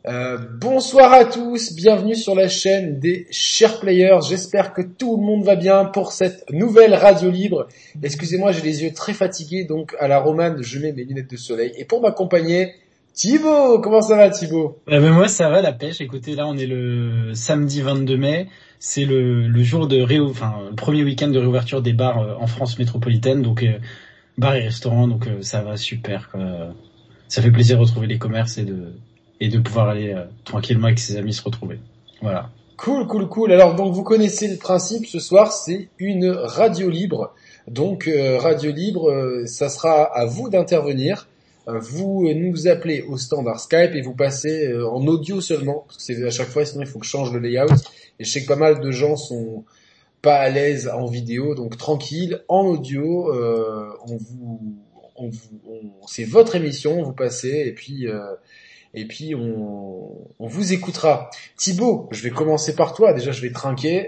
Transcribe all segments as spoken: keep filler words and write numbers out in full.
Euh, bonsoir à tous, bienvenue sur la chaîne des Chers Players. J'espère que tout le monde va bien pour cette nouvelle radio libre. Excusez-moi, j'ai les yeux très fatigués, donc à la romane, je mets mes lunettes de soleil. Et pour m'accompagner, Thibaut. Comment ça va, Thibaut? Euh, ben moi ça va la pêche. Écoutez, là on est le samedi vingt-deux mai. C'est le, le jour de réou... enfin le premier week-end de réouverture des bars euh, en France métropolitaine. Donc euh, bars et restaurants, donc euh, ça va super, quoi. Ça fait plaisir de retrouver les commerces et de et de pouvoir aller euh, tranquillement avec ses amis se retrouver. Voilà. Cool, cool, cool. Alors donc vous connaissez le principe, ce soir c'est une radio libre. Donc euh, radio libre, euh, ça sera à vous d'intervenir. Euh, vous euh, nous appelez au standard Skype et vous passez euh, en audio seulement, parce que c'est à chaque fois, sinon il faut que je change le layout. Et je sais que pas mal de gens sont pas à l'aise en vidéo, donc tranquille, en audio, euh, on vous, on vous, on- c'est votre émission, vous passez et puis euh, et puis on, on vous écoutera. Thibaut, je vais commencer par toi. Déjà, je vais trinquer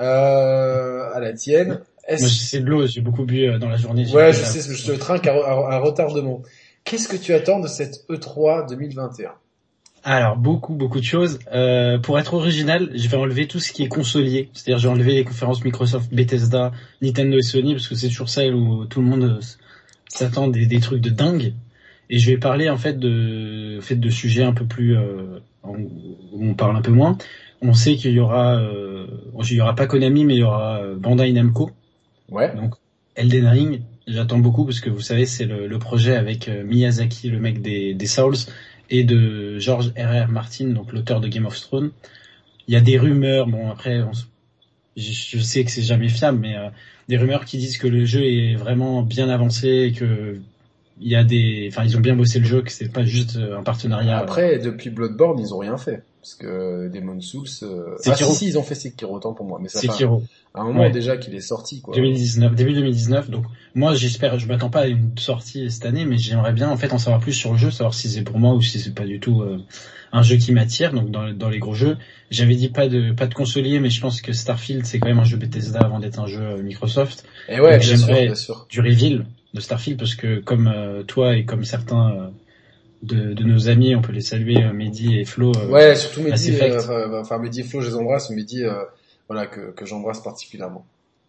euh, à la tienne. Moi Est-ce... c'est de l'eau, j'ai beaucoup bu euh, dans la journée, j'ai Ouais, pris je de la... sais, je te trinque à, à, à retardement. Qu'est-ce que tu attends de cette E trois deux mille vingt et un? Alors beaucoup beaucoup de choses. Euh, pour être original, je vais enlever tout ce qui est consolier. C'est-à-dire je vais enlever les conférences Microsoft, Bethesda, Nintendo et Sony parce que c'est toujours ça où tout le monde euh, s'attend des, des trucs de dingue. Et je vais parler en fait de en fait de sujets un peu plus euh, où on parle un peu moins. On sait qu'il y aura euh, il y aura pas Konami mais il y aura euh, Bandai Namco. Ouais. Donc Elden Ring, j'attends beaucoup parce que vous savez c'est le, le projet avec euh, Miyazaki, le mec des, des Souls, et de George R. R. Martin, donc l'auteur de Game of Thrones. Il y a des rumeurs, bon après on, je, je sais que c'est jamais fiable, mais euh, des rumeurs qui disent que le jeu est vraiment bien avancé et que il y a des, enfin ils ont bien bossé le jeu, que c'est pas juste euh, un partenariat. Euh, Après, depuis Bloodborne, ils ont rien fait. Parce que Demon's Souls... Euh... Ah si, Sekiro, si, ils ont fait Sekiro, autant pour moi. Mais ça fait un, Sekiro, un moment ouais. déjà qu'il est sorti, quoi. deux mille dix-neuf, début deux mille dix-neuf. Donc moi j'espère, je m'attends pas à une sortie cette année, mais j'aimerais bien en fait en savoir plus sur le jeu, savoir si c'est pour moi ou si c'est pas du tout euh, un jeu qui m'attire. Donc dans, dans les gros jeux, j'avais dit pas de pas de consolier, mais je pense que Starfield c'est quand même un jeu Bethesda avant d'être un jeu euh, Microsoft. Et ouais, Donc bien sûr, j'aimerais bien sûr. du reveal de Starfield parce que comme euh, toi et comme certains euh, de, de nos amis, on peut les saluer, euh, Mehdi et Flo, euh, Ouais, surtout Mass Mehdi, euh, Effect. enfin, enfin Mehdi et Flo, je les embrasse, mais Mehdi, euh, voilà, que, que j'embrasse particulièrement.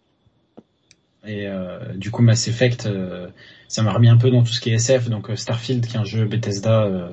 Et euh, du coup, Mass Effect, euh, ça m'a remis un peu dans tout ce qui est S F. Donc euh, Starfield, qui est un jeu Bethesda, euh,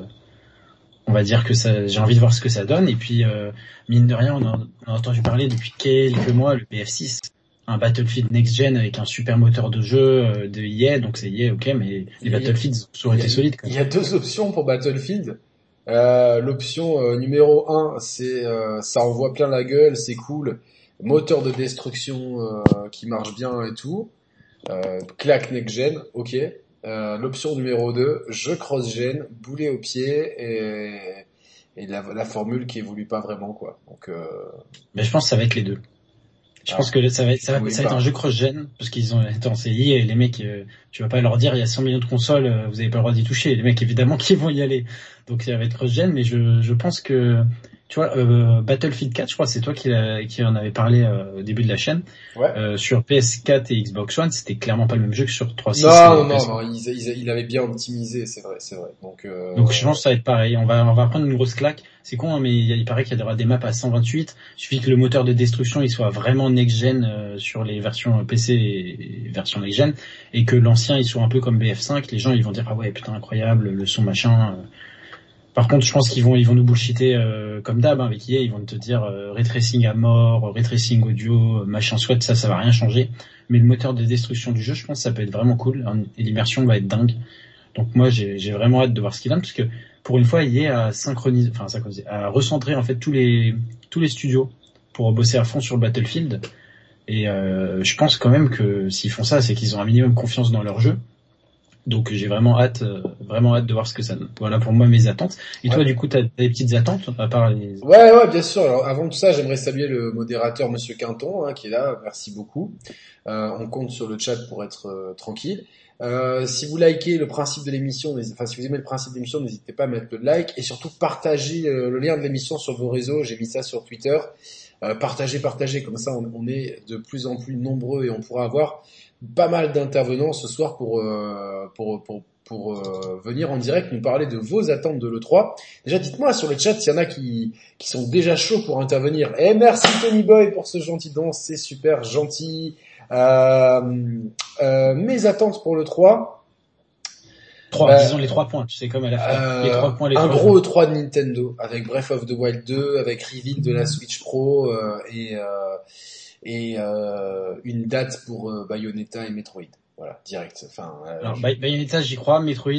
on va dire que ça, j'ai envie de voir ce que ça donne. Et puis, euh, mine de rien, on a, on a entendu parler depuis quelques mois le P F six, un Battlefield Next Gen avec un super moteur de jeu euh, de E A. Donc c'est E A, ok, mais les Il y a, Battlefields ont toujours il y été a- solides, quoi. il y a deux options pour Battlefield. Euh, l'option euh, numéro un, c'est euh, ça envoie plein la gueule, c'est cool, moteur de destruction euh, qui marche bien et tout. Euh, claque next gen, ok. Euh, l'option numéro deux, jeu cross-gen, boulet au pied et, et la, la formule qui évolue pas vraiment quoi. Donc euh, Mais je pense que ça va être les deux. Je pense ah, que ça va être, tu ça va, pouvais ça va être un pas. jeu cross-gen, parce qu'ils ont, attends, c'est E A, et les mecs, euh, tu vas pas leur dire, il y a cent millions de consoles, euh, vous avez pas le droit d'y toucher. Les mecs, évidemment, qui vont y aller. Donc, ça va être cross-gen, mais je, je pense que, tu vois, euh, Battlefield quatre, je crois, c'est toi qui, l'a- qui en avait parlé euh, au début de la chaîne. Ouais. Euh, sur P S quatre et Xbox One, c'était clairement pas le même jeu que sur trois six Non, non, et non, P S. non, ils, ils, ils avaient bien optimisé, c'est vrai, c'est vrai. Donc Donc je euh, pense que ça va être pareil. On va on va prendre une grosse claque. C'est con, hein, mais il, il paraît qu'il y aura des maps à cent vingt-huit. Il suffit que le moteur de destruction il soit vraiment next-gen euh, sur les versions P C et, et versions next-gen, et que l'ancien il soit un peu comme B F cinq. Les gens ils vont dire ah ouais putain incroyable le son machin. euh. Par contre je pense qu'ils vont ils vont nous bullshiter euh, comme d'hab hein, avec E A. Ils vont te dire euh, ray tracing à mort, ray tracing audio, euh, machin soit ça ça va rien changer. Mais le moteur de destruction du jeu je pense que ça peut être vraiment cool hein, et l'immersion va être dingue. Donc moi j'ai, j'ai vraiment hâte de voir ce qu'il donne parce que pour une fois il est à synchroniser, enfin synchroniser, à recentrer en fait tous les tous les studios pour bosser à fond sur Battlefield. Et euh, je pense quand même que s'ils font ça, c'est qu'ils ont un minimum confiance dans leur jeu. Donc j'ai vraiment hâte, euh, vraiment hâte de voir ce que ça donne. Voilà pour moi mes attentes. Et toi ouais. du coup t'as des petites attentes à part les. Ouais, ouais, bien sûr. Alors avant tout ça, j'aimerais saluer le modérateur Monsieur Quinton hein, qui est là. Merci beaucoup. Euh, on compte sur le chat pour être euh, tranquille. Euh, si vous likez le principe de l'émission, n'hésitez- enfin si vous aimez le principe de l'émission, n'hésitez pas à mettre le like et surtout partager euh, le lien de l'émission sur vos réseaux. J'ai mis ça sur Twitter. Euh, partagez, partagez, comme ça on, on est de plus en plus nombreux et on pourra avoir pas mal d'intervenants ce soir pour euh, pour pour pour euh, venir en direct nous parler de vos attentes de l'E trois. Déjà dites-moi sur le chat s'il y en a qui qui sont déjà chauds pour intervenir. Et merci Tony Boy pour ce gentil don, c'est super gentil. Euh, euh, mes attentes pour l'E trois. Trois, bah, disons les trois points, tu sais comme elle a fait. Euh, les trois points, les un trois gros points. E trois de Nintendo, avec Breath of the Wild deux, avec reveal de la Switch Pro, euh, et, euh, et euh, une date pour euh, Bayonetta et Metroid. Voilà, direct. Enfin, euh, Alors, je... Bayonetta, j'y crois, Metroid...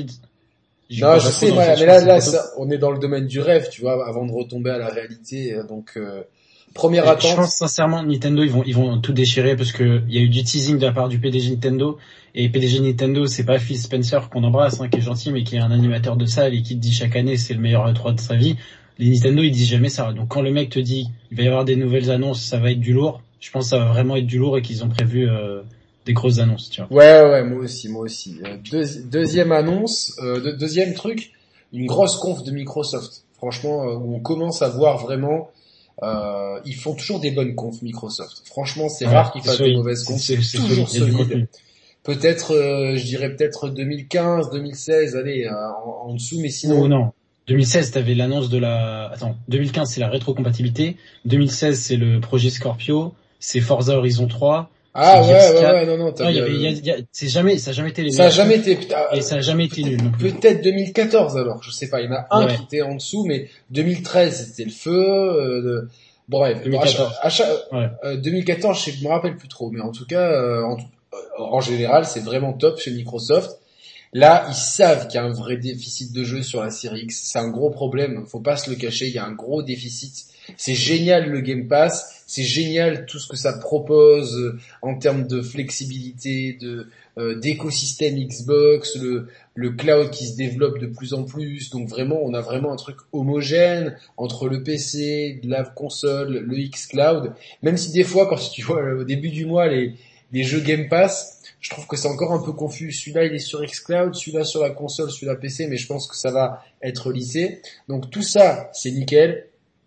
J'y Non, crois je pas sais, trop moi, dans le mais sens là, où là, c'est ça, on est dans le domaine du rêve, tu vois, avant de retomber à la réalité. Donc, euh, première Je attente. pense sincèrement Nintendo ils vont ils vont tout déchirer parce que il y a eu du teasing de la part du P D G Nintendo et P D G Nintendo c'est pas Phil Spencer qu'on embrasse hein, qui est gentil mais qui est un animateur de salle et qui te dit chaque année c'est le meilleur E trois de sa vie. Les Nintendo ils disent jamais ça. Donc quand le mec te dit il va y avoir des nouvelles annonces, ça va être du lourd, je pense que ça va vraiment être du lourd et qu'ils ont prévu euh, des grosses annonces, tu vois. Ouais, ouais, moi aussi, moi aussi. Euh, Deux, deuxième annonce, euh, de, deuxième truc, une grosse conf de Microsoft. Franchement, euh, où on commence à voir vraiment. Euh, ils font toujours des bonnes confs Microsoft. Franchement, c'est Ouais, rare qu'ils fassent solide. des mauvaises confs. C'est, C'est toujours solide, il y a du solide. contenu. Peut-être, euh, je dirais peut-être deux mille quinze, deux mille seize, allez, euh, en, en dessous, mais sinon. Oh non. deux mille seize, t'avais l'annonce de la... Attends, deux mille quinze, c'est la rétrocompatibilité. deux mille seize, c'est le projet Scorpio. C'est Forza Horizon trois. C'est Ah ouais, Gears ouais, quatre. ouais, non, non, t'as Non, il y bien. avait, il y a, il y a- c'est jamais, ça a jamais été les Ça a meilleurs jamais confs. été. Putain, Et ça a jamais été nul non plus. peut-être deux mille quatorze alors, je sais pas. Il y en a un Ouais. qui était en dessous, mais deux mille treize c'était le feu. Euh, de... Bref, deux mille quatorze. à chaque, à chaque, Ouais. euh, deux mille quatorze, je sais, je me rappelle plus trop, mais en tout cas, euh, en, en général, c'est vraiment top chez Microsoft. Là, ils savent qu'il y a un vrai déficit de jeu sur la série X. C'est un gros problème. Faut pas se le cacher. Il y a un gros déficit. C'est génial le Game Pass. C'est génial tout ce que ça propose euh, en termes de flexibilité, de euh, d'écosystème Xbox, le le cloud qui se développe de plus en plus. Donc vraiment, on a vraiment un truc homogène entre le P C, la console, le X Cloud. Même si des fois, quand tu vois au début du mois les les jeux Game Pass, je trouve que c'est encore un peu confus. Celui-là, il est sur xCloud, celui-là sur la console, celui-là P C, mais je pense que ça va être lissé. Donc tout ça, c'est nickel.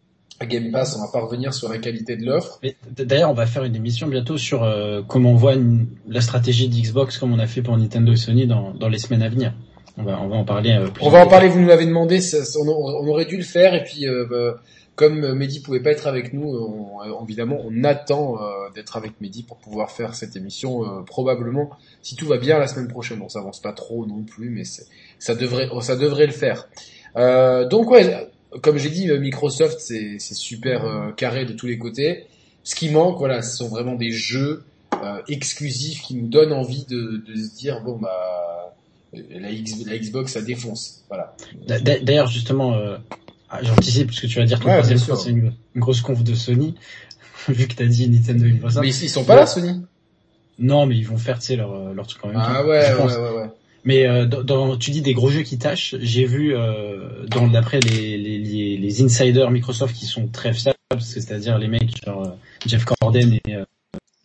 Game Pass, on va pas revenir sur la qualité de l'offre. Mais d'ailleurs, on va faire une émission bientôt sur euh, comment on voit une, la stratégie d'Xbox comme on a fait pour Nintendo et Sony dans, dans les semaines à venir. On va, on va en parler. Euh, plus on va en parler, vous nous l'avez demandé, ça, ça, on, on aurait dû le faire, et puis euh, bah, comme Mehdi pouvait pas être avec nous, on, évidemment, on attend euh, d'être avec Mehdi pour pouvoir faire cette émission, euh, probablement, si tout va bien, la semaine prochaine. On s'avance pas trop non plus, mais c'est, ça devrait, ça devrait le faire. Euh, donc ouais, comme j'ai dit, Microsoft, c'est, c'est super euh, carré de tous les côtés. Ce qui manque, voilà, ce sont vraiment des jeux euh, exclusifs qui nous donnent envie de, de se dire, bon bah, la, X, la Xbox, ça défonce. Voilà. D'ailleurs, justement, euh, j'anticipe parce que tu vas dire que ouais, le troisième point, c'est une, une grosse conf de Sony, vu que t'as dit Nintendo et Microsoft. Mais ils, ils sont pas là, Sony? Non, mais ils vont faire, tu sais, leur, leur truc quand même. Ah ouais, ouais, ouais, ouais. Mais euh, dans, dans, tu dis des gros jeux qui tâchent. J'ai vu euh, dans d'après les, les, les, les insiders Microsoft qui sont très fiables, c'est-à-dire les mecs genre euh, Jeff Corden et euh...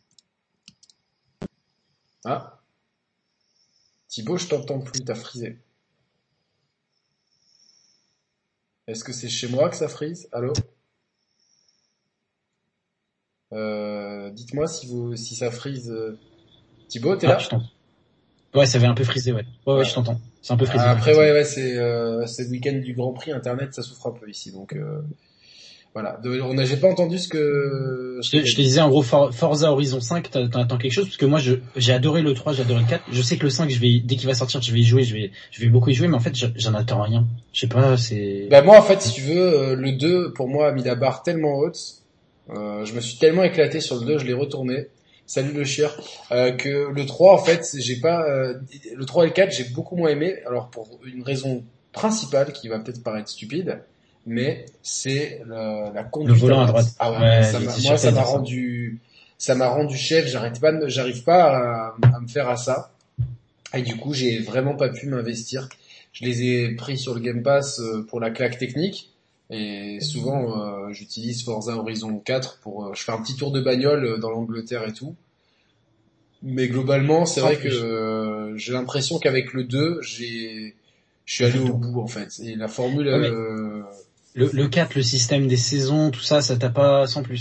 ah Thibaut, je t'entends plus, t'as frisé. Est-ce que c'est chez moi que ça frise? Allô? euh, Dites-moi si vous si ça frise. Thibaut, t'es ah, là? Je t'entends. Ouais, ça avait un peu frisé, ouais. Ouais, ouais, ouais. Je t'entends. C'est un peu frisé. Après, ouais, ouais, c'est euh, c'est le week-end du Grand Prix, Internet, ça souffre un peu ici, donc euh, voilà. De, on a, j'ai pas entendu ce que. Je te, je te disais en gros For, Forza Horizon cinq, t'attends quelque chose parce que moi, je j'ai adoré le trois, j'ai adoré le quatre. Je sais que le cinq, je vais dès qu'il va sortir, je vais y jouer, je vais je vais beaucoup y jouer, mais en fait, j'en attends rien. Je sais pas, c'est. Bah moi, en fait, si tu veux, le deux pour moi a mis la barre tellement haute. Euh, je me suis tellement éclaté sur le deux, je l'ai retourné. Salut le chieur. Euh, que le trois, en fait, j'ai pas euh, le trois et le quatre, j'ai beaucoup moins aimé. Alors pour une raison principale qui va peut-être paraître stupide, mais c'est la, la conduite. Le volant à droite. Ah ouais, ouais ça m'a, moi ça m'a rendu, ça m'a rendu chef. J'arrête pas, de, j'arrive pas à, à me faire à ça. Et du coup, j'ai vraiment pas pu m'investir. Je les ai pris sur le Game Pass pour la claque technique. Et souvent, euh, j'utilise Forza Horizon quatre pour, euh, je fais un petit tour de bagnole dans l'Angleterre et tout. Mais globalement, c'est vrai que euh, j'ai l'impression qu'avec le deux, j'ai, je suis allé au bout en fait. Et la formule. Ouais, euh... le, le quatre, le système des saisons, tout ça, ça t'a pas sans plus.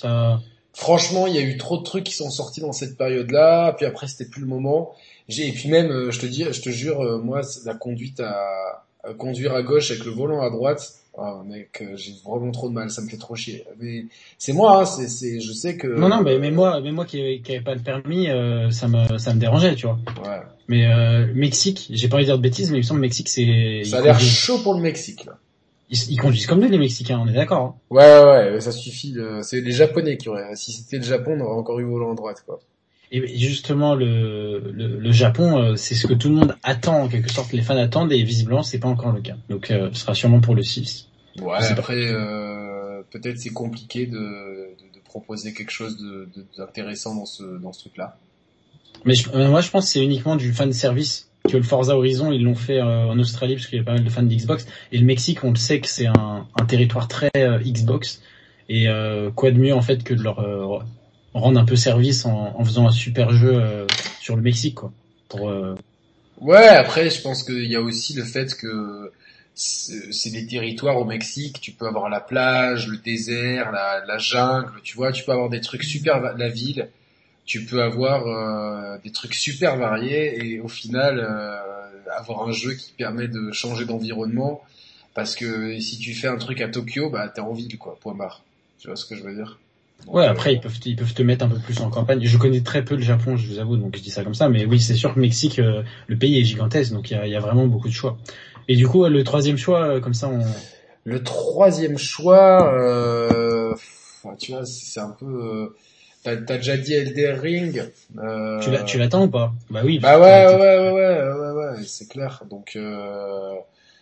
Ça. Franchement, il y a eu trop de trucs qui sont sortis dans cette période-là, puis après c'était plus le moment. J'ai et puis même, euh, je te dis, je te jure, euh, moi, c'est la conduite à, à conduire à gauche avec le volant à droite, ah, mec, euh, j'ai vraiment trop de mal, ça me fait trop chier. Mais c'est moi, hein, c'est, c'est, je sais que, Non, non, mais, mais euh, moi, mais moi qui, qui avait pas le permis, euh, ça me, ça me dérangeait, tu vois. ouais, Mais euh, Mexique, j'ai pas envie de dire de bêtises, mais il me semble que Mexique, c'est, ça ils a l'air conduisent, chaud pour le Mexique là. ils, ils conduisent comme nous les Mexicains, on est d'accord. Hein. Ouais, ouais, ouais, ça suffit. le- C'est les Japonais qui auraient. Si c'était le Japon, on aurait encore eu volant à droite, quoi. Et justement, le, le, le Japon, euh, c'est ce que tout le monde attend, en quelque sorte, les fans attendent, et visiblement, c'est pas encore le cas. Donc, euh, ce sera sûrement pour le six. Ouais, Je sais pas. après, euh, peut-être c'est compliqué de, de, de proposer quelque chose de, de- d'intéressant dans ce dans ce truc-là. Mais je, euh, moi, je pense que c'est uniquement du fan service. Que le Forza Horizon, ils l'ont fait euh, en Australie, parce qu'il y a pas mal de fans d'Xbox. Et le Mexique, on le sait que c'est un, un territoire très euh, Xbox. Et euh, quoi de mieux, en fait, que de leur euh, rendre un peu service en, en faisant un super jeu euh, sur le Mexique, quoi. Pour, euh, Ouais, après, je pense qu'il y a aussi le fait que c'est c'est des territoires au Mexique. Tu peux avoir la plage, le désert, la, la jungle. Tu vois, tu peux avoir des trucs super va- la ville. Tu peux avoir euh, des trucs super variés et au final euh, avoir un jeu qui permet de changer d'environnement parce que si tu fais un truc à Tokyo, bah t'es en ville quoi, point barre. Tu vois ce que je veux dire? Ouais, Donc après euh, ils peuvent ils peuvent te mettre un peu plus en campagne. Je connais très peu le Japon, je vous avoue, donc je dis ça comme ça. Mais oui, c'est sûr que Mexique, euh, le pays est gigantesque, donc il y a, il y a vraiment beaucoup de choix. Et du coup, le troisième choix, euh, comme ça, on... le troisième choix, euh, pff, tu vois, c'est c'est un peu. Euh, t'as, t'as déjà dit Elden Ring. tu l'as Euh, tu l'attends ou pas? Bah oui, parce bah que t'as ouais, ouais, été. ouais, ouais, ouais, ouais, ouais, c'est clair. Donc euh,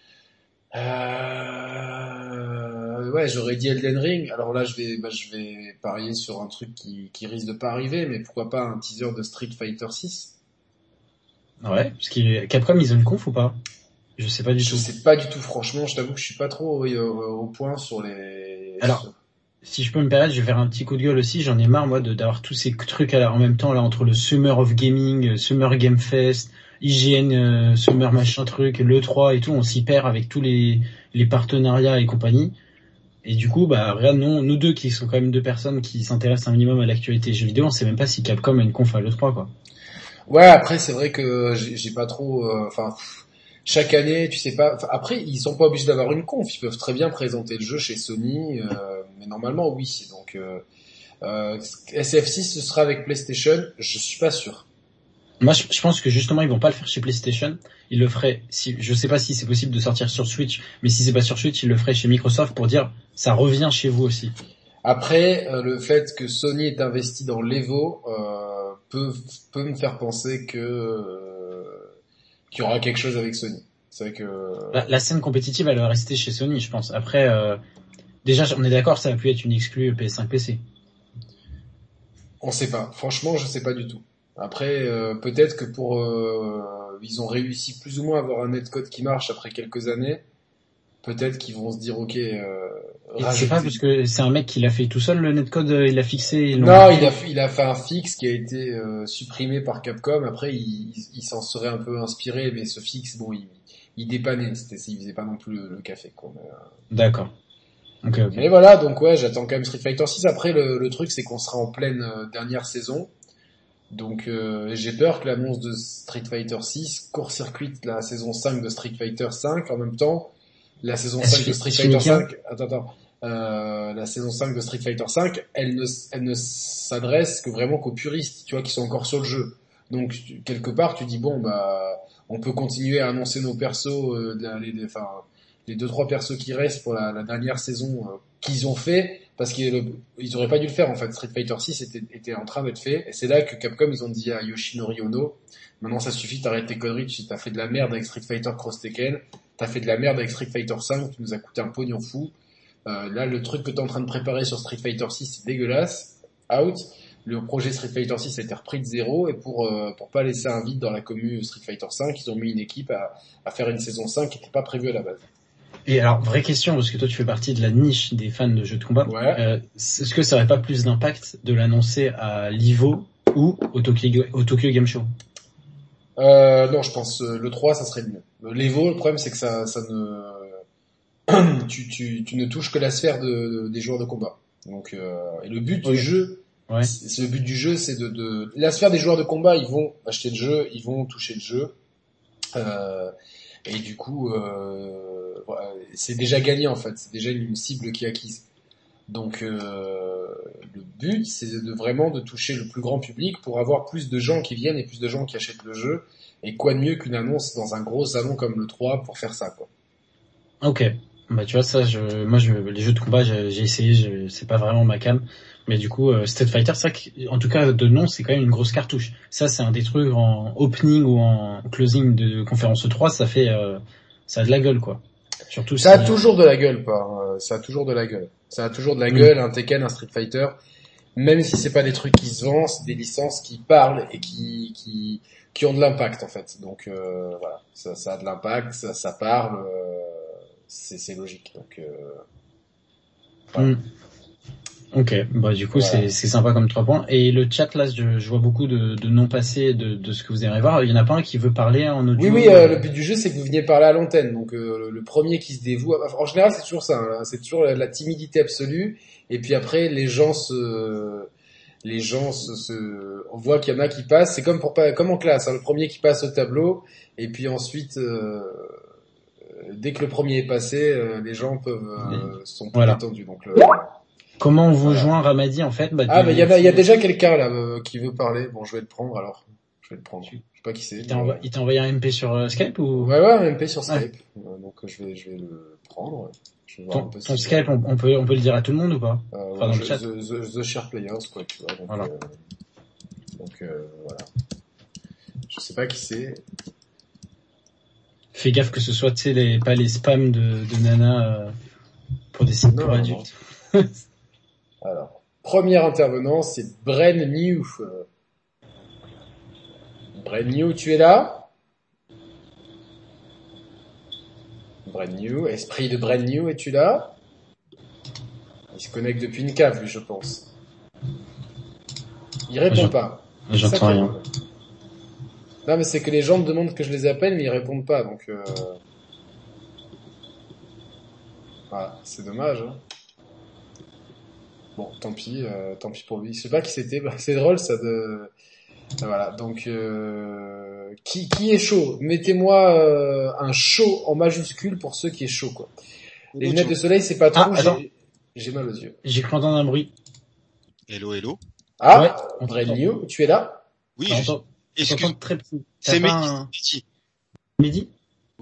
Euh, ouais, j'aurais dit Elden Ring. Alors là, je vais, bah, je vais parier sur un truc qui, qui risque de pas arriver, mais pourquoi pas un teaser de Street Fighter six. Ouais, parce qu'il Capcom ils ont une conf ou pas? Je sais pas du Je tout. sais pas du tout, franchement. Je t'avoue que je suis pas trop au, au- au point sur les. Alors, sur- si je peux me permettre, je vais faire un petit coup de gueule aussi. J'en ai marre moi de d'avoir tous ces trucs à la- en même temps là entre le Summer of Gaming, euh, Summer Game Fest, I G N, euh, Summer machin truc, l'E trois et tout. On s'y perd avec tous les les partenariats et compagnie. Et du coup, bah, regarde, nous, nous deux qui sont quand même deux personnes qui s'intéressent un minimum à l'actualité jeux vidéo, on sait même pas si Capcom a une conf à l'E trois, quoi. Ouais, après c'est vrai que j'ai j'ai pas trop. euh, Enfin, pff, chaque année, tu sais pas. Enfin, après, ils sont pas obligés d'avoir une conf. Ils peuvent très bien présenter le jeu chez Sony, euh, mais normalement oui. Donc euh, euh, S F six, ce sera avec PlayStation. Je suis pas sûr. Moi, je, je pense que justement, ils vont pas le faire chez PlayStation. Ils le feraient, si, je sais pas si c'est possible de sortir sur Switch, mais si c'est pas sur Switch, ils le feraient chez Microsoft pour dire, ça revient chez vous aussi. Après, euh, le fait que Sony est investi dans l'Evo euh, peut peut me faire penser que euh, qu'il y aura quelque chose avec Sony. C'est vrai que euh, La, la scène compétitive, elle va rester chez Sony, je pense. Après, euh, déjà, on est d'accord, ça va plus être une exclue P S cinq P C. on sait pas. Franchement, je sais pas du tout. Après, euh, peut-être que pour euh, ils ont réussi plus ou moins à avoir un netcode qui marche après quelques années. Peut-être qu'ils vont se dire ok, euh, Et c'est pas rajouter. parce que c'est un mec qui l'a fait tout seul, le netcode, euh, il l'a fixé, ils l'ont Non, il a rajouté. il a fait un fixe qui a été euh, supprimé par Capcom. Après, il, il, il s'en serait un peu inspiré, mais ce fixe, bon, il, il dépannait. C'était, il faisait pas non plus le, le café, quoi. Mais, euh, D'accord. Ok, ok. mais voilà, donc ouais, j'attends quand même Street Fighter six. Après, le, le truc, c'est qu'on sera en pleine euh, dernière saison. Donc euh, j'ai peur que l'annonce de Street Fighter six court-circuite la saison cinq de Street Fighter cinq en même temps. La saison Elle se cinq de fi- Street elle se finit Fighter quand? cinq, attends, attends, euh, la saison cinq de Street Fighter cinq, elle ne, elle ne s'adresse que vraiment qu'aux puristes, tu vois, qui sont encore sur le jeu. Donc tu- quelque part, tu dis bon bah, on peut continuer à annoncer nos persos, euh, de la- les, les- enfin les deux trois persos qui restent pour la, la dernière saison euh, qu'ils ont fait, parce qu'ils ils auraient pas dû le faire en fait. Street Fighter six était, était en train d'être fait, et c'est là que Capcom ils ont dit à Yoshinori Ono, maintenant ça suffit, t'arrêtes tes conneries, tu t'as fait de la merde avec Street Fighter Cross Tekken. T'as fait de la merde avec Street Fighter cinq, tu nous as coûté un pognon fou. Euh, là, le truc que t'es en train de préparer sur Street Fighter six, c'est dégueulasse. Out. Le projet Street Fighter six a été repris de zéro et pour euh, pour pas laisser un vide dans la commu Street Fighter cinq, ils ont mis une équipe à, à faire une saison cinq qui n'était pas prévue à la base. Et alors, vraie question, parce que toi tu fais partie de la niche des fans de jeux de combat, Ouais. euh, est-ce que ça aurait pas plus d'impact de l'annoncer à l'Ivo ou au Tokyo, au Tokyo Game Show? Euh, non, je pense euh, le trois, ça serait mieux. Euh, L'Evo, le problème, c'est que ça, ça ne, tu, tu, tu ne touches que la sphère de, des joueurs de combat. Donc, euh, et le but Oui. du jeu, Ouais. c'est, c'est le but du jeu, c'est de, de la sphère des joueurs de combat, ils vont acheter le jeu, ils vont toucher le jeu, euh, et du coup, euh, voilà, c'est déjà gagné en fait, c'est déjà une cible qui est acquise. Donc, euh, le but, c'est de vraiment de toucher le plus grand public pour avoir plus de gens qui viennent et plus de gens qui achètent le jeu. Et quoi de mieux qu'une annonce dans un gros salon comme le trois pour faire ça, quoi. Ok. Bah tu vois ça, je, moi je, les jeux de combat, j'ai, j'ai essayé, je, c'est pas vraiment ma came. Mais du coup, euh, Street Fighter, ça, en tout cas de nom, c'est quand même une grosse cartouche. Ça, c'est un des trucs en opening ou en closing de conférence E trois, ça fait, euh, ça a de la gueule quoi. Surtout Ça a si. toujours de la gueule, pas. hein. Ça a toujours de la gueule. Ça a toujours de la Mm. gueule, un Tekken, un Street Fighter. Même si c'est pas des trucs qui se vendent, c'est des licences qui parlent et qui, qui, qui ont de l'impact, en fait. Donc, euh, voilà. Ça, ça a de l'impact, ça, ça parle, euh, c'est, c'est logique. Donc, euh, voilà. Mm. Ok, bah du coup Voilà. c'est c'est sympa comme trois points. Et le chat là, je, je vois beaucoup de, de noms passés de, de ce que vous aimeriez voir. Il y en a pas un qui veut parler en audio. Oui, oui, euh, le but du jeu, c'est que vous veniez parler à l'antenne. Donc, euh, le, le premier qui se dévoue, en général, c'est toujours ça. Hein, c'est toujours la, la timidité absolue. Et puis après, les gens se, les gens se, se... on voit qu'il y en a qui passent. C'est comme pour pas, comme en classe. Hein, le premier qui passe au tableau. Et puis ensuite, euh, dès que le premier est passé, euh, les gens peuvent euh, sont plus Voilà. détendus. Donc, le... Comment on vous Voilà. joint Ramadi en fait bah, ah, de- mais il y a, il y a déjà quelqu'un là euh, qui veut parler. Bon, je vais le prendre alors. Je vais le prendre. Je sais pas qui c'est. Il t'a mais, envo- euh, il t'a envoyé un M P sur euh, Skype ou Ouais, ouais, un M P sur Ouais. Skype. Euh, donc euh, je vais, je vais le prendre. Je vais voir ton, un peu ton si Skype, on, on peut on peut le dire à tout le monde ou pas euh, Enfin dans ouais, le je- chat. the, the, the Share Players, quoi, tu vois. Donc, Voilà. euh, donc euh, voilà. Je sais pas qui c'est. Fais gaffe que ce soit tu sais les pas les spams de, de Nana euh, pour des sites Non, pour non, adultes. Alors, premier intervenant, c'est Bren New. Euh, Bren New, tu es là? Bren New, esprit de Bren New, es-tu là? Il se connecte depuis une cave, lui, je pense. Il répond Je- pas. C'est ça J'entends qui est rien. mauvais. Non, mais c'est que les gens me demandent que je les appelle, mais ils répondent pas, donc euh... voilà, c'est dommage. Hein. Bon, tant pis, euh, tant pis pour lui. Je sais pas qui c'était. C'est drôle, ça de. Voilà. Donc, euh... qui qui est chaud? Mettez-moi euh, un chaud en majuscule pour ceux qui est chaud, quoi. Les Hello, lunettes tu- de soleil, c'est pas Ah, trop. attends. J'ai j'ai mal aux yeux. J'ai cru entendre un bruit. hello, hello. Ah, Ouais, on Brand t'entend. New, tu es là? Oui, On je t'entend- on excuse. t'entend très petit. T'as C'est pas Mehdi. un- Mehdi. Mehdi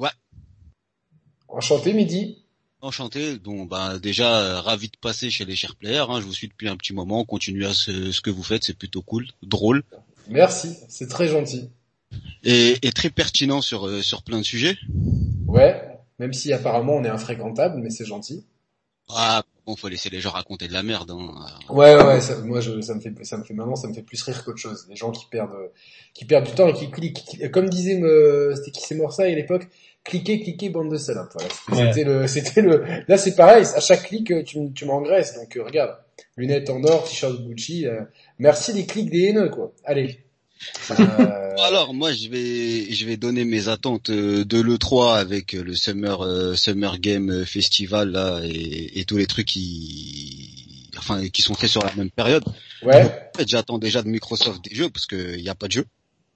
Enchanté, Midi. Enchanté. Donc, bah, déjà, euh, ravi de passer chez les chers players. Hein. Je vous suis depuis un petit moment. Continuez à ce, ce que vous faites. C'est plutôt cool, drôle Merci, c'est très gentil. et, et très pertinent sur euh, sur plein de sujets. Ouais, même si apparemment on est infréquentable, mais c'est gentil. Ah, bon, faut laisser les gens raconter de la merde. Hein. Ouais, ouais, ouais, ça, moi, je, ça me fait, ça me fait maintenant, ça me fait plus rire qu'autre chose. Les gens qui perdent, qui perdent du temps et qui cliquent, qui- comme disait, me, c'était qui c'est Morsa à l'époque, cliquez, cliquez, bande de salopes. Voilà, c'était, Ouais. c'était le, c'était le, là c'est pareil, à chaque clic, euh, tu, m- tu m'engraisses, donc euh, regarde, lunettes en or, t-shirt Gucci, euh, merci les clics des haineux, quoi. Allez. Euh, Alors, moi, je vais je vais donner mes attentes euh, de l'E trois avec euh, le Summer euh, Summer Game Festival là et, et tous les trucs qui enfin qui sont faits sur la même période. ouais, En fait, j'attends déjà de Microsoft des jeux parce que il y a pas de jeux.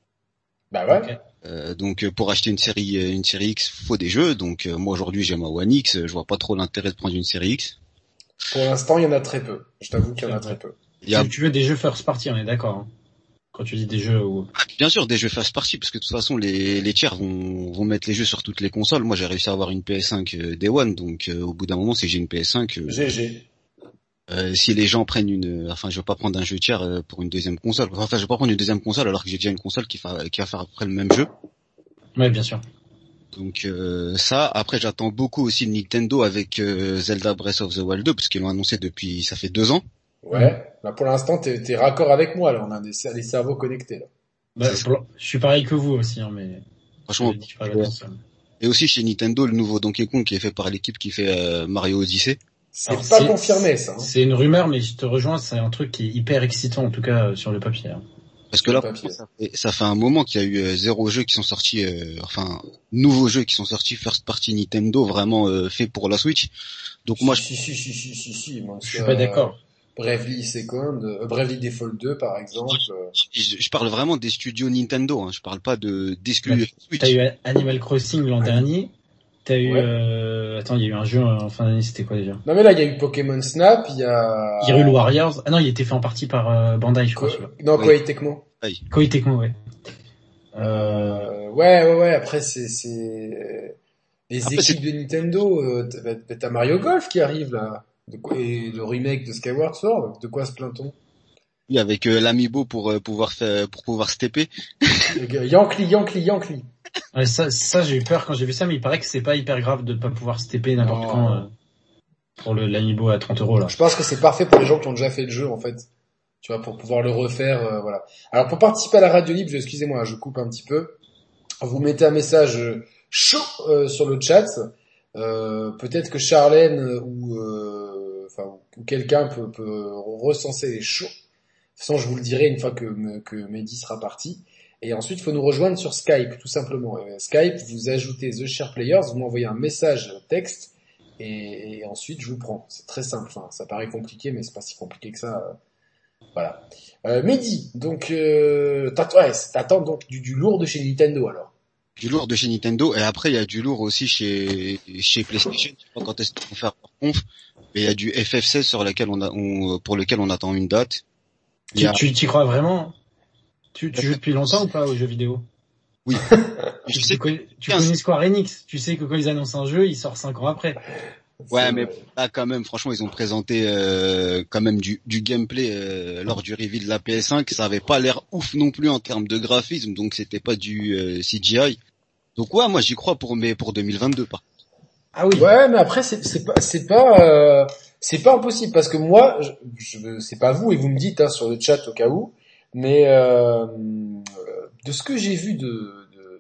bah ouais. Ok. Euh, donc euh, pour acheter une série euh, une série X, faut des jeux. Donc euh, moi aujourd'hui j'ai ma One X, euh, je vois pas trop l'intérêt de prendre une série X. Pour l'instant, il y en a très peu. Je t'avoue qu'il y en a très peu. Il y a Tu, tu veux des jeux first party, on est d'accord. Hein. Quand tu dis des jeux où... bien sûr des jeux first party parce que de toute façon les les tiers vont vont mettre les jeux sur toutes les consoles. Moi j'ai réussi à avoir une P S cinq euh, Day One, donc euh, au bout d'un moment si j'ai une P S cinq, euh, G G. euh, si les gens prennent une, enfin je vais pas prendre un jeu tiers euh, pour une deuxième console. Enfin je vais pas prendre une deuxième console alors que j'ai déjà une console qui va qui va faire à peu près le même jeu. Ouais, bien sûr. Donc euh, ça, après j'attends beaucoup aussi de Nintendo avec euh, Zelda Breath of the Wild deux parce qu'ils l'ont annoncé depuis, ça fait deux ans. Ouais. Bah pour l'instant, t'es, t'es raccord avec moi là. On a des, des cerveaux connectés là. Bah, C'est ça. pour- je suis pareil que vous aussi, hein, mais... Franchement. Je dis que je parle pas tout seul. Et aussi chez Nintendo le nouveau Donkey Kong qui est fait par l'équipe qui fait euh, Mario Odyssey. C'est Alors, pas c'est- confirmé ça. Hein. C'est une rumeur, mais je te rejoins, c'est un truc qui est hyper excitant, en tout cas, euh, sur le papier. Hein. Parce que Sur là, le papier. ça fait, ça fait un moment qu'il y a eu euh, zéro jeu qui sont sortis, euh, enfin nouveaux jeux qui sont sortis first party Nintendo vraiment euh, fait pour la Switch. Donc moi je si, si, si, si, si, si, moi, Je suis ça- pas d'accord. Bravely Second, euh, Bravely Default deux par exemple. Je, je parle vraiment des studios Nintendo, hein. Je parle pas de d'exclus Bah, Switch. t'as eu Animal Crossing l'an Ah, dernier. T'as eu, ouais. euh... attends, il y a eu un jeu en fin d'année, c'était quoi déjà? Non mais là il y a eu Pokémon Snap, il y a... Hyrule Warriors. Ah non, il était fait en partie par euh, Bandai, je crois, Ko... celui-là. Non, Oui. Koei Tecmo. Oui. Koei Tecmo, ouais. Euh... Euh, ouais, ouais, ouais, après c'est... c'est... Les Après, équipes c'est... de Nintendo, euh, t'as, t'as Mario Golf qui arrive là. De quoi... Et le remake de Skyward Sword, de quoi se plaint-on? Oui, avec euh, l'amiibo pour euh, pouvoir faire, pour pouvoir stepper. Yankee, Yankee, Yankee. Ouais, ça, ça j'ai eu peur quand j'ai vu ça, mais il paraît que c'est pas hyper grave de pas pouvoir se taper n'importe Non. quand euh, pour le l'amiibo à trente euros là. Je pense que c'est parfait pour les gens qui ont déjà fait le jeu en fait. Tu vois, pour pouvoir le refaire, euh, voilà. Alors pour participer à la radio libre, je- excusez-moi, je coupe un petit peu. Vous mettez un message euh, chaud euh, sur le chat. Euh, peut-être que Charlène euh, ou euh, enfin ou quelqu'un peut, peut recenser les chauds. De toute façon, je vous le dirai une fois que me- que Mehdi sera parti. Et ensuite, il faut nous rejoindre sur Skype, tout simplement. Euh, Skype, vous ajoutez The Share Players, vous m'envoyez un message texte, et, et ensuite je vous prends. C'est très simple. Enfin, ça paraît compliqué, mais c'est pas si compliqué que ça. euh, Voilà. Euh, Mehdi, donc euh, t'attends, ouais, t'attends donc du, du lourd de chez Nintendo alors. Du lourd de chez Nintendo, et après il y a du lourd aussi chez chez PlayStation. Je sais pas quand est-ce qu'ils vont faire leur conf, mais il y a du F F seize sur lequel on a, on, pour lequel on attend une date. Il y Tu, a... tu, tu y crois vraiment? Tu, tu joues depuis longtemps ou pas aux jeux vidéo? Oui. Je Tu, sais. connais, tu quinze connais Square Enix. Tu sais que quand ils annoncent un jeu, il sort cinq ans après. Ouais, C'est- mais là quand même, franchement, ils ont présenté euh, quand même du, du gameplay euh, lors du reveal de la P S cinq. Ça avait pas l'air ouf non plus en termes de graphisme, donc c'était pas du euh, C G I. Donc ouais, moi j'y crois pour mais pour deux mille vingt-deux par. Ah oui. Ouais, mais après c'est c'est pas c'est pas euh, c'est pas impossible parce que moi je, je c'est pas vous et vous me dites hein, sur le chat au cas où, mais euh, de ce que j'ai vu de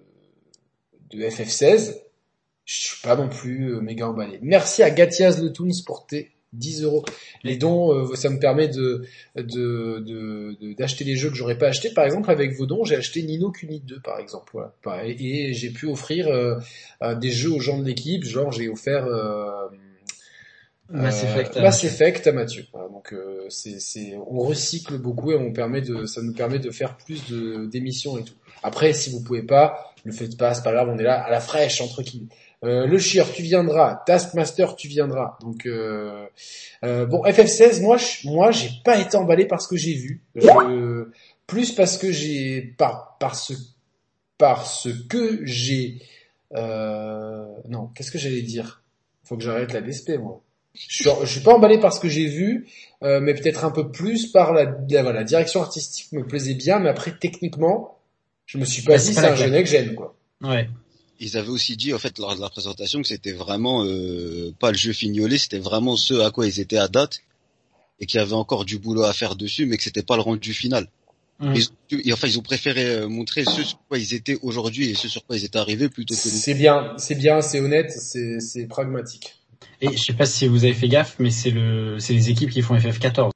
de, de F F seize, je suis pas non plus euh, méga emballé. Merci à Gatiaz Le Toons pour tes dix euros. Les dons, euh, ça me permet de de de de- d'acheter les jeux que j'aurais pas acheté. Par exemple, avec vos dons, j'ai acheté Nino Kuni deux, par exemple. Voilà. Pareil. Et j'ai pu offrir euh, euh, des jeux aux gens de l'équipe. Genre, j'ai offert euh, Mass euh, Effect. à Mass Mathieu. Effect à Mathieu. Voilà, donc euh, c'est c'est on recycle beaucoup et on permet de ça nous permet de faire plus de d'émissions et tout. Après, si vous pouvez pas, le faites pas, c'est pas grave, on est là à la fraîche entre qui. Euh, le chieur, tu viendras. Taskmaster, tu viendras. Donc euh, euh, bon, F F seize, moi, je, moi, j'ai pas été emballé par ce que j'ai vu. Je, plus parce que j'ai par parce parce que j'ai euh, non, qu'est-ce que j'allais dire? Faut que j'arrête la D S P, moi. Je suis, je suis pas emballé par ce que j'ai vu, euh, mais peut-être un peu plus par la, la, voilà, la direction artistique me plaisait bien, mais après techniquement, je me suis pas Bah, dit c'est c'est pas la un jeu claque. next-gen quoi. Ouais. Ils avaient aussi dit en fait lors de la présentation que c'était vraiment euh, pas le jeu fignolé, c'était vraiment ce à quoi ils étaient à date et qu'il y avait encore du boulot à faire dessus, mais que c'était pas le rendu final. Mm. Ils, et enfin, ils ont préféré euh, montrer ce sur quoi ils étaient aujourd'hui et ce sur quoi ils étaient arrivés plutôt que. C'est bien, c'est bien, c'est honnête, c'est, c'est pragmatique. Et je sais pas si vous avez fait gaffe, mais c'est le, c'est les équipes qui font F F quatorze.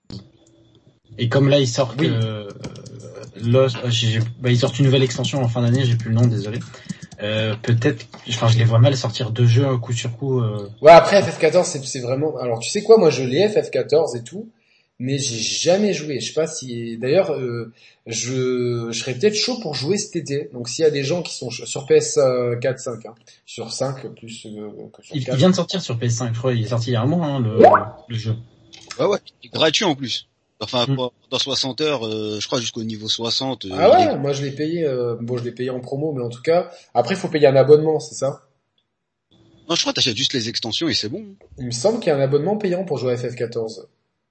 Et comme là ils sortent, Oui. euh, Lost, ah, j'ai- j'ai- bah, ils sortent une nouvelle extension en fin d'année, j'ai plus le nom, désolé. Euh, peut-être, enfin je les vois mal sortir deux jeux coup sur coup. Euh... Ouais, après F F quatorze, c'est, c'est vraiment. Alors, tu sais quoi, moi je l'ai F F quatorze et tout, mais j'ai jamais joué. Je sais pas si. D'ailleurs, euh, je, je serais peut-être chaud pour jouer cet été. Donc, s'il y a des gens qui sont ch- sur P S quatre, cinq, hein, sur cinq plus euh, que sur Il, il quatre. vient de sortir sur P S cinq, je crois, il est sorti il y a un mois hein, le, le jeu. Ouais ouais, il est gratuit en plus. Enfin, Mm. dans soixante heures, euh, je crois jusqu'au niveau soixante. Euh, Ah il ouais, est- moi je l'ai payé. Euh, bon, je l'ai payé en promo, mais en tout cas, après il faut payer un abonnement, c'est ça? Non, je crois que t'achètes juste les extensions et c'est bon. Il me semble qu'il y a un abonnement payant pour jouer à F F quatorze.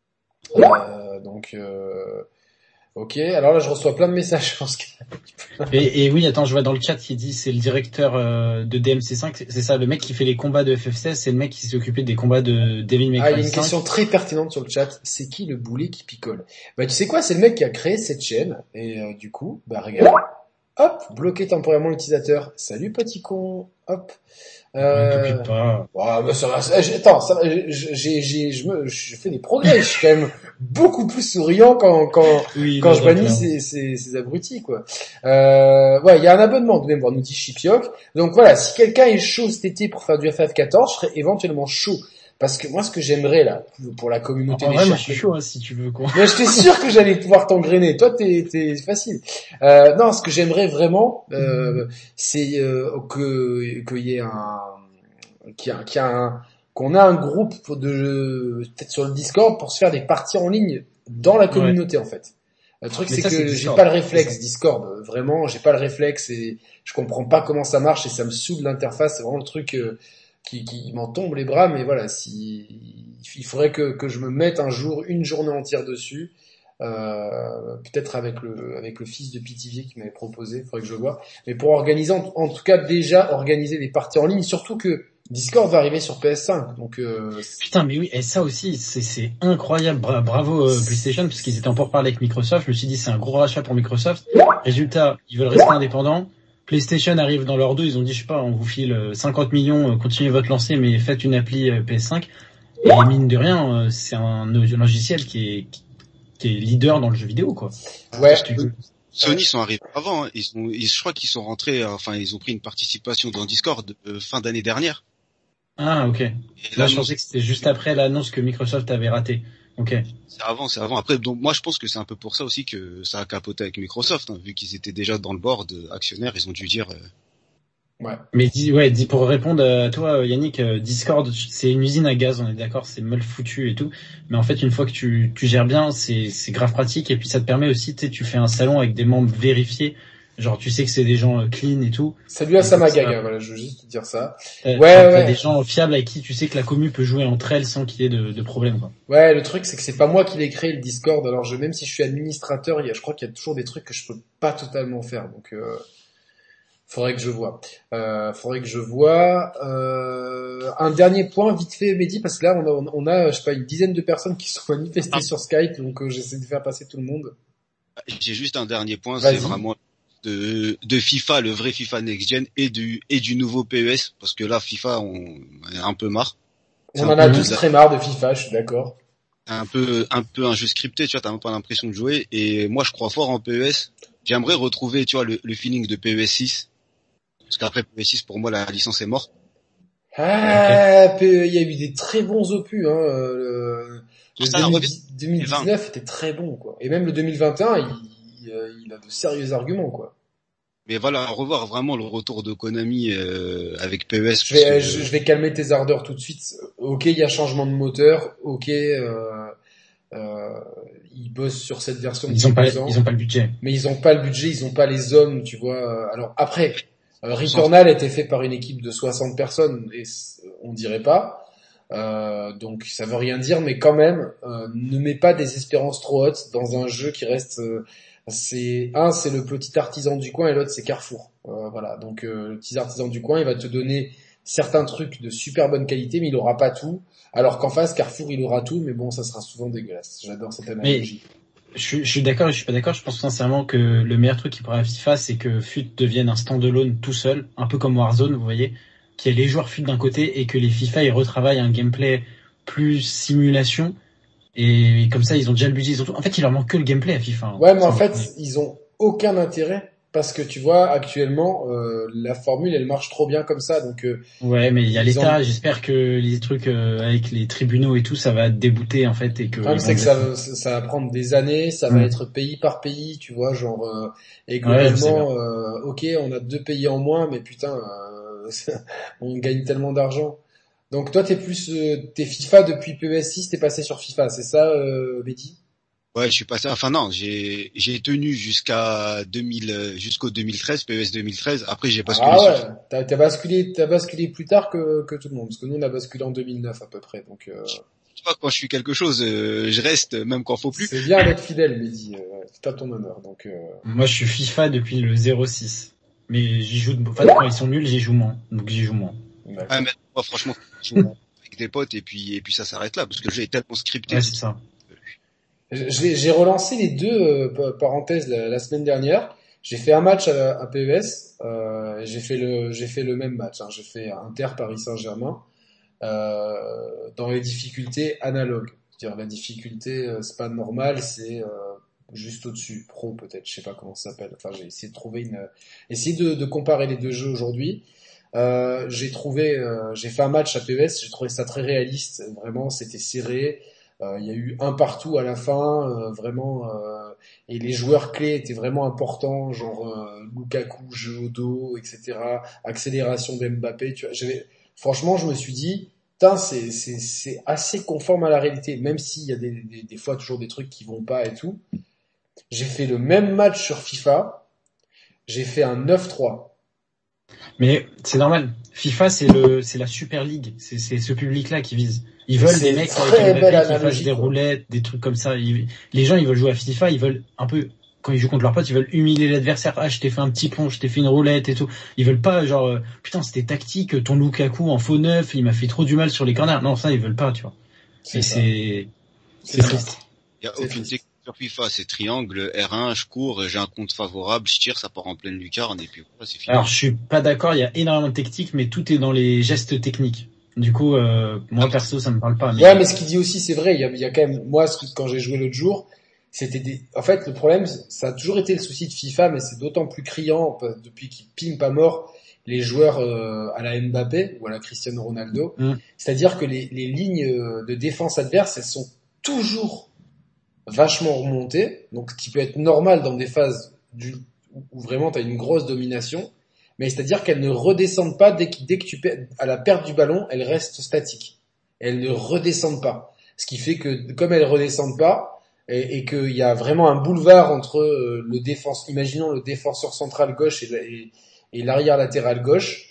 Euh, donc, euh, ok. Alors là, je reçois plein de messages. Je pense que... Et, et oui, attends, je vois dans le chat qui dit c'est le directeur euh, de D M C cinq, c'est, c'est ça, le mec qui fait les combats de F F seize, c'est le mec qui s'est occupé des combats de Devil May Ah, il y Cry a une cinq. question très pertinente sur le chat. C'est qui le boulet qui picole? Bah, tu sais quoi? C'est le mec qui a créé cette chaîne. Et euh, du coup, bah regarde. Hop, bloquer temporairement l'utilisateur. Salut petit con. Hop. Ne Euh... t'occupe pas. Ouais, bah, ça va. ça- j'ai- Attends, ça va, j'ai, j'ai, je me, je fais des progrès. Je suis quand même beaucoup plus souriant quand, quand, Oui, quand non, je non, bannis clairement. ces, ces, ces abrutis, quoi. Euh, ouais, il y a un abonnement de mémoire, nous dit Chipioc. Donc voilà, si quelqu'un est chaud cet été pour faire du F F quatorze, je serais éventuellement chaud Parce que moi, ce que j'aimerais là, pour la communauté En des vrai, moi, chers je suis chaud, hein, si tu veux qu'on... mais j'étais sûr que j'allais pouvoir t'engrainer. Toi, t'es, t'es facile. Euh, non, ce que j'aimerais vraiment, euh, c'est euh, que qu'il y ait un, qu'il y a, qu'il y a un, qu'on a un groupe de peut-être sur le Discord pour se faire des parties en ligne dans la Ouais. communauté en fait. Le truc, Mais c'est ça, c'est que j'ai Discord. pas le réflexe Discord. Vraiment, j'ai pas le réflexe et je comprends pas comment ça marche et ça me saoule l'interface. C'est vraiment le truc euh, qui, qui m'en tombe les bras. Mais voilà, si il faudrait que, que je me mette un jour, une journée entière dessus. Euh, peut-être avec le avec le fils de Pithiviers qui m'avait proposé, il faudrait que je vois. Mais pour organiser, en, en tout cas déjà organiser des parties en ligne, surtout que Discord va arriver sur P S cinq, donc euh, Putain, mais oui, et ça aussi, c'est, c'est incroyable. Bra- bravo euh, PlayStation, parce qu'ils étaient en pourparlers avec Microsoft. Je me suis dit, c'est un gros rachat pour Microsoft. Résultat, ils veulent rester indépendants. PlayStation arrive dans leur dos, ils ont dit, je sais pas, on vous file euh, cinquante millions, euh, continuez votre lancée, mais faites une appli euh, P S cinq. Et mine de rien, euh, c'est un logiciel qui est, qui, qui est leader dans le jeu vidéo, quoi. ouais. Je te- Sony sont arrivés avant, hein. Ils ont, ils, je crois qu'ils sont rentrés, euh, enfin ils ont pris une participation dans Discord euh, fin d'année dernière. Ah, ok. Et Moi, je l'annonce, pensais que c'était juste après l'annonce que Microsoft avait raté. Ok. c'est avant, c'est avant. Après, donc moi je pense que c'est un peu pour ça aussi que ça a capoté avec Microsoft, hein, vu qu'ils étaient déjà dans le board euh, actionnaire, ils ont dû dire. Euh, Ouais. Mais dis, ouais, dis, pour répondre à toi, Yannick, euh, Discord, c'est une usine à gaz, on est d'accord, c'est mal foutu et tout. Mais en fait, une fois que tu, tu gères bien, c'est, c'est grave pratique. Et puis ça te permet aussi, tu sais, tu fais un salon avec des membres vérifiés. Genre, tu sais que c'est des gens euh, clean et tout. Salut à Et comme ça, Samagaga, voilà, je veux juste te dire ça. t'as, Ouais, t'as- t'as des ouais. gens fiables avec qui tu sais que la commu peut jouer entre elles sans qu'il y ait de, de problème, quoi. Ouais, le truc c'est que c'est pas moi qui l'ai créé le Discord. Alors je, même si je suis administrateur, il y a, je crois qu'il y a toujours des trucs que je peux pas totalement faire. Donc euh, faudrait que je vois. Euh, faudrait que je vois. Euh, un dernier point vite fait, Mehdi, parce que là on a, on a, je sais pas, une dizaine de personnes qui se sont manifestées ah, sur Skype, donc euh, j'essaie de faire passer tout le monde. j'ai juste un dernier point, c'est Vas-y. vraiment de, de FIFA, le vrai FIFA Next Gen et du et du nouveau P E S, parce que là FIFA on est un peu marre. C'est On un en a peu tous très marre de FIFA, je suis d'accord. un peu un peu un jeu scripté, tu vois, t'as même pas l'impression de jouer. Et moi je crois fort en P E S. J'aimerais retrouver, tu vois, le, le feeling de P E S six. Parce qu'après P E S six, pour moi, la licence est morte. Ah, P- il y a eu des très bons opus, hein. euh, Le, le Ça revient deux mille dix-neuf était très bon, quoi. Et même le deux mille vingt et un, il, il, euh, il a de sérieux arguments, quoi. mais voilà, revoir vraiment le retour de Konami euh, avec P E S, Je parce vais, que je, je vais calmer tes ardeurs tout de suite. Ok, il y a changement de moteur. Ok, euh, euh, ils bossent sur cette version Ils ont depuis pas, deux ans, ils ont pas le budget. mais ils ont pas le budget, ils ont pas les hommes, tu vois. Alors après, euh, sans- Returnal était fait par une équipe de soixante personnes, et c- on dirait pas. Euh, donc ça veut rien dire, mais quand même, euh, ne mets pas des espérances trop hautes dans un jeu qui reste. Euh, c'est un, c'est le petit artisan du coin, et l'autre c'est Carrefour. Euh, voilà, donc euh, le petit artisan du coin, il va te donner certains trucs de super bonne qualité, mais il aura pas tout. Alors qu'en face, Carrefour, il aura tout, mais bon, ça sera souvent dégueulasse. J'adore cette Mais analogie. je suis, je suis d'accord et je suis pas d'accord. Je pense sincèrement que le meilleur truc qui pourrait à FIFA, c'est que F U T devienne un standalone tout seul, un peu comme Warzone, vous voyez, qu'il y ait les joueurs F U T d'un côté et que les FIFA ils retravaillent un gameplay plus simulation. Et comme ça, ils ont déjà le budget. Ils ont tout. En fait, il leur manque que le gameplay à FIFA. Hein. Ouais, mais en Sans fait, déconner. ils ont aucun intérêt parce que tu vois, actuellement, euh, la formule, elle marche trop bien comme ça, donc euh, Ouais, mais il y a ils l'État. ont. J'espère que les trucs euh, avec les tribunaux et tout, ça va débouter en fait et Le qu'ils problème, vont c'est que mettre. ça, ça va prendre des années, ça va Hmm. être pays par pays, tu vois, genre euh, et Ouais, je sais bien. globalement, euh, ok, on a deux pays en moins, mais putain, euh, on gagne tellement d'argent. Donc toi, t'es plus, euh, t'es FIFA depuis P E S six, t'es passé sur FIFA, c'est ça, euh, Betty? ouais, je suis passé. Enfin non, j'ai j'ai tenu jusqu'à deux mille, euh, jusqu'au deux mille treize, P E S deux mille treize. Après, j'ai basculé Ah sur. ouais, t'as, t'as basculé, t'as basculé plus tard que, que tout le monde, parce que nous on a basculé en deux mille neuf à peu près, donc euh, Tu vois, quand je suis quelque chose, euh, je reste même quand faut plus. c'est bien d'être fidèle, Mehdi, euh, c'est à ton honneur. Donc euh, Moi, je suis FIFA depuis le zéro six. Mais j'y joue. De... Enfin, quand ils sont nuls, j'y joue moins. Donc j'y joue moins. Ah, d'accord. mais moi, franchement, je joue avec des potes et puis et puis ça s'arrête là parce que le jeu est tellement scripté. Ouais, c'est ça. J'ai, j'ai relancé les deux euh, pa- parenthèses la, la semaine dernière. J'ai fait un match à, à P E S. Euh, et j'ai fait le, j'ai fait le même match. Hein. J'ai fait Inter Paris Saint-Germain euh, dans les difficultés analogues. C'est-à-dire la difficulté, euh, c'est pas normal, c'est euh, juste au-dessus, pro peut-être. Je sais pas comment ça s'appelle. Enfin, j'ai essayé de trouver une, essayer de, de comparer les deux jeux aujourd'hui. Euh, j'ai trouvé, euh, j'ai fait un match à P E S, j'ai trouvé ça très réaliste. Vraiment, c'était serré. Euh, Il y a eu un partout à la fin, euh, vraiment. Euh, et les joueurs clés étaient vraiment importants, genre euh, Lukaku, jeu au dos, et cetera. Accélération d'Mbappé. Tu vois, j'avais, franchement, je me suis dit, putain, c'est c'est c'est assez conforme à la réalité, même s'il y a des, des des fois toujours des trucs qui vont pas et tout. J'ai fait le même match sur FIFA. J'ai fait un neuf trois. Mais c'est normal. FIFA, c'est le, c'est la Super League. C'est, c'est ce public-là qui vise. Ils veulent C'est des une mecs très avec belle Mbappé qui fassent analogie, des quoi. roulettes, des trucs comme ça. Ils- les gens, ils veulent jouer à FIFA, ils veulent un peu, quand ils jouent contre leurs potes, ils veulent humilier l'adversaire. Ah, je t'ai fait un petit pont, je t'ai fait une roulette et tout. Ils veulent pas, genre, euh, putain, c'était tactique, ton Lukaku en faux neuf, il m'a fait trop du mal sur les corners. Non, ça, ils veulent pas, tu vois. C'est Et ça. c'est, C'est c'est ça. triste. Il y a C'est aucune triste. technique sur FIFA, c'est triangle, R un, je cours, j'ai un compte favorable, je tire, ça part en pleine lucarne et puis voilà, c'est fini. Alors, je suis pas d'accord, il y a énormément de techniques, mais tout est dans les gestes techniques. Du coup, euh, moi, perso, ça me parle pas, mais... Ouais, mais ce qu'il dit aussi, c'est vrai. Il y a, il y a quand même, moi, ce que- quand j'ai joué l'autre jour, c'était des, en fait, le problème, ça a toujours été le souci de FIFA, mais c'est d'autant plus criant pa- depuis qu'ils piment pas mort les joueurs euh, à la Mbappé ou à la Cristiano Ronaldo. Mm. C'est-à-dire que les, les lignes euh, de défense adverses, elles sont toujours vachement remontées, donc ce qui peut être normal dans des phases du, où où vraiment tu as une grosse domination, mais c'est-à-dire qu'elles ne redescendent pas dès que, dès que tu perds, à la perte du ballon, elles restent statiques. Elles ne redescendent pas. Ce qui fait que comme elles redescendent pas, et, et qu'il y a vraiment un boulevard entre euh, le défense, imaginons le défenseur central gauche et, la- et, et l'arrière latéral gauche,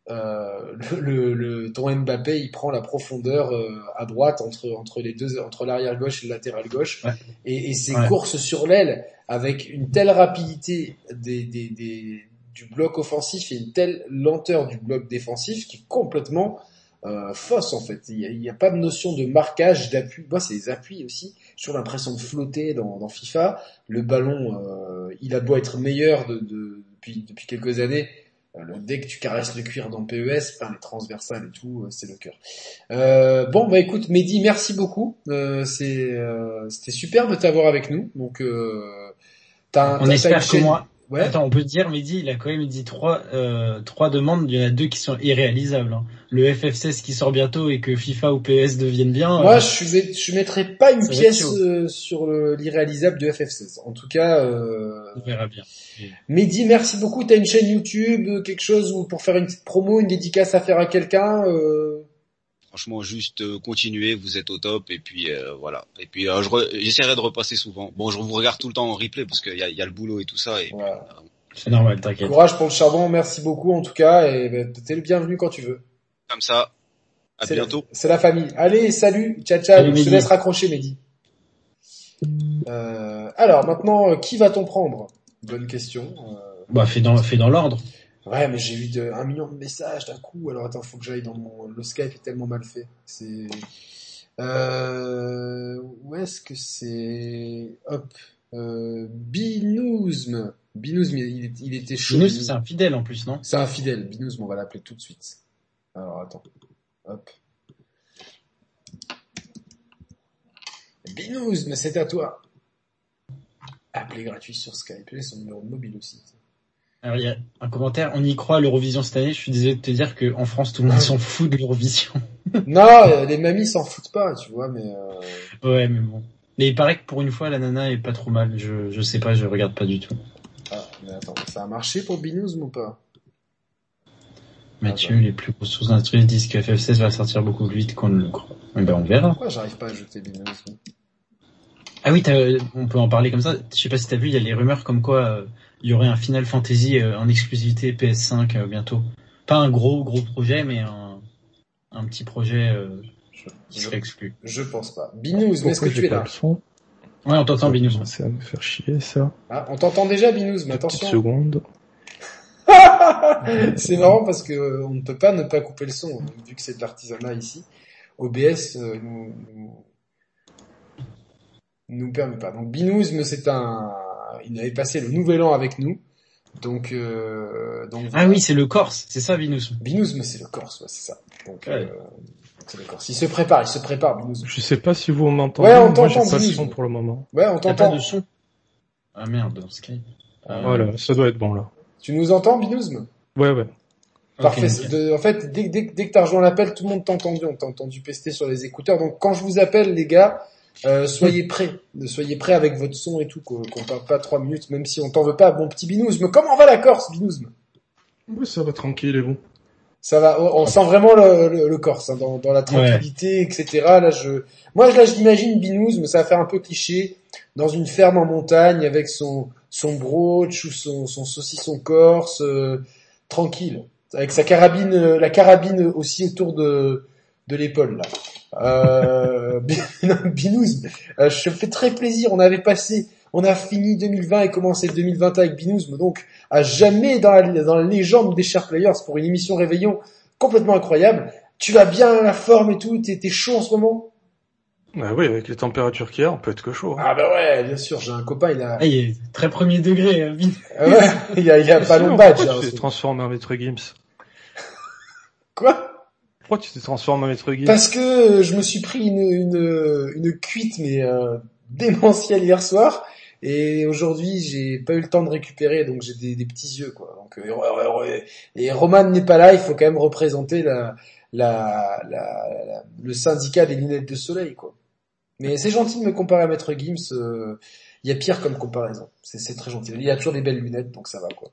euh, le, le, le- ton Mbappé il prend la profondeur euh, à droite entre entre les deux, entre l'arrière gauche et le latéral gauche, Ouais. et, et ses Ouais. courses sur l'aile avec une telle rapidité des, des, des, du bloc offensif et une telle lenteur du bloc défensif qui est complètement euh, fausse en fait. Il y a, il y a pas de notion de marquage, d'appui. Moi, c'est les appuis aussi. J'ai toujours l'impression de flotter dans, dans FIFA. Le ballon, euh, il a beau être meilleur de, de, depuis, depuis quelques années. Euh, le- dès que tu caresses le cuir dans P E S, enfin, les transversales et tout, euh, c'est le cœur. Euh, bon, bah écoute, Mehdi, merci beaucoup. Euh, c'est, euh, c'était super de t'avoir avec nous. Donc, euh, t'as, On t'as, t'as espère une que chaîne. moi... Ouais. Attends, on peut se dire, Mehdi, il a quand même dit trois, euh, trois demandes, il y en a deux qui sont irréalisables. Hein. Le F F seize qui sort bientôt et que FIFA ou P E S deviennent bien. Moi, euh, je vais, je mettrai pas une ça va être pièce chaud. euh, sur le- l'irréalisable du F F seize. En tout cas, euh, On verra bien. Mehdi, merci beaucoup. T'as une chaîne YouTube, euh, quelque chose où pour faire une petite promo, une dédicace à faire à quelqu'un euh... Franchement, juste euh, continuez, vous êtes au top et puis euh, voilà. Et puis euh, je re- j'essaierai de repasser souvent. Bon, je vous regarde tout le temps en replay parce qu'il y a, il y a le boulot et tout ça. Et Voilà. puis, euh, C'est normal, t'inquiète. Courage pour le charbon. Merci beaucoup en tout cas. Et ben, t'es le bienvenu quand tu veux. comme ça, à C'est bientôt. La, c'est la famille. Allez, salut, ciao, ciao. Salut, Je te Mehdi. laisse raccrocher, Mehdi. Euh, alors maintenant, euh, qui va-t-on prendre? Bonne question. Euh, Bah, fais dans, fais dans l'ordre. Ouais, mais j'ai eu de, un million de messages d'un coup. Alors attends, faut que j'aille dans mon... Le Skype est tellement mal fait. C'est... Euh... Où est-ce que c'est... Hop. Euh... Binouzm. Binouzm, il, est- il était chaud. Binous, c'est un fidèle en plus, non? C'est un fidèle. Binouzm, on va l'appeler tout de suite. Alors attends. Hop. Binouzm, c'est à toi. Appelé gratuit sur Skype. Et son numéro de mobile aussi. Alors, il y a un commentaire, on y croit à l'Eurovision cette année. Je suis désolé de te dire qu'en France, tout le monde s'en fout de l'Eurovision. Non, euh, les mamies s'en foutent pas, tu vois, mais... Euh... Ouais, mais bon. Mais il paraît que pour une fois, la nana est pas trop mal. Je, je sais pas, je regarde pas du tout. Ah, mais attends, ça a marché pour Binouzm ou pas? Mathieu, Ah bah. les plus grosses sources d'instruits disent que F F seize va sortir beaucoup plus vite qu'on ne le croit. Eh ben, on verra. Pourquoi j'arrive pas à ajouter Binouzm? Ah oui, t'as- on peut en parler comme ça. Je sais pas si t'as vu, il y a les rumeurs comme quoi euh, il y aurait un Final Fantasy euh, en exclusivité P S cinq euh, bientôt. Pas un gros gros projet, mais un, un petit projet euh, qui Je, serait exclu. je pense pas. Binouzm, est-ce que Pourquoi tu j'ai es pas là? le son? Ouais, on t'entend, Binous. Ça va me faire chier, ça. Ah, on t'entend déjà, Binouzm, Deux petites attention. secondes. C'est marrant parce que euh, on ne peut pas ne pas couper le son, hein, vu que c'est de l'artisanat ici. O B S euh, nous, nous, nous permet pas. Donc Binouzm, c'est un... Il avait passé le nouvel an avec nous. Donc... Euh, donc Ah oui, c'est le Corse, c'est ça, Binous. Binouzm, c'est le Corse, ouais, c'est ça. Donc, Ouais. euh, c'est le Corse. Il se prépare, il se prépare, Binouzm. Je sais pas si vous m'entendez. Ouais, on Moi, t'entend, j'ai pas le Binous. son pour le moment. Ouais, on T'as pas t'entend. de son? Ah merde, dans Skype. Euh, Voilà, ça doit être bon, là. Tu nous entends, Binouzm? Ouais, ouais. Parfait. Ok, De- en fait, dès, dès, dès que t'as rejoint l'appel, tout le monde t'a entendu. On t'a entendu pester sur les écouteurs. Donc, quand je vous appelle, les gars, euh, soyez prêts. Soyez prêts avec votre son et tout, qu'on, qu'on parle pas trois minutes, même si on t'en veut pas. Bon petit Binouzme, comment va la Corse, Binouzme? Oui, ça va tranquille et vous? Ça va. On, on sent vraiment le, le, le Corse, hein, dans, dans la tranquillité, et cetera. Là, je, moi, là, je l'imagine Binouzme, ça va faire un peu cliché, dans une ferme en montagne avec son son brooch ou son, son saucisson corse, euh, tranquille. Avec sa carabine, euh, la carabine aussi autour de de l'épaule là. Euh, Binouz, euh, je me fais très plaisir. On avait passé, on a fini deux mille vingt et commencé deux mille vingt et un avec Binouz, donc à jamais dans la dans la légende des Chers Players pour une émission réveillon complètement incroyable. Tu vas bien, la forme et tout, t'es, t'es chaud en ce moment? Bah oui, avec les températures qu'il y a, on peut être que chaud. Hein. Ah bah ouais, bien sûr. J'ai un copain, il a, Ah, il est très premier degré, hein, Vin. ah ouais, il a, il a Mais pas sinon, long badge. pourquoi Là, tu t'es transformé en Maître Gims? Quoi? Pourquoi tu t'es transformé en Maître Gims? Parce que je me suis pris une une une cuite mais euh, démentielle hier soir et aujourd'hui j'ai pas eu le temps de récupérer donc j'ai des, des petits yeux quoi. Donc euh, et Roman n'est pas là, il faut quand même représenter la la, la, la le syndicat des lunettes de soleil quoi. Mais c'est gentil de me comparer à Maître Gims, il euh, y a pire comme comparaison. C'est c'est très gentil. Il y a toujours des belles lunettes donc ça va quoi.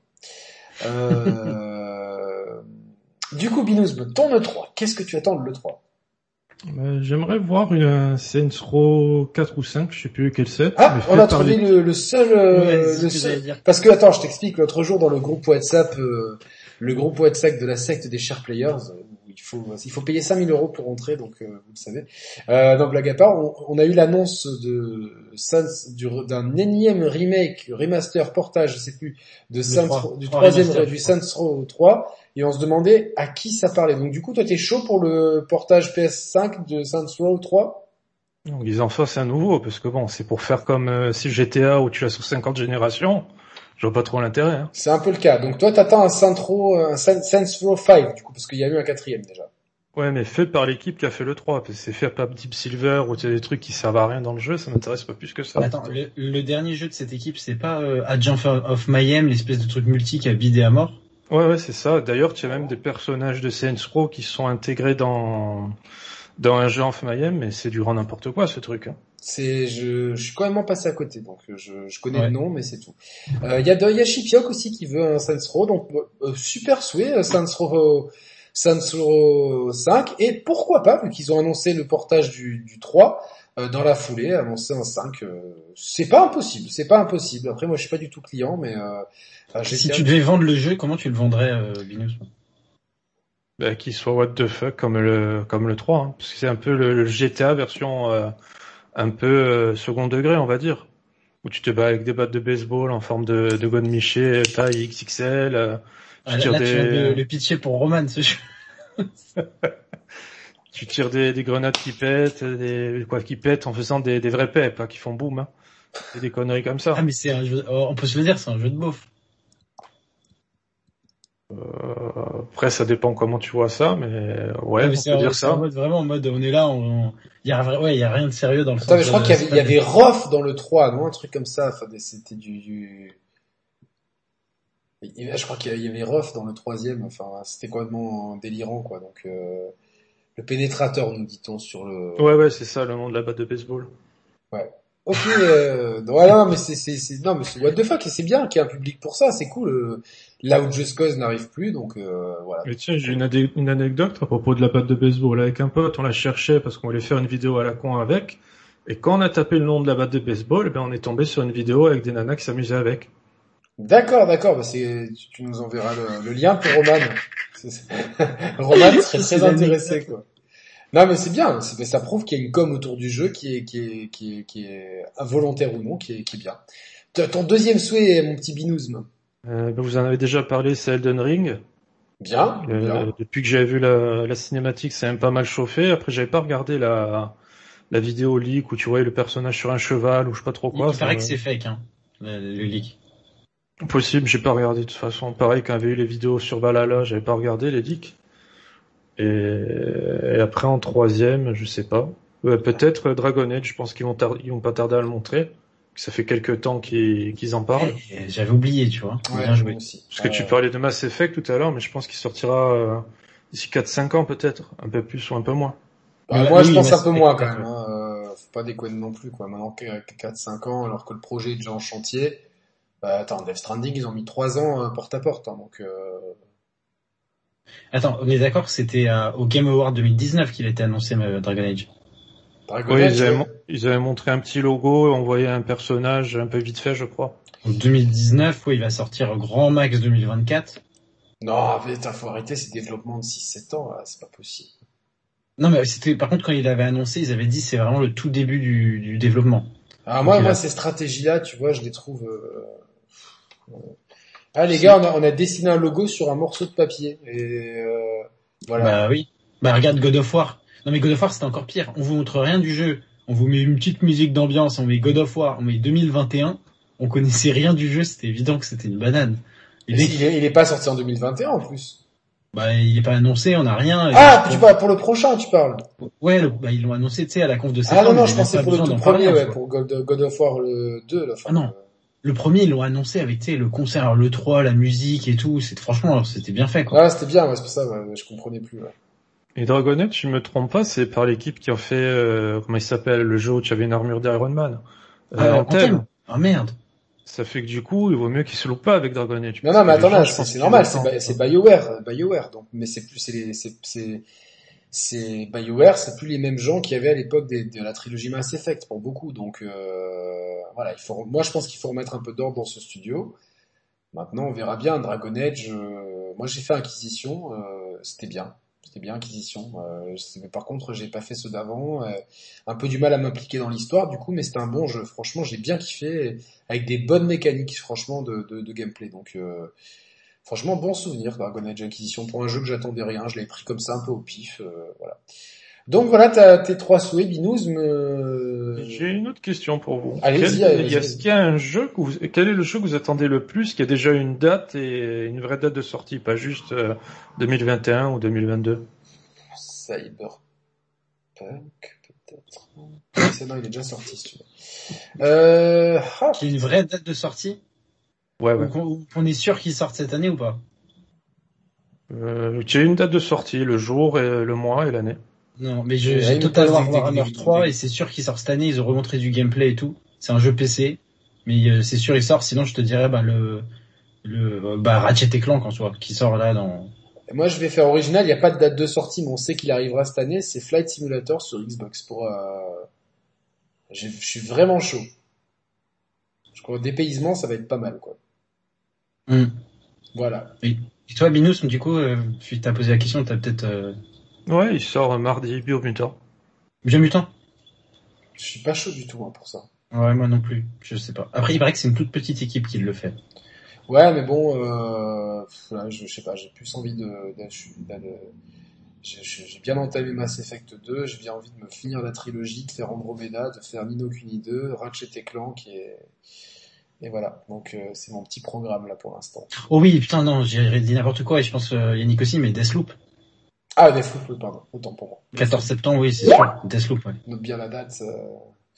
Euh... Du coup, Binouzme, ton E trois, qu'est-ce que tu attends de l'E trois? Euh, J'aimerais voir une Saints Row quatre ou cinq, je sais plus quel c'est. Ah, on a par trouvé les... le, le seul, euh, Ouais, c'est le ce que seul... j'allais dire. Parce que, attends, je t'explique, l'autre jour dans le groupe WhatsApp, euh, le groupe WhatsApp de la secte des Chers Players, euh, où il faut, il faut payer cinq mille euros pour rentrer, donc euh, vous le savez. Euh, non, blague à part, on, on a eu l'annonce de Saints, du, d'un énième remake, remaster, portage, je sais plus, de Saints, trois. Row- du Trois troisième, remasters, du je crois. Saints Row trois, et on se demandait à qui ça parlait. Donc du coup, toi t'es chaud pour le portage P S cinq de Saints Row trois? Donc, ils en fassent un nouveau, parce que bon, c'est pour faire comme euh, si G T A où tu as sur cinquante générations, je vois pas trop l'intérêt. Hein. C'est un peu le cas. Donc toi, t'attends un Saints Row, un Saints Saints Row cinq, du coup, parce qu'il y a eu un quatrième déjà. Ouais, mais fait par l'équipe qui a fait le trois, parce que c'est fait par Deep Silver, où tu as des trucs qui servent à rien dans le jeu, ça m'intéresse pas plus que ça. Attends, le, le dernier jeu de cette équipe, c'est pas euh, Agent of Mayhem, l'espèce de truc multi qui a bidé à mort? Ouais, ouais, c'est ça. D'ailleurs, tu as même des personnages de Saints Row qui sont intégrés dans dans un jeu en Mayhem, mais c'est du grand n'importe quoi, ce truc. Hein. C'est, je, je suis quand même passé à côté, donc je, je connais Ouais. le nom, mais c'est tout. Il euh, y a, il y a Shipiok aussi qui veut un Saints Row, donc euh, super souhait, euh, Saints Row, Saints Row cinq, et pourquoi pas, vu qu'ils ont annoncé le portage du, du trois, euh, dans la foulée, annoncer un cinq, euh, c'est pas impossible, c'est pas impossible. Après, moi, je suis pas du tout client, mais euh, enfin, j'ai Si bien- tu devais vendre le jeu, comment tu le vendrais, euh, Binous? Bah, qu'il soit what the fuck comme le comme le trois, hein, parce que c'est un peu le, le G T A version euh, un peu euh, second degré, on va dire, où tu te bats avec des battes de baseball en forme de, de godemiché, taille X X L. Euh, tu Ah, là, tires là, tu viens de des le, le pitcher pour Roman, ce jeu. tu tires des, des grenades qui pètent, des quoi qui pètent en faisant des, des vrais pets, pas qui font boum. Hein. Et des conneries comme ça. Ah, mais c'est un jeu, oh, on peut se le dire, c'est un jeu de beauf. Euh, après, ça dépend comment tu vois ça, mais ouais, Ouais, mais on c'est peut en, dire c'est en ça. mode, vraiment en mode, on est là, on, il y a, vra- ouais, il y a rien de sérieux dans le Attends, sens mais je crois de- qu'il y avait, c'est il pas y avait des- Rof dans le trois, non? Un truc comme ça, enfin, des- c'était du, du... Il y avait- Je crois qu'il y avait Rof dans le troisième, enfin, c'était complètement délirant, quoi, donc, euh... le pénétrateur, nous dit-on sur le... Ouais, ouais, c'est ça le nom de la batte de baseball. Ouais. Ok, euh, voilà, mais c'est, c'est, c'est, non, mais c'est what the fuck, et c'est bien qu'il y ait un public pour ça, c'est cool. euh, Là où Just Cause n'arrive plus, donc euh, voilà. Mais tiens, j'ai une, adé- une anecdote à propos de la batte de baseball. Avec un pote, on la cherchait parce qu'on voulait faire une vidéo à la con avec. Et quand on a tapé le nom de la batte de baseball, eh ben on est tombé sur une vidéo avec des nanas qui s'amusaient avec. D'accord, d'accord, bah c'est, tu, tu nous enverras le, le lien pour Roman. C'est- c'est- Roman serait C'est très intéressé, l'anecdote. quoi. Non, mais c'est bien, c'est, mais ça prouve qu'il y a une com autour du jeu qui est, qui est, qui est, qui est involontaire ou non, qui est, qui est bien. T- Ton deuxième souhait, mon petit Binouzme. Euh, ben, vous en avez déjà parlé, c'est Elden Ring. Bien, Euh, bien. depuis que j'avais vu la, la cinématique, c'est même pas mal chauffé. Après, j'avais pas regardé la, la vidéo leak où tu voyais le personnage sur un cheval ou je sais pas trop Il, quoi. il ça paraît me- que c'est fake, hein, le, le leak. Possible, j'ai pas regardé de toute façon. Pareil, quand il y avait eu les vidéos sur Valhalla, j'avais pas regardé les leaks. Et, et après, en troisième, je sais pas. Ouais, peut-être Dragon Age, je pense qu'ils vont, tar- ils vont pas tarder à le montrer. Ça fait quelques temps qu'ils, qu'ils en parlent. Et j'avais oublié, tu vois. Ouais, Bien joué. aussi. Parce que Euh, tu parlais de Mass Effect tout à l'heure, mais je pense qu'il sortira euh, d'ici quatre cinq ans peut-être, un peu plus ou un peu moins. bah, Mais moi, oui, je pense Mass un peu Effect, moins quand ouais. même. Hein. Euh, faut pas déconner non plus, quoi. Maintenant, quatre cinq ans, alors que le projet est déjà en chantier. Bah, attends, Death Stranding, ils ont mis trois ans euh, porte à porte. Hein, donc, euh... Attends, on est d'accord que c'était euh, au Game Award deux mille dix-neuf qu'il a été annoncé, euh, Dragon Age. Dragon Oui, Age, ils avaient, ouais. mon- ils avaient montré un petit logo, on voyait un personnage un peu vite fait, je crois. Donc deux mille dix-neuf, oui, il va sortir grand max deux mille vingt-quatre. Non, mais t'as faut arrêter ces développements de six sept ans, là, c'est pas possible. Non, mais c'était, par contre, quand il avait annoncé, ils avaient dit c'est vraiment le tout début du, du développement. Ah, Donc moi, il moi, a, ces stratégies-là, tu vois, je les trouve... euh, Ah, les Si. gars, on a, on a dessiné un logo sur un morceau de papier. Et euh, voilà. bah oui. Bah regarde God of War. Non mais God of War c'était encore pire. On vous montre rien du jeu. On vous met une petite musique d'ambiance, on met God of War, on met deux mille vingt et un. On connaissait rien du jeu, c'était évident que c'était une banane. Et Et dès il, est, il est pas sorti en deux mille vingt et un en plus. bah il est pas annoncé, on a rien. Et Ah, pour- tu parles pour le prochain, tu parles. Ouais, le- bah ils l'ont annoncé, tu sais, à la conf de Ah non, septembre. non, ils je avaient pensais même pas pour le besoin tout d'en parler, premier, en ouais, soi. pour God, God of War le deux. Là, enfin, Ah non. Le premier, ils l'ont annoncé avec, tu sais, le concert, le trois, la musique et tout. C'est franchement, c'était bien fait, quoi. Ah, c'était bien, ouais, c'est pour ça, ouais, je comprenais plus. Ouais. Et Dragon Age, je me trompe pas, c'est par l'équipe qui a fait, euh, comment il s'appelle, le jeu où tu avais une armure d'Iron Man. Euh, Ah, Anthem. Anthem. Ah merde. Ça fait que du coup, il vaut mieux qu'ils se loupent pas avec Dragon Age. Non, parce non, que mais les gens, attends, je c'est pense c'est qu'ils normal, c'est attendent, Bi- c'est quoi. BioWare, euh, BioWare, donc, mais c'est plus, c'est les- c'est c'est c'est BioWare, c'est plus les mêmes gens qu'il y avait à l'époque des- de la trilogie Mass Effect pour beaucoup, donc euh, voilà, il faut, moi je pense qu'il faut remettre un peu d'ordre dans ce studio. Maintenant, on verra bien. Dragon Age, euh, moi j'ai fait Inquisition, euh, c'était bien. C'était bien Inquisition. Euh, c'est- par contre, j'ai pas fait ceux d'avant. Euh, un peu du mal à m'impliquer dans l'histoire, du coup, mais c'était un bon jeu. Franchement, j'ai bien kiffé, avec des bonnes mécaniques, franchement, de, de, de gameplay. Donc, euh, franchement, bon souvenir, Dragon Age Inquisition. Pour un jeu que j'attendais rien, je l'avais pris comme ça, un peu au pif. Euh, voilà. Donc voilà, t'as tes trois souhaits, Binous. Me... J'ai une autre question pour vous. Allez-y, Quel- allez, il y a- vas-y, Est-ce qu'il y a un jeu que vous, quel est le jeu que vous attendez le plus, qui a déjà une date et une vraie date de sortie, pas juste euh, deux mille vingt et un ou deux mille vingt-deux? Cyberpunk, peut-être. Oui, c'est non, il est déjà sorti, si tu veux. Euh, ah, Qui est une vraie date de sortie? Ouais, Ou ouais. qu'on ou qu'on est sûr qu'il sorte cette année ou pas? Euh, j'ai une date de sortie, le jour et le mois et l'année. Non, mais je- Et là, j'ai il me Total passe War des- Warhammer des- des- trois des- et c'est sûr qu'il sort cette année. Ils ont remontré du gameplay et tout. C'est un jeu P C, mais euh, c'est sûr il sort. Sinon, je te dirais bah le le euh, bah Ratchet et Clank en soi qui sort là dans. Moi, je vais faire original. Il n'y a pas de date de sortie, mais on sait qu'il arrivera cette année. C'est Flight Simulator sur Xbox. Pour, euh... j'ai- je suis vraiment chaud. Je crois que dépaysement, ça va être pas mal, quoi. Hmm. Voilà. Et, et toi, Binous, du coup, euh, tu t'as posé la question, t'as peut-être euh... Ouais, il sort mardi, Biomutant. Biomutant. Je suis pas chaud du tout hein, pour ça. Ouais, moi non plus. Je sais pas. Après, il paraît que c'est une toute petite équipe qui le fait. Ouais, mais bon, euh... pff, là, je, je sais pas. J'ai plus envie de. de, je suis- là, de- J'ai j'ai- j'ai bien entamé Mass Effect deux. J'ai bien envie de me finir la trilogie, de faire Andromeda, de faire Ni no Kuni deux, Ratchet et Clank et et voilà. Donc euh, c'est mon petit programme là pour l'instant. Oh oui, putain, non, j'ai dit n'importe quoi et je pense euh, Yannick aussi, mais Deathloop. Ah, Deathloop, oui, pardon, autant pour moi. quatorze septembre, oui, c'est sûr. Deathloop, ouais. Note bien la date. Euh...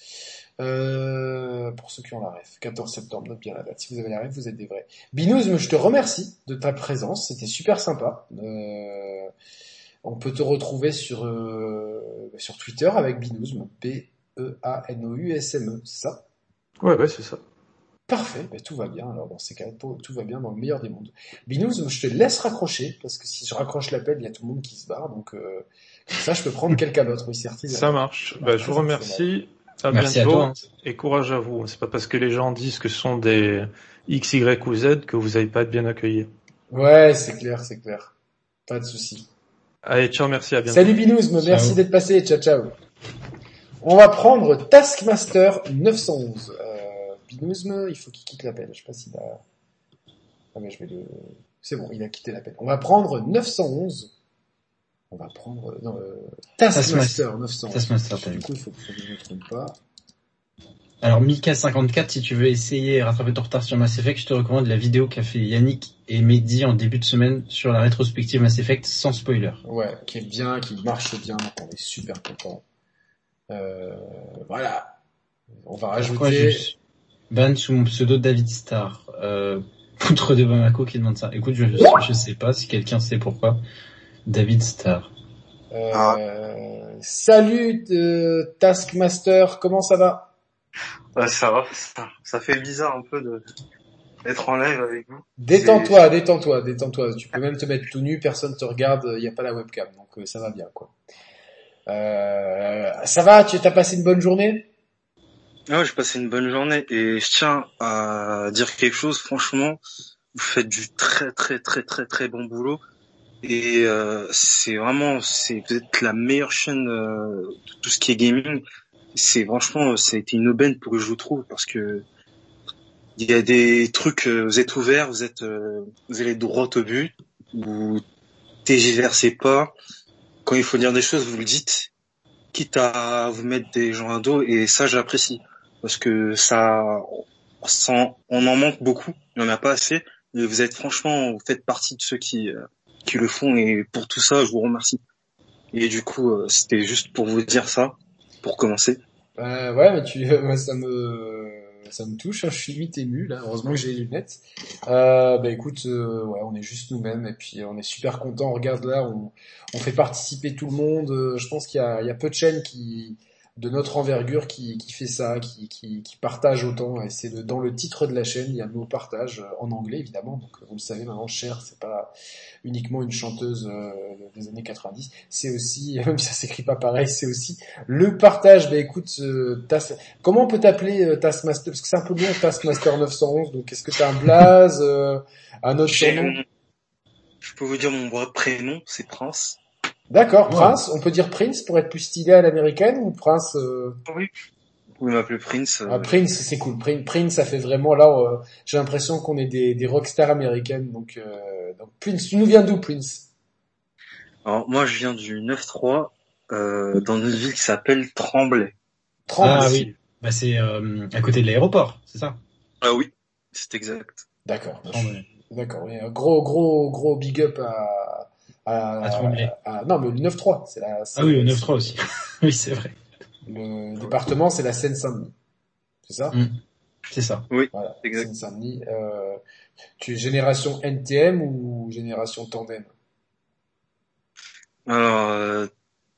Euh, pour ceux qui ont la ref, quatorze septembre, note bien la date. Si vous avez la ref, vous êtes des vrais. Binous, je te remercie de ta présence. C'était super sympa. Euh... On peut te retrouver sur euh... sur Twitter avec Binous, B E A N O U S M E, c'est ça? Ouais, ouais, c'est ça. Parfait, ben, tout va bien. Alors dans ces cas, tout tout va bien dans le meilleur des mondes. Binous, je te laisse raccrocher parce que si je raccroche l'appel, il y a tout le monde qui se barre, donc euh... comme ça, je peux prendre quelqu'un d'autre. Oui, c'est artisanal. Ça marche. Bah, je vous remercie. À Merci à bientôt. toi. Hein. Et courage à vous. C'est pas parce que les gens disent que ce sont des X, Y ou Z que vous n'allez pas être bien accueillis. Ouais, c'est clair, c'est clair. Pas de souci. Allez, ciao, merci, à bientôt. Salut Binous, merci Ciao. d'être passé. Ciao, ciao. On va prendre Taskmaster neuf cent onze. Euh, Binous, il faut qu'il quitte l'appel. Je sais pas s'il a... Ah mais je vais le... C'est bon, il a quitté l'appel. On va prendre neuf cent onze. On va prendre... Non, euh... Taskmaster neuf cent onze. Taskmaster, t'as Du vu. coup, il faut que je ne me trompe pas. Alors, Mika cinquante-quatre, si tu veux essayer et rattraper ton retard sur Mass Effect, je te recommande la vidéo qu'a fait Yannick et Mehdi en début de semaine sur la rétrospective Mass Effect sans spoiler. Ouais, qui est bien, qui marche bien, donc on est super content. Euh, voilà. On va Pourquoi rajouter... je- Ban sous mon pseudo David Starr. Euh, poutre de Bamako qui demande ça. Écoute, je, je sais pas si quelqu'un sait pourquoi. David Starr. Euh, ah. Salut euh, Taskmaster, comment ça va? Bah ça va, ça, ça fait bizarre un peu de d'être en live avec vous. Détends-toi, c'est... détends-toi, détends-toi. Tu peux même te mettre tout nu, personne te regarde, il y a pas la webcam, donc euh, ça va bien quoi. Euh, ça va, tu as passé une bonne journée? Ah ouais, j'ai passé une bonne journée et je tiens à dire quelque chose. Franchement, vous faites du très très très très très bon boulot et euh, c'est vraiment, c'est vous êtes la meilleure chaîne euh, de tout ce qui est gaming. C'est franchement, ça a été une aubaine pour que je vous trouve parce que il y a des trucs, vous êtes ouverts, vous êtes, vous allez droit au but, vous tergiversez pas. Quand il faut dire des choses, vous le dites, quitte à vous mettre des gens à dos, et ça, j'apprécie. Parce que ça, ça on en manque beaucoup, il n'y en a pas assez, mais vous êtes franchement, vous faites partie de ceux qui, qui le font, et pour tout ça, je vous remercie. Et du coup, c'était juste pour vous dire ça, pour commencer. Euh, ouais, mais tu, euh, ça me, ça me touche, hein, je suis limite ému, là, heureusement que j'ai les lunettes. Euh, bah écoute, euh, ouais, on est juste nous-mêmes, et puis on est super contents, regarde là, on, on fait participer tout le monde, euh, je pense qu'il y a, il y a peu de chaînes qui, de notre envergure qui, qui fait ça, qui, qui, qui partage autant, et c'est le, dans le titre de la chaîne, il y a le mot partage, en anglais évidemment, donc vous le savez maintenant, Cher, c'est pas uniquement une chanteuse euh, des années quatre-vingt-dix, c'est aussi, même si ça s'écrit pas pareil, c'est aussi le partage. Bah écoute, euh, Tas... comment on peut t'appeler euh, Taskmaster? Parce que c'est un peu long, Taskmaster neuf cent onze, donc est-ce que t'as un blaze, euh, un autre surnom? Je peux vous dire mon vrai prénom, c'est Prince. D'accord, Prince, on peut dire Prince pour être plus stylé à l'américaine ou Prince euh... Oui. Vous pouvez m'appeler Prince. Euh... Ah, Prince, c'est cool. Prince, Prince, ça fait vraiment là. Euh, j'ai l'impression qu'on est des, des rockstars américaines. Donc, euh, donc Prince, tu nous viens d'où, Prince? Alors moi, je viens du neuf trois, euh, dans une ville qui s'appelle Tremblay. Tremblay. Ah oui. Bah c'est euh, à côté de l'aéroport, c'est ça? Ah oui, c'est exact. D'accord. D'accord. Oui, un gros, gros, gros big up à. À, à Tremblay. À, à, non, mais le neuf trois, c'est la. C'est, ah oui, le neuf trois aussi. Oui, c'est vrai. Le département, c'est la Seine-Saint-Denis. C'est ça? Mmh. C'est ça. Oui, voilà. exact. Seine-Saint-Denis. Euh, tu es génération N T M ou génération Tandem? Alors, euh,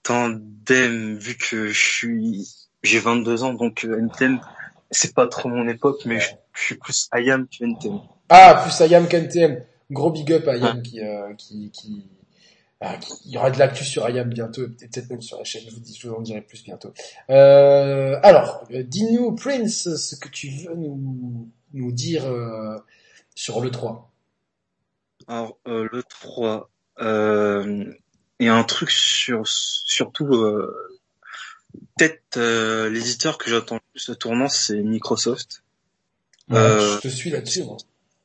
Tandem, vu que je suis, j'ai vingt-deux ans, donc euh, N T M, c'est pas trop mon époque, mais ouais. je, je suis plus I A M que N T M. Ah, plus I A M qu'N T M. Gros big up à I A M ouais. qui, euh, qui, qui, ah, qui, il y aura de l'actu sur I A M bientôt, peut-être même sur la chaîne, je vous dis, je vous en dirai plus bientôt. Euh, alors, dis-nous, Prince, ce que tu veux nous, nous dire, euh, sur le trois. Alors, euh, le trois, euh, il y a un truc sur, surtout, euh, peut-être, euh, l'éditeur que j'attends le plus de tournant, c'est Microsoft. Ouais, euh, je te suis là-dessus, moi.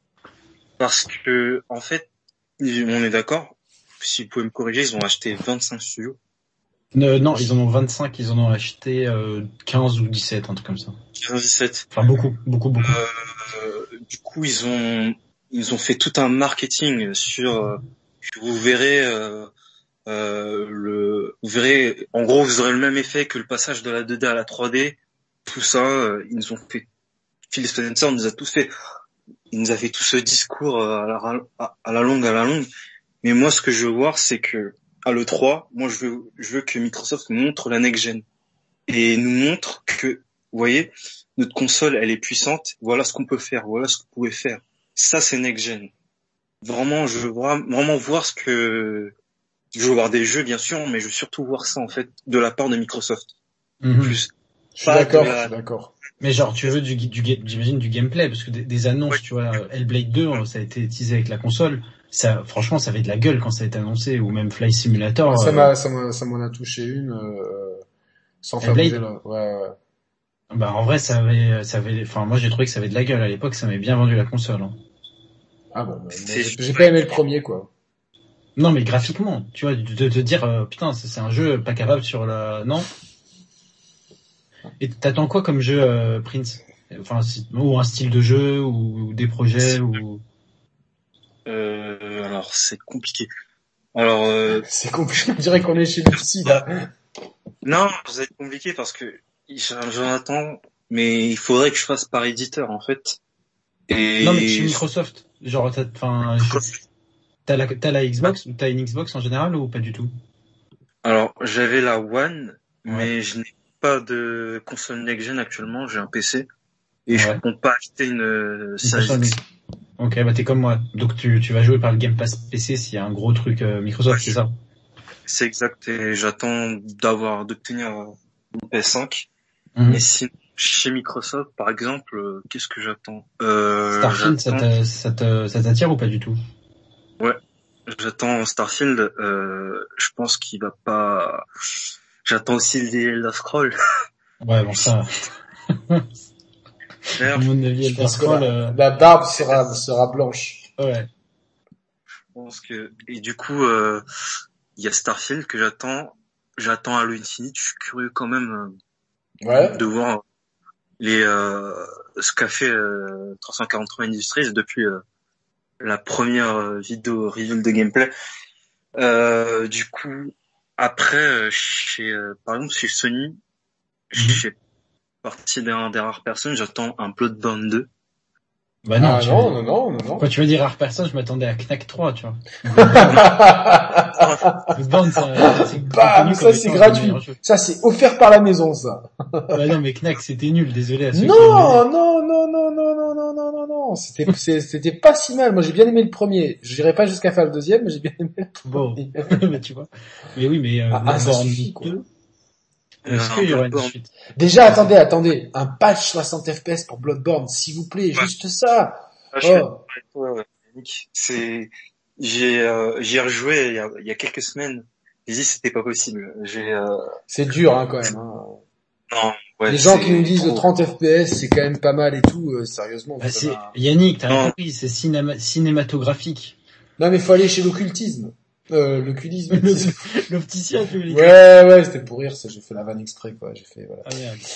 Parce que, en fait, on est d'accord, si vous pouvez me corriger, ils ont acheté vingt-cinq studios. Euh, non, ils en ont vingt-cinq, ils en ont acheté euh, quinze ou dix-sept, un truc comme ça. quinze, dix-sept. Enfin, beaucoup, beaucoup, beaucoup. Euh, du coup, ils ont, ils ont fait tout un marketing sur, euh, vous verrez, euh, euh, le, vous verrez, en gros, vous aurez le même effet que le passage de la deux D à la trois D. Tout ça, euh, ils nous ont fait, Phil Spencer nous a tous fait, il nous a fait tout ce discours à la, à la longue, à la longue. Mais moi, ce que je veux voir, c'est que, à l'E trois, moi, je veux, je veux que Microsoft nous montre la next-gen. Et nous montre que, vous voyez, notre console, elle est puissante. Voilà ce qu'on peut faire. Voilà ce que vous pouvez faire. Ça, c'est next-gen. Vraiment, je veux vraiment voir ce que, je veux voir des jeux, bien sûr, mais je veux surtout voir ça, en fait, de la part de Microsoft. Mm-hmm. Plus. Je suis d'accord, la... je suis d'accord. Mais genre, tu veux du, du, j'imagine du gameplay, parce que des, des annonces, ouais. Tu vois, Hellblade deux, ça a été teasé avec la console. Ça, franchement, ça avait de la gueule quand ça a été annoncé, ou même Fly Simulator. Ça euh... m'a, ça m'a, ça m'en a touché une, euh, sans faire bouger là. Ouais, ouais. Bah, en vrai, ça avait, ça avait, enfin, moi, j'ai trouvé que ça avait de la gueule à l'époque, ça m'avait bien vendu la console, hein. Ah bon, bah, j'ai, j'ai pas aimé le premier, quoi. Non, mais graphiquement, tu vois, de te dire, euh, putain, c'est, c'est un jeu pas capable sur la, non? Et t'attends quoi comme jeu, euh, Prince? Enfin, ou un style de jeu, ou, ou des projets, ou... Euh, alors, c'est compliqué. Alors, euh... c'est compliqué. On dirait qu'on est chez le psy, là. Non, ça va être compliqué parce que Jonathan, mais il faudrait que je fasse par éditeur en fait. Et Non, mais chez Microsoft, genre, t'as, enfin, t'as la, t'as la Xbox, ou t'as une Xbox en général ou pas du tout? Alors, j'avais la One, Ouais. mais je n'ai pas de console next-gen actuellement, j'ai un P C. Et je Ouais. compte pas acheter une euh, Une Series console. X. Ok, bah t'es comme moi. Donc tu, tu vas jouer par le Game Pass P C s'il y a un gros truc euh, Microsoft, c'est ça? C'est exact, et j'attends d'avoir, d'obtenir euh, une P S cinq. Mhm. Mais si, chez Microsoft, par exemple, euh, qu'est-ce que j'attends euh, Starfield, ça j'attends... te, ça te, ça t'attire ou pas du tout? Ouais, j'attends Starfield, euh, je pense qu'il va pas... J'attends aussi le Elder Scroll. Ouais, bon ça, à D'ailleurs, mon avis, Je Elder pense que Scroll, la, euh, la barbe sera, sera blanche. ouais. je pense que... Et du coup, euh, il y a Starfield que j'attends. J'attends Halo Infinite, je suis curieux quand même euh, Ouais. de voir les euh, ce qu'a fait euh, trois cent quarante-trois Industries depuis euh, la première euh, vidéo reveal de gameplay. Euh, du coup, après, euh, chez euh, par exemple chez Sony, Mhm. j'ai partie des, des rares personnes, j'attends un Bloodborne deux. Bah non, Ah tu non, veux non, dire, non, non, non. quand tu veux dire rare personne, je m'attendais à Knack trois, tu vois. Bloodborne, Bloodborne, ça, c'est Bah, connu mais comme ça c'est étant le gratuit. meilleur jeu. Ça c'est offert par la maison, ça. Bah non, mais Knack, c'était nul, désolé à ceux qui Non, l'ont non, non, non, non, non, non, non, non, non. C'était, c'est- c'était pas si mal. Moi, j'ai bien aimé le premier. Je dirais pas jusqu'à faire le deuxième, mais j'ai bien aimé le Bon, premier. mais tu vois. Mais oui, mais euh, Ah, ah, ça Bloodborne suffit, quoi. deux, Euh, est-ce un qu'il y aura une Bloodborne. suite? Déjà, attendez, attendez. Un patch soixante F P S pour Bloodborne, s'il vous plaît, Ouais. juste ça. Ah, je suis Oh. ouais, ouais, Yannick. C'est, j'ai, euh, j'y ai rejoué il y a, il y a quelques semaines. J'ai dit c'était pas possible. J'ai, euh, C'est dur, hein, quand même, hein. non, ouais, Les gens c'est qui nous disent trop. le trente F P S, c'est quand même pas mal et tout, euh, sérieusement. Bah vous c'est, avez un- Yannick, t'as Non. compris, c'est cinéma- cinématographique. Non, mais faut aller chez l'occultisme. Euh, l'occulisme. L'opticien, tu veux dire. Ouais, ouais, c'était pour rire, ça, j'ai fait la vanne exprès, quoi, j'ai fait, voilà. Ah merde.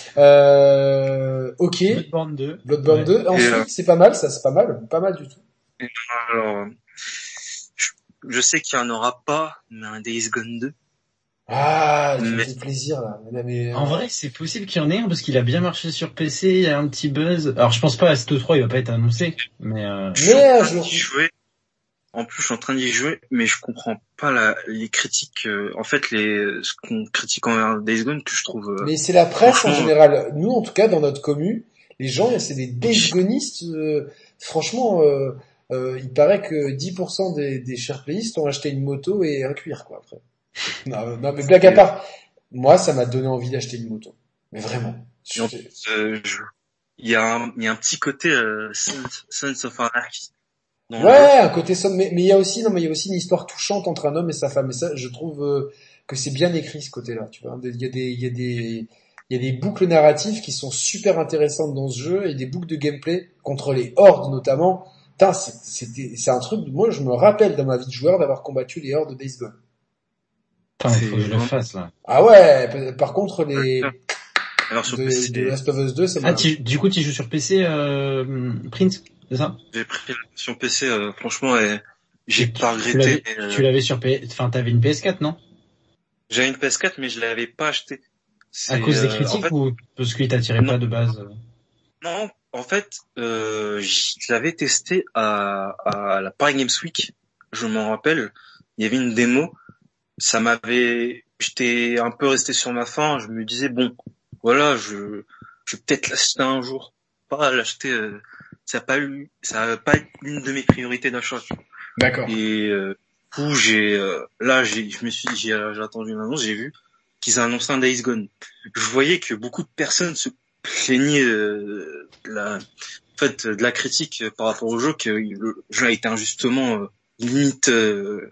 Euh, ok. Bloodborne deux. Bloodborne Ouais. deux. Ensuite, euh, c'est pas mal, ça, c'est pas mal, pas mal du tout. Alors, je, je sais qu'il y en aura pas, mais un Days Gone deux. Ah, tu me Mais- fais plaisir, là. Mais, mais, En vrai, c'est possible qu'il y en ait un parce qu'il a bien marché sur P C, il y a un petit buzz. Alors, je pense pas à S T trois, il va pas être annoncé, mais euh... Je suis Mais en un train jour. d'y jouer. En plus, je suis en train d'y jouer, mais je comprends pas la, les critiques. Euh, en fait, les ce qu'on critique envers Days Gone que je trouve. Euh, Mais c'est la presse en franchement, général. Nous, en tout cas, dans notre commu, les gens, c'est des désgonistes. Euh, franchement, euh, euh, il paraît que dix pour cent des, des shareplayistes ont acheté une moto et un cuir, quoi, après. Non, non, mais blague à part, moi, ça m'a donné envie d'acheter une moto. Mais vraiment. Et en plus, euh, je- il y a un, il y a un petit côté euh, Sons, Sons of Anarchy dans le jeu. Ouais, un côté somme, mais mais il y a aussi, non, mais il y a aussi une histoire touchante entre un homme et sa femme. Et ça, je trouve euh, que c'est bien écrit ce côté-là. Tu vois, il y a des, il y a des, il y a des boucles narratives qui sont super intéressantes dans ce jeu et des boucles de gameplay contre les hordes notamment. Putain, c'est- c'était, c'est un truc. Moi, je me rappelle dans ma vie de joueur d'avoir combattu les hordes de Days Gone. Putain, C'est faut que je le vraiment- fasse, là. Ah ouais. p- Par contre, les Alors sur de, P C, de Last of Us deux, ça m'a. Ah, tu, du coup, tu joues sur P C, euh, Prince, c'est ça? j'ai pris la version P C. Euh, franchement, et j'ai Et pas tu- tu l'avais- regretté. euh, Tu l'avais sur P, enfin, t'avais une P S quatre, non? J'avais une P S quatre, mais je l'avais pas achetée. C'est, À cause des euh, critiques en fait, ou parce qu'il t'attirait Non. pas de base? euh non, en fait, euh, je l'avais testé à, à la Paris Games Week. Je m'en rappelle. Il y avait une démo. Ça m'avait, j'étais un peu resté sur ma faim. Je me disais bon, voilà, je, je vais peut-être l'acheter un jour. Pas l'acheter. Euh, ça a pas eu, ça a pas été une de mes priorités d'achat. D'accord. Et euh, du coup, j'ai, euh, là, j'ai, je me suis, j'ai, j'ai attendu une annonce, j'ai vu qu'ils annoncé un Days Gone. Je voyais que beaucoup de personnes se plaignaient euh, de la, en fait, de la critique par rapport au jeu, que le jeu a été injustement euh, limite, euh,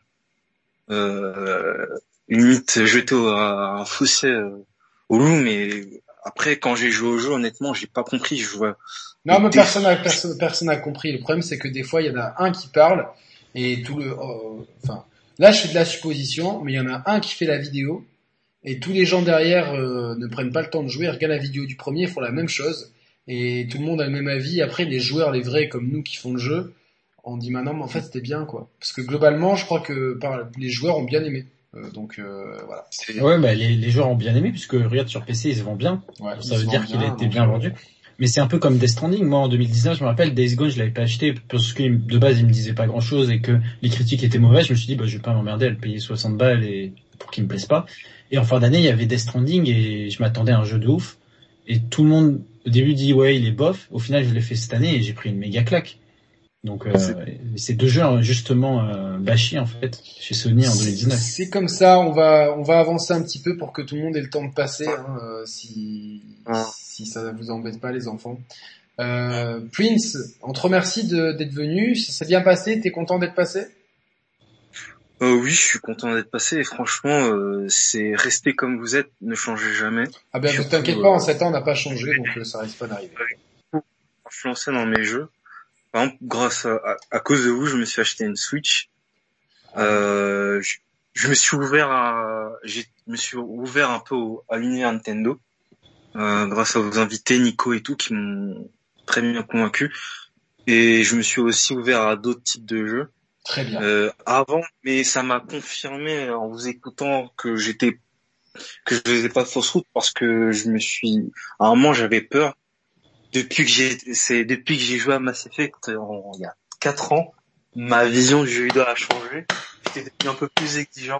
euh, limite jeté au, à un fossé euh, au loup. Mais après, quand j'ai joué au jeu, honnêtement, j'ai pas compris. Je vois. Non, mais Des- personne n'a personne, personne n'a compris. Le problème, c'est que des fois, il y en a un qui parle et tout le, euh, enfin, là, je fais de la supposition, mais il y en a un qui fait la vidéo et tous les gens derrière euh, ne prennent pas le temps de jouer, regardent la vidéo du premier, font la même chose et tout le monde a le même avis. Après, les joueurs, les vrais comme nous qui font le jeu, on dit maintenant, mais en fait, c'était bien, quoi. Parce que globalement, je crois que par, les joueurs ont bien aimé. Euh, donc euh, voilà. c'est- Ouais, bah les, les joueurs ont bien aimé puisque regarde sur P C, ils se vendent bien. Ouais, Ça ils veut se dire vendent qu'il a été donc, bien euh, vendu. Mais c'est un peu comme Death Stranding. Moi, en deux mille dix-neuf, je me rappelle, Days Gone, je l'avais pas acheté parce que de base, il me disait pas grand chose et que les critiques étaient mauvaises. Je me suis dit, bah, je vais pas m'emmerder à le payer soixante balles et pour qu'il me plaise pas. Et en fin d'année, il y avait Death Stranding et je m'attendais à un jeu de ouf. Et tout le monde, au début, dit, ouais, il est bof. Au final, je l'ai fait cette année et j'ai pris une méga claque. Donc, euh, c'est... c'est deux jeux, justement, euh, bâchés, en fait, chez Sony en deux mille dix-neuf. C'est comme ça, on va, on va avancer un petit peu pour que tout le monde ait le temps de passer, hein, euh, si, si ça vous embête pas, les enfants. Euh, Prince, on te remercie de, d'être venu. Ça s'est bien passé? T'es content d'être passé? Euh, oui, je suis content d'être passé et franchement, euh, c'est rester comme vous êtes, ne changez jamais. Ah ben, ne t'inquiète pas, en sept ans, on n'a pas changé, donc euh, ça risque pas d'arriver. Influencé dans mes jeux. Par exemple, grâce à, à, à cause de vous, je me suis acheté une Switch. Euh, je, je me suis ouvert à, je me suis ouvert un peu au, à l'univers Nintendo, euh, grâce à vos invités, Nico et tout, qui m'ont très bien convaincu. Et je me suis aussi ouvert à d'autres types de jeux. Très bien. Euh, avant, mais ça m'a confirmé en vous écoutant que j'étais, que je faisais pas de fausse route parce que je me suis, à un moment j'avais peur. Depuis que j'ai, c'est depuis que j'ai joué à Mass Effect en, il y a quatre ans, ma vision du jeu vidéo a changé. J'étais devenu un peu plus exigeant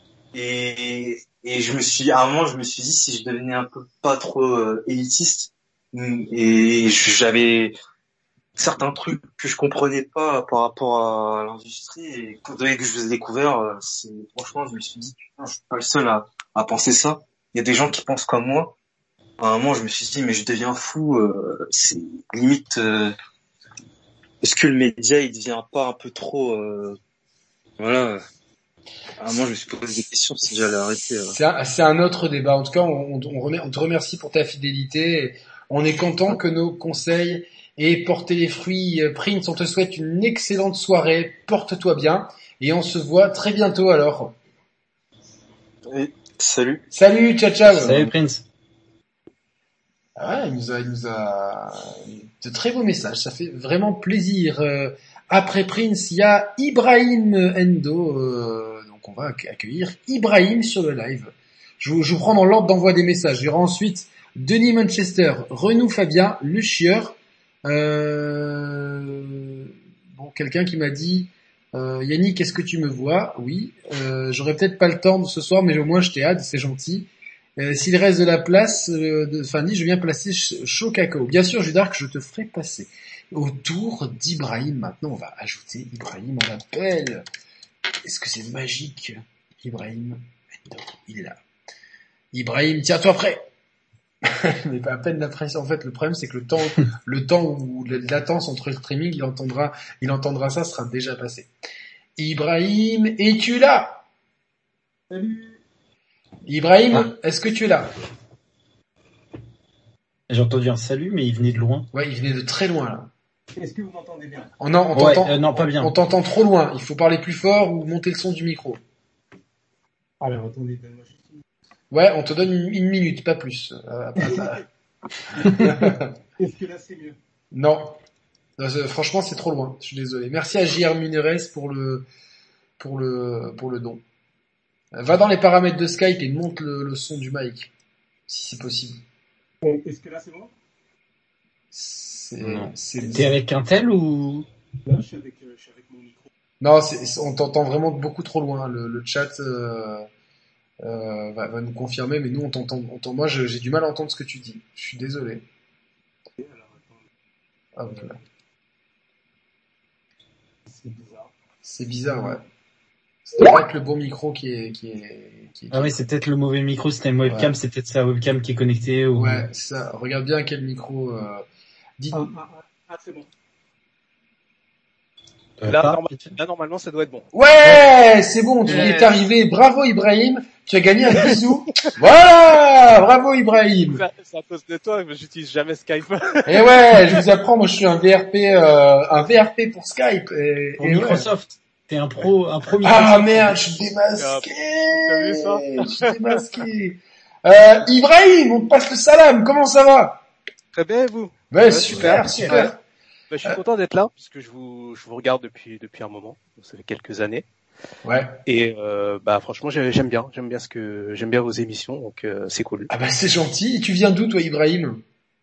et et je me suis, à un moment je me suis dit si je devenais un peu pas trop euh, élitiste et j'avais certains trucs que je comprenais pas par rapport à l'industrie et quand que je les ai découverts, c'est, franchement, je me suis dit, putain, je suis pas le seul à, à penser ça. Il y a des gens qui pensent comme moi. À un moment, je me suis dit, mais je deviens fou, euh, c'est limite, euh, est-ce que le média, il devient pas un peu trop, euh, voilà. À un moment, je me suis posé des questions si j'allais arrêter. Euh. C'est un, c'est un autre débat. En tout cas, on, on, remet, on te remercie pour ta fidélité. On est content que nos conseils et porter les fruits. Prince, on te souhaite une excellente soirée, porte-toi bien, et on se voit très bientôt alors. Et salut. Salut, ciao ciao. Salut Prince. Ah, il nous a, il nous a de très beaux messages, ça fait vraiment plaisir. Euh, après Prince, il y a Ibrahim Endo, euh, donc on va accueillir Ibrahim sur le live. Je vous, je vous prends dans l'ordre d'envoi des messages. Il y aura ensuite Denis Manchester, Renou Fabien, Le Chieur. Euh, bon, quelqu'un qui m'a dit euh, Yannick, est-ce que tu me vois? Oui. Euh, j'aurais peut-être pas le temps de ce soir, mais au moins je t'ai hâte, c'est gentil. Euh, s'il reste de la place, euh, de Fanny, je viens placer chaud cacao. Bien sûr, Judark, je te ferai passer. Autour d'Ibrahim, maintenant on va ajouter Ibrahim, on l'appelle. Est-ce que c'est magique? Ibrahim, il est là. Ibrahim, tiens-toi prêt. Mais pas à peine la pression. En fait, le problème, c'est que le temps, le temps où la latence entre le streaming, il entendra, il entendra ça, sera déjà passé. Ibrahim, es-tu là? Salut. Ibrahim, ah. est-ce que tu es là? J'ai entendu un salut, mais il venait de loin. Ouais, il venait de très loin, là. Est-ce que vous m'entendez bien? Oh non, on ouais, t'entend, euh, non, pas bien. On t'entend trop loin. Il faut parler plus fort ou monter le son du micro. Alors, attendez, donne-moi juste une... Ouais, on te donne une, une minute, pas plus. Euh, Est-ce que là, c'est mieux? Non. non c'est, franchement, c'est trop loin. Je suis désolé. Merci à J R Muneres pour le, pour le, pour le don. Va dans les paramètres de Skype et monte le, le son du mic, si c'est possible. Bon, est-ce que là, c'est bon? C'est, non. c'est, T'es avec un tel ou? Là, je suis avec, euh, je suis avec mon micro. Non, c'est, on t'entend vraiment beaucoup trop loin. Le, le chat euh, euh, va, va nous confirmer, mais nous, on t'entend. On t'entend, moi, je, j'ai du mal à entendre ce que tu dis. Je suis désolé. Alors, attendez. Ah, voilà. C'est bizarre. C'est bizarre, ouais. C'est pas avec le bon micro qui est, qui est, qui est... Ah oui, c'est peut-être le mauvais micro, c'était une webcam, ouais. c'est peut-être sa webcam qui est connectée ou... Ouais, ça. Regarde bien quel micro, euh... Dites... Ah, ah, ah, ah, c'est bon. Euh, là, pas, norma... là, normalement, ça doit être bon. Ouais, c'est bon, tu yes. es arrivé. Bravo, Ibrahim. Tu as gagné un bisou. Voilà! Bravo, Ibrahim. C'est à cause de toi, mais j'utilise jamais Skype. Et ouais, je vous apprends, moi, je suis un V R P, euh, un V R P pour Skype. Et, pour et Microsoft. Ouais. T'es un pro, un pro Microsoft. Ah merde, je suis démasqué. T'as vu ça? Je suis démasqué. Euh, Ibrahim, on te passe le salam. Comment ça va? Très bien, et vous? Ouais, ouais super, super. Ouais. Bah, je suis euh... content d'être là, parce que je vous, je vous regarde depuis, depuis un moment. Ça fait quelques années. Ouais. Et, euh, bah, franchement, j'aime bien. J'aime bien ce que, j'aime bien vos émissions, donc, euh, c'est cool. Ah bah, c'est gentil. Et tu viens d'où, toi, Ibrahim?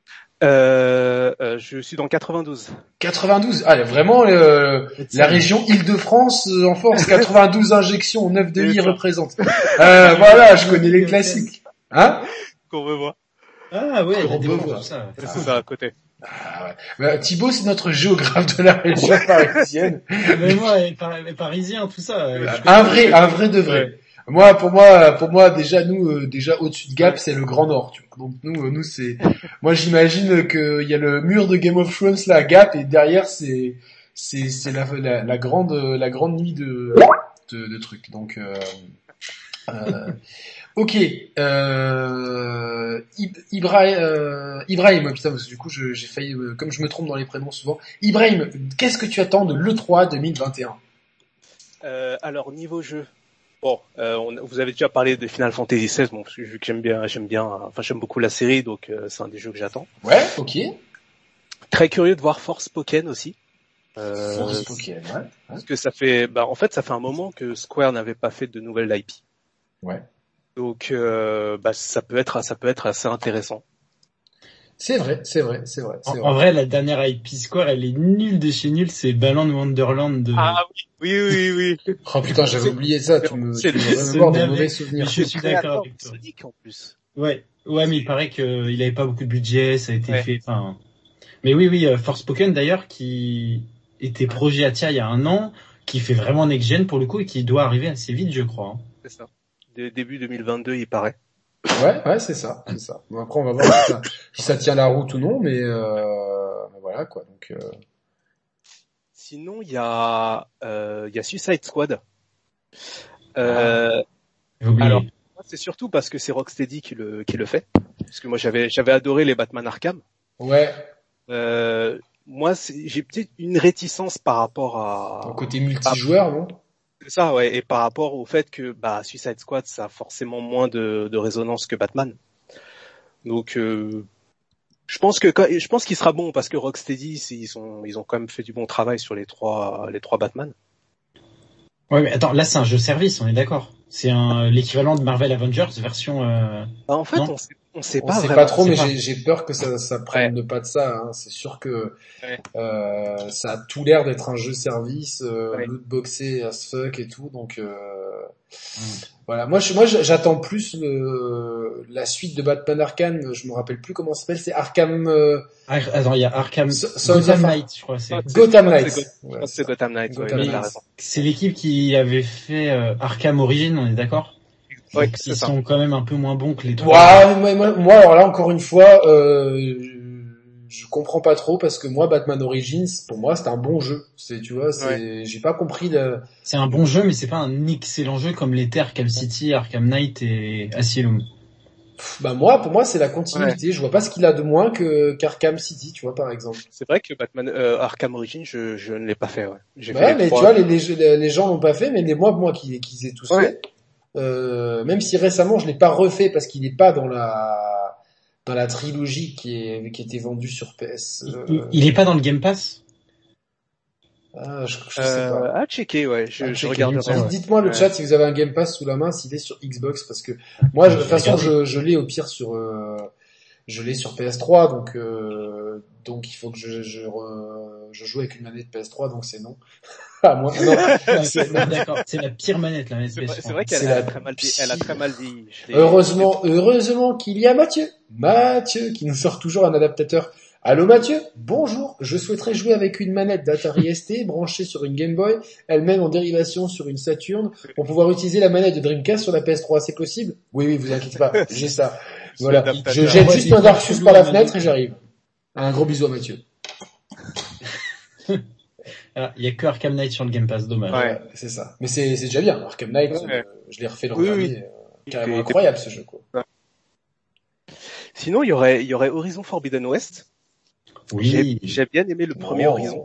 Euh, euh, je suis dans quatre-vingt-douze. quatre-vingt-douze. Ah, vraiment euh, la région Île-de-France euh, en force. quatre-vingt-douze injections, neuf de I représente. Euh, voilà, je connais les classiques. Hein? Courbevoie. Ah ouais, la Courbevoie. Défense, tout ça. C'est ça, à côté. Ah, ouais. Bah, Thibaut, c'est notre géographe de la région parisienne. Mais moi, les Par- les Parisiens, tout ça. euh, je Un vrai, un vrai de vrai. Moi, pour moi, pour moi, déjà nous, euh, déjà au-dessus de Gap, c'est le Grand Nord. Tu vois. Donc nous, euh, nous c'est, moi j'imagine que il y a le mur de Game of Thrones là à Gap et derrière c'est, c'est, c'est la, la, la grande, la grande nuit de, de, de trucs. Donc, euh, euh, ok, euh, Ib- Ibrahim, euh, Ibrahim, putain, parce que du coup je- j'ai failli, euh, comme je me trompe dans les prénoms souvent. Ibrahim, qu'est-ce que tu attends de l'E trois deux mille vingt et un? Euh, alors niveau jeu, bon, euh, on, vous avez déjà parlé de Final Fantasy seize, bon, parce que vu que j'aime bien, j'aime bien, enfin j'aime beaucoup la série, donc euh, c'est un des jeux que j'attends. Ouais, ok. Très curieux de voir Forspoken aussi. Euh, Forspoken, ouais. ouais. Parce que ça fait, bah en fait ça fait un moment que Square n'avait pas fait de nouvelles I P. Ouais. Donc euh, bah ça peut être, ça peut être assez intéressant. C'est vrai, c'est vrai, c'est vrai, c'est En, vrai. en vrai, la dernière I P Square, elle est nulle de chez nulle, c'est Balan Wonderland de... Ah oui, oui, oui, oui. Oh putain, j'avais oublié ça, tu me, C'est tu me le- ce remémores de navet. mauvais Mais souvenirs. je suis d'accord avec toi. Sonic en plus. Ouais, ouais, mais il paraît qu'il avait pas beaucoup de budget, ça a été Ouais. fait, enfin... Mais oui, oui, euh, Forspoken d'ailleurs, qui était projet à Tia il y a un an, qui fait vraiment next-gen pour le coup, et qui doit arriver assez vite, je crois. hein. C'est ça. Dé- début deux mille vingt-deux, il paraît. Ouais, ouais, c'est ça, c'est ça. Bon, après, on va voir si ça, si ça tient la route ou non, mais, euh, mais voilà, quoi, donc, euh... Sinon, il y a, euh, il y a Suicide Squad. Euh, J'ai oublié. alors, moi, c'est surtout parce que c'est Rocksteady qui le, qui le fait. Parce que moi, j'avais, j'avais adoré les Batman Arkham. ouais, Euh, moi, c'est- j'ai peut-être une réticence par rapport à, au côté multijoueur, non? c'est ça, ouais, et par rapport au fait que, bah, Suicide Squad, ça a forcément moins de, de résonance que Batman. Donc, euh, je pense que, quand- je pense qu'il sera bon parce que Rocksteady, c'est- ils ont, ils ont quand même fait du bon travail sur les trois, les trois Batman. Ouais, mais attends, là c'est un jeu service, on est d'accord. C'est un l'équivalent de Marvel Avengers version... Euh... Bah, en fait, Non. on sait, on sait On pas sait vraiment. pas trop, c'est mais pas. j'ai, j'ai peur que ça, ça prenne Ouais. le pas de ça, hein. C'est sûr que, Ouais. euh, ça a tout l'air d'être un jeu service, euh, Ouais. lootboxé as fuck et tout, donc, euh, Mm. voilà. Moi, je, moi, j'attends plus le, la suite de Batman Arkham, je me rappelle plus comment ça s'appelle, c'est Arkham, euh, Ah, attends, il y a Arkham... So- Sons Gotham of- Knight, je crois. C'est, Ah, Gotham c'est- Knights. c'est Go- Ouais, Je pense que c'est c'est ça. Gotham Knights, ouais, Gotham t'as Knights. raison. c'est l'équipe qui avait fait euh, Arkham Origins, on est d'accord. Ouais, Donc c'est ils ça. sont quand même un peu moins bons que les trois. Ouais, moi, moi, moi, alors là, encore une fois, euh, je, je comprends pas trop parce que moi, Batman Origins, pour moi, c'est un bon jeu. C'est, tu vois, c'est, j'ai pas compris le, C'est un bon jeu, mais c'est pas un excellent jeu comme l'était Arkham City, Arkham Knight et Asylum. Pff, bah moi, pour moi, c'est la continuité. Je vois pas ce qu'il a de moins que qu'Arkham City, tu vois, par exemple. C'est vrai que Batman euh, Arkham Origins, je, je ne l'ai pas fait. Ouais. J'ai Ouais, fait les mais trois. tu vois, les, les, les gens l'ont pas fait, mais les moi, moi qui, qui les ai tous Ouais. fait. Euh, même si récemment, je l'ai pas refait parce qu'il n'est pas dans la dans la trilogie qui est qui était vendue sur P S. Il, Euh, il- il est pas dans le Game Pass. ah, je, je sais Euh, pas. à checker, ouais. Je, Ah, je checker. regarderai. Dites- Ouais. Dites-moi le Ouais. chat si vous avez un Game Pass sous la main, s'il est sur Xbox, parce que moi, je- de toute façon, je, je l'ai au pire sur, euh, je l'ai sur P S trois, donc euh, donc il faut que je je, re- je joue avec une manette P S trois, donc c'est non. Ah moi, non, Ouais, c'est- d'accord, c'est la pire manette la manette C'est vrai, P S trois. c'est vrai qu'elle C'est elle a la très mal vieilli. Elle a très mal vieilli. Je l'ai- Heureusement, heureusement qu'il y a Mathieu, Mathieu qui nous sort toujours un adaptateur. Allô Mathieu, bonjour, je souhaiterais jouer avec une manette d'Atari S T branchée sur une Game Boy, elle-même en dérivation sur une Saturn, pour pouvoir utiliser la manette de Dreamcast sur la P S trois, c'est possible? Oui, oui, vous inquiétez pas, j'ai ça. Voilà, L'adaptateur. je jette Ouais, juste des un Dark fois, Souls par la chelou, fenêtre la et j'arrive. Un gros bisou à Mathieu. Ah, il y a que Arkham Knight sur le Game Pass, dommage. Ouais. Ouais, c'est ça. Mais c'est c'est déjà bien, Arkham Knight, Ouais. euh, je l'ai refait l'an Oui, dernier, oui. euh, carrément Il était- incroyable ce jeu, quoi. Sinon, il y aurait, il y aurait Horizon Forbidden West. J'ai, Oui. j'ai bien aimé le premier Oh. Horizon.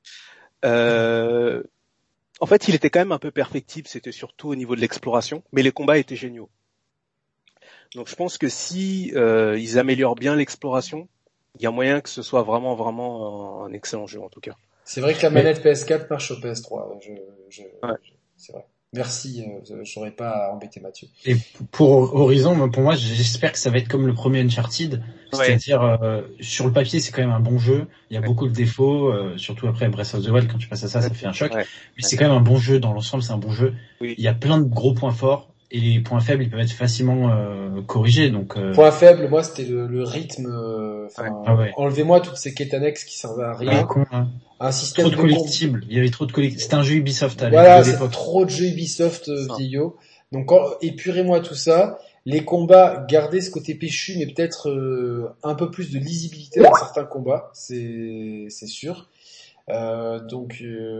Euh, en fait, il était quand même un peu perfectible. C'était surtout au niveau de l'exploration, mais les combats étaient géniaux. Donc, je pense que si euh, ils améliorent bien l'exploration, il y a moyen que ce soit vraiment, vraiment un excellent jeu en tout cas. C'est vrai que la Mais- manette P S quatre marche au P S trois, je, je, Ouais. je- c'est vrai. Merci, euh, j'aurais pas à embêter Mathieu. Et pour Horizon, pour moi, j'espère que ça va être comme le premier Uncharted, Ouais. c'est-à-dire euh, sur le papier, c'est quand même un bon jeu. Il y a Ouais. beaucoup de défauts, euh, surtout après Breath of the Wild, quand tu passes à ça, ça fait un choc. Ouais. Mais c'est quand même un bon jeu dans l'ensemble, c'est un bon jeu. Oui. Il y a plein de gros points forts et les points faibles, ils peuvent être facilement euh, corrigés. Donc euh... Point faible, moi, c'était le, le rythme. euh, Enfin, Ouais. Ah ouais. enlevez-moi toutes ces quêtes annexes qui servent à rien. Ouais, con, hein. Un système Trop de de com- collectibles. Il y avait trop de collectibles. C'était un jeu Ubisoft à Voilà, l'époque. de c'est l'époque. trop de jeux Ubisoft euh, Ça. vieillots. Donc en- épurez-moi tout ça. Les combats, gardez ce côté péchu, mais peut-être euh, un peu plus de lisibilité dans certains combats, c'est c'est sûr. Euh, donc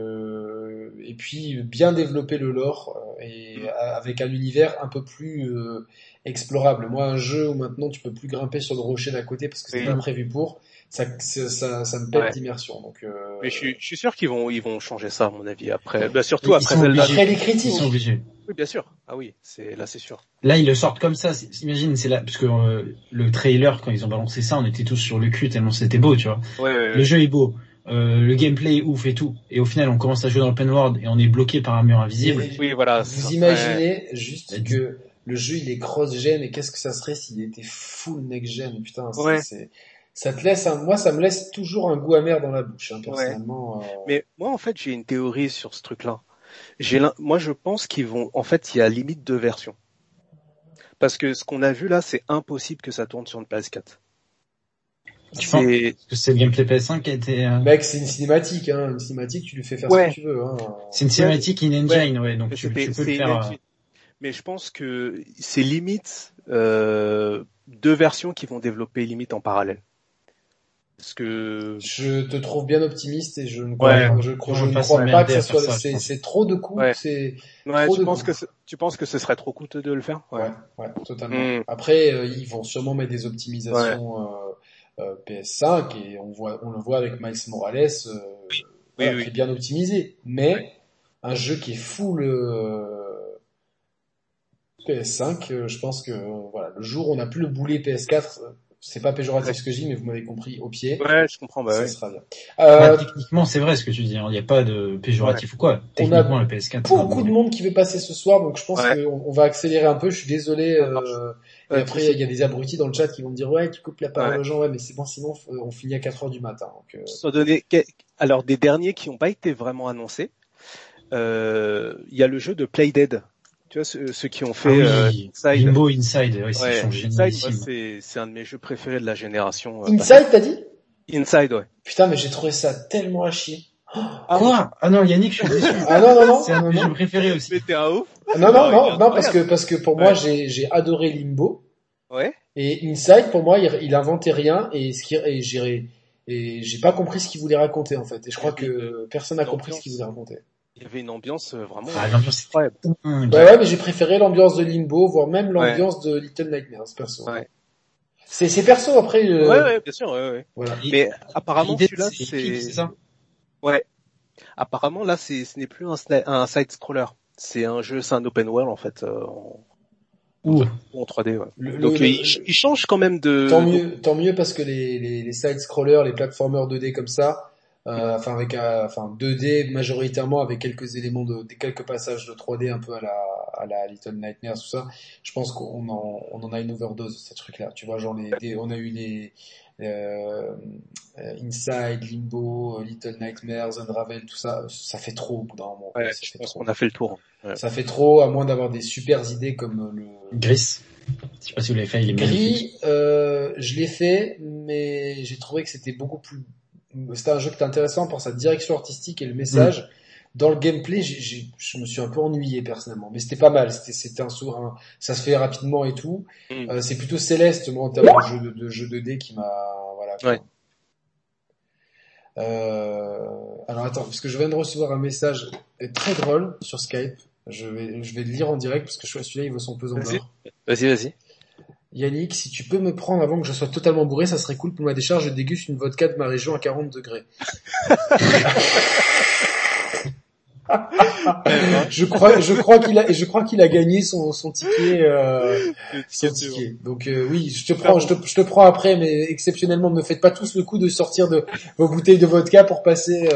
euh, et puis bien développer le lore euh, et a- avec un univers un peu plus euh, explorable. Moi, un jeu où maintenant tu peux plus grimper sur le rocher d'à côté parce que c'est Oui. pas prévu pour, ça ça ça, ça me pète Ouais. d'immersion. Donc euh, Mais je suis, je suis sûr qu'ils vont, ils vont changer ça, à mon avis. Après, bah, surtout Ils après sont Zelda. obligés. après les Ils critiques. sont obligés. Oui, bien sûr. Ah oui, c'est là, c'est sûr. Là, ils le sortent comme ça. c'est- Imagine, c'est là, parce que euh, le trailer, quand ils ont balancé ça, on était tous sur le cul tellement c'était beau, tu vois. Ouais, ouais, Le ouais. jeu est beau, euh, le gameplay est ouf et tout. Et au final, on commence à jouer dans l'open world et on est bloqué par un mur invisible. Et- Oui, voilà. c'est Vous ça. imaginez juste Ouais. que le jeu il est cross-gen et qu'est-ce que ça serait s'il était full next-gen, putain, c'est, Ouais. c'est- ça te laisse un, moi ça me laisse toujours un goût amer dans la bouche, hein, personnellement. euh. Mais moi, en fait, j'ai une théorie sur ce truc-là. J'ai, l'im- moi, je pense qu'ils vont, en fait, il y a limite deux versions. Parce que ce qu'on a vu là, c'est impossible que ça tourne sur une P S quatre. Tu penses C'est, que c'est le gameplay P S cinq qui a été... euh, Mec, c'est une cinématique, hein, une cinématique, tu lui fais faire Ouais. ce que tu veux. Hein. C'est une cinématique in engine, ouais, donc tu, c'était- tu peux c'est le faire... une- euh, mais je pense que c'est limite euh, deux versions qui vont développer limite en parallèle. Parce que Je te trouve bien optimiste et je ne crois, Ouais. je, crois- On je va ne pas crois pas s'emmerder que ça à faire soit, ça, je c'est, pense. c'est trop de coups, Ouais. c'est ouais, trop tu de penses coups. que c'est- tu penses que ce serait trop coûteux de le faire? Ouais, ouais, totalement. Mm. Après, euh, ils vont sûrement mettre des optimisations euh, euh, P S cinq et on voit, on le voit avec Miles Morales, euh, voilà, oui. qui est bien optimisé. Mais un jeu qui est full euh, P S cinq, euh, je pense que euh, voilà, le jour où on n'a plus le boulet P S quatre, euh, c'est pas péjoratif Ouais. ce que je dis, mais vous m'avez compris au pied. Ouais, je comprends. Bah ça ouais. sera bien. bah, Euh, techniquement, c'est vrai ce que tu dis, hein. Il n'y a pas de péjoratif ou quoi. On Techniquement, a le P S quatre... c'est un beaucoup bon de jeu. monde qui veut passer ce soir, donc je pense Ouais. qu'on on va accélérer un peu. Je suis désolé. Ça marche. Euh, et Ouais, après, tu sais. il y a des abrutis dans le chat qui vont me dire ouais, tu coupes la parole Ouais. aux gens. Ouais, mais c'est bon, sinon euh, on finit à quatre heures du matin. Donc, euh, Sans donner, que- alors des derniers qui n'ont pas été vraiment annoncés, euh, il y a le jeu de Playdead. Tu vois, ceux, ceux qui ont Ah fait oui, euh, Inside. Limbo Inside, ouais, c'est Ouais, sont Inside, génialissimes. moi, c'est, c'est un de mes jeux préférés de la génération. euh, Inside, t'as dit? Inside, ouais. Putain, mais j'ai trouvé ça tellement à chier. Quoi? Ah non, Yannick, je suis déçu. Ah non non non. C'est un de non, mes non. jeux préférés aussi. Mais t'es un ouf. Non, non, Non, non, il est non, parce que, incroyable. parce que pour moi, Ouais. j'ai, j'ai adoré Limbo. Ouais. Et Inside, pour moi, il, il inventait rien et ce qui, et j'ai, et j'ai pas compris ce qu'il voulait raconter, en fait. Et je crois que personne n'a compris ce qu'il voulait raconter. Il y avait une ambiance euh, vraiment Ah, l'ambiance était incroyable. dingue. Bah ouais, mais j'ai préféré l'ambiance de Limbo, voire même l'ambiance de Little Nightmares, perso. Ouais. C'est, c'est perso, après, euh, Ouais, ouais, bien sûr, ouais, ouais. voilà. Et- Mais apparemment, l'idée, celui-là, c'est c'est... Epic, c'est ça? Ouais. Apparemment, là, c'est, ce n'est plus un, sna- un side-scroller. C'est un jeu, c'est un open world, en fait, euh, en, Ouh. en trois D, ouais. Le- Donc, le- il, ch- il change quand même de... Tant mieux, tant mieux parce que les, les, les side-scrollers, les platformers deux D comme ça, euh, enfin avec, un- enfin deux D majoritairement avec quelques éléments de, des quelques passages de trois D un peu à la, à la Little Nightmares, tout ça. Je pense qu'on en, on en a une overdose ces trucs-là. Tu vois, genre les, des- on a eu les euh, euh, Inside, Limbo, Little Nightmares, Unravel, tout ça, ça fait trop au bout d'un moment. Ouais, ça je fait pense trop. qu'on a fait le tour. Ouais. Ça fait trop, à moins d'avoir des super idées comme le Gris. Je sais pas si vous l'avez fait, il est magnifique. Gris, euh, je l'ai fait, mais j'ai trouvé que c'était beaucoup plus. C'était un jeu qui était intéressant par sa direction artistique et le message. Dans le gameplay, j'ai, j'ai, je me suis un peu ennuyé personnellement, mais c'était pas mal. C'était, c'était un sourd, un- ça se fait rapidement et tout. Mm. Euh, c'est plutôt Céleste, moi, en termes de jeu de, de jeu deux D qui m'a, voilà. quoi. Ouais. Euh, alors attends, parce que je viens de recevoir un message très drôle sur Skype. Je vais, je vais le lire en direct parce que je- celui-là il vaut son pesant Vas-y. d'or. Vas-y, vas-y. Yannick, si tu peux me prendre avant que je sois totalement bourré, ça serait cool. Pour ma décharge, je déguste une vodka de ma région à quarante degrés. je crois, je crois qu'il a, je crois qu'il a gagné son, son ticket, euh, son ticket. Donc euh, oui, je te prends, je te, je te prends après, mais exceptionnellement, ne me faites pas tous le coup de sortir de vos bouteilles de vodka pour passer euh,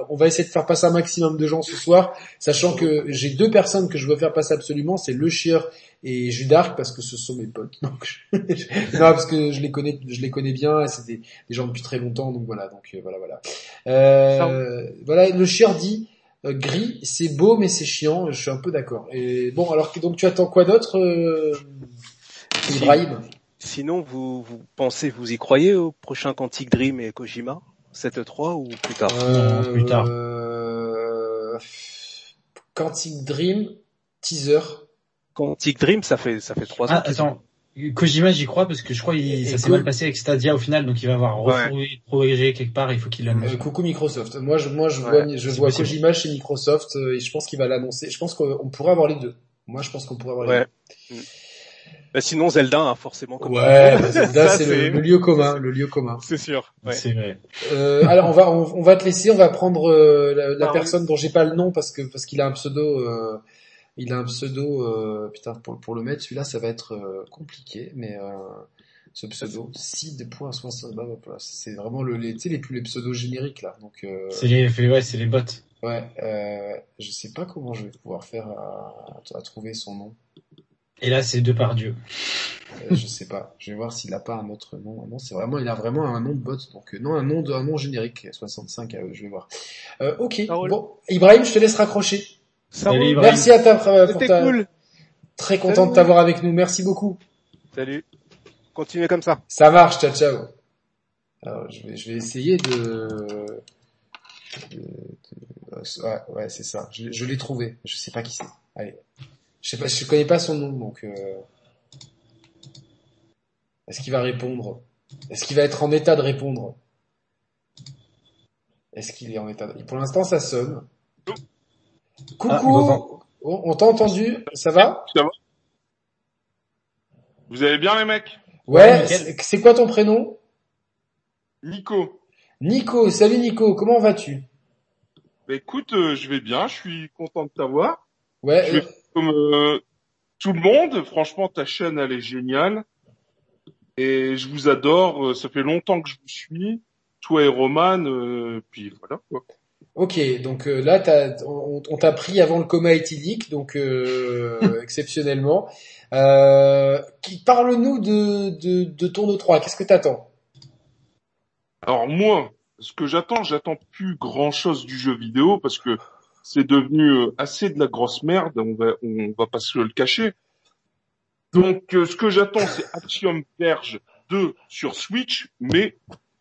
on va essayer de faire passer un maximum de gens ce soir, sachant que j'ai deux personnes que je veux faire passer absolument, c'est Le Chieur et Judark, parce que ce sont mes potes. Donc, je... non, parce que je les connais, je les connais bien, et c'est des, des gens depuis très longtemps, donc voilà, donc euh, voilà, voilà. Euh, voilà, Le Chieur dit euh, gris, c'est beau mais c'est chiant. Je suis un peu d'accord. Et bon, alors donc tu attends quoi d'autre, euh, Ibrahim? Sinon, vous, vous pensez, vous y croyez au prochain Quantic Dream et Kojima, sept trois ou plus tard? Euh, Non, plus tard. Euh... Quantic Dream, teaser. Quantic Dream, ça fait ça fait trois Ah, ans. qu'ils attends. Kojima, j'y crois parce que je crois qu'il ça s'est mal passé avec Stadia au final, donc il va avoir Ouais. progressé quelque part. Il faut qu'il l'annonce. Euh, coucou Microsoft. Moi, je, moi, je Ouais, vois, je c'est vois possible. Kojima chez Microsoft euh, et je pense qu'il va l'annoncer. Je pense qu'on pourrait avoir les deux. Moi, je pense qu'on pourrait avoir les Ouais. deux. Mm. Bah, sinon Zelda, hein, forcément. Comme Ouais, bah, Zelda, Ça, c'est le, c'est- le lieu commun, le lieu commun. C'est sûr. Ouais. C'est vrai. Euh, alors on va on, on va te laisser, on va prendre euh, la, la Ah, personne dont j'ai pas le nom parce que parce qu'il a un pseudo, euh, il a un pseudo. Euh, putain, pour pour le mettre, celui-là, ça va être euh, compliqué, mais euh, ce pseudo sid.soixante, bah, bah, bah, c'est vraiment le les tu sais les plus les pseudos génériques là. Donc euh, C'est les, ouais, c'est les bots. ouais, euh, je sais pas comment je vais pouvoir faire à, à trouver son nom. Et là, c'est Depardieu. Euh, je sais pas. Je vais voir s'il a pas un autre nom. Non, c'est vraiment, il a vraiment un nom de bot. Donc euh, non, un nom de, un nom générique. soixante-cinq. Euh, je vais voir. Euh, ok. Ça roule. Bon, Ibrahim, je te laisse raccrocher. Ça Allez, roule. Ibrahim. Merci à ta, pour C'était ta, cool. très content Salut. de t'avoir avec nous. Merci beaucoup. Salut. Continuez comme ça. Ça marche. Ciao, ciao. Alors, je vais, je vais essayer de, de- de- ouais, ouais, c'est ça. Je, je l'ai trouvé. Je sais pas qui c'est. Allez. Je sais pas, je connais pas son nom, donc. Euh... Est-ce qu'il va répondre? Est-ce qu'il va être en état de répondre? Est-ce qu'il est en état de... Pour l'instant, ça sonne. Coucou. Ah, on t'entend. Oh, on t'a entendu? Ça va? Ça va? Vous allez bien les mecs? Ouais. Ouais, nickel. c'est c'est quoi ton prénom? Nico. Nico. Salut Nico. Comment vas-tu? Bah écoute, euh, je vais bien, je suis content de t'avoir. Ouais. Je euh, vais comme euh, tout le monde, franchement ta chaîne elle est géniale. Et je vous adore, euh, ça fait longtemps que je vous suis, toi et Roman, euh, puis voilà quoi. Ok. Donc euh, là, t'as, on, on t'a pris avant le coma éthylique, donc euh, exceptionnellement. Euh, qui parle-nous de, de, de ton E trois. Qu'est-ce que t'attends? Alors moi, ce que j'attends, j'attends plus grand chose du jeu vidéo parce que c'est devenu euh, assez de la grosse merde, on va on va pas se le cacher. Donc euh, ce que j'attends c'est Axiom Verge deux sur Switch, mais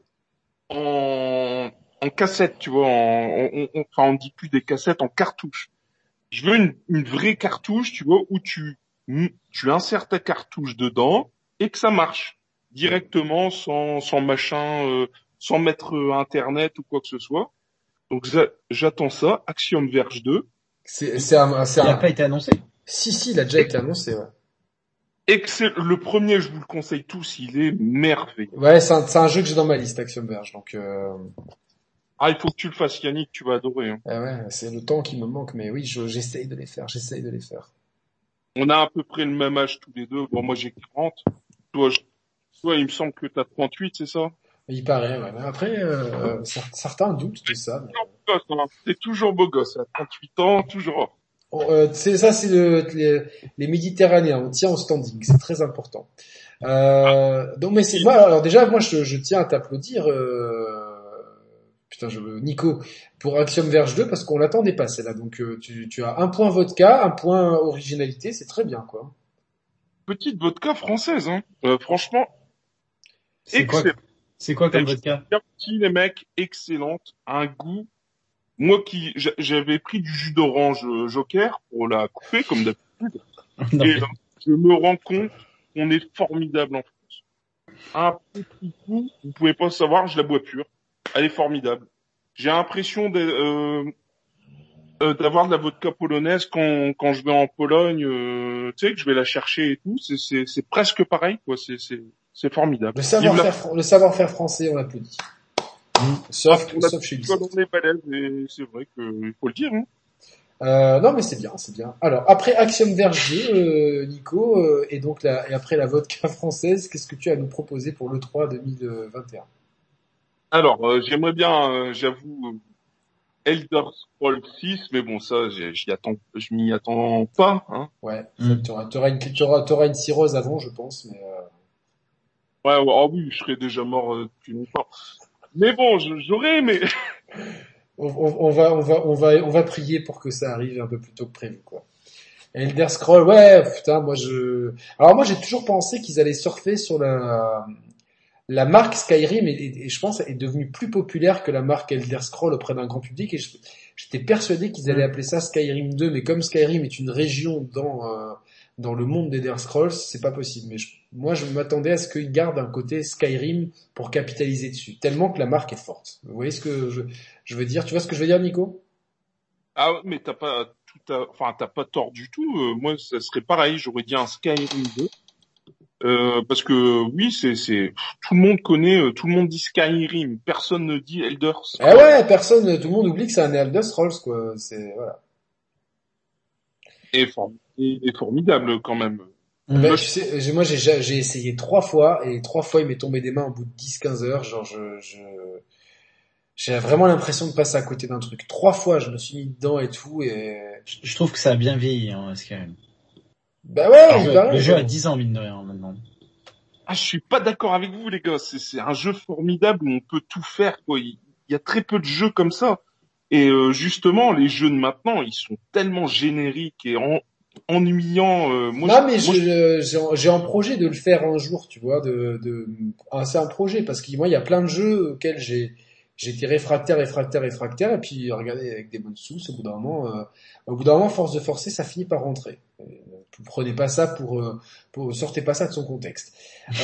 en, en cassette, tu vois, en, on, on, enfin on dit plus des cassettes, en cartouche. Je veux une, une vraie cartouche, tu vois, où tu tu insères ta cartouche dedans et que ça marche directement sans sans machin, euh, sans mettre euh, internet ou quoi que ce soit. Donc ça, j'attends ça, Axiom Verge deux. C'est, c'est un, c'est Il n'a un... pas été annoncé. Si, si, il a déjà été annoncé, ouais. Excellent. Le premier, je vous le conseille tous, il est merveilleux. Ouais, c'est un, c'est un jeu que j'ai dans ma liste, Axiom Verge, donc euh... Ah, il faut que tu le fasses, Yannick, tu vas adorer. Hein. ah ouais, c'est le temps qui me manque, mais oui, je, j'essaye de les faire, j'essaye de les faire. On a à peu près le même âge tous les deux. Bon, moi j'ai quarante. Toi, je... Toi, il me semble que t'as trente-huit, c'est ça? Il paraît, ouais. Après, euh, cer- certains doutent de ça. Mais... Beau gosse, hein. T'es toujours beau gosse, à trente-huit ans, toujours. Oh, euh, c'est ça, c'est le, les, les Méditerranéens. On tient au standing, c'est très important. Euh, donc, mais c'est moi. Alors déjà, moi, je, je tiens à t'applaudir, euh, putain, je, Nico, pour Axiom Verge deux parce qu'on l'attendait pas celle-là. Donc, euh, tu, tu as un point vodka, un point originalité, c'est très bien, quoi. Petite vodka française, hein. Euh, franchement, C'est quoi, excellent. c'est quoi comme Elle- vodka? Bien petit, les mecs, excellente, un goût. Moi qui, j'a- j'avais pris du jus d'orange euh, Joker pour la couper, comme d'habitude. Non, Et mais- euh, je me rends compte qu'on est formidable en France. Un petit coup, vous pouvez pas savoir, je la bois pure. Elle est formidable. J'ai l'impression de, euh, euh, d'avoir de la vodka polonaise quand, quand je vais en Pologne, euh, tu sais, que je vais la chercher et tout. C'est, c'est, c'est presque pareil, quoi. C'est, c'est, c'est formidable. Le Vive la savoir-faire, fr- le savoir-faire français, on l'applaudit. Sauf, on a sauf chez Toi, Ubisoft. on est balèze, et c'est vrai que, il faut le dire, hein. Euh, non, mais c'est bien, c'est bien. Alors, après Axiom Verge deux, euh, Nico, euh, et donc la, et après la vodka française, qu'est-ce que tu as à nous proposer pour l'E trois deux mille vingt et un? Alors, euh, j'aimerais bien, euh, j'avoue, euh, Elder Scrolls six, mais bon, ça, j'ai- j'y attends, je m'y attends pas, hein. Ouais, Mm. t'auras, t'auras une, t'auras, t'auras une cirrhose avant, je pense, mais euh... Ouais, ouais, ah oui, je serais déjà mort euh, depuis longtemps. Mais bon, je- j'aurais aimé. on, on, on va, on va, on va, on va prier pour que ça arrive un peu plus tôt que prévu, quoi. Elder Scroll, ouais, putain, moi je, alors moi j'ai toujours pensé qu'ils allaient surfer sur la, la marque Skyrim, et, et, et je pense est devenue plus populaire que la marque Elder Scroll auprès d'un grand public, et je- j'étais persuadé qu'ils allaient appeler ça Skyrim deux, mais comme Skyrim est une région dans euh, dans le monde d'Elder Scrolls, c'est pas possible. Mais je- moi, je m'attendais à ce qu'ils gardent un côté Skyrim pour capitaliser dessus, tellement que la marque est forte. Vous voyez ce que je, je veux dire? Tu vois ce que je veux dire, Nico? Ah, ouais, mais t'as pas tout à, enfin, t'as pas tort du tout. Euh, moi, ça serait pareil. J'aurais dit un Skyrim deux. Euh, parce que oui, c'est, c'est, tout le monde connaît, euh, tout le monde dit Skyrim. Personne ne dit Elder Eh Scrolls. ouais, personne, tout le monde oublie que c'est un Elder Scrolls, quoi. C'est, voilà. Et, form- et, et formidable quand même. Ben, Moi, tu je- sais, j'ai- moi j'ai j'ai essayé trois fois et trois fois il m'est tombé des mains au bout de dix quinze heures. Genre je, je j'ai vraiment l'impression de passer à côté d'un truc. Trois fois je me suis mis dedans et tout et Je, je trouve que ça a bien vieilli, hein, Skyrim. bah ouais, Le il jeu, paraît. le jeu a Genre. dix ans, mine de rien, maintenant. ah, je suis pas d'accord avec vous, les gars. C'est, c'est un jeu formidable où on peut tout faire, quoi. Il, il y a très peu de jeux comme ça. Et euh, justement, les jeux de maintenant, ils sont tellement génériques et en, ennuyants. Euh, moi, je, Non mais moi, je- je j'ai en j'ai en projet de le faire un jour, tu vois, de de ah, c'est un projet parce que moi il y a plein de jeux auxquels j'ai j'ai été réfractaire, réfractaire, réfractaire et puis regardez avec des bonnes sous, au bout d'un moment, euh, au bout d'un moment, force de forcer, ça finit par rentrer. Euh, Vous prenez pas ça pour euh, pour sortez pas ça de son contexte.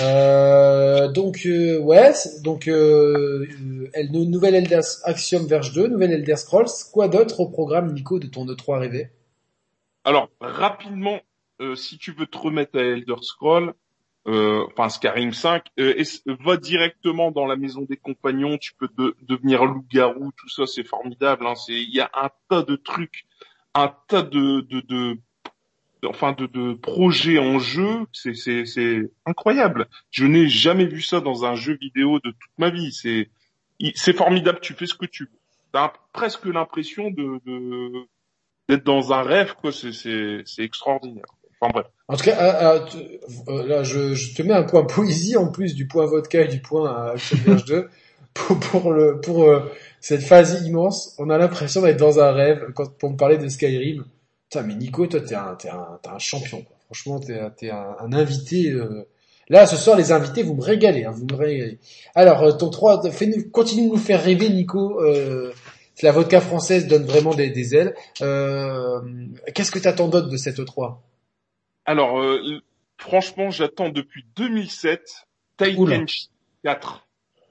Euh, donc euh, ouais, c'est- donc euh, euh, elle- nouvelle Elder Axiom Verge deux, nouvelle Elder Scrolls. Quoi d'autre au programme, Nico, de ton E trois rêvé? alors rapidement, euh, si tu veux te remettre à Elder Scrolls, euh, enfin Skyrim cinq, euh, es- va directement dans la maison des compagnons. Tu peux de- devenir loup-garou, tout ça, c'est formidable. Hein, c'est, il y a un tas de trucs, un tas de, de, de enfin de, de projets en jeu, c'est, c'est, c'est incroyable. Je n'ai jamais vu ça dans un jeu vidéo de toute ma vie. C'est, il- c'est formidable. Tu fais ce que tu veux. T'as presque l'impression de, de d'être dans un rêve, quoi. C'est, c'est, c'est extraordinaire. Enfin bref. En tout cas, ah, ah, tu- euh, là, je, je te mets un point poésie en plus du point vodka et du point à Action Verge deux pour, pour le pour euh, cette phase immense. On a l'impression d'être dans un rêve quand pour me parler de Skyrim. Putain, mais Nico, toi, t'es un t'es un t'es un champion, quoi. Franchement, t'es t'es un, un invité. euh. Là, ce soir, les invités, vous me régalez, hein, vous me régalez. Alors, euh, ton trois, fais-nous, continue de nous faire rêver, Nico. Euh, la vodka française donne vraiment des, des ailes. Euh, qu'est-ce que t'attends d'autre de cette E trois? Alors, euh, franchement, j'attends depuis deux mille sept Oula. Tekken quatre.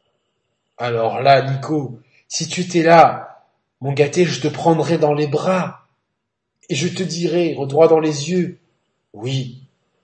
Alors là, Nico, si tu étais là, mon gâté, je te prendrais dans les bras et je te dirais, droit dans les yeux, oui,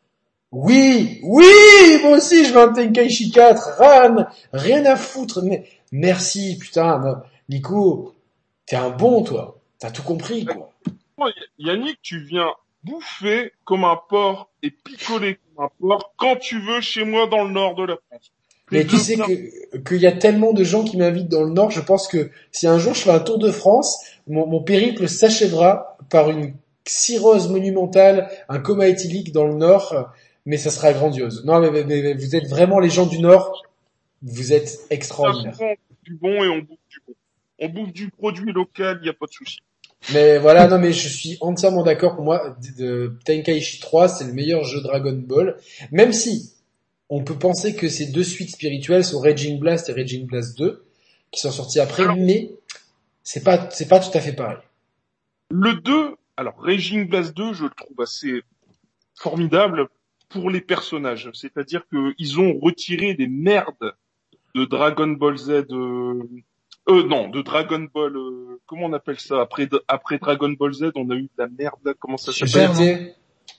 oui, oui, moi aussi je veux un Tenkaichi quatre, Ran, rien à foutre, mais merci, putain, non, Nico, t'es un bon, toi, t'as tout compris, quoi. Moi, Yannick, tu viens bouffer comme un porc et picoler comme un porc quand tu veux chez moi dans le nord de la France. Mais Les tu deux sais bien- que qu'il y a tellement de gens qui m'invitent dans le Nord, je pense que si un jour je fais un tour de France, mon, mon périple s'achèvera par une cirrhose monumentale, un coma éthylique dans le Nord, mais ça sera grandiose. Non, mais, mais- mais vous êtes vraiment les gens du Nord, vous êtes extraordinaires. on bouffe du bon et on bouffe du bon. On bouffe du produit local, il n'y a pas de souci. Mais voilà, non mais je suis entièrement d'accord. Pour moi, de, de Tenkaichi trois, c'est le meilleur jeu Dragon Ball, même si on peut penser que ces deux suites spirituelles sont Raging Blast et Raging Blast deux, qui sont sortis après, Alors, mais c'est pas, c'est pas tout à fait pareil. le deux, alors Raging Blast deux, je le trouve assez formidable pour les personnages. C'est-à-dire qu'ils ont retiré des merdes de Dragon Ball Z, euh, euh non, de Dragon Ball, euh, comment on appelle ça? Après, après Dragon Ball Z, on a eu de la merde, là, comment ça s'appelle? G T.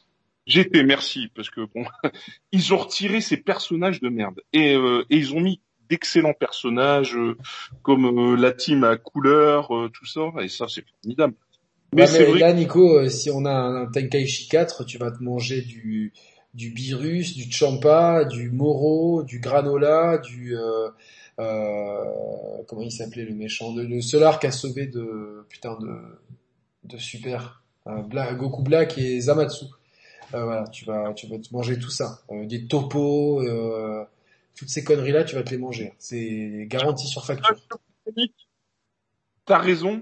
G T, merci, parce que bon, ils ont retiré ces personnages de merde et, euh, et ils ont mis d'excellents personnages euh, comme euh, la team à couleur, euh, tout ça, et ça c'est formidable. Mais Ouais, c'est mais vrai. là, Nico, euh, si on a un, un Tenkaichi quatre, tu vas te manger du du Beerus, du Champa, du Moro, du Granola, du euh, euh, comment il s'appelait le méchant, de, le Solar qui a sauvé de putain de de super euh, Bla- Goku Black et Zamatsu. Euh, voilà, tu vas tu vas te manger tout ça. Euh, des topos, euh, toutes ces conneries là, tu vas te les manger. C'est garanti sur facture. T'as raison,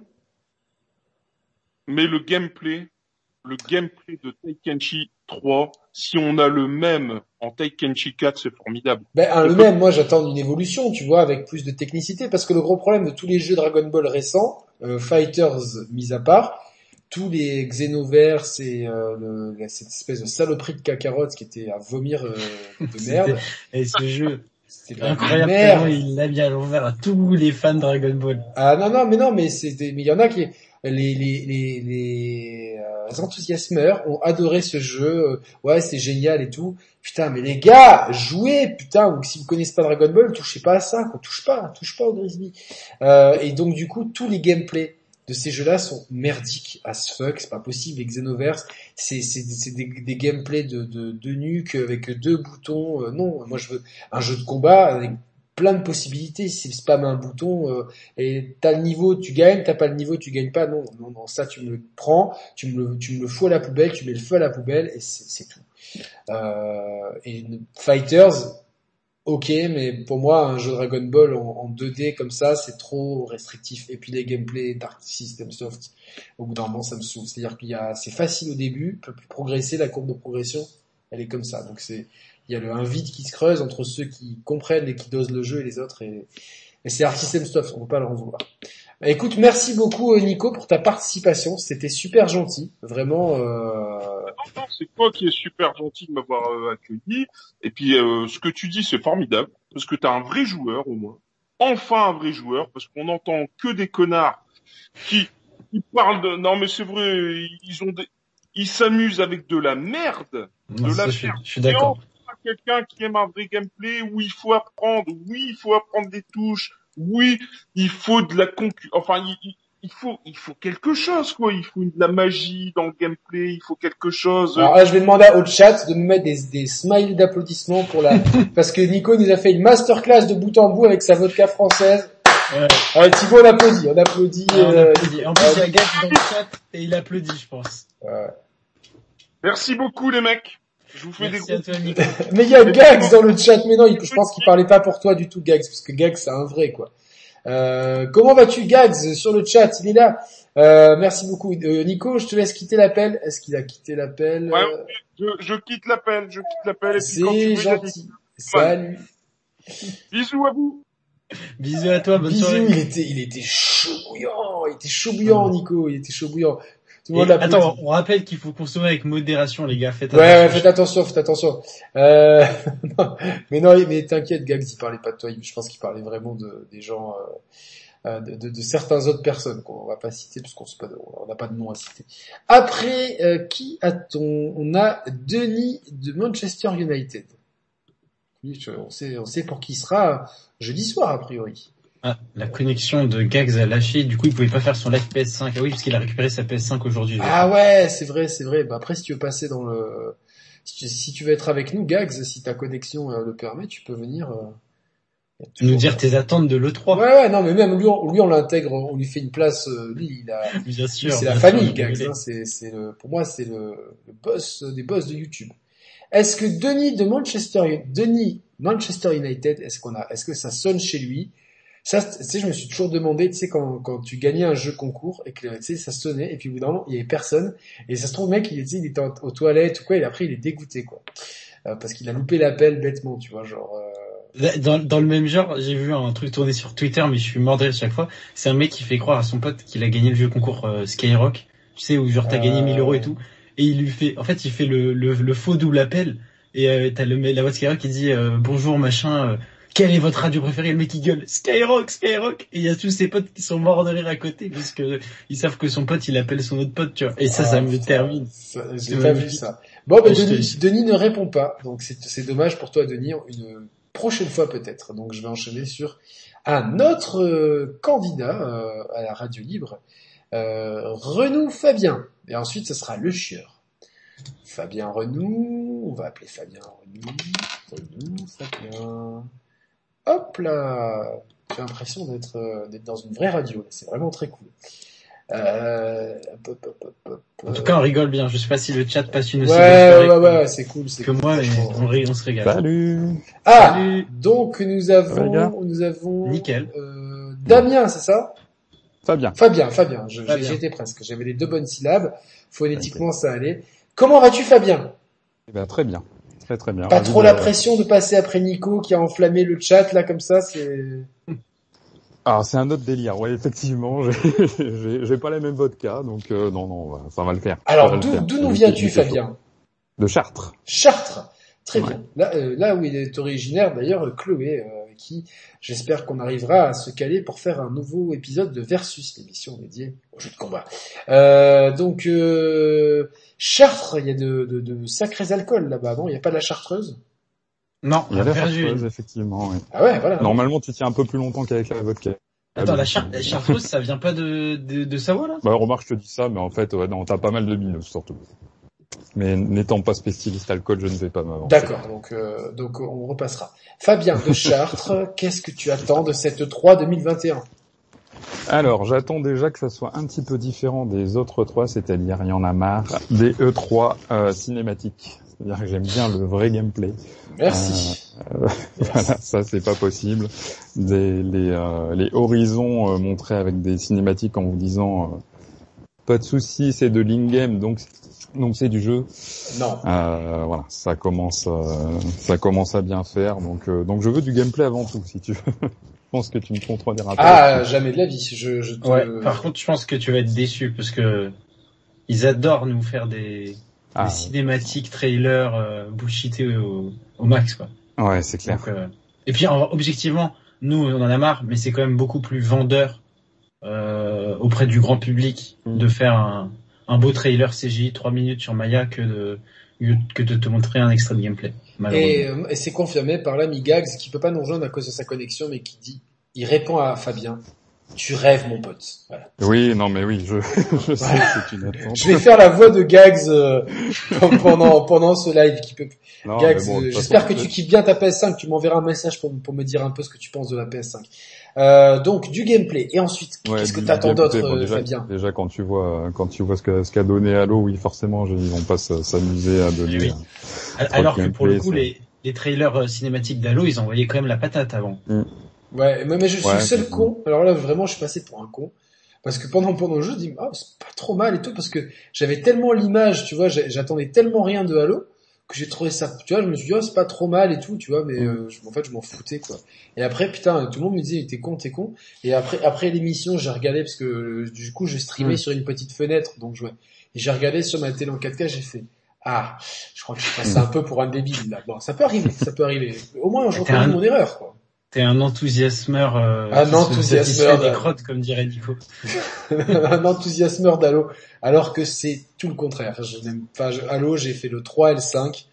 mais le gameplay, le gameplay de Tenkaichi trois, si on a le même en Tenkaichi quatre, c'est formidable. Ben, un, On le peut- même, moi j'attends une évolution, tu vois, avec plus de technicité, parce que le gros problème de tous les jeux Dragon Ball récents, euh, Fighters mis à part, tous les Xenoverse et euh, le, la- cette espèce de saloperie de Kakarot qui était à vomir euh, de merde, C'était, et ce jeu, c'était de la incroyable tellement merde. il l'a bien ouvert à tous les fans de Dragon Ball. Ah non non mais non mais c'était mais il y en a qui les les les les euh, enthousiasmeurs ont adoré ce jeu. Euh, ouais c'est génial et tout. Putain mais les gars jouez putain ou si vous connaissez pas Dragon Ball touchez pas à ça quoi, touche pas touche pas au Grizzly. Euh, et donc du coup tous les gameplays de ces jeux-là sont merdiques as fuck, c'est pas possible. Les Xenoverse c'est c'est c'est des, des gameplays de de de nuque avec deux boutons. Euh, non moi je veux un jeu de combat avec plein de possibilités. Si tu spammes un bouton euh, et t'as le niveau, tu gagnes, t'as pas le niveau, tu gagnes pas. Non, non, non, ça tu me le prends, tu me le, tu me le fous à la poubelle, tu mets le feu à la poubelle et c'est, c'est tout. Euh, et Fighters, ok, mais pour moi un jeu Dragon Ball en, en deux D comme ça, c'est trop restrictif. Et puis les gameplays Dark System Soft, au bout d'un moment ça me saoule. C'est-à-dire qu'il y a, c'est facile au début, peut plus progresser, la courbe de progression, elle est comme ça. Donc c'est il y a le, un vide qui se creuse entre ceux qui comprennent et qui dosent le jeu et les autres. Et, et c'est Arc System Stuff, on peut pas leur en vouloir. Écoute, merci beaucoup Nico pour ta participation. C'était super gentil, vraiment. Euh... Non, non, c'est toi qui es super gentil de m'avoir euh, accueilli. Et puis, euh, ce que tu dis, c'est formidable. Parce que t'as un vrai joueur, au moins. Enfin un vrai joueur, parce qu'on entend que des connards qui, qui parlent de... Non, mais c'est vrai, ils ont des... Ils s'amusent avec de la merde. Non, De ça, la je, suis- merde. je suis Et d'accord. enfin, quelqu'un qui aime un vrai gameplay où il faut apprendre. Oui, il faut apprendre des touches. Oui, il faut de la concu... Enfin, il, il, il faut, il faut quelque chose, quoi. Il faut de la magie dans le gameplay. Il faut quelque chose. Alors là, je vais demander au chat de me mettre des, des smileys d'applaudissements pour la, parce que Nico nous a fait une masterclass de bout en bout avec sa vodka française. Ouais. Allez, Thibaut, on applaudit, on applaudit. Ah, on euh, applaudit. En plus, il y a Gax dans le chat et il applaudit, je pense. ouais. Merci beaucoup, les mecs. Je vous fais Merci des à gros toi, Nico. Mais il y a Gags dans le chat, mais non, il- je pense qu'il parlait pas pour toi du tout, Gags, parce que Gags c'est un vrai, quoi. Euh, comment vas-tu, Gags, sur le chat? Il est là. Euh, merci beaucoup. Euh, Nico, je te laisse quitter l'appel. Est-ce qu'il a quitté l'appel? Ouais, Euh, je, je quitte l'appel, je quitte l'appel, et puis quand tu C'est veux, Yannick. gentil. Salut. Bisous à vous. Bisous à toi, bonne Bisous, soirée. il était, il était chaud bouillant, il était chaud bouillant, Nico, il était chaud bouillant. Tout le Et monde l'applaudit. attends, on rappelle qu'il faut consommer avec modération, les gars. Faites Ouais, ouais, attention. faites attention, faites attention. Euh, non, mais non, mais t'inquiète, Gags, il parlait pas de toi. Je pense qu'il parlait vraiment de des gens, euh, de, de, de certaines autres personnes qu'on va pas citer parce qu'on sait pas, de- on n'a pas de nom à citer. Après, euh, qui a-t-on? On a Denis de Manchester United. Oui, je- on sait, on sait pour qui il sera jeudi soir a priori. Ah, la connexion de Gags a lâché. Du coup, il pouvait pas faire son live P S cinq. Ah oui, parce qu'il a récupéré sa P S cinq aujourd'hui. Ah ouais, c'est vrai, c'est vrai. Bah après, si tu veux passer dans le, si tu, si tu veux être avec nous, Gags, si ta connexion euh, le permet, tu peux venir. Euh... il y a Nous toujours- dire tes attentes de l'E trois. Ouais, ouais, non, mais même lui, on, lui, on l'intègre, on lui fait une place. Euh, lui, il a, Bien lui, sûr. c'est la bien famille, sûr, Gags. désolé. Hein, c'est, c'est le, pour moi, c'est le, le boss des boss de YouTube. Est-ce que Denis de Manchester, Denis Manchester United, est-ce qu'on a, est-ce que ça sonne chez lui? Ça, tu sais, je me suis toujours demandé, tu sais, quand, quand tu gagnais un jeu concours et que, tu sais, ça sonnait et puis au bout d'un moment, il y avait personne et ça se trouve, le mec, il, tu sais, il était en- aux toilettes ou quoi et après, il est dégoûté, quoi. Euh, parce qu'il a loupé l'appel bêtement, tu vois, genre, euh... Dans, dans le même genre, j'ai vu un truc tourner sur Twitter, mais je suis mort de rire chaque fois. C'est un mec qui fait croire à son pote qu'il a gagné le vieux concours euh, Skyrock. Tu sais, où genre t'as gagné mille euros et tout. Et il lui fait, en fait, il fait le, le, le faux double appel. Et euh, t'as le, la voix de Skyrock qui dit euh, bonjour machin, euh, quelle est votre radio préférée? Le mec qui gueule Skyrock, Skyrock. Et il y a tous ses potes qui sont morts de rire à côté parce que ils savent que son pote il appelle son autre pote, tu vois. Et ça, Ah, ça me putain, termine. ça, C'est j'ai pas vu magnifique. ça. Bon, ben Ouais, je te Denis, dis. Denis ne répond pas, donc c'est, c'est dommage pour toi, Denis. Une prochaine fois peut-être. Donc je vais enchaîner sur un autre euh, candidat euh, à la radio libre, euh, Renou Fabien. Et ensuite, ce sera le chieur. Fabien Renou, on va appeler Fabien Renou, Renou Fabien. Hop là, j'ai l'impression d'être euh, d'être dans une vraie radio. C'est vraiment très cool. Euh... hop, hop, hop, hop, En tout cas, on rigole bien. Je sais pas si le chat passe une aussi ouais, bonne soirée ouais, ouais, ouais, c'est cool, c'est que cool. moi, mais franchement. on, rit, on se régale. Salut. Ah, Salut. donc nous Ça va, les gars avons, nous avons, Nickel. euh, Damien, c'est ça? Fabien. Fabien, Fabien, je, Fabien. j'y étais presque. J'avais les deux bonnes syllabes. Phonétiquement, ça allait. Comment vas-tu, Fabien? Eh ben, très bien. Très très bien. Pas Ravi trop de- la pression de passer après Nico qui a enflammé le chat, là, comme ça, c'est... Ah, c'est un autre délire. Ouais, effectivement, j'ai, j'ai, j'ai pas la même vodka, donc euh, non, non, voilà, ça va le faire. Ça va Alors, le d'où, faire. d'où nous Je- viens-tu, je- je- Fabien? De Chartres. Chartres. Très Ouais. bien. Là, euh, là où il est originaire, d'ailleurs, Chloé, euh, qui, j'espère qu'on arrivera à se caler pour faire un nouveau épisode de Versus, l'émission dédiée aux jeux de combat. Euh, donc, euh, Chartres, il y a de, de, de sacrés alcools là-bas, non? Il n'y a pas de la chartreuse? Non, Il y a la Verjus. chartreuse, effectivement. Oui. Ah ouais, voilà. Normalement, tu tiens un peu plus longtemps qu'avec la vodka. Attends, Ah, la, bon. char- la chartreuse, ça vient pas de, de, de Savoie, là? Bah, remarque, je te dis ça, mais en fait, ouais, non, t'as pas mal de minus, surtout. Mais n'étant pas spécialiste alcool, je ne vais pas m'avancer. D'accord, donc, euh, donc on repassera. Fabien de Chartres, qu'est-ce que tu attends de cette E trois deux mille vingt et un? Alors, j'attends déjà que ça soit un petit peu différent des autres trois, c'est-à-dire, il y en a marre, des E trois euh, cinématiques. C'est-à-dire que j'aime bien le vrai gameplay. Merci. Euh, voilà, ça c'est pas possible. Des, les, euh, les horizons euh, montrés avec des cinématiques en vous disant euh, pas de souci, c'est de l'in-game, donc donc c'est du jeu. Non. Euh, voilà, ça commence, euh, ça commence à bien faire. Donc euh, donc je veux du gameplay avant tout, si tu veux. Je pense que tu me contrediras pas. Ah, jamais de la vie. Je, je te... Ouais. Par contre, je pense que tu vas être déçu parce que ils adorent nous faire des, Ah, des cinématiques, trailers, euh, bullshités au, au max, quoi. ouais, c'est clair. Donc, euh, et puis, en- objectivement, nous, on en a marre, mais c'est quand même beaucoup plus vendeur euh, auprès du grand public Mm. de faire un, un beau trailer C G I trois minutes sur Maya que de que de te montrer un extrait de gameplay. Et, Malheureusement. euh, et c'est confirmé par l'ami Gags qui peut pas nous rejoindre à cause de sa connexion, mais qui dit, il répond à Fabien, tu rêves mon pote. Voilà. Oui, non, mais oui, je, je sais que c'est une attente. Je vais faire la voix de Gags euh, pendant pendant ce live qui peut. Non, Gags, mais bon, de euh, toute j'espère façon, que tu kiffes bien ta P S cinq. Tu m'enverras un message pour pour me dire un peu ce que tu penses de la P S cinq. Euh, donc du gameplay et ensuite Ouais, qu'est-ce que du- t'attends du d'autre, gameplay, bon, euh, déjà, Fabien? déjà quand tu vois quand tu vois ce qu'a ce qu'a donné Halo, oui forcément ils vont pas s- s'amuser à donner. Oui. euh, Alors trop de que pour le gameplay, coup, ça. les, les trailers euh, cinématiques d'Halo, ils envoyaient quand même la patate avant. Ouais, mais, mais je suis Ouais, le seul c'est- con. Alors là, vraiment, je suis passé pour un con. Parce que pendant, pendant le jeu, je dis, ah, c'est pas trop mal et tout, parce que j'avais tellement l'image, tu vois, j'ai- j'attendais tellement rien de Halo, que j'ai trouvé ça, tu vois, je me suis dit, oh, c'est pas trop mal et tout, tu vois, mais, euh, je- en fait, je m'en foutais, quoi. Et après, putain, tout le monde me disait, t'es con, t'es con. Et après, après l'émission, j'ai regardé, parce que, euh, du coup, je streamais Mm. sur une petite fenêtre, donc je, et j'ai regardé sur ma télé en quatre K, j'ai fait, ah, je crois que je suis passé un peu pour un débile, là. Bon, ça peut arriver, ça peut arriver. Au moins, je T'es reconnais un- mon erreur, quoi. T'es un enthousiasmeur, euh, Un qui se enthousiasmeur satisfait des de- crottes, comme dirait Nico. un enthousiasmeur d'Halo, alors que c'est tout le contraire. Enfin, je n'aime pas je- Halo, j'ai fait le trois et le cinq,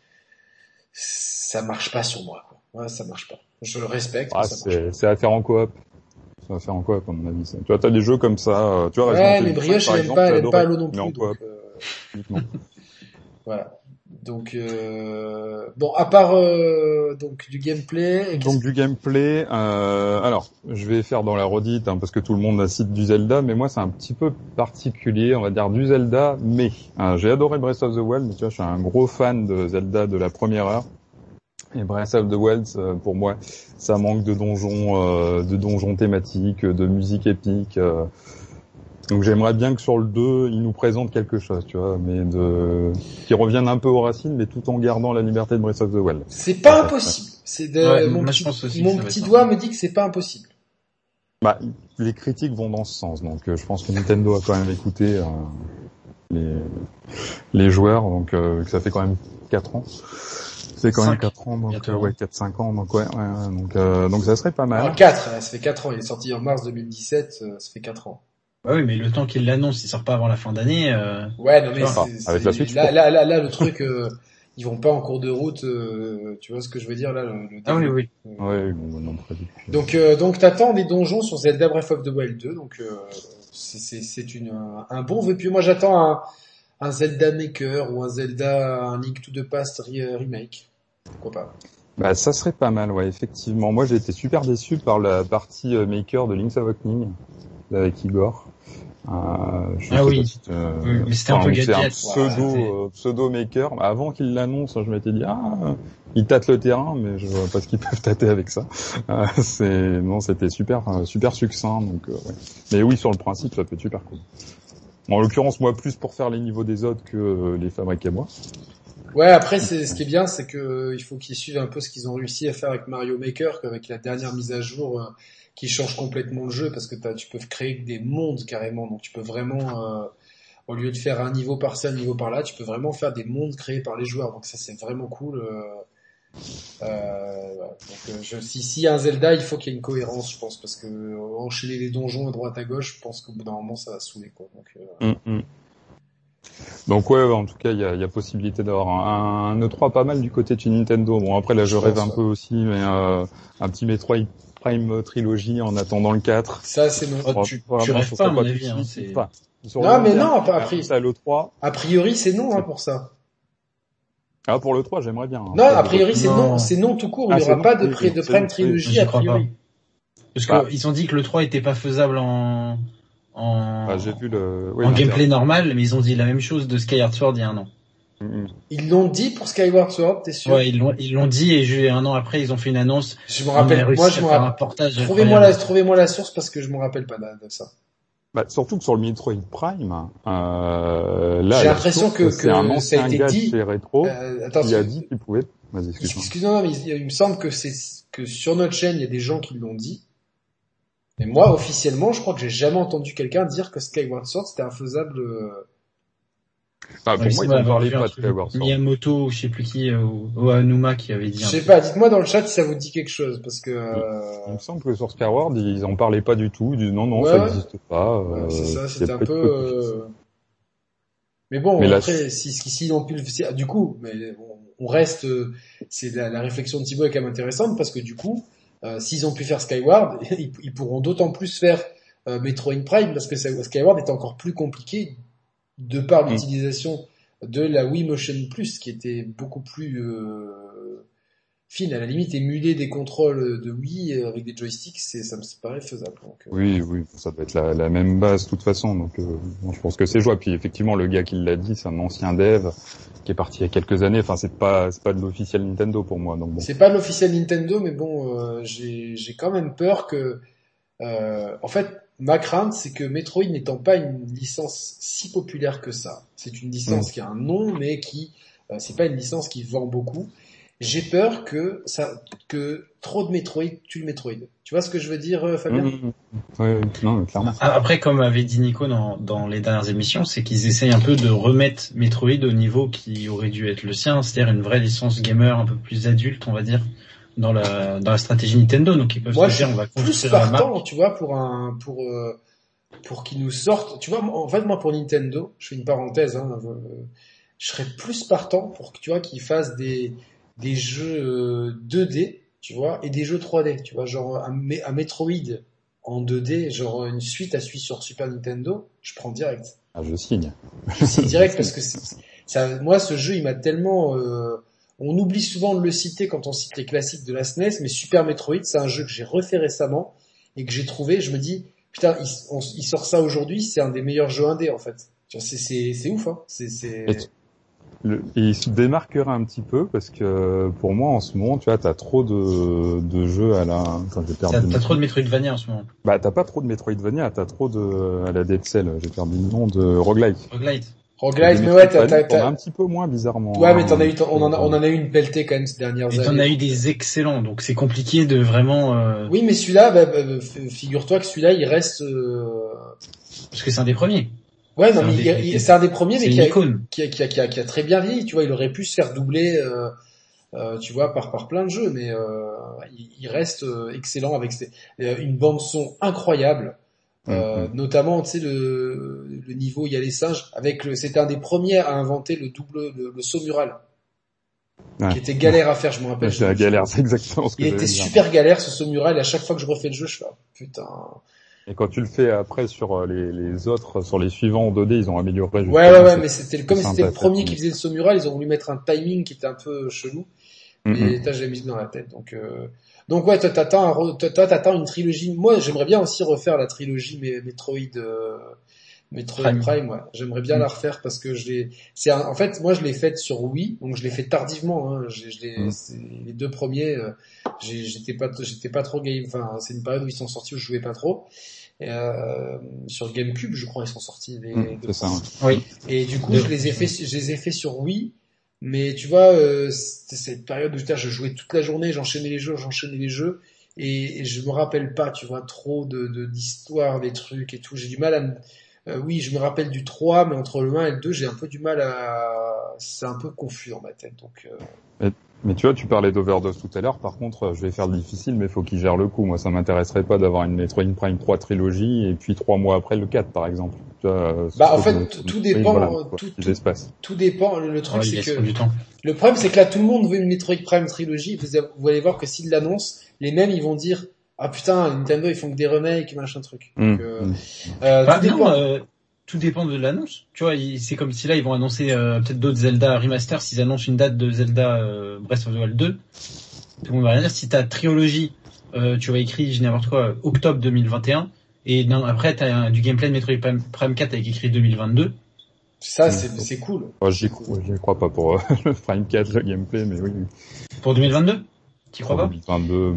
ça marche pas sur moi, quoi. Ouais, ça marche pas. Je le respecte, Ah, mais ça marche c'est c'est à faire en coop. C'est à faire en coop à mon avis. ça. Tu vois, t'as des jeux comme ça. euh, Tu vois, pas. Resident Ouais, Evil mais Brioche, cinq, par elle aime exemple, pas, j'ai elle aime pas adoré, Halo non mais en plus, coop donc, euh, uniquement. voilà. Donc, euh, bon, à part, euh, donc, du gameplay, Donc du gameplay, euh, alors je vais faire dans la redite hein, parce que tout le monde cite du Zelda, mais moi c'est un petit peu particulier, on va dire du Zelda, mais euh, j'ai adoré Breath of the Wild, mais tu vois je suis un gros fan de Zelda de la première heure, et Breath of the Wild euh, pour moi ça manque de donjons, euh, de donjons thématiques, de musique épique. Euh, donc j'aimerais bien que sur le deux, ils nous présentent quelque chose, tu vois, mais de qui reviennent un peu aux racines, mais tout en gardant la liberté de Breath of the Wild. c'est pas Ouais, impossible. C'est de, Ouais, mon moi, petit, je pense aussi que mon ça va petit être doigt un- me dit que c'est pas impossible. Bah, les critiques vont dans ce sens, donc euh, je pense que Nintendo a quand même écouté euh, les les joueurs, donc euh, que ça fait quand même quatre ans. C'est quand même Cinq. quatre ans, donc Bientôt. euh, ouais, quatre cinq ans, donc ouais, ouais, ouais, donc euh, donc ça serait pas mal. Alors, quatre, ça fait quatre ans, il est sorti en mars deux mille dix-sept, euh, ça fait quatre ans. Bah oui, mais le temps qu'il l'annonce, il sort pas avant la fin d'année. Euh... Ouais, non mais Enfin, c'est, avec c'est- la Switch, là, quoi. là, là, là, le truc, euh, ils vont pas en cours de route, euh, tu vois ce que je veux dire là, le, le Ah oui, début. oui. Ouais, bon, non, pas du tout. Donc, euh, donc t'attends des donjons sur Zelda Breath of the Wild deux, donc euh, c'est, c'est, c'est une, un, un bon vœu pieux. Moi, j'attends un, un Zelda Maker ou un Zelda, un Link to the Past re- remake. Pourquoi pas? Bah, ça serait pas mal, ouais, effectivement. Moi, j'ai été super déçu par la partie euh, maker de Link's Awakening avec Igor. Euh, je sais Ah pas oui. si te- Oui, mais c'était un enfin, peu c'est gadget. un Ouais, pseudo, c'était- euh, pseudo maker. Avant qu'il l'annonce, je m'étais dit, ah, ils tâtent le terrain, mais je vois pas ce qu'ils peuvent tâter avec ça. Euh, c'est, non, c'était super, euh, super succinct, donc, euh, ouais. Mais oui, sur le principe, ça peut être super cool. En l'occurrence, moi, plus pour faire les niveaux des autres que euh, les fabriquer moi. Ouais, après, c'est, ce qui est bien, c'est que euh, il faut qu'ils suivent un peu ce qu'ils ont réussi à faire avec Mario Maker, qu'avec la dernière mise à jour, euh, qui change complètement le jeu, parce que t'as, tu peux créer des mondes carrément, donc tu peux vraiment, euh, au lieu de faire un niveau par-ci, un niveau par-là, tu peux vraiment faire des mondes créés par les joueurs, donc ça c'est vraiment cool. Euh, euh, voilà. Donc, euh, je, si, s'il y a un Zelda, il faut qu'il y ait une cohérence, je pense, parce que euh, enchaîner les donjons à droite à gauche, je pense qu'au bout d'un moment ça va saouler, quoi. Donc, euh, Mm, mm. Donc ouais, en tout cas, il y a, il y a possibilité d'avoir un, un E trois pas mal du côté de chez Nintendo. Bon, après là, je, Je rêve pense, un ouais. peu aussi, mais euh, un petit Metroid Prime Trilogy en attendant le quatre. ça c'est non. Oh, Bon, tu, vraiment, tu rêves ça pas, à serait mon tout de avis. Hein, suite. c'est... Enfin, sur Non, le mais long non, terme, pas mais après. ça, l'E trois. A priori, c'est non, hein, C'est- pour ça. Ah, pour l'E trois, j'aimerais bien. hein. Non, Après, a je- priori, c'est non, Non. c'est non tout court. Il Ah, n'y c'est aura non, pas de, oui, pré- oui, de c'est Prime non, Trilogy, J'y a crois pas. priori. Parce Bah. que ils ont dit que le trois était pas faisable en, en, Bah, j'ai vu le, oui, en l'inter- gameplay normal, mais ils ont dit la même chose de Skyward Sword il y a un an. Mm, mm. Ils l'ont dit pour Skyward Sword, t'es sûr? Ouais, ils l'ont, ils l'ont dit et j'ai- un an après, ils ont fait une annonce. Je me On a rappelle, réussi moi, à je me faire un rappelle. portage Trouvez-moi la, incroyable. trouvez-moi la source parce que je me rappelle pas de, de ça. Bah, surtout que sur le Metroid Prime, euh, là, J'ai la l'impression source, que- c'est que un ça a ancien été gars de dit. chez Retro Euh, attends, qui a c'est- dit qu'il pouvait. Vas-y, excuse-moi. excuse-moi, mais il, il me semble que c'est, que sur notre chaîne, il y a des gens qui l'ont dit. Mais moi, officiellement, je crois que j'ai jamais entendu quelqu'un dire que Skyward Sword c'était infaisable. euh, Bah, Ouais, pour il moi, ils semble n'en avoir parlaient vu un pas de truc. Skyward Sword. Miyamoto, ou je sais plus qui, euh, ou, ou Aonuma qui avait dit Je un sais truc. pas, dites-moi dans le chat si ça vous dit quelque chose, parce que, euh, Il me semble que sur Skyward, ils en parlaient pas du tout. Ils disent non, non, Ouais, ça ouais. n'existe pas. ouais, euh, c'est ça, il y a c'était un pas peu, de copie. euh, mais bon, Mais la après, si, si, s'ils ont pu le faire, du coup, mais bon, on reste, euh, c'est la, la réflexion de Thibaut est quand même intéressante, parce que du coup, euh, s'ils ont pu faire Skyward, ils, ils pourront d'autant plus faire euh, Metroid Prime, parce que ça- Skyward est encore plus compliqué de par Mm. l'utilisation de la Wii Motion Plus, qui était beaucoup plus euh, fine, à la limite, émuler des contrôles de Wii euh, avec des joysticks, c'est, ça me paraît faisable. Donc, euh, Oui, oui, ça doit être la, la même base de toute façon. Donc, euh, bon, je pense que c'est jouable. Puis effectivement, le gars qui l'a dit, c'est un ancien dev qui est parti il y a quelques années. Enfin, c'est pas, c'est pas de l'officiel Nintendo pour moi. Donc bon. C'est pas l'officiel Nintendo, mais bon, euh, j'ai, j'ai quand même peur que, euh, en fait, ma crainte, c'est que Metroid n'étant pas une licence si populaire que ça, c'est une licence Mm. qui a un nom, mais qui, euh, c'est pas une licence qui vend beaucoup. J'ai peur que ça, que trop de Metroid tue le Metroid. Tu vois ce que je veux dire, euh, Fabien? Mm. Oui, oui, non, mais clairement. Après, comme avait dit Nico dans, dans les dernières émissions, c'est qu'ils essayent un peu de remettre Metroid au niveau qui aurait dû être le sien, c'est-à-dire une vraie licence gamer un peu plus adulte, on va dire, dans la dans la stratégie Nintendo. Donc ils peuvent Moi, se je dire, on va suis plus construire la marque. partant, tu vois, pour un, pour, euh, pour qu'ils nous sortent. Tu vois, en fait, moi, pour Nintendo, je fais une parenthèse, hein, euh, je serais plus partant pour que tu vois qu'ils fassent des des jeux euh, deux D, tu vois, et des jeux trois D, tu vois, genre un, Me- un Metroid en deux D, genre une suite à suivre sur Super Nintendo, je prends direct. Ah, je signe. Je signe direct parce que c'est- ça, moi, ce jeu, il m'a tellement. Euh, on oublie souvent de le citer quand on cite les classiques de la S N E S, mais Super Metroid, c'est un jeu que j'ai refait récemment et que j'ai trouvé. Je me dis, putain, il, on- il sort ça aujourd'hui, c'est un des meilleurs jeux indés en fait. Tu vois, C'est c'est c'est ouf, hein. C'est c'est. Et tu- Le, et il se démarquerait un petit peu parce que pour moi en ce moment, tu vois, t'as trop de, de jeux à la. Quand j'ai perdu. T'as, le t'as nom. trop de Metroidvania en ce moment. Bah t'as pas trop de Metroidvania, t'as trop de à la Dead Cell. J'ai perdu le nom de roguelike. Roguelite. Roguelite, Des mais ouais, t'as, t'as, Metroidvania, t'en as t'as- un petit peu moins bizarrement. ouais, mais t'en as hein. eu, on en a, on en a eu une pelletée quand même ces dernières Et t'en années. as eu des excellents, donc c'est compliqué de vraiment... Euh, Oui, mais celui-là, bah, bah, f- figure-toi que celui-là, il reste. Euh... Parce que c'est un des premiers. Ouais, non, C'est mais un il- des- il- c'est un des premiers, C'est mais une qui a, icône. qui, a, qui, a, qui, a, qui a très bien vieilli. Tu vois, il aurait pu se faire doubler, euh, euh, tu vois, par par plein de jeux, mais euh, il, il reste euh, excellent avec ses, euh, une bande son incroyable. Euh, Mhm. notamment, tu sais, le, le niveau, il y a les singes. Avec le, c'était un des premiers à inventer le double, le, le saut mural, Ouais. qui était galère à faire. Je me rappelle. Ouais, c'est la galère, c'est exactement ce que Il j'allais était dire. super galère ce saut mural. Et à chaque fois que je refais le jeu, je fais ah, putain. Et quand tu le fais après sur euh, les, les autres, sur les suivants en deux D, ils ont amélioré. Ouais, justement, ouais, ouais, c'est- mais c'était le- comme c'est c'était le sympa, premier ça. qui faisait le saut mural, ils ont voulu mettre un timing qui était un peu chelou. Mhm. Et là, j'ai mis dans la tête. Donc, euh... donc ouais, toi, t'attends, un re- toi, toi, t'attends une trilogie. Moi, j'aimerais bien aussi refaire la trilogie mais Metroid, euh... Metroid Prime. Prime, ouais. J'aimerais bien Mm. la refaire parce que je l'ai, c'est un- en fait, moi je l'ai faite sur Wii, donc je l'ai fait tardivement, hein. J'ai, je l'ai, Mm. c'est- les deux premiers, euh, j'ai- j'étais pas, j'étais pas trop game, enfin, c'est une période où ils sont sortis où je jouais pas trop. Et, euh, sur GameCube, je crois, ils sont sortis les Mm, deux c'est ça. premiers. Oui. Et du coup, Deux. je les ai fait, je les ai fait sur Wii. Mais tu vois, euh, c'était cette période où putain, je jouais toute la journée, j'enchaînais les jeux, j'enchaînais les jeux, et, et je me rappelle pas, tu vois, trop de, de d'histoire, des trucs et tout. J'ai du mal à me... euh, oui, je me rappelle du trois, mais entre le un et le deux, j'ai un peu du mal à... C'est un peu confus dans ma tête, donc... Euh... Mais tu vois, tu parlais d'Overdose tout à l'heure. Par contre, je vais faire le difficile, mais faut qu'il gère le coup. Moi, ça m'intéresserait pas d'avoir une Metroid Prime trois trilogie et puis trois mois après le quatre, par exemple. Tu vois, Bah, en ce fait, que- tout- tout oui, dépend, voilà, euh, quoi, tout- des tout- espaces. Tout dépend, le, le truc Ouais, il c'est laisse que... trop du temps. Le problème, c'est que là, tout le monde veut une Metroid Prime trilogie. Vous, avez- vous allez voir que s'ils l'annoncent, les mêmes, ils vont dire, ah putain, Nintendo, ils font que des remakes, machin truc. Mm. Donc, euh, Mm. euh, Bah, tout non, dépend. euh, tout dépend de l'annonce. Tu vois, il- c'est comme si là ils vont annoncer euh, peut-être d'autres Zelda remaster. S'ils annoncent une date de Zelda euh, Breath of the Wild deux, tout le monde va rien dire. Si ta trilogie, euh, tu vas écrire, je dis n'importe quoi, euh, octobre deux mille vingt et un, et non, après t'as un- du gameplay de Metroid Prime, Prime quatre avec écrit deux mille vingt-deux. Ça, Mm. c'est, c'est cool. Oh, j'y, crois, j'y crois pas pour euh, le Prime quatre, le gameplay, mais oui. oui. Pour deux mille vingt-deux, t'y crois Pour pas? deux mille vingt-deux,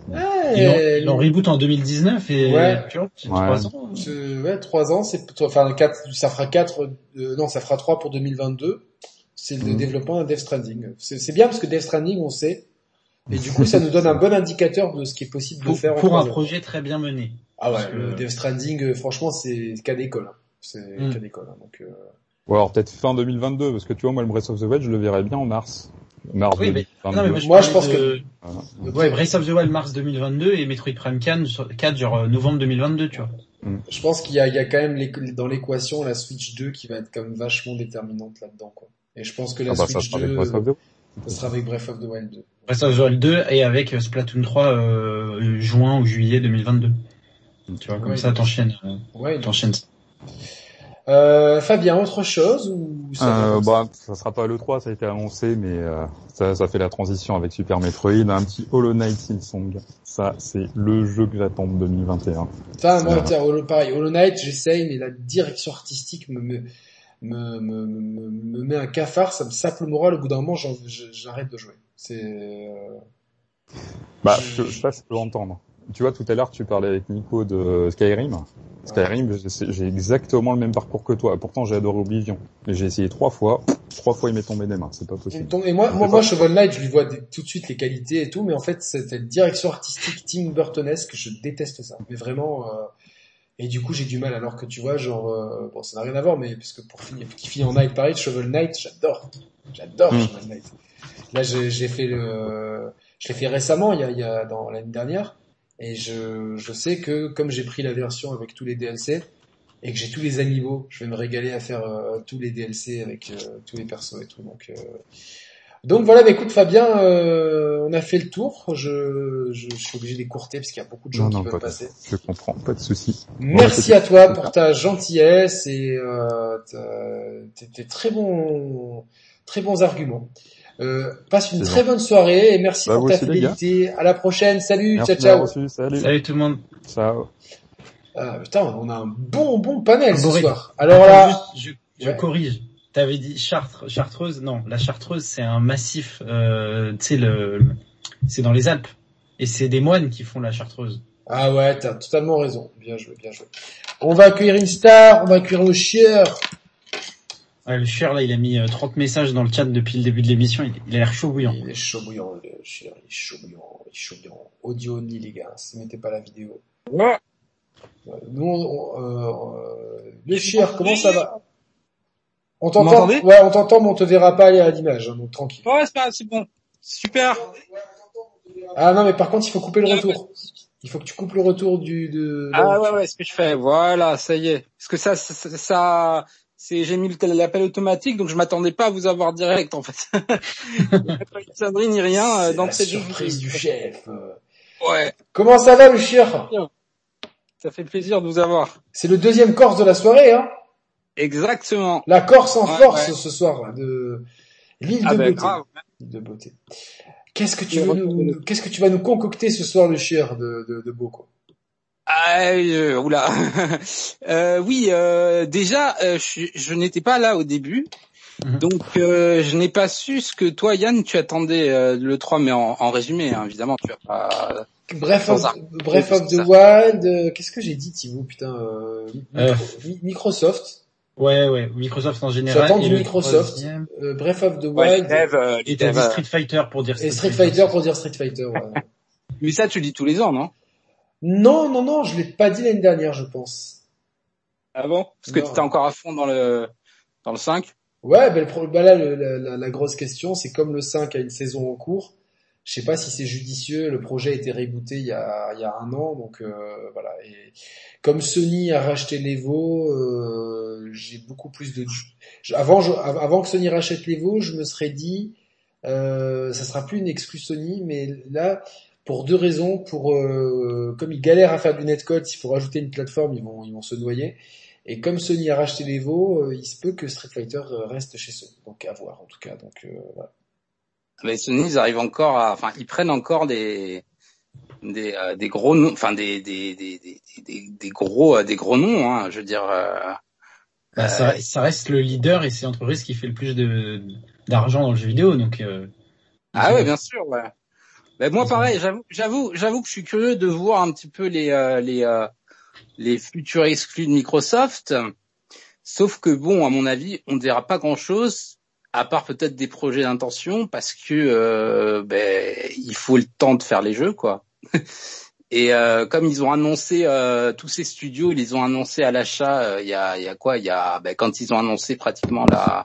Ils l'ont, Ouais, ils l'ont reboot en deux mille dix-neuf et Ouais. tu vois, c'est Ouais. trois ans. ce- ouais, trois ans, c'est, enfin, quatre, ça fera quatre, euh, non, ça fera trois pour deux mille vingt-deux. C'est le Mm. développement d'un Death Stranding. C'est, c'est bien parce que Death Stranding, on sait. Et du coup, ça nous donne un bon indicateur de ce qui est possible de Pour, faire en pour un trois ans. projet très bien mené. Ah ouais, Parce que- le Death Stranding, euh, franchement, c'est cas d'école. hein. C'est Mm. cas d'école. hein. Donc, euh... Ou alors peut-être fin deux mille vingt-deux, parce que tu vois, moi, le Breath of the Wild, je le verrais bien en mars. Mars Oui, deux mais, mille vingt-deux. non, mais moi, je, Moi, je parlais pense de- Voilà. Ouais, Breath of the Wild mars deux mille vingt-deux et Metroid Prime quatre, genre euh, novembre deux mille vingt-deux, tu vois. je pense qu'il y a, il y a quand même l'éc- dans l'équation la Switch deux qui va être quand même vachement déterminante là-dedans, quoi. Et je pense que la Ah bah, ça Switch sera avec deux, Breath of the Wild. ça sera avec Breath of the Wild deux. Breath of the Wild deux et avec euh, Splatoon trois euh, juin ou juillet deux mille vingt-deux. Tu vois, comme Ouais, ça t'enchaînes, euh, Ouais. t'enchaînes. Euh, Fabien, autre chose ou ça va Euh, comme ça bah, ça sera pas le trois, ça a été annoncé, mais euh, ça, ça fait la transition avec Super Metroid, un petit Hollow Knight Silksong. Ça, c'est le jeu que j'attends de deux mille vingt et un. Putain, moi, Ouais. tiens, Hollow, pareil, Hollow Knight, j'essaye, mais la direction artistique me, me, me, me, me, me met un cafard, ça me sape le moral, au bout d'un moment, j'en- j'arrête de jouer. C'est, euh... Bah, Je- je, ça, je peux entendre. Tu vois, tout à l'heure, tu parlais avec Nico de Skyrim. Skyrim, j'ai j'ai exactement le même parcours que toi. Pourtant, j'ai adoré Oblivion. Mais j'ai essayé trois fois. Trois fois, il m'est tombé des mains. C'est pas possible. Donc, et moi, Je moi, sais moi, pas. Shovel Knight, je lui vois des- tout de suite les qualités et tout, mais en fait, cette direction artistique Tim Burtonesque, je déteste ça. Mais vraiment, euh, et du coup, j'ai du mal, alors que tu vois, genre, euh, bon, ça n'a rien à voir, mais parce que pour finir, qui finit en Night pareil, Shovel Knight, j'adore. J'adore Mm. Shovel Knight. Là, j'ai j'ai fait le, je l'ai fait récemment, il y a, il y a, dans l'année dernière, et je, je sais que, comme j'ai pris la version avec tous les D L C, et que j'ai tous les amiibo, je vais me régaler à faire euh, tous les D L C avec euh, tous les persos et tout. Donc, euh... donc voilà. Bah, écoute Fabien, euh, on a fait le tour. Je, je, je suis obligé d'écourter parce qu'il y a beaucoup de gens Non, qui non, veulent pas de- passer. je comprends. Pas de souci. Merci Ouais, à toi c'est- pour ta gentillesse et euh, ta- tes, tes très bons, très bons arguments. Euh, passe une C'est très bonne soirée et merci Bah, pour vous ta aussi, les gars. fidélité. À la prochaine. Salut, Merci ciao de m'avoir ciao. reçu. Salut. Salut tout le monde. Ciao. Ah, putain, on a un bon bon panel ce Bon, soir. Alors Attends, là, juste, je, je Ouais. corrige. T'avais dit Chartres, Chartreuse. Non, la Chartreuse, c'est un massif. Euh, tu sais le, le- c'est dans les Alpes et c'est des moines qui font la Chartreuse. ah ouais, t'as totalement raison. Bien joué, bien joué. On va accueillir une star, on va accueillir le chieur. Ouais, le chieur là, il a mis euh, trente messages dans le chat depuis le début de l'émission. Il, il a l'air chaud bouillant. Il est chaud bouillant, le chieur, il est chaud bouillant, il est chaud bouillant. Audio only, les gars, si vous mettez pas la vidéo. Ouais. Ouais, Nous, on, euh, euh, le chieur, comment ça va? On Vous t'entend? m'entendez Ouais, on t'entend, mais on te verra pas à l'image, hein, donc tranquille. Ouais, c'est pas, c'est bon. Super. Ah non, mais par contre, il faut couper le retour. Il faut que tu coupes le retour du, de, Ah ouais, ouais, ce que je fais. Voilà, ça y est. Parce que ça, ça, ça, ça- c'est, j'ai mis le- l'appel automatique, donc je m'attendais pas à vous avoir direct, en fait. Pas de sonnerie ni rien, euh, C'est la d'entrée de jeu. surprise du chef. Euh, Ouais. Comment ça va, le chieur? Ça fait plaisir de vous avoir. C'est le deuxième Corse de la soirée, hein. Exactement. La Corse en Ouais, force ouais. ce soir, là, de l'île Ah de ben, beauté. grave. L'île de beauté. Qu'est-ce que tu Le veux retour nous, qu'est-ce que tu vas nous concocter ce soir, le chieur de, de, de Boko? Ah, euh, oula. euh, oui, euh, déjà, euh, je, je n'étais pas là au début, Mhm. donc euh, je n'ai pas su ce que toi, Yann, tu attendais euh, de l'E trois, mais en, en résumé, hein, évidemment, tu vas pas Breath sans of, arrêt, Breath parce of que the ça. Wild, euh, qu'est-ce que j'ai dit, Thibaut, putain, euh, Euh, micro, mi- Microsoft. ouais, ouais, Microsoft en général, J'attends et du le Microsoft, troisième, euh, Breath of the Ouais, les Wild, devs, euh, les et t'as devs. dit euh, Street Fighter pour dire et Street Street Fighter. Fighter c'est pour ça. dire Street Fighter, voilà. Mais ça, tu le dis tous les ans, non? Non, non, non, je l'ai pas dit l'année dernière, je pense. Ah bon? Parce que Non. t'étais encore à fond dans le dans le cinq. Ouais, ben le pro- bah là, le- la, la- la grosse question, c'est comme le cinq a une saison en cours, je sais pas si c'est judicieux, le projet a été rebooté il y a, il y a un an, donc euh, voilà. Et comme Sony a racheté l'Evo, euh, j'ai beaucoup plus de... je- Avant, je- avant que Sony rachète l'Evo, je me serais dit, euh, ça sera plus une exclue Sony, mais là, pour deux raisons, pour euh, comme ils galèrent à faire du netcode, s'il faut rajouter une plateforme, ils vont, ils vont se noyer. Et comme Sony a racheté l'Evo, euh, il se peut que Street Fighter euh, reste chez Sony. Donc à voir en tout cas. Donc euh, voilà. Mais Sony, ils arrivent encore à, enfin, ils prennent encore des des euh, des gros noms, enfin des des des des des, des gros euh, des gros noms, hein. Je veux dire. Euh, Bah, ça, euh, ça reste le leader et c'est l'entreprise qui fait le plus de d'argent dans le jeu vidéo, donc euh, ils ah ont- ouais, bien sûr. Ouais. Ben moi, ils ont- pareil. J'avoue, j'avoue, j'avoue que je suis curieux de voir un petit peu les euh, les euh, les futurs exclus de Microsoft. Sauf que bon, à mon avis, on ne verra pas grand-chose, à part peut-être des projets d'intention, parce que euh, ben il faut le temps de faire les jeux, quoi. Et euh, comme ils ont annoncé euh, tous ces studios, ils les ont annoncés à l'achat. euh, Il y a, il y a quoi Il y a ben, quand ils ont annoncé pratiquement la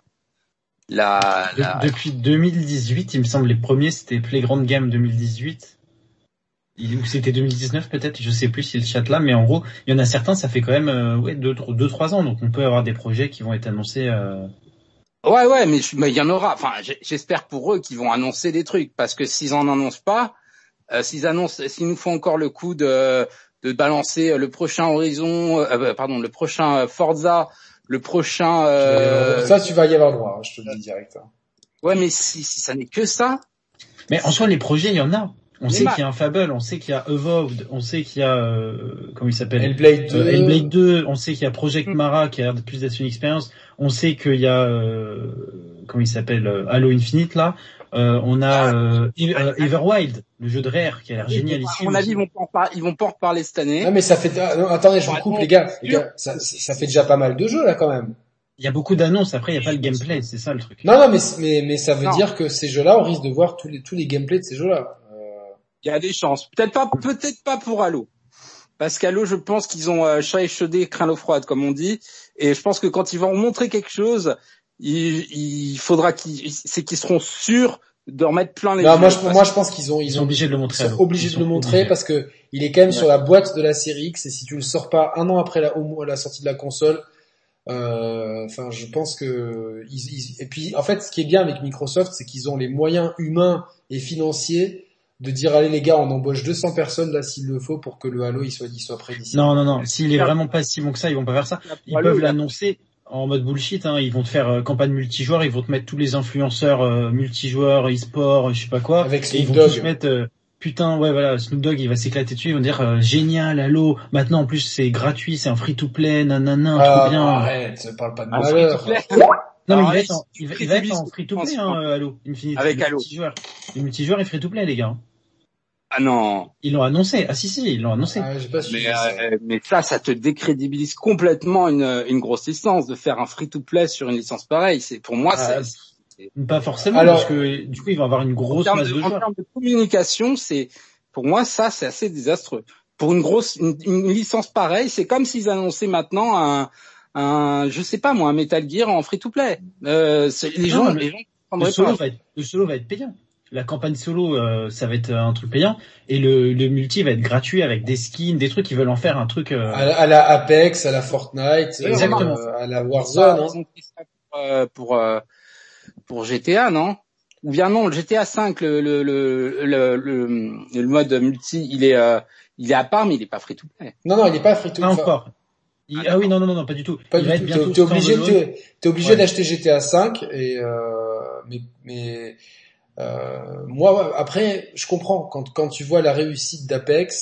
la, De- la depuis deux mille dix-huit, il me semble, les premiers c'était Playground Game deux mille dix-huit. Il- Ou c'était deux mille dix-neuf peut-être, je sais plus si le chat là, mais en gros, il y en a certains, ça fait quand même euh, ouais deux, trois- deux, trois ans, donc on peut avoir des projets qui vont être annoncés. Euh... ouais ouais, mais je- mais il y en aura. Enfin, j'ai- j'espère pour eux qu'ils vont annoncer des trucs, parce que s'ils en annoncent pas, euh, s'ils annoncent, s'ils nous font encore le coup de de balancer le prochain Horizon, euh, pardon, le prochain Forza, le prochain. Euh, Ça, tu vas y avoir droit, hein, je te le dis direct. hein. Ouais, mais si, si ça n'est que ça. Mais en soi, les projets, il y en a. On Les sait ma- qu'il y a un Fable, on sait qu'il y a Evolved, on sait qu'il y a euh, comment il s'appelle Hellblade deux. Euh, Hellblade deux, on sait qu'il y a Project Mm. Mara qui a l'air de plus d'être une expérience, on sait qu'il y a euh, comment il s'appelle euh, Halo Infinite là, euh, on a euh, Ev- euh, Everwild, le jeu de Rare qui a l'air génial ici. À mon avis, ils vont pas en par- ils vont pas en reparler cette année. Non mais ça fait... ah, non, attendez, je vous Ouais, coupe non, les gars. c'est Les sûr. gars, ça, ça fait déjà pas mal de jeux là quand même. Il y a beaucoup d'annonces, après il y a pas le gameplay, c'est ça le truc. Non, non, mais, mais, mais ça veut Non. dire que ces jeux-là, on risque de voir tous les, tous les gameplays de ces jeux-là. Euh, Il y a des chances. Peut-être pas, peut-être pas pour Halo. Parce qu'Halo, je pense qu'ils ont euh, chat échaudé, crin l'eau froide, comme on dit. Et je pense que quand ils vont montrer quelque chose, il, il faudra qu'ils, c'est qu'ils seront sûrs de remettre plein les Non, yeux. moi je, Parce moi je pense qu'ils ont, Ils ils sont ont, obligés de le ils montrer. sont alors. obligés Ils de sont le montrer obligés. parce que il est quand même Ouais. sur la boîte de la série X et si tu le sors pas un an après la, au- la sortie de la console, euh, enfin, je pense que ils, ils- et puis en fait, ce qui est bien avec Microsoft, c'est qu'ils ont les moyens humains et financiers de dire allez les gars, on embauche deux cents personnes là s'il le faut pour que le Halo il soit, il soit prêt d'ici. Non, non, non. S'il est vraiment pas si bon que ça, ils vont pas faire ça. Ils Halo, peuvent il y a- l'annoncer en mode bullshit. Hein. Ils vont te faire euh, campagne multijoueur. Ils vont te mettre tous les influenceurs euh, multijoueurs, e-sport, je sais pas quoi. Avec Et ils Snoop vont Dogg. tous mettre euh, putain, ouais, voilà, Snoop Dogg, il va s'éclater dessus. Ils vont dire euh, génial, Halo. Maintenant, en plus, c'est gratuit, c'est un free-to-play, nanana, Ah, trop bien. arrête, parle pas de Ah, malheur. free-to-play. Non, mais Alors il va là, être en, ils- il va, ils il va être en crédibilisent, free-to-play, je hein, pense. euh, Halo Infinite. Avec le Halo. multijoueur. Le multijoueur est free-to-play, les gars. Ah non. Ils l'ont annoncé. Ah si, si, ils l'ont annoncé. Ah, j'ai pas suivi Mais, ça. euh, mais ça, ça te décrédibilise complètement une, une grosse licence de faire un free-to-play sur une licence pareille. C'est pour moi, Ah, c'est Pas forcément, Alors- parce que du coup, ils vont avoir une en grosse termes masse de, de en joueurs. termes de communication, c'est pour moi ça, c'est assez désastreux. Pour une grosse, une, une licence pareille, c'est comme s'ils annonçaient maintenant un, un, je sais pas moi, un Metal Gear en free-to-play. Euh, c'est- les Non, gens, mais les gens ne Le prendraient solo, pas. va être, le solo va être payant. La campagne solo, euh, ça va être un truc payant. Et le, le multi va être gratuit avec des skins, des trucs. Ils veulent en faire un truc... Euh... À, la- à la Apex, à la Fortnite, Exactement. euh, à la Ça, Warzone. hein. ils ont fait ça pour, euh, pour, euh, pour G T A, non? Ou bien non, le G T A cinq, le, le, le, le, le, le mode multi, il est, euh, il est à part, mais il est pas free-to-play. Non, non, il est pas free to Pas encore. Il- Ah, ah oui, non, non, non, non, pas du tout. Pas il du va tout. être bientôt T'es, t'es obligé, standalone. t'es, t'es obligé Ouais. d'acheter G T A cinq et euh, mais mais euh, moi après je comprends quand quand tu vois la réussite d'Apex,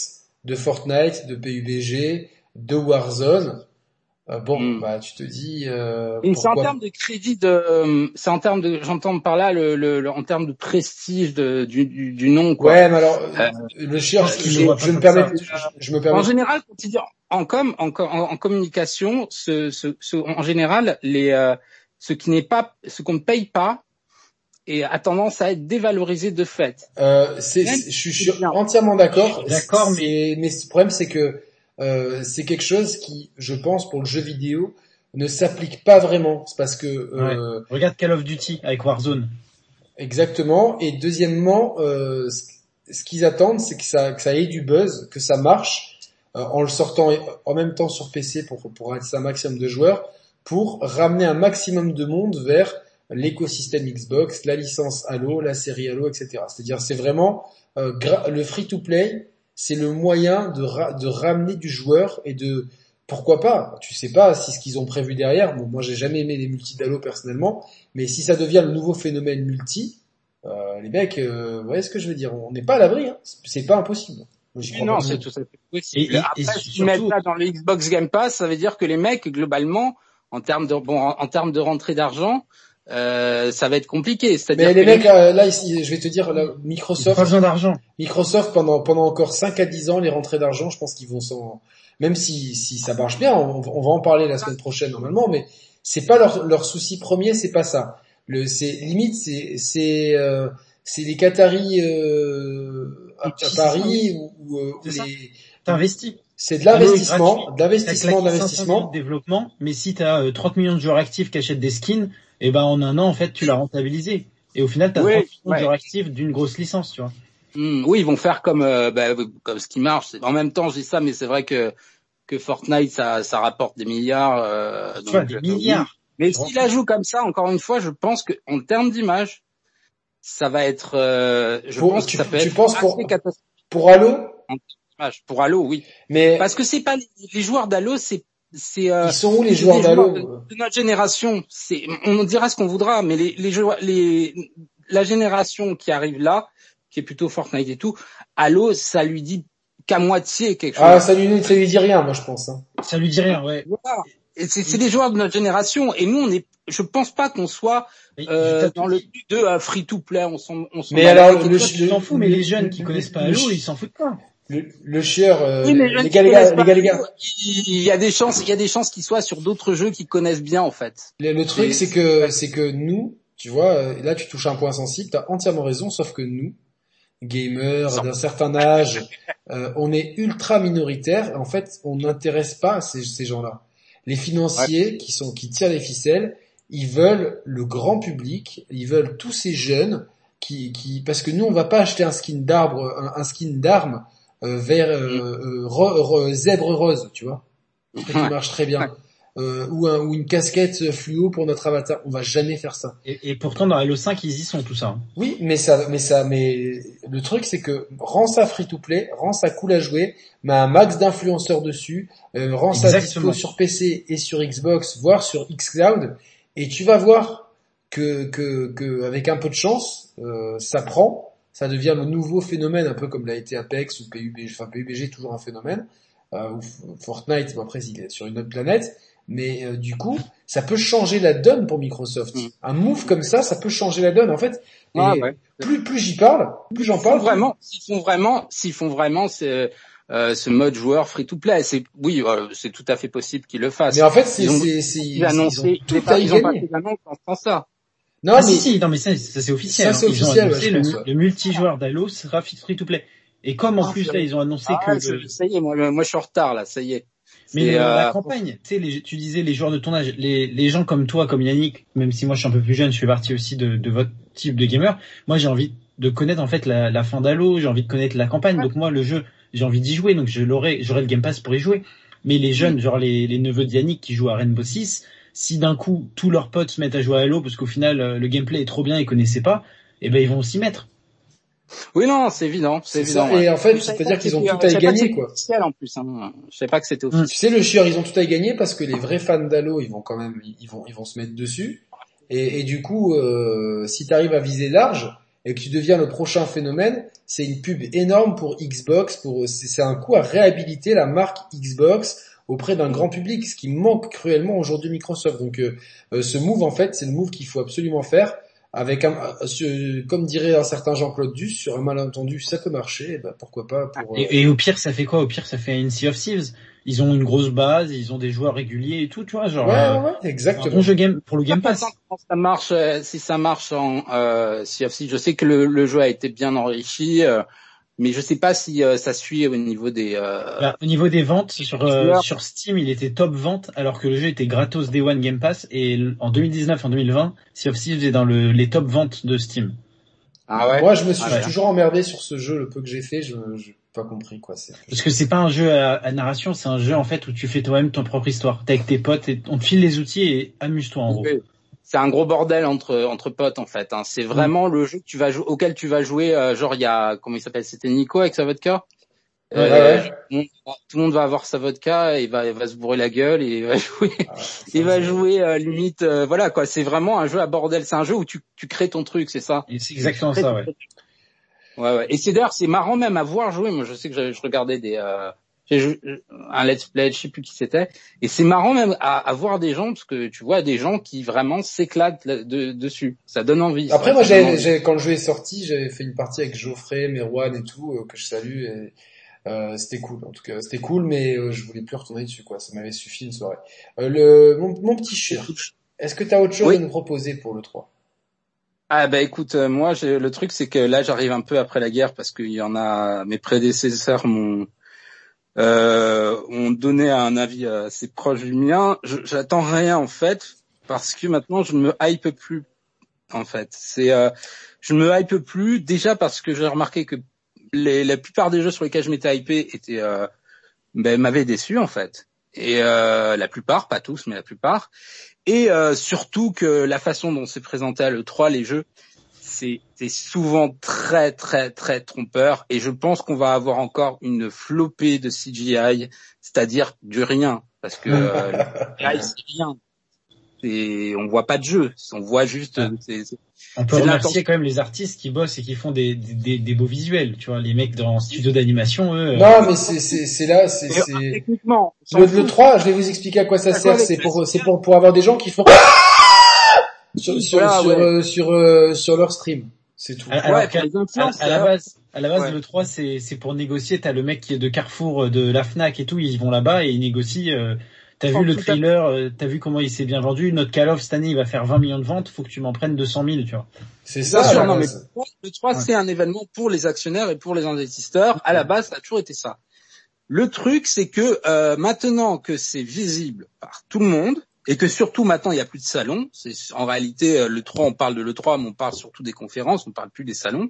de Fortnite, de P U B G, de Warzone. Euh, bon, Mm. bah tu te dis euh, Et c'est en pourquoi termes de crédit de, euh, c'est en termes de, j'entends par là le, le, le- en termes de prestige de, du, du, du nom, quoi. Ouais, mais alors Euh, le chieur, pense qu'il je, le voit je pas me comme permets, ça. je, je me En permets. général, quand il dit en com, en, com- en, en communication, ce, ce, ce, en général, les, euh, ce qui n'est pas, ce qu'on ne paye pas, et a tendance à être dévalorisé de fait. Euh, c'est, Même c'est- je suis si je c'est suis bien. entièrement d'accord. Je suis d'accord, mais- C'est- mais le problème c'est que euh, c'est quelque chose qui, je pense, pour le jeu vidéo, ne s'applique pas vraiment. C'est parce que euh, Ouais. Regarde Call of Duty avec Warzone. exactement. Et deuxièmement, euh, ce, ce qu'ils attendent, c'est que ça, que ça ait du buzz, que ça marche, euh, en le sortant en même temps sur P C pour pour attirer un maximum de joueurs, pour ramener un maximum de monde vers l'écosystème Xbox, la licence Halo, la série Halo, et cetera. C'est-à-dire, c'est vraiment euh, gra- le free-to-play, c'est le moyen de, ra- de ramener du joueur et de pourquoi pas. Tu sais pas si ce qu'ils ont prévu derrière. Bon, moi, j'ai jamais aimé les multi d'Halo personnellement, mais si ça devient le nouveau phénomène multi, euh, les mecs, euh, vous voyez ce que je veux dire. On n'est pas à l'abri. Hein. C'est pas impossible. Moi, j'y Oui, crois non, pas. c'est tout à fait possible. Et- et- Après, et si tu surtout- mets ça dans le Xbox Game Pass, ça veut dire que les mecs, globalement, en termes de, bon, en, en termes de rentrée d'argent, euh, ça va être compliqué. C'est-à-dire Mais que les mecs, là, là, ici, je vais te dire, là, Ils ont pas Microsoft, besoin d'argent. Microsoft pendant pendant encore cinq à dix ans, les rentrées d'argent, je pense qu'ils vont s'en, même si si ça marche bien, on, on va en parler la semaine prochaine normalement, mais c'est pas leur leur souci premier, c'est pas ça. Le c'est limite c'est c'est euh, c'est les Qataris euh, à, à C'est ça, Paris ou, ou, euh, C'est ou ça. les T'investis. c'est de l'investissement, Halo est gratuit. de l'investissement, T'as claqué cinq cents millions d'investissement. de développement, mais si t'as euh, trente millions de joueurs actifs qui achètent des skins, et ben en un an en fait tu l'as rentabilisé. Et au final t'as Oui, trente millions de ouais. joueurs actifs d'une grosse licence, tu vois. Hmm, oui, ils vont faire comme, euh, bah, comme ce qui marche. C'est- En même temps, je dis ça, mais c'est vrai que que Fortnite, ça, ça rapporte des milliards. Euh, Tu vois, donc, des euh, milliards. oui. Mais Je s'il la joue comme ça, encore une fois, je pense que en termes d'image, ça va être. Euh, je Pour- pense tu- que ça peut tu être penses assez pour- catastrophique Pour Halo, en image. Pour Halo, oui. mais Parce que c'est pas les, les joueurs d'Halo, c'est c'est. Euh, ils sont où les c'est joueurs des d'Halo de, de notre génération. C'est, on dira ce qu'on voudra, mais les les joueurs, les la génération qui arrive là, qui est plutôt Fortnite et tout, Halo, ça lui dit qu'à moitié quelque chose. Ah, ça lui ça lui dit rien, moi je pense. Hein. Ça lui dit rien, ouais. Voilà. Et c'est, c'est des joueurs de notre génération, et nous, on est. Je pense pas qu'on soit Mais euh, je t'ai dans tout le dit. but de euh, free to play. On s'en, on s'en Mais bat alors, les couilles. le, Toi, tu t'en fous, mais les jeunes qui connaissent pas Halo, ils s'en foutent pas. Le, le chieur, euh, Oui, mais les, jeunes les qui gars, les gars, connaissent les pas gars, les gars. Halo, il y a des chances, il y a des chances qu'ils soient sur d'autres jeux qu'ils connaissent bien en fait. Le, le truc, C'est- c'est que, c'est que nous, tu vois, euh, là, tu touches un point sensible. T'as entièrement raison, sauf que nous, gamers Sans- d'un certain âge, euh, on est ultra minoritaire. En fait, on n'intéresse pas ces, ces gens-là. Les financiers qui sont, qui tirent les ficelles, ils veulent le grand public, ils veulent tous ces jeunes qui, qui, parce que nous, on va pas acheter un skin d'arbre, un, un skin d'arme euh, vert, euh, euh, ro- ro- zèbre rose, tu vois, un truc qui Ouais. marche très bien. Euh, ou, un, ou une casquette fluo pour notre avatar. On va jamais faire ça. Et, et pourtant, dans Halo cinq, ils y sont, tout ça. hein. Oui, mais ça, mais ça, mais le truc c'est que rends ça free to play, rends ça cool à jouer, mets un max d'influenceurs dessus, euh, rends ça Exactement. dispo sur P C et sur Xbox, voire sur xCloud, et tu vas voir que, que, que avec un peu de chance, euh, ça prend, ça devient le nouveau phénomène, un peu comme l'a été Apex ou P U B G, enfin P U B G toujours un phénomène, euh, ou Fortnite, bon après il est sur une autre planète. Mais euh, du coup, ça peut changer la donne pour Microsoft. Mm. Un move comme ça, ça peut changer la donne. En fait, Ah, et ouais. plus plus j'y parle, plus j'en S'ils font parle. vraiment, s'ils font vraiment, s'ils font vraiment ce, euh, ce mode joueur free to play, c'est oui, euh, c'est tout à fait possible qu'ils le fassent. Mais en fait, c'est Ils ont- c'est c'est Ils ils, ont ils annoncé, ont tout pas, à y ils ont pas gagner. fait d'annonce dans ce sens-là. Non, Ah mais si, si, non mais ça, ça c'est officiel. Ça, c'est hein. Ils ont officiel, annoncé ouais, je le, pense, ouais. le multijoueur d'Halo sera free to play. Et comme en Ah, plus c'est là, ils ont annoncé Ah, que c'est- le- ça y est, moi, moi je suis en retard là, ça y est. mais C'est, le- la euh, campagne, tu sais, les, tu disais les joueurs de ton âge, les, les gens comme toi, comme Yannick, même si moi je suis un peu plus jeune, je fais partie aussi de, de votre type de gamer. Moi, j'ai envie de connaître en fait la, la fin d'Halo, j'ai envie de connaître la campagne. Donc moi, le jeu, j'ai envie d'y jouer, donc je l'aurai, j'aurai le Game Pass pour y jouer. Mais les jeunes, genre les, les neveux de Yannick qui jouent à Rainbow Six, si d'un coup tous leurs potes se mettent à jouer à Halo parce qu'au final euh, le gameplay est trop bien, ils connaissaient pas, et ben ils vont s'y mettre. Oui, non, c'est évident, c'est c'est ça. évident. ouais. Et en fait, Je savais c'est-à-dire pas qu'ils que ont c'était- tout je à y savais pas que gagner, c'était quoi. officiel en plus. Hein. Je savais pas que c'était officiel. Tu sais, le chieur, ils ont tout à y gagner parce que les vrais fans d'Halo, ils vont quand même, ils vont, ils vont se mettre dessus. Et, et du coup, euh, si t'arrives à viser large, et que tu deviens le prochain phénomène, c'est une pub énorme pour Xbox, pour, c'est, c'est un coup à réhabiliter la marque Xbox auprès d'un grand public, ce qui manque cruellement aujourd'hui Microsoft. Donc, euh, euh, ce move, en fait, c'est le move qu'il faut absolument faire. Avec un, euh, comme dirait un certain Jean-Claude Duss, sur un malentendu, ça peut marcher, et ben pourquoi pas pour. Euh... Et, et au pire, ça fait quoi? Au pire, ça fait une Sea of Thieves. Ils ont une grosse base, ils ont des joueurs réguliers et tout, tu vois, genre. Ouais, euh, ouais, exactement. Un bon jeu game pour le Game Pass. Comment ça marche, euh, si ça marche en euh, Sea of Thieves. Je sais que le, le jeu a été bien enrichi, euh, mais je sais pas si euh, ça suit au niveau des. Euh... Bah, au niveau des ventes sur euh, sur Steam, il était top vente alors que le jeu était gratos Day One Game Pass et en deux mille dix-neuf, en deux mille vingt, Sea of Thieves est dans le, les top ventes de Steam. Ah ouais. Moi, je me suis ah ouais. toujours emmerdé sur ce jeu, le peu que j'ai fait, je j'ai pas compris quoi c'est. Parce que c'est pas un jeu à, à narration, c'est un jeu en fait où tu fais toi-même ton propre histoire. T'es avec tes potes et on te file les outils et amuse-toi en gros. Oui. C'est un gros bordel entre entre potes en fait. Hein. C'est vraiment mmh. le jeu que tu vas jou- auquel tu vas jouer. Euh, genre il y a comment il s'appelle, c'était Nico avec sa vodka. Ouais, euh, ouais. Tout, le monde, tout le monde va avoir sa vodka et il va il va se bourrer la gueule et il va jouer. Ah, il va jouer euh, limite. Euh, voilà quoi. C'est vraiment un jeu à bordel. C'est un jeu où tu tu crées ton truc, c'est ça. Et c'est exactement ça, ouais. Ouais ouais. Et c'est d'ailleurs c'est marrant même à voir jouer. Moi je sais que je, je regardais des. Euh, J'ai joué un let's play, je sais plus qui c'était, et c'est marrant même à, à voir des gens parce que tu vois des gens qui vraiment s'éclatent de, dessus. Ça donne envie. Après ça, moi, ça j'ai, j'ai, quand le jeu est sorti, j'avais fait une partie avec Geoffrey, Merwan et tout euh, que je salue. Et, euh, c'était cool. En tout cas, c'était cool, mais euh, je voulais plus retourner dessus quoi. Ça m'avait suffi une soirée. Euh, le mon, mon petit cher, est-ce que t'as autre chose oui. à nous proposer pour le trois? Ah bah écoute, euh, moi j'ai, le truc c'est que là j'arrive un peu après la guerre parce qu'il y en a mes prédécesseurs m'ont Euh, on donnait un avis assez proche du mien. Je, j'attends rien en fait parce que maintenant je ne me hype plus. En fait, c'est euh, je ne me hype plus déjà parce que j'ai remarqué que les, la plupart des jeux sur lesquels je m'étais hypé étaient euh, ben m'avaient déçu en fait. Et euh, la plupart, pas tous, mais la plupart. Et euh, surtout que la façon dont c'est présenté à l'E trois les jeux. C'est, c'est souvent très très très trompeur et je pense qu'on va avoir encore une flopée de C G I, c'est-à-dire du rien, parce que euh, le C G I c'est rien. Et on voit pas de jeu, on voit juste. Ah. C'est, c'est, on peut remercier quand même les artistes qui bossent et qui font des, des, des beaux visuels. Tu vois, les mecs dans studio d'animation, eux. Non, euh... mais c'est, c'est, c'est là, c'est, c'est... Techniquement. Le, le trois, je vais vous expliquer à quoi ça sert. C'est pour, c'est pour, pour avoir des gens qui font. Sur, sur, voilà, sur, ouais. euh, sur, euh, sur leur stream, c'est tout. Alors, ouais, à, à, à la base, à la base, ouais. le trois, c'est, c'est pour négocier. T'as le mec qui est de Carrefour, de la Fnac et tout, ils vont là-bas et ils négocient. Euh, t'as oh, vu le trailer, euh, t'as vu comment il s'est bien vendu. Notre Call of cette année, il va faire vingt millions de ventes. Faut que tu m'en prennes deux cent mille, tu vois. C'est ça. Bien sûr, non, mais le trois, ouais. c'est un événement pour les actionnaires et pour les investisseurs. À la base, ça a toujours été ça. Le truc, c'est que euh, maintenant que c'est visible par tout le monde. Et que surtout maintenant il y a plus de salons. C'est en réalité le trois, on parle de l'E trois, mais on parle surtout des conférences, on parle plus des salons.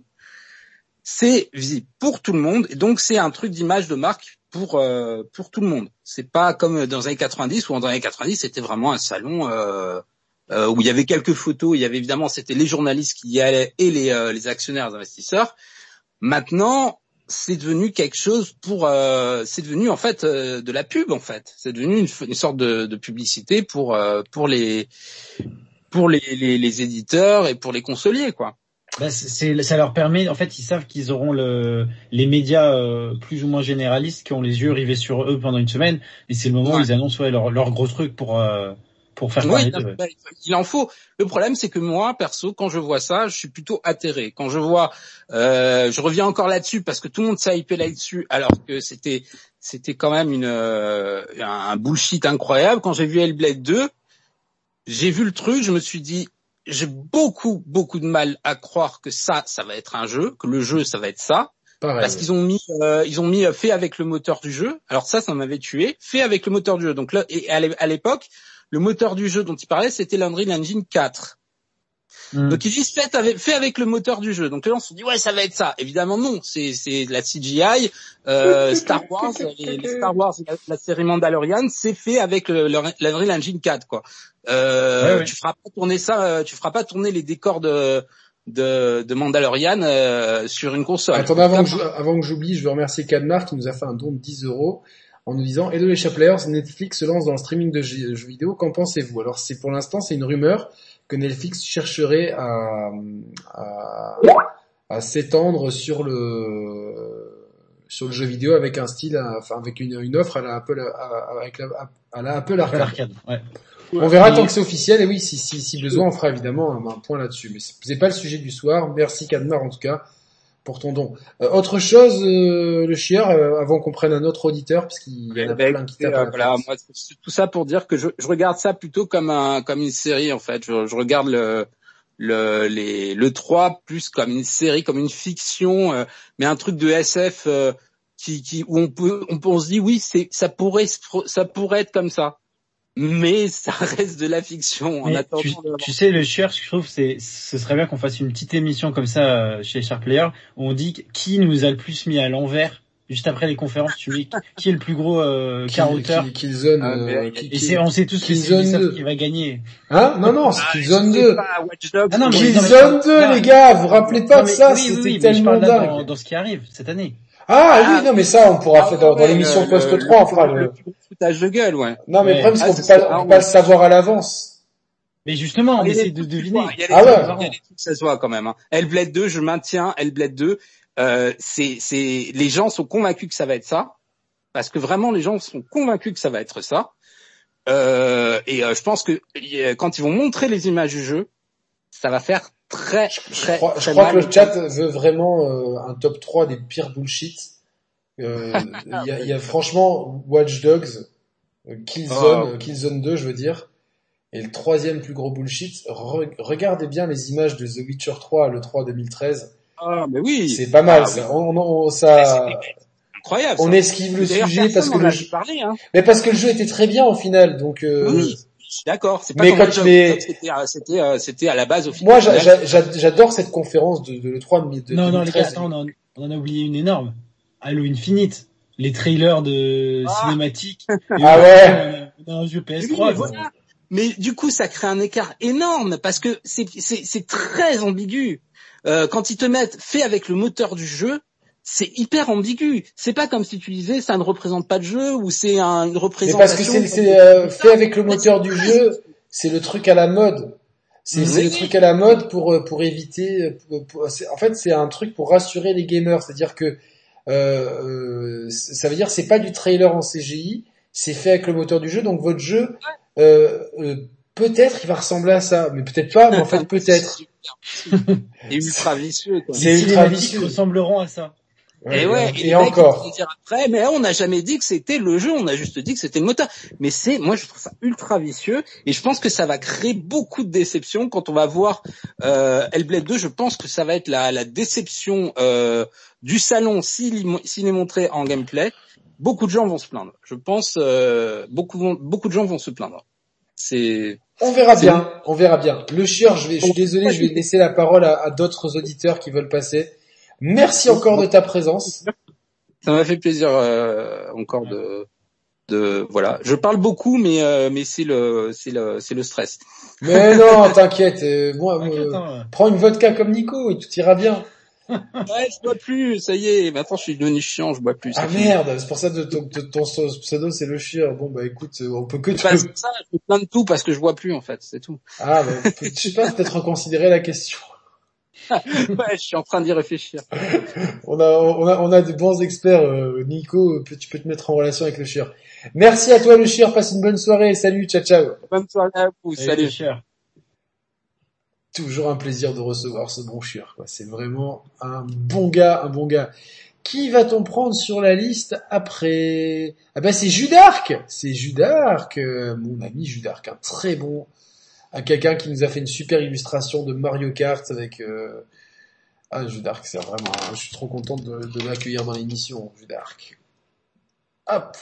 C'est visible pour tout le monde, et donc c'est un truc d'image de marque pour euh, pour tout le monde. C'est pas comme dans les années quatre-vingt-dix où dans les années quatre-vingt-dix c'était vraiment un salon euh, euh, où il y avait quelques photos. Il y avait évidemment c'était les journalistes qui y allaient et les euh, les actionnaires, les investisseurs. Maintenant c'est devenu quelque chose pour euh, c'est devenu en fait euh, de la pub en fait c'est devenu une, une sorte de, de publicité pour euh, pour les pour les, les les éditeurs et pour les consoliers quoi. Bah c'est, c'est ça leur permet en fait ils savent qu'ils auront le les médias euh, plus ou moins généralistes qui ont les yeux rivés sur eux pendant une semaine et c'est le moment ouais. où ils annoncent ouais leur leur gros truc pour euh, pour faire parler oui, d'eux. Bah, il en faut. Le problème, c'est que moi, perso, quand je vois ça, je suis plutôt atterré. Quand je vois, euh, je reviens encore là-dessus parce que tout le monde s'est hypé là-dessus, alors que c'était, c'était quand même une, euh, un bullshit incroyable. Quand j'ai vu Hellblade deux, j'ai vu le truc, je me suis dit, j'ai beaucoup, beaucoup de mal à croire que ça, ça va être un jeu, que le jeu, ça va être ça. Pareil. Parce qu'ils ont mis, euh, ils ont mis fait avec le moteur du jeu. Alors ça, ça m'avait tué. Fait avec le moteur du jeu. Donc là, et à l'époque. Le moteur du jeu dont il parlait, c'était l'Unreal Engine quatre. Mmh. Donc ils disent fait avec, fait avec le moteur du jeu. Donc là on se dit ouais ça va être ça. Évidemment non, c'est c'est de la C G I. Euh, Star Wars, les, les Star Wars, la, la série Mandalorian, c'est fait avec le, le, l'Unreal Engine quatre quoi. Euh, ouais, ouais. Tu feras pas tourner ça, tu feras pas tourner les décors de de, de Mandalorian euh, sur une console. Attends, avant que, je, avant que j'oublie, je veux remercier Cadmar qui nous a fait un don de dix euros. En nous disant, hello les Chaplayers, Netflix se lance dans le streaming de jeux vidéo, qu'en pensez-vous? Alors c'est pour l'instant c'est une rumeur que Netflix chercherait à, à, à s'étendre sur le sur le jeu vidéo avec un style, enfin avec une, une offre à la Apple, à, avec la, à la Apple Arcade. Arcade, ouais. On verra tant que c'est officiel, et oui, si, si, si besoin, on fera évidemment un, un point là-dessus. Mais c'est pas le sujet du soir. Merci Cadmar en tout cas pour ton don. Euh, autre chose, euh, le chieur, euh, avant qu'on prenne un autre auditeur, parce qu'il y en a ben, plein qui tapent. Euh, voilà, moi, tout ça pour dire que je, je regarde ça plutôt comme un comme une série en fait. Je, je regarde le le les le trois plus comme une série, comme une fiction, euh, mais un truc de S F euh, qui qui où on peut on, peut, on se dit oui, c'est ça pourrait ça pourrait être comme ça. Mais ça reste de la fiction. En Mais attendant tu, de... tu sais, le Chieur, je trouve, c'est, ce serait bien qu'on fasse une petite émission comme ça chez Sharp Player où on dit qui nous a le plus mis à l'envers. Juste après les conférences, tu mets qui est le plus gros euh, carotteur. Qui, qui, Killzone, ah, euh, qui, et c'est, on sait tous que c'est Ubisoft qui va gagner. Hein? Non, non, c'est ah, Killzone deux. Ah non, Killzone deux, là, les gars, vous vous rappelez pas de ça? Oui, C'était oui, oui, tellement dingue. Dans, dans ce qui arrive cette année. Ah, ah oui, non, mais ça, on pourra ah, faire dans, ouais, dans l'émission le, post trois, on fera le, le... le foutage de gueule, ouais. Non, mais ouais. le problème, c'est ah, qu'on peut pas, on peut pas le savoir à l'avance. Mais justement, on ah, essaie de deviner. Il y a des ah trucs, ouais. il y a des trucs, ça se voit quand même, hein. Hellblade deux, je maintiens, Hellblade deux, euh, c'est, c'est, les gens sont convaincus que ça va être ça. Parce que vraiment, les gens sont convaincus que ça va être ça. Euh, et euh, je pense que quand ils vont montrer les images du jeu, ça va faire très, très, je crois, très je crois mal. que le chat veut vraiment euh, un top trois des pires bullshit. Euh, il y, a, il y a franchement Watch Dogs, Killzone, oh. Killzone deux, je veux dire. Et le troisième plus gros bullshit, re- regardez bien les images de The Witcher trois, le trois deux mille treize. Ah, mais oui. C'est pas mal, ah, ça. Oui. On, on, ça... Incroyable. On ça. esquive le D'ailleurs, sujet parce que le jeu... parlé, hein. mais parce que le jeu était très bien au final, donc. Euh... Oui, d'accord. C'est pas mais comme quand tu les... c'était, c'était, euh, c'était à la base au final. Moi, j'a, j'a, j'adore cette conférence de, de l'E trois de, de non, deux mille treize. Non, non, les gars, on, on en a oublié une énorme. Halo Infinite, les trailers de ah. cinématiques. Ah ouais. On a un jeu P S trois. Oui, mais, voilà. Mais du coup, ça crée un écart énorme parce que c'est, c'est, c'est très ambigu. Euh, quand ils te mettent fait avec le moteur du jeu. C'est hyper ambigu. C'est pas comme si tu disais ça ne représente pas de jeu ou c'est un, une représentation. Mais parce que c'est, c'est euh, fait avec le moteur du jeu, c'est le truc à la mode. C'est, oui. c'est le truc à la mode pour pour éviter. Pour, pour, c'est, en fait, c'est un truc pour rassurer les gamers. C'est-à-dire que euh, euh, ça veut dire c'est pas du trailer en C G I, c'est fait avec le moteur du jeu. Donc votre jeu, euh, euh, peut-être il va ressembler à ça, mais peut-être pas. Mais en fait, peut-être. C'est ultra vicieux. Quoi. Les cinématiques ressembleront à ça. Ouais, et ouais, et, et, et encore. Dire après, mais on n'a jamais dit que c'était le jeu, on a juste dit que c'était le moteur. Mais c'est, moi, je trouve ça ultra vicieux, et je pense que ça va créer beaucoup de déceptions quand on va voir euh, Hellblade deux. Je pense que ça va être la, la déception euh, du salon s'il, s'il est montré en gameplay. Beaucoup de gens vont se plaindre. Je pense, euh, beaucoup, vont, beaucoup de gens vont se plaindre. C'est. On verra c'est bien, bon. on verra bien. Le chieur, je vais, je suis désolé, je vais laisser la parole à, à d'autres auditeurs qui veulent passer. Merci encore de ta présence. Ça m'a fait plaisir euh, encore de, de voilà. Je parle beaucoup, mais euh, mais c'est le c'est le c'est le stress. Mais non, t'inquiète. Euh, moi, t'inquiète, euh, hein. Prends une vodka comme Nico et tout ira bien. Ouais, je bois plus. Ça y est. Maintenant, je suis devenu chiant. Je bois plus. Ah merde, c'est pour ça que ton, ton, ton pseudo c'est le chieur. Bon bah écoute, on peut que. C'est te... ça. Je me plains de tout parce que je bois plus en fait. C'est tout. Ah bah, je sais pas, peut-être reconsidérer la question. Ouais, je suis en train d'y réfléchir. on a, on a, on a de bons experts, euh, Nico, tu peux te mettre en relation avec le chieur. Merci à toi le chieur, passe une bonne soirée, salut, ciao ciao. Bonne soirée à vous, salut. Le chieur. Toujours un plaisir de recevoir ce bon chieur, quoi. C'est vraiment un bon gars, un bon gars. Qui va-t-on prendre sur la liste après? Ah bah c'est Judark, c'est Judark, euh, mon ami Judark, un très bon, à quelqu'un qui nous a fait une super illustration de Mario Kart avec euh... ah Judark, c'est vraiment, je suis trop content de, de l'accueillir dans l'émission, Judark. Hop.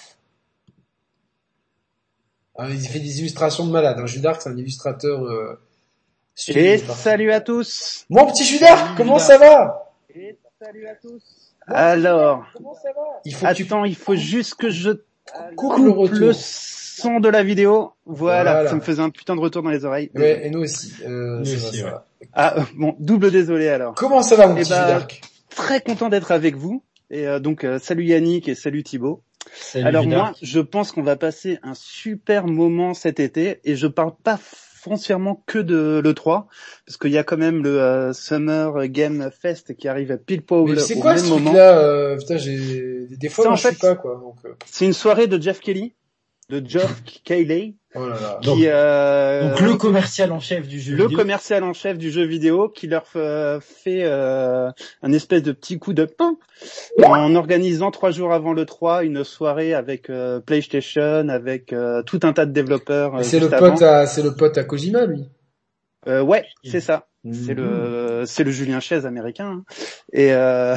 Ah, il fait des illustrations de malade. Hein. Judark, c'est un illustrateur. Euh, Et salut à tous. Mon petit Judark, comment ça va? Et salut à tous. Alors, comment ça va? Il faut attends, tu... il faut juste que je coupe le retour. Le son de la vidéo, voilà, voilà, ça me faisait un putain de retour dans les oreilles. Ouais, et nous aussi. Euh, nous ça aussi, va, ouais. ça va. Ah, bon, double désolé alors. Comment ça va, mon et petit bah, Judark? Très content d'être avec vous. Et euh, donc, euh, salut Yannick et salut Thibaut. Salut alors Judark. moi, je pense qu'on va passer un super moment cet été. Et je parle pas foncièrement que de l'E trois, parce qu'il y a quand même le euh, Summer Game Fest qui arrive pile poil au, Mais c'est au quoi même ce moment. truc-là euh, Putain, j'ai des fois Ça, moi en je suis fait, pas quoi. Donc, euh... c'est une soirée de Jeff Kelly, de Geoff Keighley. Oh là là. Qui, Donc, euh, donc le commercial en chef du jeu le vidéo. commercial en chef du jeu vidéo qui leur f- fait euh, un espèce de petit coup de pain en organisant trois jours avant le trois une soirée avec euh, PlayStation, avec euh, tout un tas de développeurs. Euh, c'est le juste pote avant. à c'est le pote à Kojima lui. Euh, ouais, c'est ça. Mmh. C'est le c'est le Julien Chaise américain. Hein. Et euh...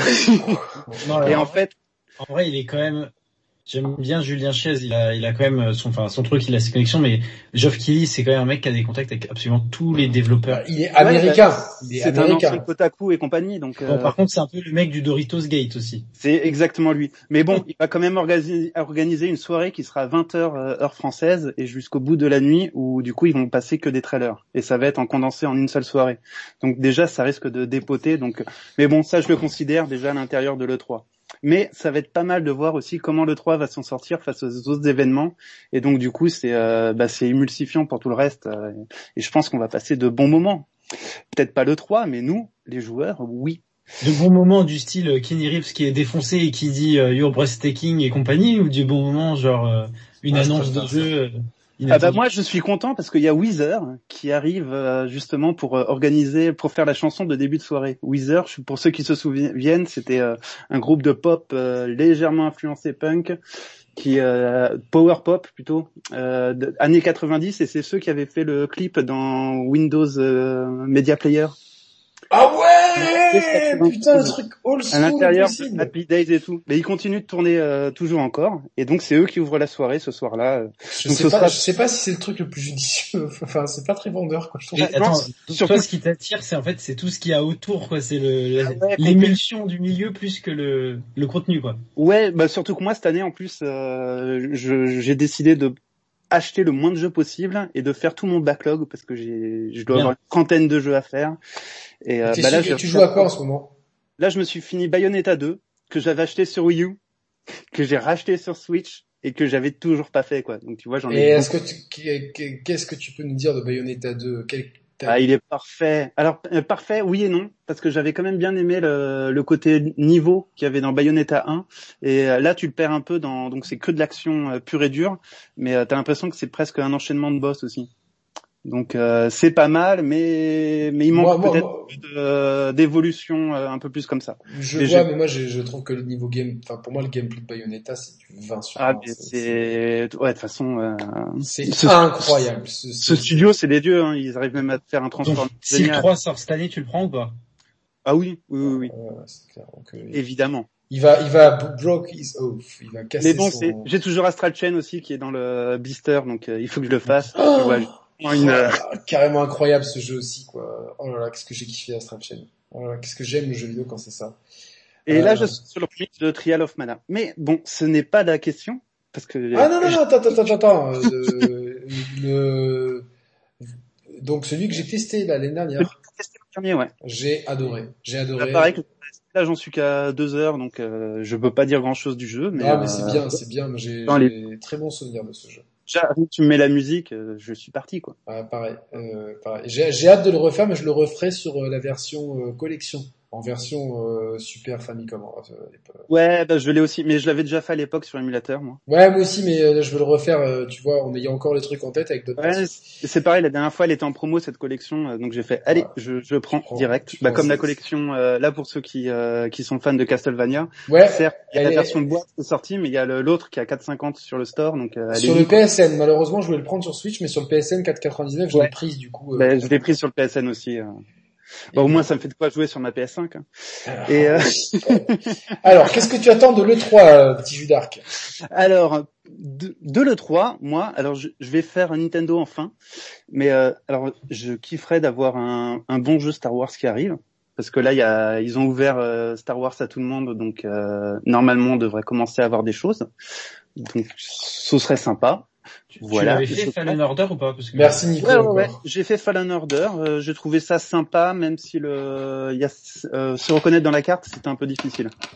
non, et en en fait, en vrai, il est quand même. J'aime bien Julien Chaise, il a, il a quand même son, enfin, son truc, il a ses connexions, mais Geoff Keighley, c'est quand même un mec qui a des contacts avec absolument tous les développeurs. Il est américain. Ouais, bah, il est c'est américain. un ancien Kotaku et compagnie, donc. Bon, euh... par contre, c'est un peu le mec du Doritos Gate aussi. C'est exactement lui. Mais bon, il va quand même organiser, organiser une soirée qui sera à vingt heures euh, heure française et jusqu'au bout de la nuit où du coup ils vont passer que des trailers et ça va être en condensé en une seule soirée. Donc déjà ça risque de dépoter. Donc, mais bon, ça je le considère déjà à l'intérieur de l'E trois. Mais ça va être pas mal de voir aussi comment l'E trois va s'en sortir face aux autres événements. Et donc du coup, c'est euh, bah, c'est émulsifiant pour tout le reste. Euh, et je pense qu'on va passer de bons moments. Peut-être pas l'E trois, mais nous, les joueurs, oui. De bons moments du style Keanu Reeves qui est défoncé et qui dit uh, You're breathtaking et compagnie, ou du bon moment genre euh, une ah, annonce de jeu euh, Ah bah moi je suis content parce qu'il y a Weezer qui arrive euh, justement pour euh, organiser, pour faire la chanson de début de soirée. Weezer, pour ceux qui se souviennent, c'était euh, un groupe de pop euh, légèrement influencé punk, qui euh, power pop plutôt, euh, de, années quatre-vingt-dix, et c'est ceux qui avaient fait le clip dans Windows euh, Media Player. Ah ouais, putain, le truc old school à l'intérieur, possible. Happy Days et tout. Mais ils continuent de tourner euh, toujours encore. Et donc c'est eux qui ouvrent la soirée ce soir-là. Je donc sais ce pas, sera... je sais pas si c'est le truc le plus judicieux. Enfin, c'est pas très vendeur, quoi. Je trouve. Et, attends, donc surtout... toi, ce qui t'attire, c'est en fait, c'est tout ce qu'il y a autour, quoi. C'est le, ah ouais, l'émulsion du milieu plus que le, le contenu, quoi. Ouais, bah surtout que moi cette année en plus, euh, je, j'ai décidé de acheter le moins de jeux possible et de faire tout mon backlog parce que j'ai, je dois Bien. avoir une trentaine de jeux à faire. Et euh, bah là, je... tu joues à quoi en ce moment? Là, je me suis fini Bayonetta deux que j'avais acheté sur Wii U, que j'ai racheté sur Switch et que j'avais toujours pas fait, quoi. Donc tu vois, j'en ai. Et est-ce que tu, qu'est-ce que tu peux nous dire de Bayonetta deux? Quel... Ah, il est parfait. Alors euh, parfait, oui et non, parce que j'avais quand même bien aimé le, le côté niveau qu'il y avait dans Bayonetta un, et euh, là tu le perds un peu dans, donc c'est que de l'action euh, pure et dure, mais euh, t'as l'impression que c'est presque un enchaînement de boss aussi. Donc euh, c'est pas mal, mais mais il manque moi, peut-être moi, moi... De, d'évolution euh, un peu plus comme ça. Je et vois, je... mais moi je, je trouve que le niveau game, enfin pour moi le gameplay de Bayonetta c'est du vingt sur vingt. Ah mais c'est, c'est... ouais de toute façon euh... c'est ce... incroyable. Ce, ce studio c'est des dieux, hein. Ils arrivent même à faire un transform. Si le trois sort cette année, tu le prends ou pas? Ah oui, oui, oui, oui. Ouais, c'est clair. Donc, euh, évidemment. Il va, il va broke his oath. Il va casser. Mais bon, son... c'est... j'ai toujours Astral Chain aussi qui est dans le blister, donc euh, il faut que je le fasse. Oh ouais, une... euh... carrément incroyable ce jeu aussi, quoi. Oh là là, qu'est-ce que j'ai kiffé Astral Chain. Oh là là, qu'est-ce que j'aime le jeu vidéo quand c'est ça. Et euh... là, je suis sur le prix de Trial of Mana. Mais bon, ce n'est pas la question, parce que... Ah non, non, non, attends, attends, attends, attends. euh, le... Donc celui que j'ai testé là, l'année dernière. Celui que j'ai testé l'année dernière, ouais. J'ai adoré. J'ai adoré. Là, pareil que là, j'en suis qu'à deux heures, donc euh, je peux pas dire grand-chose du jeu. Mais, non, mais euh... c'est bien, c'est bien. J'ai, j'ai les... très bons souvenirs de ce jeu. Déjà, tu me mets la musique, euh, je suis parti, quoi. Ah, pareil, euh, pareil. J'ai, j'ai hâte de le refaire, mais je le referai sur euh, la version euh, collection, en version euh, Super Famicom. Euh, ouais, bah, je l'ai aussi, mais je l'avais déjà fait à l'époque sur émulateur, moi. Ouais, moi aussi, mais euh, je veux le refaire, euh, tu vois, en ayant encore les trucs en tête avec d'autres. Ouais, c'est, c'est pareil, la dernière fois, elle était en promo, cette collection, euh, donc j'ai fait, allez, ouais, je, je prends, prends direct. Bah, comme la collection, euh, là, pour ceux qui, euh, qui sont fans de Castlevania. Ouais. Certes, il y a la est... version de boîte qui est sortie, mais il y a le, l'autre qui est à quatre cinquante sur le store, donc, euh, sur le P S N, malheureusement, je voulais le prendre sur Switch, mais sur le P S N quatre quatre-vingt-dix-neuf, je ouais. l'ai prise, du coup. Euh, bah, je l'ai prise sur le P S N aussi, euh. Bon, au moins, ça me fait de quoi jouer sur ma P S cinq. Hein. Alors, et euh... alors, qu'est-ce que tu attends de l'E trois, petit jus d'arc? Alors, de, de l'E trois, moi, alors je, je vais faire un Nintendo enfin, mais euh, alors je kifferais d'avoir un, un bon jeu Star Wars qui arrive, parce que là, il y a, ils ont ouvert euh, Star Wars à tout le monde, donc euh, normalement, on devrait commencer à avoir des choses. Donc, ce serait sympa. Tu, voilà. Tu l'avais fait Fallen Order ou pas? Parce que... Merci Nico. Ouais, ouais, ouais. J'ai fait Fallen Order. Euh, j'ai trouvé ça sympa, même si le, il y a euh, se reconnaître dans la carte, c'était un peu difficile.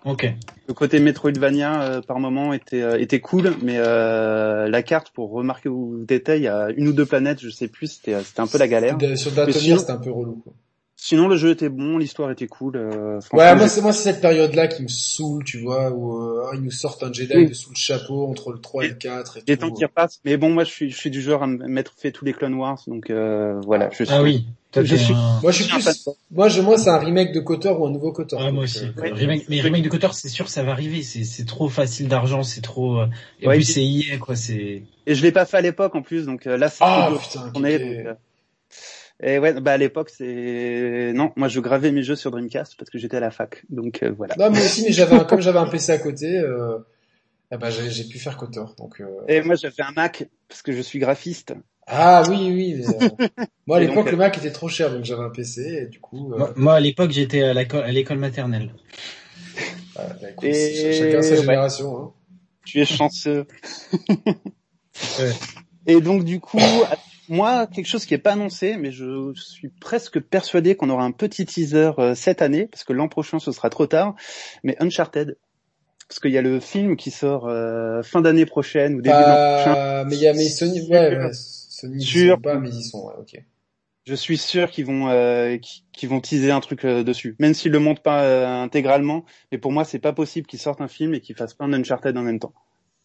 Ok. Le côté Metroidvania euh, par moment était euh, était cool, mais euh, la carte pour remarquer où t'étais, il y a une ou deux planètes, je sais plus, c'était c'était un peu la galère. De- Sur Mais Datomir, sinon, c'était un peu relou, quoi. sinon le jeu était bon, l'histoire était cool. Euh, Ouais, franchement, moi j'ai- c'est moi c'est cette période-là qui me saoule, tu vois, où euh, ah, ils nous sortent un Jedi Oui. de sous le chapeau entre le trois et le quatre et les tout. temps qui repassent. Mais bon, moi je suis je suis du genre à m'être fait tous les Clone Wars, donc euh, voilà, je suis. Ah oui. Toi, Je t'es suis. un... Moi je suis un fan. plus, moi je moi c'est un remake de KOTOR ou un nouveau KOTOR. Ah, donc, moi aussi. euh, Ouais. Remake, mais remake de KOTOR, c'est sûr, ça va arriver. C'est, c'est trop facile d'argent, c'est trop. euh, Et en Ouais, plus, et- c'est I A, quoi. C'est. Et je l'ai pas fait à l'époque en plus, donc euh, là c'est Ah plus putain, on est. Guiguet. Donc, euh, et ouais, bah à l'époque c'est non, moi je gravais mes jeux sur Dreamcast parce que j'étais à la fac, donc euh, voilà. Non, moi aussi, mais j'avais un, comme j'avais un P C à côté, euh, eh ben, j'ai, j'ai pu faire KOTOR. Donc, euh... Et moi j'avais un Mac parce que je suis graphiste. ah oui, oui. Mais, euh, moi, à Et l'époque, donc, euh, le Mac était trop cher, donc j'avais un P C et du coup, euh... Moi, moi, à l'époque, j'étais à l'école, à l'école maternelle. ah, bah, écoute, Et- c'est- chacun sa ouais. génération. Hein. tu es chanceux. Ouais. Et donc du coup, moi, quelque chose qui est pas annoncé, mais je suis presque persuadé qu'on aura un petit teaser euh, cette année, parce que l'an prochain ce sera trop tard, mais Uncharted. Parce qu'il y a le film qui sort euh, fin d'année prochaine ou début de l'an prochain. Pas... Mais il y a, mais Sony, ouais, ouais, Sony, ils y Sûr. sont pas, mais ils y sont, ouais, ok. Je suis sûr qu'ils vont euh, qu'ils qu'ils vont teaser un truc euh, dessus, même s'ils le montent pas euh, intégralement. Mais pour moi, c'est pas possible qu'ils sortent un film et qu'ils fassent pas un Uncharted en même temps.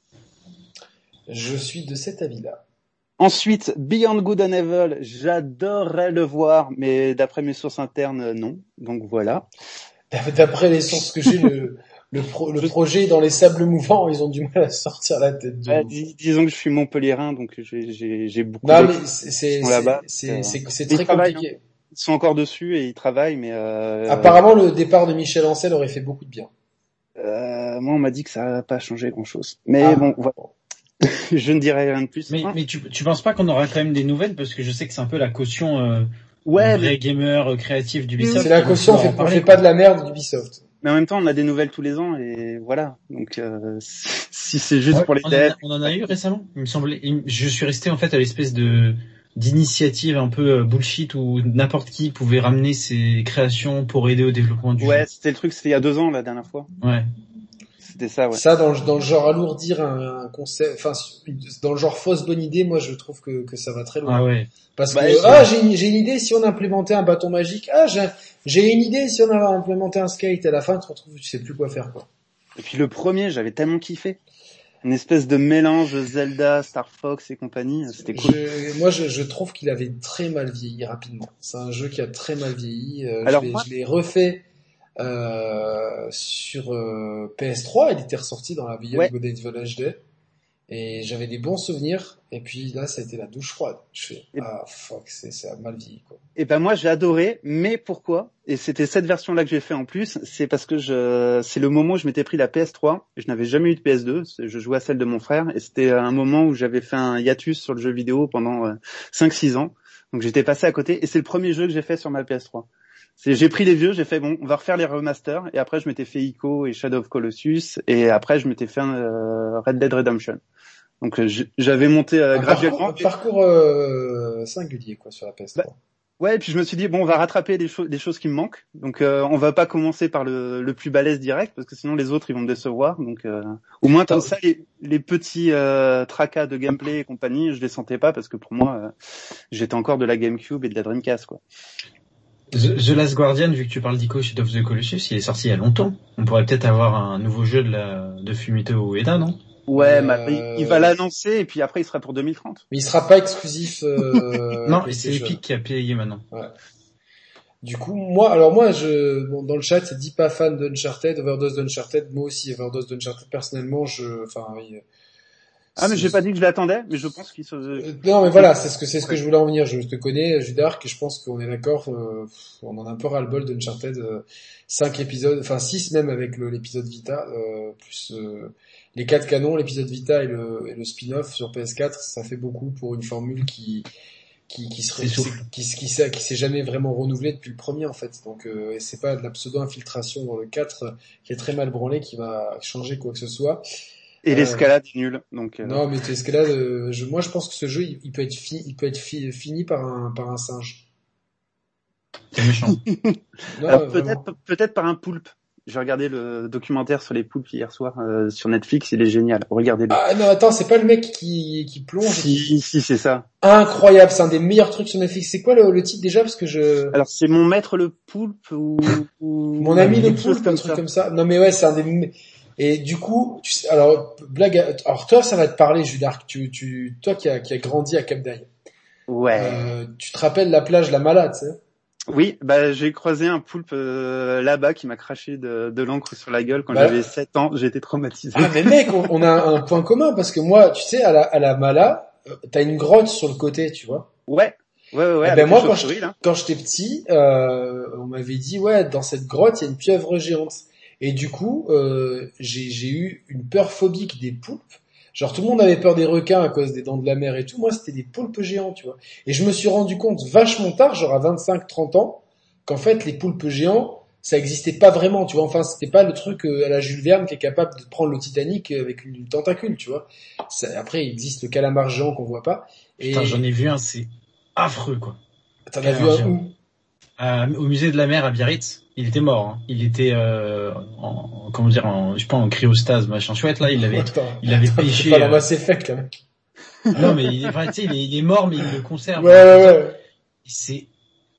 Je suis de cet avis-là. Ensuite, Beyond Good and Evil, j'adorerais le voir, mais d'après mes sources internes, euh, non. Donc voilà. D'après les sources que j'ai, le, le, pro, le projet est dans les sables mouvants, ils ont du mal à sortir la tête de Euh, nous. dis- disons que je suis montpelliérain, donc j'ai j'ai j'ai beaucoup Non, de mais c'est, c'est, qui sont là-bas. c'est, Euh, c'est, c'est ils très travaillent, compliqué. Ils sont encore dessus et ils travaillent, mais euh, Apparemment, le départ de Michel Ancel aurait fait beaucoup de bien. euh, moi on m'a dit que ça n'a pas changé grand-chose. Mais Ah. bon, voilà. Je ne dirai rien de plus. Mais, Hein. mais tu, tu penses pas qu'on aura quand même des nouvelles parce que je sais que c'est un peu la caution euh, Ouais, vrai mais, gamer euh, créatif d'Ubisoft. C'est la qui va caution, on pouvoir fait, en on parler, fait quoi. pas de la merde d'Ubisoft. mais en même temps, on a des nouvelles tous les ans et voilà. Donc euh, si c'est juste Ouais, pour les on, en a, dettes, on en a eu récemment. Il me semblait. il- je suis resté en fait à l'espèce de d'initiative un peu euh, bullshit où n'importe qui pouvait ramener ses créations pour aider au développement du ouais, jeu. c'était le truc, c'était il y a deux ans la dernière fois. Ouais. C'était ça, ouais. Ça, dans le, dans le genre alourdir un, un concept, enfin, dans le genre fausse bonne idée, moi, je trouve que, que ça va très loin. Ah ouais. Parce Bah, que, c'est- ah, j'ai une, j'ai une idée si on implémentait un bâton magique. Ah, j'ai, j'ai une idée si on avait implémenté un skate. À la fin, tu te retrouves, tu sais plus quoi faire, quoi. Et puis le premier, j'avais tellement kiffé. Une espèce de mélange Zelda, Star Fox et compagnie, c'était cool. Je, moi, je, je trouve qu'il avait très mal vieilli rapidement. C'est un jeu qui a très mal vieilli. Euh, Alors, je l'ai, moi- je l'ai refait euh, sur euh, P S trois. Il était ressorti dans la Beyond Ouais. Good and Evil H D. Et j'avais des bons souvenirs. Et puis là, ça a été la douche froide. Je fais, Et- ah fuck, c'est, c'est mal vieilli, quoi. Et ben moi j'ai adoré, mais pourquoi? Et c'était cette version-là que j'ai fait en plus, c'est parce que je, c'est le moment où je m'étais pris la P S trois, et je n'avais jamais eu de P S deux, c'est- je jouais à celle de mon frère, et c'était un moment où j'avais fait un hiatus sur le jeu vidéo pendant euh, cinq six ans, donc j'étais passé à côté, et c'est le premier jeu que j'ai fait sur ma P S trois. C'est, j'ai pris les vieux, j'ai fait bon, on va refaire les remasters, et après je m'étais fait Ico et Shadow of Colossus, et après je m'étais fait euh, Red Dead Redemption. Donc euh, j- j'avais monté euh, Un graduellement. parcours, un parcours euh, singulier, quoi, sur la P S trois. Ouais, et puis je me suis dit bon, on va rattraper les choses, des choses qui me manquent. Donc euh, on va pas commencer par le, le plus balèze direct parce que sinon les autres ils vont me décevoir. Donc euh, au moins comme ça les, les petits euh, tracas de gameplay et compagnie, je les sentais pas parce que pour moi euh, j'étais encore de la GameCube et de la Dreamcast, quoi. The, The Last Guardian, vu que tu parles d'Ico Shadow of the Colossus, il est sorti il y a longtemps. On pourrait peut-être avoir un nouveau jeu de la de Fumito Ueda, non? Ouais, Euh, mais il, il va l'annoncer et puis après il sera pour deux mille trente. Mais il sera pas exclusif. Euh, Non, c'est PlayStation. Epic qui a payé maintenant. Du coup, moi, alors moi, je, bon, dans le chat, c'est dit pas fan d'Uncharted, Overdose d'Uncharted. Moi aussi, Overdose d'Uncharted. Personnellement, je, enfin, il- Ah mais c'est- j'ai pas dit que je l'attendais, mais je pense qu'il se. Euh, Non, mais voilà, c'est ce que c'est ce que je voulais en venir. Je te connais, Judark, et je pense qu'on est d'accord. Euh, on en a un peu ras-le-bol d'Uncharted. Euh, cinq épisodes, enfin six même avec le, l'épisode Vita, euh, plus euh, les quatre canons, l'épisode Vita et le, et le spin-off sur P S quatre. Ça fait beaucoup pour une formule qui qui qui serait C'est qui, qui, qui, s'est- qui s'est jamais vraiment renouvelée depuis le premier en fait. Donc euh, et c'est pas de la pseudo-infiltration dans le quatre euh, qui est très mal branlé qui va changer quoi que ce soit. Et Euh, l'escalade est nulle, donc. Euh... Non, mais est-ce que là, euh, je, moi, je pense que ce jeu, il, il peut être, fi, il peut être fi, fini par un, par un singe. C'est méchant. Non, Alors vraiment. peut-être, peut-être par un poulpe. j'ai regardé le documentaire sur les poulpes hier soir euh, sur Netflix, il est génial. Regardez-le. Ah non, attends, c'est pas le mec qui qui plonge. Si, si, c'est ça. Incroyable, c'est un des meilleurs trucs sur Netflix. C'est quoi le, le titre déjà, parce que je. Alors c'est Mon maître le poulpe ou, ou... Mon ami le quelque chose poulpe, un truc comme ça. Non mais ouais, c'est un des. Et du coup, tu sais, alors blague. À... Alors toi, ça va te parler, Judark. Tu, tu, toi qui a qui a grandi à Cap d'Aille. Ouais. Euh, tu te rappelles la plage La Malade, tu sais? Oui, bah j'ai croisé un poulpe euh, là-bas qui m'a craché de, de l'encre sur la gueule quand bah, j'avais sept ans. J'ai été traumatisé. Ah mais mec, on, on a un point commun parce que moi, tu sais, à la à la Mala, t'as une grotte sur le côté, tu vois. Ouais. Ouais, ouais, ouais. Eh ben moi, quand, je, là. quand j'étais petit, euh, on m'avait dit, ouais, dans cette grotte, il y a une pieuvre géante. Et du coup, euh, j'ai, j'ai eu une peur phobique des poulpes. Genre, tout le monde avait peur des requins à cause des dents de la mer et tout. Moi, c'était des poulpes géants, tu vois. Et je me suis rendu compte vachement tard, genre à vingt-cinq trente ans, qu'en fait, les poulpes géants, ça existait pas vraiment, tu vois. Enfin, c'était pas le truc euh, à la Jules Verne qui est capable de prendre le Titanic avec une, une tentacule, tu vois. Ça, après, il existe le calamar géant qu'on voit pas. Et... Putain, j'en ai vu un, c'est affreux, quoi. T'en as vu un où? Euh, au musée de la mer à Biarritz. Il était mort, hein. Il était, euh, en, comment dire, en, je sais pas, en cryostase, machin chouette, là, il avait, attends, il avait attends, pêché. C'est pas dans Mass Effect, là, mec. Non, mais il est, enfin, tu sais, il est, il est mort, mais il le conserve. Ouais, ouais, ouais. C'est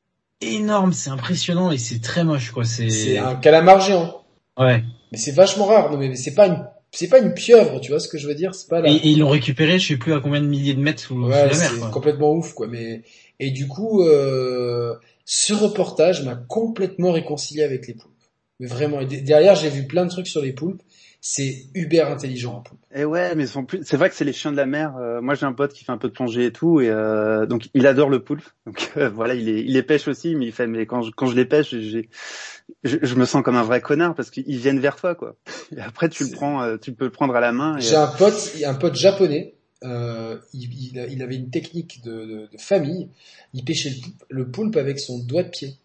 énorme, c'est impressionnant et c'est très moche, quoi. C'est, c'est un calamar géant. Ouais. Mais c'est vachement rare. Non, mais c'est pas une, c'est pas une pieuvre, tu vois ce que je veux dire? C'est pas la... Et, et ils l'ont récupéré, je sais plus à combien de milliers de mètres sous, ouais, sous la mer, c'est quoi. complètement ouf, quoi. Mais, et du coup, euh, ce reportage m'a complètement réconcilié avec les poulpes. Mais vraiment, et derrière, j'ai vu plein de trucs sur les poulpes. C'est hyper intelligent, un poulpe. Et ouais, mais sont plus... c'est vrai que c'est les chiens de la mer. Euh, moi, j'ai un pote qui fait un peu de plongée et tout, et euh, donc il adore le poulpe. Donc euh, voilà, il les, il les pêche aussi, mais il fait, mais quand je, quand je les pêche, j'ai, je, je me sens comme un vrai connard parce qu'ils viennent vers toi, quoi. Et après, tu c'est... le prends, euh, tu peux le prendre à la main. Et... J'ai un pote, un pote japonais. Euh, il, il, il avait une technique de, de, de famille. Il pêchait le poulpe, le poulpe avec son doigt de pied.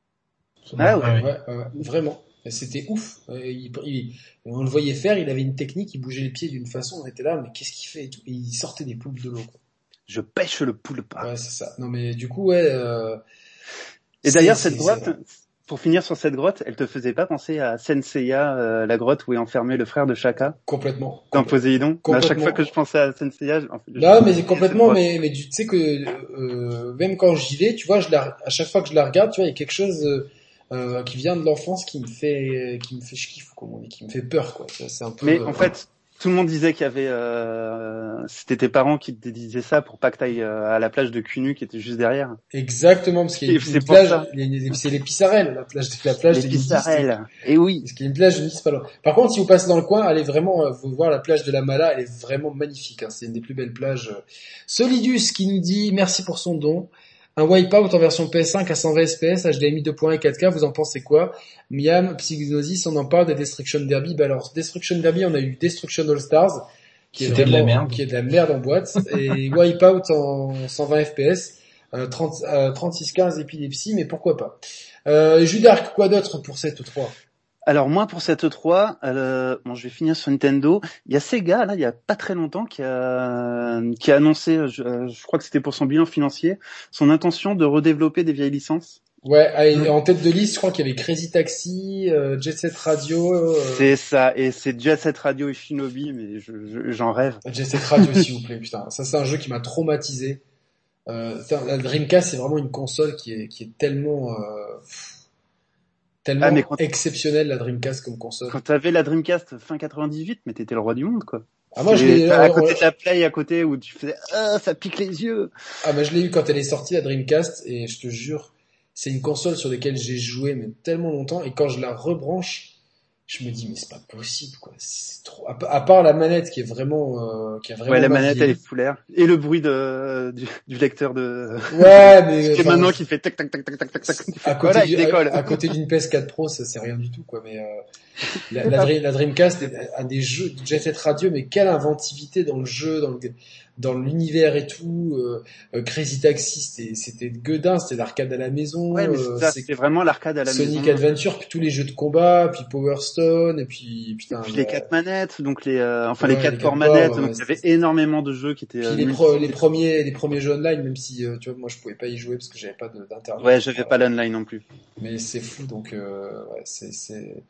Ah ouais, ouais, ouais, ouais vraiment. C'était ouf. Il, il, on le voyait faire, il avait une technique, il bougeait les pieds d'une façon, on était là, mais qu'est-ce qu'il fait et tout. Et il sortait des poulpes de l'eau, quoi. Je pêche le poulpe. Ouais, c'est ça. Non, mais du coup, ouais. Euh, et d'ailleurs, cette grotte, pour finir sur cette grotte, elle te faisait pas penser à Senseiya, euh, la grotte où est enfermé le frère de Shaka? Complètement. Dans Poséidon. Complètement. À chaque fois que je pensais à Senseiya, en fait, non, mais complètement. Mais, mais tu sais que euh, même quand j'y vais, tu vois, je la, à chaque fois que je la regarde, tu vois, il y a quelque chose. Euh, Euh, qui vient de l'enfance, qui me fait, qui me fait kiff, comme on dit, qui me fait peur, quoi. C'est un peu. Mais en fait, tout le monde disait qu'il y avait, euh, c'était tes parents qui te disaient ça pour pas que t'ailles à la plage de Cunu qui était juste derrière. Exactement, parce qu'il y a une, une plage, c'est les Pissarelles, la plage, la plage les des Pissarelles. Et oui. Parce qu'il y a une plage de Nice pas loin. Par contre, si vous passez dans le coin, allez vraiment, vous voir la plage de la Mala, elle est vraiment magnifique, hein. C'est une des plus belles plages. Solidus qui nous dit merci pour son don. Un Wipeout en version P S cinq à cent vingt F P S, H D M I deux point un et quatre K, vous en pensez quoi? Miam, Psygnosis, on en parle des Destruction Derby. Bah alors, Destruction Derby, on a eu Destruction All Stars, qui est, C'était vraiment, de la merde. qui est de la merde en boîte, et Wipeout en cent vingt F P S, euh, trente, euh, trente-six quinze épilepsie, mais pourquoi pas. Euh, Judark, quoi d'autre pour cette E trois? Alors moi pour cette E trois, euh, bon je vais finir sur Nintendo. Il y a Sega là, il y a pas très longtemps qui a qui a annoncé, je, je crois que c'était pour son bilan financier, son intention de redévelopper des vieilles licences. Ouais, mmh. En tête de liste, je crois qu'il y avait Crazy Taxi, euh, Jet Set Radio. Euh... C'est ça, et c'est Jet Set Radio et Shinobi, mais je, je, j'en rêve. Jet Set Radio, s'il vous plaît, putain. Ça c'est un jeu qui m'a traumatisé. Euh, la Dreamcast, c'est vraiment une console qui est qui est tellement. Euh... Tellement ah, exceptionnel la Dreamcast comme console. Quand t'avais la Dreamcast fin quatre-vingt-dix-huit, mais t'étais le roi du monde, quoi. Ah moi je l'ai à euh, côté de la Play, à côté où tu faisais ah ça pique les yeux. Ah mais je l'ai eu quand elle est sortie la Dreamcast et je te jure, c'est une console sur laquelle j'ai joué mais tellement longtemps et quand je la rebranche, je me dis mais c'est pas possible quoi, c'est trop à, à part la manette qui est vraiment euh, qui a vraiment ouais la manette vieilli. Elle est foulaire et le bruit de du, du lecteur de ouais mais qui est maintenant qui fait tac tac tac tac tac tac tac à côté voilà, du, à, à côté d'une P S quatre Pro ça c'est rien du tout quoi mais euh, la, la, la Dreamcast a des jeux de Jet Set Radio mais quelle inventivité dans le jeu dans le dans l'univers et tout euh, euh, Crazy Taxi c'était c'était gueudin, c'était l'arcade à la maison ouais mais euh, ça, c'était vraiment l'arcade à la Sonic maison Sonic Adventure puis tous les jeux de combat puis Power Stone et puis putain puis les quatre manettes donc les euh, enfin ouais, les quatre ports manettes ouais, donc il y avait énormément de jeux qui étaient puis euh, les, pro, les premiers les premiers jeux online même si euh, tu vois moi je pouvais pas y jouer parce que j'avais pas de, d'internet ouais j'avais pas l'online non plus mais c'est fou donc euh, ouais c'est c'est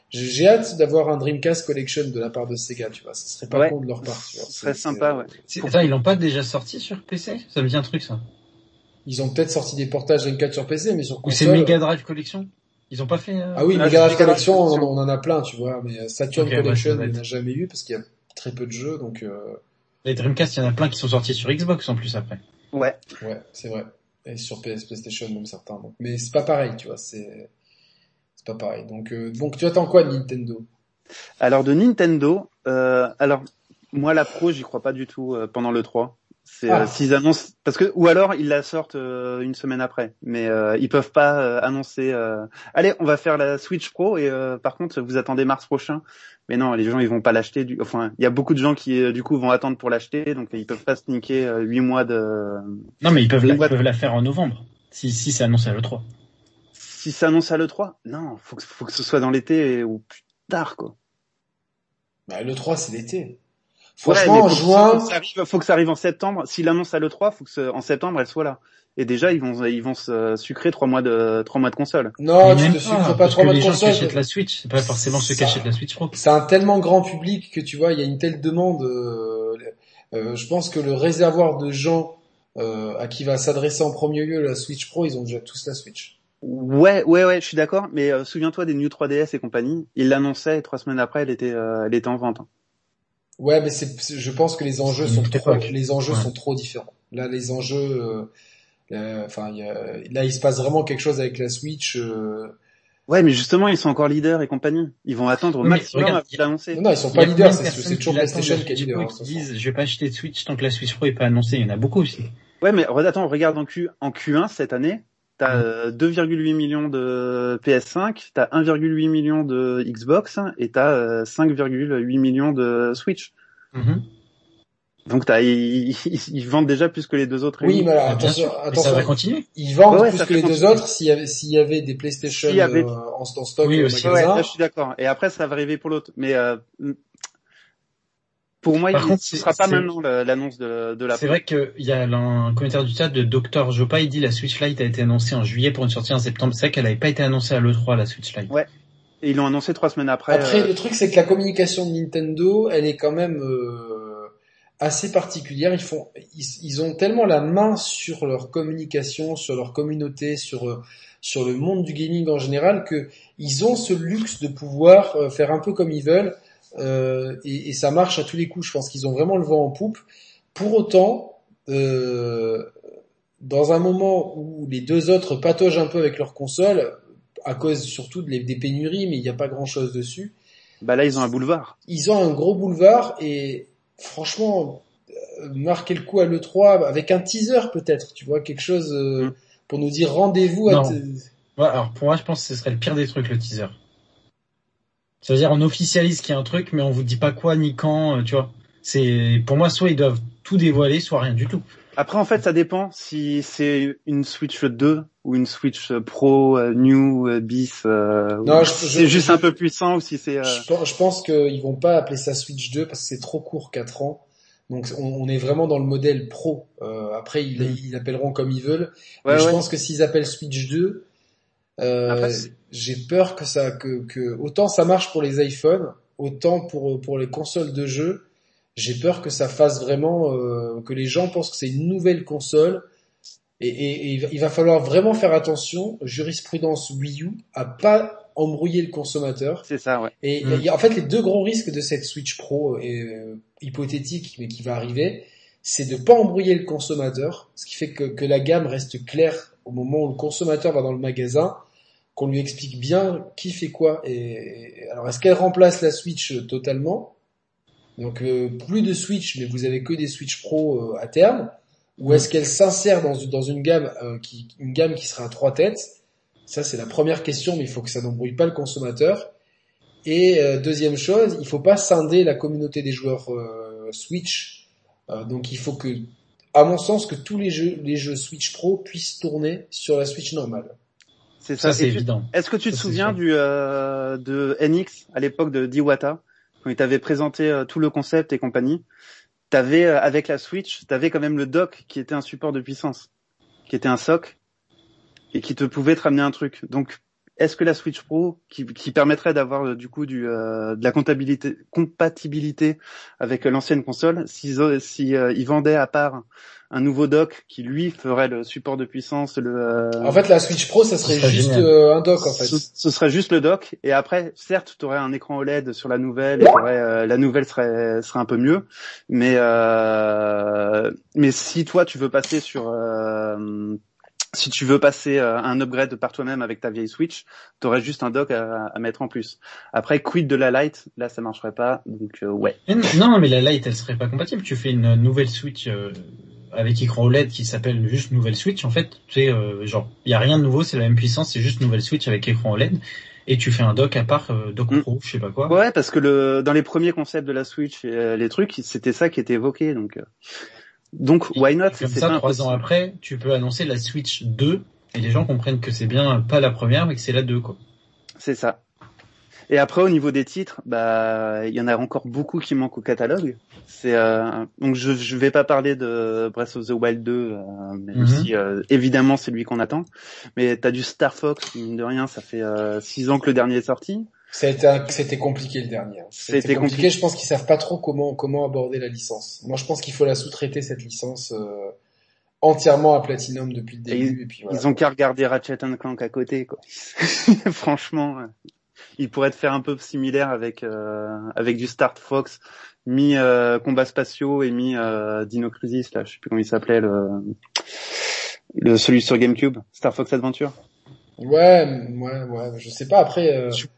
j'ai, j'ai hâte d'avoir un Dreamcast Collection de la part de Sega, tu vois. Ce serait pas Ouais. con de leur part, tu vois. Ce serait C'est- sympa, c'est- ouais. C'est- Attends, ils l'ont pas déjà sorti sur P C? Ça me dit un truc, ça. Ils ont peut-être sorti des portages N quatre sur P C, mais sur Ou c'est console. Mega Drive Collection? Ils ont pas fait, euh... Ah oui, Ah, Mega c'est Drive Mega Drive Collection, on, Collection. on en a plein, tu vois. Mais Saturn Ok, ouais, Collection, ça doit il n'y en a être. jamais eu parce qu'il y a très peu de jeux, donc euh, Les Dreamcast, il y en a plein qui sont sortis sur Xbox en plus après. Ouais. ouais, c'est vrai. Et sur P S, PlayStation, même certains. Donc. Mais c'est pas pareil, tu vois. C'est c'est pas pareil. Donc, euh, donc tu attends quoi de Nintendo? Alors de Nintendo, euh, alors moi la Pro, j'y crois pas du tout euh, pendant le trois. C'est Ah. euh, s'ils annoncent parce que ou alors ils la sortent euh, une semaine après, mais euh, ils peuvent pas euh, annoncer. Euh, Allez, on va faire la Switch Pro et euh, par contre vous attendez mars prochain. Mais non, les gens ils vont pas l'acheter. Du... Enfin, il y a beaucoup de gens qui euh, du coup vont attendre pour l'acheter, donc ils peuvent pas se niquer euh, huit mois de. Non, mais ils peuvent, la, Huit mois ils peuvent la faire en novembre. Si, si c'est annoncé à l'E trois. Si ça annonce à l'E trois, non, faut que faut que ce soit dans l'été ou plus tard quoi. Bah, le trois, c'est l'été. Ouais, Franchement, mais en faut, juin, faut que ça arrive, faut que ça arrive en septembre. S'il annonce à l'E trois, faut que ce, en septembre elle soit là. Et déjà ils vont ils vont se sucrer trois mois de trois mois de console. non, Mais tu même te sucres pas parce trois que mois de les gens qui console. achètent la Switch, c'est pas forcément ceux qui Ça- achètent la Switch Pro. C'est un tellement grand public que tu vois, il y a une telle demande. Euh, euh, je pense que le réservoir de gens euh, à qui va s'adresser en premier lieu la Switch Pro, ils ont déjà tous la Switch. Ouais, ouais, ouais, je suis d'accord. Mais euh, souviens-toi des New trois D S et compagnie. Ils l'annonçaient et trois semaines après, elle était, euh, elle était en vente. Hein. Ouais, mais c'est, c'est- je pense que les enjeux C'est sont une autre trop, époque. les enjeux Ouais. sont trop différents. Là, les enjeux, euh, euh, enfin, il y a- là, il se passe vraiment quelque chose avec la Switch. Euh... Ouais, mais justement, ils sont encore leaders et compagnie. Ils vont attendre au Oui, mais maximum regarde, avant de l'annoncer. Non, non, ils sont Il y pas a leaders. combien de C'est, personnes c'est toujours qui l'attendent, PlayStation la qui est Switch leader. Pro, Hein, et de qui toute façon. disent je vais pas acheter de Switch tant que la Switch Pro est pas annoncée. Il y en a beaucoup aussi. Ouais, mais re- attends, regarde en Q, en Q un cette année, t'as Mm. euh, deux virgule huit millions de P S cinq, t'as un virgule huit million de Xbox et t'as euh, cinq virgule huit millions de Switch. Mhm. Donc t'as, ils, ils, ils vendent déjà plus que les deux autres Oui, réunis. mais alors, Ah, bien attention, sûr. Et ça attention. va continuer. Ils vendent Ouais, ouais, plus ça que fait les deux continuer. autres s'il y avait, s'il y avait des PlayStation S'il y avait- euh, en, en stock Oui, au aussi. Ouais, ouais, magasin. là je suis d'accord. Et après ça va arriver pour l'autre. Mais euh, pour moi, Par il, contre, ce c'est- sera pas c'est- maintenant la- l'annonce de, de la. C'est vrai qu'il y a un commentaire du chat de docteur Jopa, il dit la Switch Lite a été annoncée en juillet pour une sortie en septembre. C'est vrai qu'elle n'avait pas été annoncée à l'E trois, la Switch Lite. Ouais. Et ils l'ont annoncé trois semaines après. Après, euh, le truc, c'est que la communication de Nintendo, elle est quand même euh, assez particulière. Ils font, ils, ils ont tellement la main sur leur communication, sur leur communauté, sur euh, sur le monde du gaming en général, que ils ont ce luxe de pouvoir euh, faire un peu comme ils veulent, euh, et, et ça marche à tous les coups. Je pense qu'ils ont vraiment le vent en poupe. Pour autant, euh, dans un moment où les deux autres pataugent un peu avec leur console, à cause surtout de les- des pénuries, mais il n'y a pas grand-chose dessus. Bah là, ils ont un boulevard. Ils ont un gros boulevard et franchement, euh, marquer le coup à l'E trois avec un teaser peut-être, tu vois, quelque chose euh, Mm. pour nous dire rendez-vous à... Non. t- Ouais, alors pour moi, je pense que ce serait le pire des trucs, le teaser. C'est-à-dire, on officialise qu'il y a un truc, mais on vous dit pas quoi ni quand, euh, tu vois. C'est, pour moi, soit ils doivent tout dévoiler, soit rien du tout. Après, en fait, ça dépend si c'est une Switch deux ou une Switch Pro, euh, New, euh, Bis. Euh, Non, ou je- si je- c'est juste je- un peu puissant ou si c'est. Euh... Je, pense- je pense qu'ils vont pas appeler ça Switch deux parce que c'est trop court, quatre ans. Donc on, on est vraiment dans le modèle pro. Euh, après, ils, Mm. ils appelleront comme ils veulent. Ouais, mais je ouais. pense que s'ils appellent Switch deux, euh, Après, c'est- j'ai peur que ça, que, que autant ça marche pour les iPhones, autant pour pour les consoles de jeux. J'ai peur que ça fasse vraiment euh, que les gens pensent que c'est une nouvelle console. Et, et, et il va- il va falloir vraiment faire attention, jurisprudence Wii U, à pas embrouiller le consommateur. C'est ça, ouais. Et Mm. il y a en fait les deux gros risques de cette Switch Pro et, euh, hypothétique mais qui va arriver, c'est de pas embrouiller le consommateur, ce qui fait que, que la gamme reste claire au moment où le consommateur va dans le magasin, qu'on lui explique bien qui fait quoi. Et, et- alors est-ce qu'elle remplace la Switch euh, totalement? Donc euh, plus de Switch, mais vous avez que des Switch Pro euh, à terme, ou est-ce qu'elle s'insère dans, dans une gamme euh, qui une gamme qui sera à trois têtes? Ça c'est la première question, mais il faut que ça n'embrouille pas le consommateur. Et euh, deuxième chose, il faut pas scinder la communauté des joueurs euh, Switch. Euh, donc il faut que, à mon sens, que tous les jeux les jeux Switch Pro puissent tourner sur la Switch normale. C'est ça. Ça, c'est Et tu- évident. Est-ce que tu te Ça, c'est souviens sûr. du euh, de N X à l'époque de Iwata quand il t'avait présenté euh, tout le concept et compagnie? T'avais euh, avec la Switch, t'avais quand même le dock qui était un support de puissance, qui était un sock et qui te pouvait te ramener un truc. Donc est-ce que la Switch Pro, qui, qui permettrait d'avoir euh, du coup du euh, de la comptabilité, compatibilité avec euh, l'ancienne console, s'ils si, euh, ils vendaient à part un nouveau dock qui lui ferait le support de puissance, le. Euh... En fait, la Switch Pro, ça serait, serait juste génial. euh, un dock en fait. Ce, ce serait juste le dock, et après, certes, tu aurais un écran O L E D sur la nouvelle, et t'aurais, euh, la nouvelle serait serait un peu mieux, mais euh, mais si toi tu veux passer sur euh, si tu veux passer euh, un upgrade par toi-même avec ta vieille Switch, t'aurais juste un dock à, à mettre en plus. Après, quid de la Lite, là ça marcherait pas, donc euh, ouais. Mais non, mais la Lite, elle serait pas compatible. Tu fais une nouvelle Switch euh, avec écran O L E D qui s'appelle juste nouvelle Switch. En fait, tu sais, euh, genre, il y a rien de nouveau, c'est la même puissance, c'est juste nouvelle Switch avec écran O L E D. Et tu fais un dock à part, euh, dock Mm. pro, je sais pas quoi. Ouais, parce que le dans les premiers concepts de la Switch, et, euh, les trucs, c'était ça qui était évoqué, donc euh, donc why not? Et comme C'est ça, pas trois ans impossible. après, tu peux annoncer la Switch deux et les gens comprennent que c'est bien pas la première, mais que c'est la deux, quoi. C'est ça. Et après, au niveau des titres, bah, il y en a encore beaucoup qui manquent au catalogue. C'est euh, donc je je vais pas parler de Breath of the Wild deux, euh, même Mhm. si euh, évidemment c'est lui qu'on attend. Mais t'as du Star Fox, mine de rien, ça fait euh, six ans que le dernier est sorti. Ça a été un- C'était compliqué le dernier. C'était C'était compliqué. compliqué. Je pense qu'ils savent pas trop comment comment aborder la licence. Moi, je pense qu'il faut la sous-traiter cette licence euh, entièrement à Platinum depuis le Et début. ils, Et puis voilà. ils ont qu'à regarder Ratchet and Clank à côté, quoi. Franchement, euh, ils pourraient te faire un peu similaire avec euh, avec du Star Fox, mi euh, combats spatiaux et mi euh, Dino Crisis, là, je sais plus comment il s'appelait, le, le celui sur GameCube, Star Fox Adventure. Ouais, ouais, ouais. Je sais pas. Après, euh, je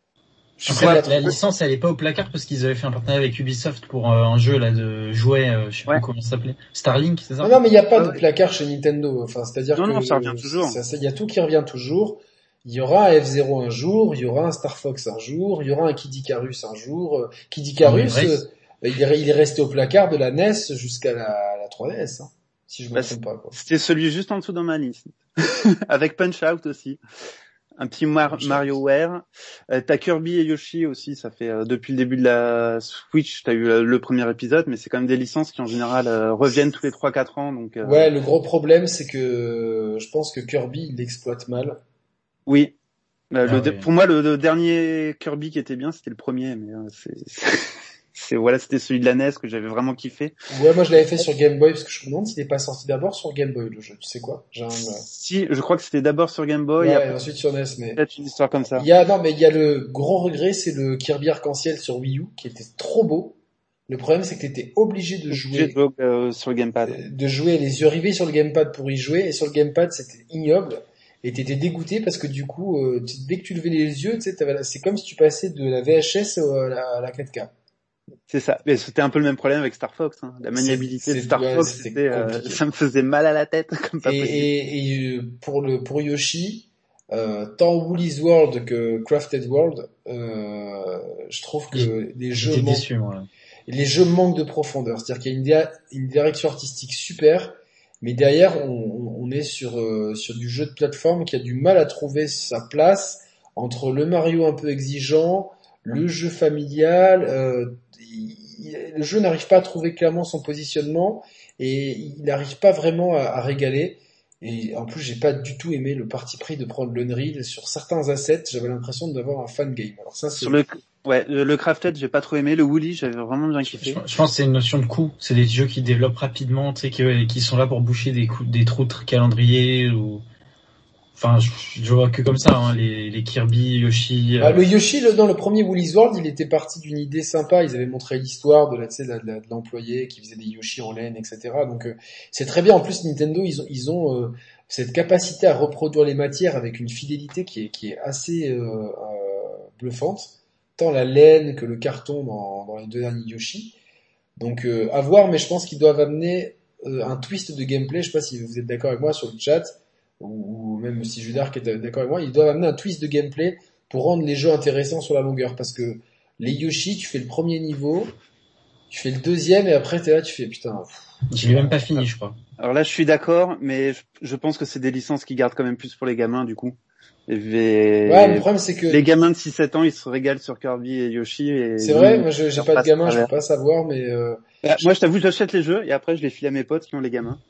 sais Après, pas la trop. licence, elle est pas au placard parce qu'ils avaient fait un partenariat avec Ubisoft pour euh, un jeu là de jouets, euh, je sais Ouais. plus comment ça s'appelait, Starlink, c'est ça? Non, non, mais il n'y a pas Ouais, de ouais. placard chez Nintendo. Enfin, c'est-à-dire Non, que non, ça revient toujours. ça, ça- il y a tout qui revient toujours. Il y aura un F zéro un jour, il y aura un Star Fox un jour, il y aura un Kid Icarus un jour. Euh, Kid Icarus, Ouais, euh, Race. il est, il est resté au placard de la N E S jusqu'à la, la trois D S, hein, si je me Bah, trompe pas, quoi. C'était celui juste en dessous dans ma liste. Avec Punch Out aussi. Un petit Mar- Punch Out. MarioWare. Euh, t'as Kirby et Yoshi aussi, ça fait euh, depuis le début de la Switch, t'as eu euh, le premier épisode, mais c'est quand même des licences qui en général euh, reviennent tous les trois quatre ans, donc euh, Ouais, le gros problème, c'est que je pense que Kirby, il l'exploite mal. oui. Euh, Ah le, ouais. Pour moi, le, le dernier Kirby qui était bien, c'était le premier, mais euh, c'est, c'est voilà, c'était celui de la N E S que j'avais vraiment kiffé. Ouais, moi je l'avais fait sur Game Boy parce que je me demande s'il n'est pas sorti d'abord sur Game Boy le jeu. Tu sais quoi? J'ai un... Si, je crois que c'était d'abord sur Game Boy, Ouais, et et après ensuite sur N E S, mais peut-être une histoire comme ça. il y a non, mais il y a le gros regret, c'est le Kirby Arc-en-Ciel sur Wii U qui était trop beau. Le problème, c'est que t'étais obligé de Obligé jouer, de jouer euh, sur le gamepad. euh, de jouer les yeux rivés sur le gamepad pour y jouer, et sur le gamepad, c'était ignoble. Et t'étais dégoûté parce que du coup, euh, tu- dès que tu levais les yeux, tu sais, t'avais la- c'est comme si tu passais de la V H S à la, à la quatre K. C'est ça. Mais c'était un peu le même problème avec Star Fox. Hein. La C'est- maniabilité de c'est- Star ouais, Fox, c'était c'était, euh, compliqué. ça me faisait mal à la tête comme pas Et, possible. et, et, euh, pour le pour Yoshi, euh, tant Woolly's World que Crafted World, euh, je trouve que J'ai- les jeux J'étais manquent, déçu, moi. les jeux manquent de profondeur. C'est-à-dire qu'il y a une, dia- une direction artistique super, mais derrière on, on on est sur euh, sur du jeu de plateforme qui a du mal à trouver sa place entre le Mario un peu exigeant, le jeu familial. Euh, il- il- le jeu n'arrive pas à trouver clairement son positionnement et il n'arrive pas vraiment à, à régaler. Et en plus, j'ai pas du tout aimé le parti pris de prendre l'Unreal sur certains assets. J'avais l'impression d'avoir un fan game. Alors ça, c'est Sur le, ouais, le, le Crafted, j'ai pas trop aimé. Le Woolly, j'avais vraiment bien Je, kiffé. je pense que c'est une notion de coût. C'est des jeux qui développent rapidement, tu sais, qui, qui sont là pour boucher des, coups, des trous de calendrier ou... Enfin, je, je vois que comme ça, hein, les, les Kirby, Yoshi... Ah, euh, le Yoshi, le, dans le premier Woolly's World, il était parti d'une idée sympa. Ils avaient montré l'histoire de la, tu sais, de, la- de la- de l'employé qui faisait des Yoshi en laine, et cetera. Donc euh, c'est très bien. En plus, Nintendo, ils ont, ils ont euh, cette capacité à reproduire les matières avec une fidélité qui est, qui est assez euh, euh, bluffante. Tant la laine que le carton dans, dans les deux derniers Yoshi. Donc euh, à voir, mais je pense qu'ils doivent amener euh, un twist de gameplay. Je sais pas si vous êtes d'accord avec moi sur le chat, ou, ou même si Judark est d'accord avec moi, ils doivent amener un twist de gameplay pour rendre les jeux intéressants sur la longueur. Parce que les Yoshi, tu fais le premier niveau, tu fais le deuxième, et après t'es là, tu fais putain. Pff, je l'ai même pas fini, je crois. Alors là, je suis d'accord, mais je, je pense que c'est des licences qui gardent quand même plus pour les gamins, du coup. Et, Ouais, mais le problème c'est que les gamins de six sept ans, ils se régalent sur Kirby et Yoshi. Et c'est vrai, moi je- j'ai leur pas de passe gamin, je travers. peux pas savoir, mais euh, Bah, moi, je t'avoue, j'achète les jeux et après, je les file à mes potes qui ont les gamins.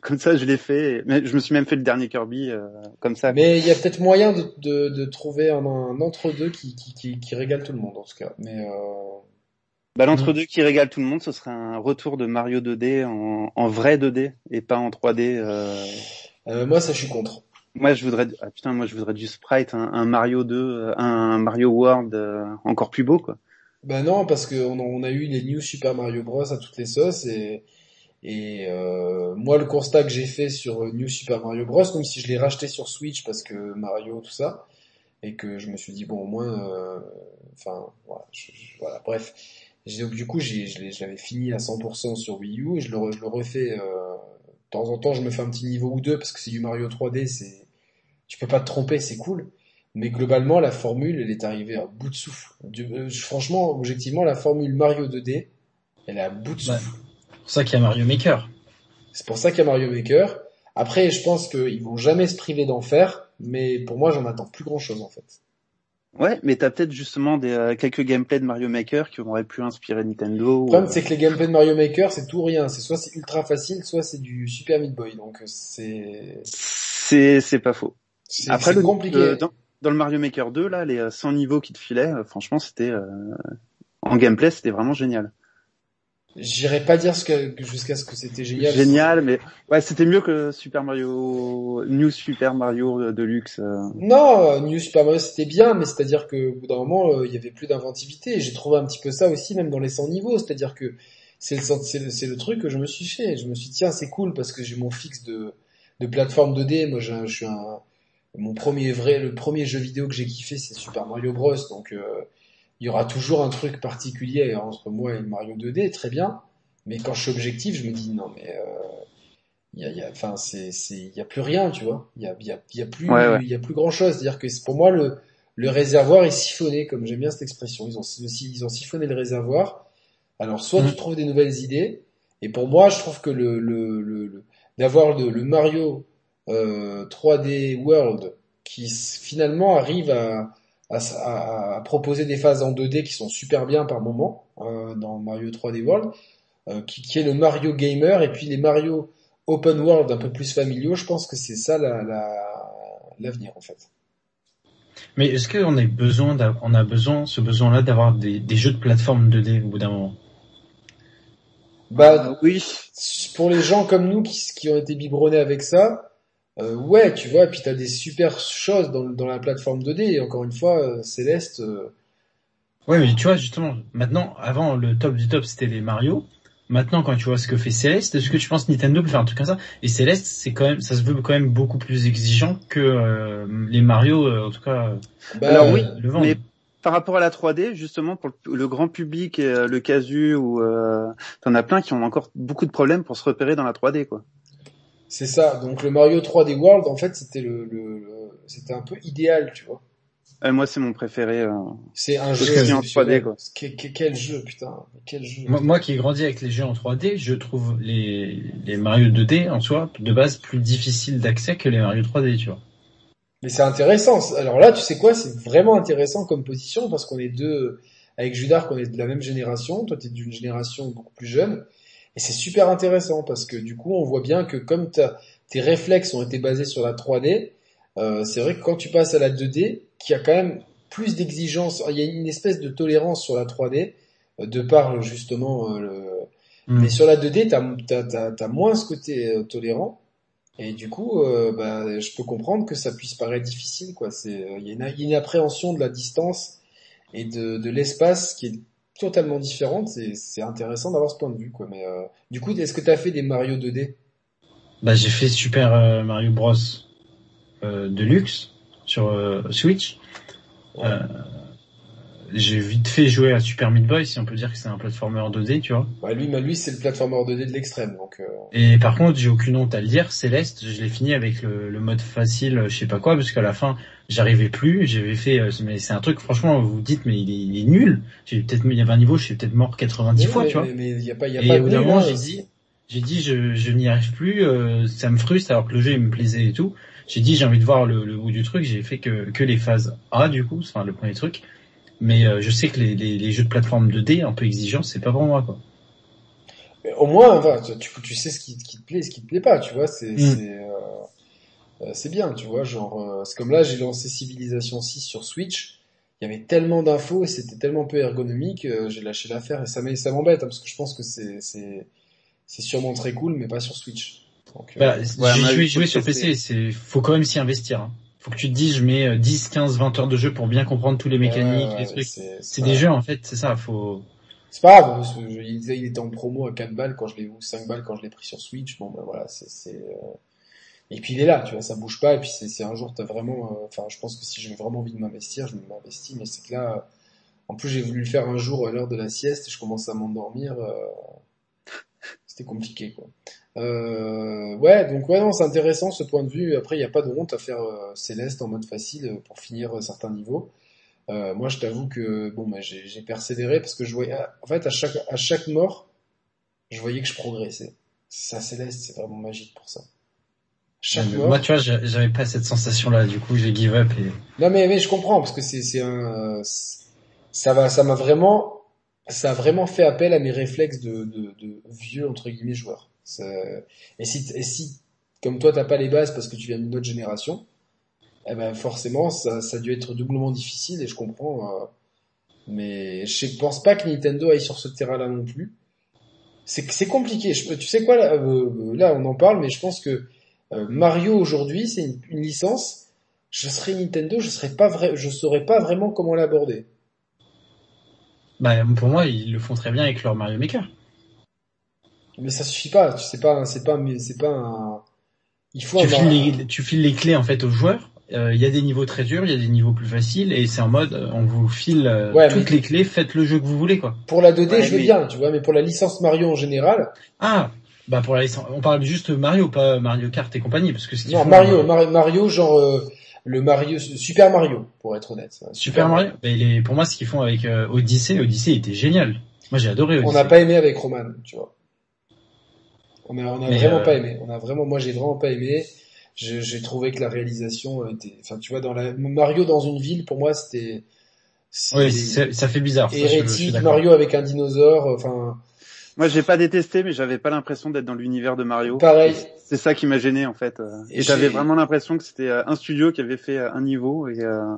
comme ça, je l'ai fait. Mais je me suis même fait le dernier Kirby euh, comme ça. Mais il y a peut-être moyen de, de, de trouver un, un entre-deux qui, qui, qui, qui régale tout le monde, en tout cas. Mais euh... Bah, l'entre-deux qui régale tout le monde, ce serait un retour de Mario deux D en, en vrai deux D et pas en trois D. Euh... Euh, moi, ça, je suis contre. Moi, je voudrais, ah putain, moi, je voudrais du sprite, un, un Mario deux, un Mario World euh, encore plus beau, quoi. Ben non, parce que on a, on a eu les New Super Mario Bros à toutes les sauces et et euh, moi, le constat que j'ai fait sur New Super Mario Bros, même si je l'ai racheté sur Switch parce que Mario tout ça et que je me suis dit bon au moins, euh, enfin voilà, je, je, voilà, bref. J'ai, du coup, j'ai, je, l'ai, je l'avais fini à cent pour cent sur Wii U et je le, je le refais. Euh, de temps en temps, je me fais un petit niveau ou deux parce que c'est du Mario trois D, c'est, tu peux pas te tromper, c'est cool. Mais globalement, la formule, elle est arrivée à bout de souffle. Du, euh, franchement, objectivement, la formule Mario deux D, elle est à bout de souffle. Ouais. C'est pour ça qu'il y a Mario Maker. C'est pour ça qu'il y a Mario Maker. Après, je pense qu'ils vont jamais se priver d'en faire, mais pour moi, j'en attends plus grand chose en fait. Ouais, mais t'as peut-être justement des euh, quelques gameplays de Mario Maker qui auraient pu inspirer Nintendo. Le problème, ou... c'est que les gameplays de Mario Maker, c'est tout ou rien. C'est soit c'est ultra facile, soit c'est du Super Meat Boy. Donc c'est c'est c'est pas faux. C'est, Après c'est le compliqué. Euh, dans, dans le Mario Maker deux, là, les cent niveaux qui te filaient, euh, franchement, c'était euh, en gameplay, c'était vraiment génial. J'irais pas dire ce que, jusqu'à ce que c'était génial. Génial, mais ouais, c'était mieux que Super Mario, New Super Mario Deluxe. Euh. Non, New Super Mario c'était bien, mais c'est-à-dire que au bout d'un moment, il euh, y avait plus d'inventivité. J'ai trouvé un petit peu ça aussi, même dans les cent niveaux. C'est-à-dire que c'est le, c'est le, c'est le truc que je me suis fait. Je me suis dit, tiens, c'est cool parce que j'ai mon fixe de, de plateforme deux D. Moi, je, je suis un, mon premier vrai, le premier jeu vidéo que j'ai kiffé, c'est Super Mario Bros. Donc, euh, il y aura toujours un truc particulier entre moi et le Mario deux D, très bien. Mais quand je suis objectif, je me dis non, mais il euh, y a, y a, enfin, c'est, c'est, il y a plus rien, tu vois. Il y a, y a, y a plus, il ouais, ouais. y a plus grand chose. C'est-à-dire que pour moi, le, le réservoir est siphonné, comme j'aime bien cette expression. Ils ont, ils ont siphonné le réservoir. Alors, soit mmh. tu trouves des nouvelles idées. Et pour moi, je trouve que le, le, le, le d'avoir le, le Mario euh, trois D World qui finalement arrive à À, à, à proposer des phases en deux D qui sont super bien par moment euh, dans Mario trois D World, euh, qui, qui est le Mario Gamer, et puis les Mario Open World un peu plus familiaux. Je pense que c'est ça la, la, l'avenir en fait. Mais est-ce qu'on a besoin, on a besoin, ce besoin-là d'avoir des, des jeux de plateforme deux D au bout d'un moment? Bah oui. Pour les gens comme nous qui, qui ont été biberonnés avec ça. Euh, ouais, tu vois, et puis t'as des super choses dans, dans la plateforme deux D, et encore une fois, euh, Céleste... Euh... Ouais, mais tu vois, justement, maintenant, avant, le top du top, c'était les Mario. Maintenant, quand tu vois ce que fait Céleste, est-ce que tu penses que Nintendo peut faire un truc comme ça? Et Céleste, c'est quand même, ça se veut quand même beaucoup plus exigeant que euh, les Mario, euh, en tout cas, bah, alors oui, le vendre. Mais par rapport à la trois D, justement, pour le, le grand public, et, euh, le casu, ou euh, t'en as plein qui ont encore beaucoup de problèmes pour se repérer dans la trois D, quoi. C'est ça. Donc le Mario trois D World, en fait, c'était le, le, le c'était un peu idéal, tu vois. Euh, moi, c'est mon préféré. Euh... C'est un jeu en trois D, quoi. Quel, quel jeu, putain, quel jeu. Moi, moi, qui ai grandi avec les jeux en trois D, je trouve les les Mario deux D en soi de base plus difficiles d'accès que les Mario trois D, tu vois. Mais c'est intéressant. Alors là, tu sais quoi, c'est vraiment intéressant comme position parce qu'on est deux avec Judar, qu'on est de la même génération. Toi, t'es d'une génération beaucoup plus jeune. Et c'est super intéressant parce que du coup, on voit bien que comme tes réflexes ont été basés sur la trois D, euh, c'est vrai que quand tu passes à la deux D, qu'il y a quand même plus d'exigences, il y a une espèce de tolérance sur la trois D, euh, de par justement euh, le... Mmh. Mais sur la deux D, t'as, t'as, t'as, t'as moins ce côté euh, tolérant. Et du coup, euh, bah, je peux comprendre que ça puisse paraître difficile, quoi. C'est, il y a une, une appréhension de la distance et de, de l'espace qui est totalement différente, c'est, c'est intéressant d'avoir ce point de vue, quoi. Mais euh, du coup, est-ce que t'as fait des Mario deux D? Bah, j'ai fait Super euh, Mario Bros euh, Deluxe sur euh, Switch. Ouais. Euh, j'ai vite fait jouer à Super Meat Boy, si on peut dire que c'est un platformer deux D, tu vois. Ouais, lui, bah, lui, c'est le platformer deux D de l'extrême, donc. Euh... Et par contre, j'ai aucune honte à le dire, Céleste, je l'ai fini avec le, le mode facile, je sais pas quoi, parce qu'à la fin, j'arrivais plus, j'avais fait, mais c'est un truc, franchement, vous vous dites, mais il est, il est nul. J'ai peut-être, il y avait un niveau, je suis peut-être mort quatre-vingt-dix mais fois, mais, tu vois. Mais, mais y a pas, y a et pas au bout d'un moment, j'ai dit, j'ai dit, je, je n'y arrive plus, euh, ça me frustre, alors que le jeu, il me plaisait et tout. J'ai dit, j'ai envie de voir le, le bout du truc, j'ai fait que, que les phases A, du coup, enfin, le premier truc. Mais, euh, je sais que les, les, les jeux de plateforme deux D, un peu exigeants, c'est pas pour moi, quoi. Mais au moins, enfin, tu, tu sais ce qui, qui te plaît, ce qui te plaît pas, tu vois. C'est, Mm. c'est, euh, euh, c'est bien, tu vois. Genre, euh, c'est comme là, j'ai lancé Civilization six sur Switch. Il y avait tellement d'infos et c'était tellement peu ergonomique, euh, j'ai lâché l'affaire et ça m'est- ça m'embête hein, parce que je pense que c'est, c'est, c'est sûrement très cool, mais pas sur Switch. Donc, euh, Bah, Ouais, à j'ai mon avis, joué, il faut joué le sur P C, tester. c'est, faut quand même s'y investir. Hein. Faut que tu te dises, je mets euh, dix, quinze, vingt heures de jeu pour bien comprendre tous les ouais, ouais, mécaniques, les ouais, mais trucs. c'est, c'est C'est des pas, jeux, en fait, c'est ça, faut... c'est pas grave. Parce que je- il, disait, il était en promo à quatre balles quand je l'ai, ou cinq balles quand je l'ai pris sur Switch. Bon, ben voilà, c'est, c'est, euh, et puis il est là, tu vois, ça bouge pas. Et puis c'est, c'est un jour, t'as vraiment, euh, enfin, je pense que si j'ai vraiment envie de m'investir, je m'investis. Mais c'est que là, en plus j'ai voulu le faire un jour à l'heure de la sieste et je commence à m'endormir. Euh, c'était compliqué, quoi. Euh, ouais, donc ouais, non, c'est intéressant ce point de vue. Après, il n'y a pas de honte à faire euh, Céleste en mode facile euh, pour finir euh, certains niveaux. Euh, moi, je t'avoue que bon, bah, j'ai, j'ai persévéré parce que je voyais, en fait, à chaque à chaque mort, je voyais que je progressais. Ça, Céleste, c'est vraiment magique pour ça. Ouais, Chaque mais moi, tu mort. vois, j'a- j'avais pas cette sensation-là, du coup, j'ai give up et... Non, mais mais je comprends parce que c'est c'est un, euh, c'est- ça va, ça m'a vraiment, ça a vraiment fait appel à mes réflexes de de, de vieux entre guillemets joueurs. Ça- Et si et si comme toi t'as pas les bases parce que tu viens d'une autre génération, eh ben forcément ça ça a dû être doublement difficile et je comprends. euh, mais je pense pas que Nintendo aille sur ce terrain-là non plus. C'est c'est compliqué. Je, peux- tu sais quoi là, euh, là on en parle, mais je pense que euh, Mario aujourd'hui c'est une, une licence. Je serais Nintendo, je serais pas vrai, je saurais pas vraiment comment l'aborder. Bah, pour moi, ils le font très bien avec leur Mario Maker. Mais ça suffit pas. Tu sais pas, c'est pas, mais c'est pas un. Il faut Tu un. files Mar- les, tu files les clés, en fait, aux joueurs. Euh, Il y a des niveaux très durs, il y a des niveaux plus faciles, et c'est en mode, euh, on vous file euh, Ouais, mais toutes les clés, faites le jeu que vous voulez, quoi. pour la deux D, Ouais, je veux mais bien, tu vois, mais pour la licence Mario en général, Ah, bah pour la licence, on parle juste Mario, pas Mario Kart et compagnie, parce que ce qu'ils non, font dans Mario, Mario, Mario, Mario genre euh, le Mario, Super Mario, pour être honnête, Super Super Mario, Mario. bah, il est, pour moi, ce qu'ils font avec euh, Odyssey, Odyssey était génial. Moi, j'ai adoré On n'a Odyssey. pas aimé avec Roman, tu vois. On a, on a Mais vraiment pas euh, aimé. On a vraiment, moi j'ai vraiment pas aimé. Je- J'ai trouvé que la réalisation était, enfin tu vois, dans la Mario dans une ville, pour moi c'était, oui, c'est c'est- ça fait bizarre, ça, je, je suis hérétique. d'accord. Mario avec un dinosaure, enfin moi, j'ai pas détesté, mais j'avais pas l'impression d'être dans l'univers de Mario. Et pareil. c'est ça qui m'a gêné, en fait. euh. Et Et j'avais j'ai, vraiment l'impression que c'était euh, un studio qui avait fait euh, un niveau et, euh,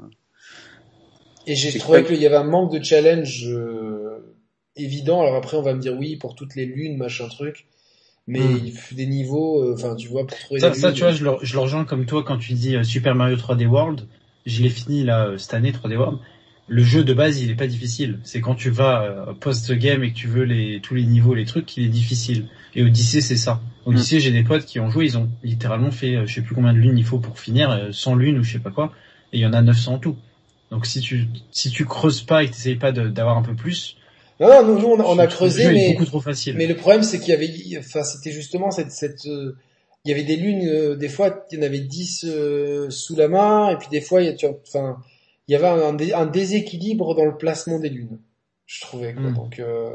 Et j'ai et trouvé que- qu'il y avait un manque de challenge euh, évident. Alors après, on va me dire oui pour toutes les lunes, machin truc, mais Hmm. il faut des niveaux. euh, Enfin, tu vois, pour trouver les Ça, ça, tu vois, lunes. je le, je le rejoins comme toi quand tu dis euh, Super Mario trois D World. Je l'ai fini là euh, cette année trois D World. Le jeu de base, il est pas difficile. C'est quand tu vas euh, post-game et que tu veux les tous les niveaux, les trucs, qu'il est difficile. Et Odyssey, c'est ça. Odyssey, j'ai des potes qui ont joué, ils ont littéralement fait, euh, je sais plus combien de lunes il faut pour finir, euh, cent lunes ou je sais pas quoi. Et il y en a neuf cents en tout. Donc si tu si tu creuses pas et que t'essayes pas de- d'avoir un peu plus, Non, non, nous, nous, on a, on je a trouve le creusé, jeu est beaucoup mais trop facile. mais le problème c'est qu'il y avait, enfin, c'était justement cette cette. euh, il y avait des lunes, euh, des fois, il y en avait dix euh, sous la main, et puis des fois, il y a, tu vois, enfin, il y avait un, un dé- un déséquilibre dans le placement des lunes. Je trouvais quoi. Hmm. Donc euh,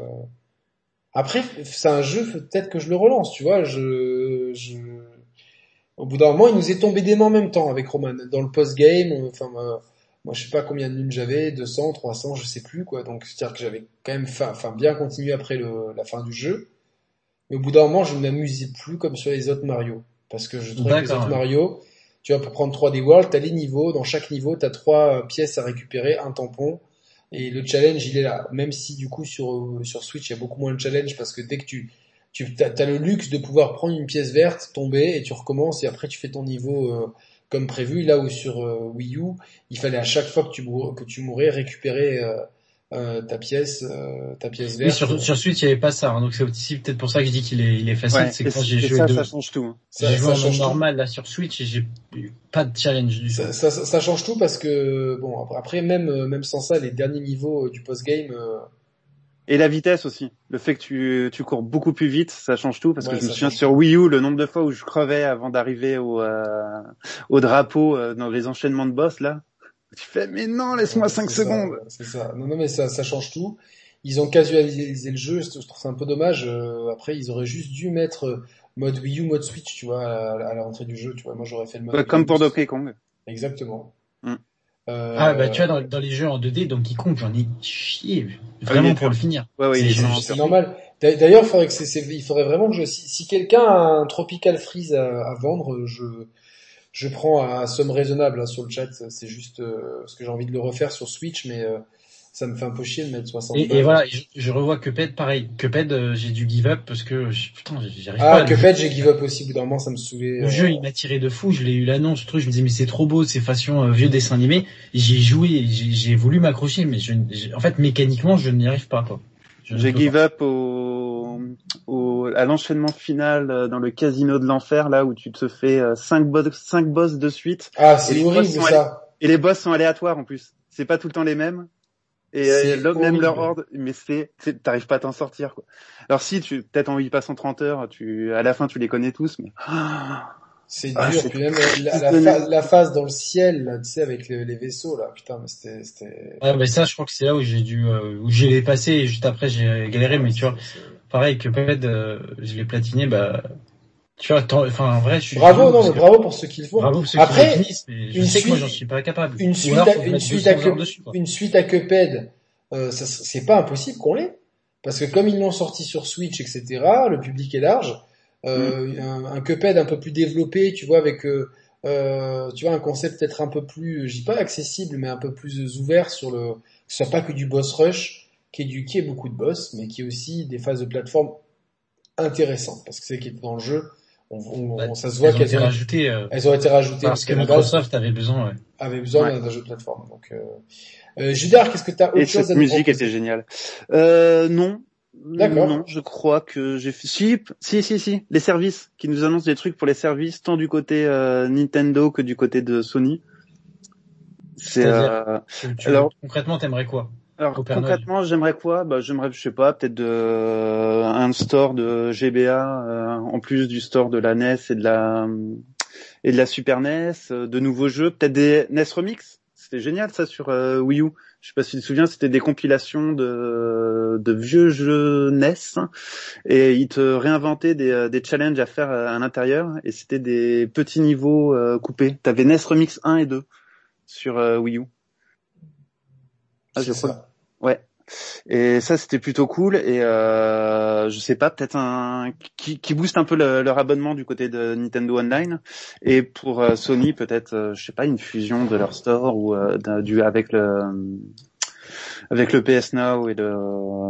après, c'est un jeu, faut peut-être que je le relance, tu vois. Je, je... Au bout d'un moment, il nous est tombé des mains en même temps avec Roman. Dans le post-game, on- enfin, euh, moi, je sais pas combien de lunes j'avais, deux cents, trois cents, je sais plus, quoi. Donc, c'est-à-dire que j'avais quand même fa- enfin, bien continué après le, la fin du jeu. Mais au bout d'un moment, je ne m'amusais plus comme sur les autres Mario. Parce que je trouvais que les D'accord. autres Ouais. Mario, tu vois, pour prendre trois D World, t'as les niveaux. Dans chaque niveau, t'as trois euh, pièces à récupérer, un tampon. Et le challenge, il est là. Même si, du coup, sur, euh, sur Switch, il y a beaucoup moins de challenge parce que dès que tu, tu, t'as, t'as le luxe de pouvoir prendre une pièce verte, tomber, et tu recommences, et après tu fais ton niveau, euh, comme prévu. Là où sur euh, Wii U, il fallait à chaque fois que tu, mour- que tu mourais récupérer, euh, euh, ta pièce, euh, ta pièce Oui, verte. sur, sur Switch, il n'y avait pas ça, hein, donc c'est aussi peut-être pour ça que je dis qu'il est, il est facile, ouais. c'est Et, que moi c- j'ai et joué ça, deux, ça change tout. hein. j'ai Ça, joué ça en mode change tout. normal là sur Switch et j'ai eu pas de challenge du tout. Ça, ça, ça change tout parce que bon après après, même euh, même sans ça les derniers niveaux euh, du post-game euh, Et la vitesse aussi. Le fait que tu, tu cours beaucoup plus vite, ça change tout parce que ouais je me ça souviens change sur tout. Wii U, le nombre de fois où je crevais avant d'arriver au, euh, au drapeau euh, dans les enchaînements de boss là. Tu fais, mais non, laisse-moi Ouais, cinq c'est ça, secondes. c'est ça. Non non mais ça ça change tout. Ils ont casualisé le jeu, je trouve ça un peu dommage. Euh, après ils auraient juste dû mettre euh, mode Wii U, mode Switch, tu vois, à, à la rentrée du jeu, tu vois. Moi j'aurais fait le mode Ouais, Wii comme U. pour Donkey Kong. Exactement. Mm. Euh, Ah bah tu vois dans, dans les jeux en deux D Donkey Kong j'en ai chié vraiment oui, pour le finir. Ouais, ouais, C'est- il est je- vraiment je- c'est normal. D'a- D'ailleurs, faudrait que c'est, c'est- il faudrait vraiment que je, si, si quelqu'un a un Tropical Freeze à, à vendre, je, je prends à somme raisonnable hein, sur le chat. C'est juste euh, parce que j'ai envie de le refaire sur Switch, mais euh, ça me fait un peu chier de mettre soixante Et, balles. et voilà, je, je revois Cuphead, pareil. Cuphead, euh, j'ai dû give up parce que je- putain, j'y arrive Ah, pas. Le, Cuphead, j'ai give up aussi. Au bout d'un moment, ça me saoulait. le euh, jeu, il m'a tiré de fou. Je l'ai eu l'annonce, le truc. Je me disais mais c'est trop beau, c'est façon euh, vieux dessin animé. Et J'y ai joué, et j'ai, j'ai voulu m'accrocher, mais je, j'ai- en fait mécaniquement, je n'y arrive pas quoi. Je ne J'ai peux give pas. up au, au, à l'enchaînement final euh, dans le casino de l'enfer, là où tu te fais euh, cinq boss, cinq boss de suite. Ah, Et c'est les, boss horrible sont allé- ça. et les boss sont aléatoires en plus. C'est pas tout le temps les mêmes. Et C'est euh, le- même leur horrible. ordre, mais c'est, c'est- t'arrives pas à t'en sortir quoi. Alors si tu, peut-être en y passant trente heures, tu, à la fin tu les connais tous, mais C'est ah, dur. c'est Puis même euh, la, la, triste. fa- la phase dans le ciel, là, tu sais, avec le- les vaisseaux là. Putain, mais c'était, c'était. Ouais, mais ça, je crois que c'est là où j'ai dû, euh, où j'ai les passé et juste après j'ai galéré. Mais tu vois, c'est- c'est- pareil Cuphead, euh, je l'ai platiné. Bah, tu vois, tant- enfin en vrai, je suis Bravo, jaloux non, parce mais que bravo pour ceux qui le font. bravo pour ceux qui le Après, finissent. Mais je une sais que moi suite- j'en suis pas capable. une Ou suite alors, à, faut une mettre suite deux à, cents heures Cup- dessus, quoi. une suite à Cuphead, euh, ça, c'est pas impossible qu'on l'ait. Parce que comme ils l'ont sorti sur Switch, et cetera, le public est large. Euh, un, un Cuphead un peu plus développé, tu vois, avec, euh, euh, tu vois, un concept peut-être un peu plus, je dis pas accessible, mais un peu plus ouvert sur le, que ce soit pas que du boss rush, qui est du, qui est beaucoup de boss, mais qui est aussi des phases de plateforme intéressantes. Parce que c'est qui était dans le jeu, on, on- Bah, on- ça se voit elles ont qu'elles été ont, rajoutées euh, elles ont été rajoutées parce parce que qu'à la base, Microsoft avait besoin. Ouais. avait besoin Ouais. d'un jeu de plateforme. Donc, euh... Euh, Judar, qu'est-ce que t'as autre Et chose à cette nous musique proposer? était géniale. Euh, non. D'accord. Non, je crois que j'ai fait... Si, si, si, si. Les services, qui nous annoncent des trucs pour les services, tant du côté euh, Nintendo que du côté de Sony. C'est, C'est-à-dire, euh... tu, tu, alors, concrètement, t'aimerais quoi alors au Père Noël? concrètement, j'aimerais quoi? Bah, j'aimerais, je sais pas, peut-être de euh, un store de G B A euh, en plus du store de la N E S et de la et de la Super N E S, euh, de nouveaux jeux, peut-être des N E S Remix. C'était génial ça sur euh, Wii U. Je sais pas si tu te souviens, c'était des compilations de, de vieux jeux N E S et ils te réinventaient des, des challenges à faire à l'intérieur et c'était des petits niveaux euh, coupés. T'avais N E S Remix un et deux sur euh, Wii U. Ah, C'est je crois. ça. Ouais. Et ça c'était plutôt cool et euh, je sais pas, peut-être un qui, qui booste un peu le, leur abonnement du côté de Nintendo Online et pour euh, Sony peut-être euh, je sais pas une fusion de leur store ou euh, d'un- du avec le avec le P S Now et le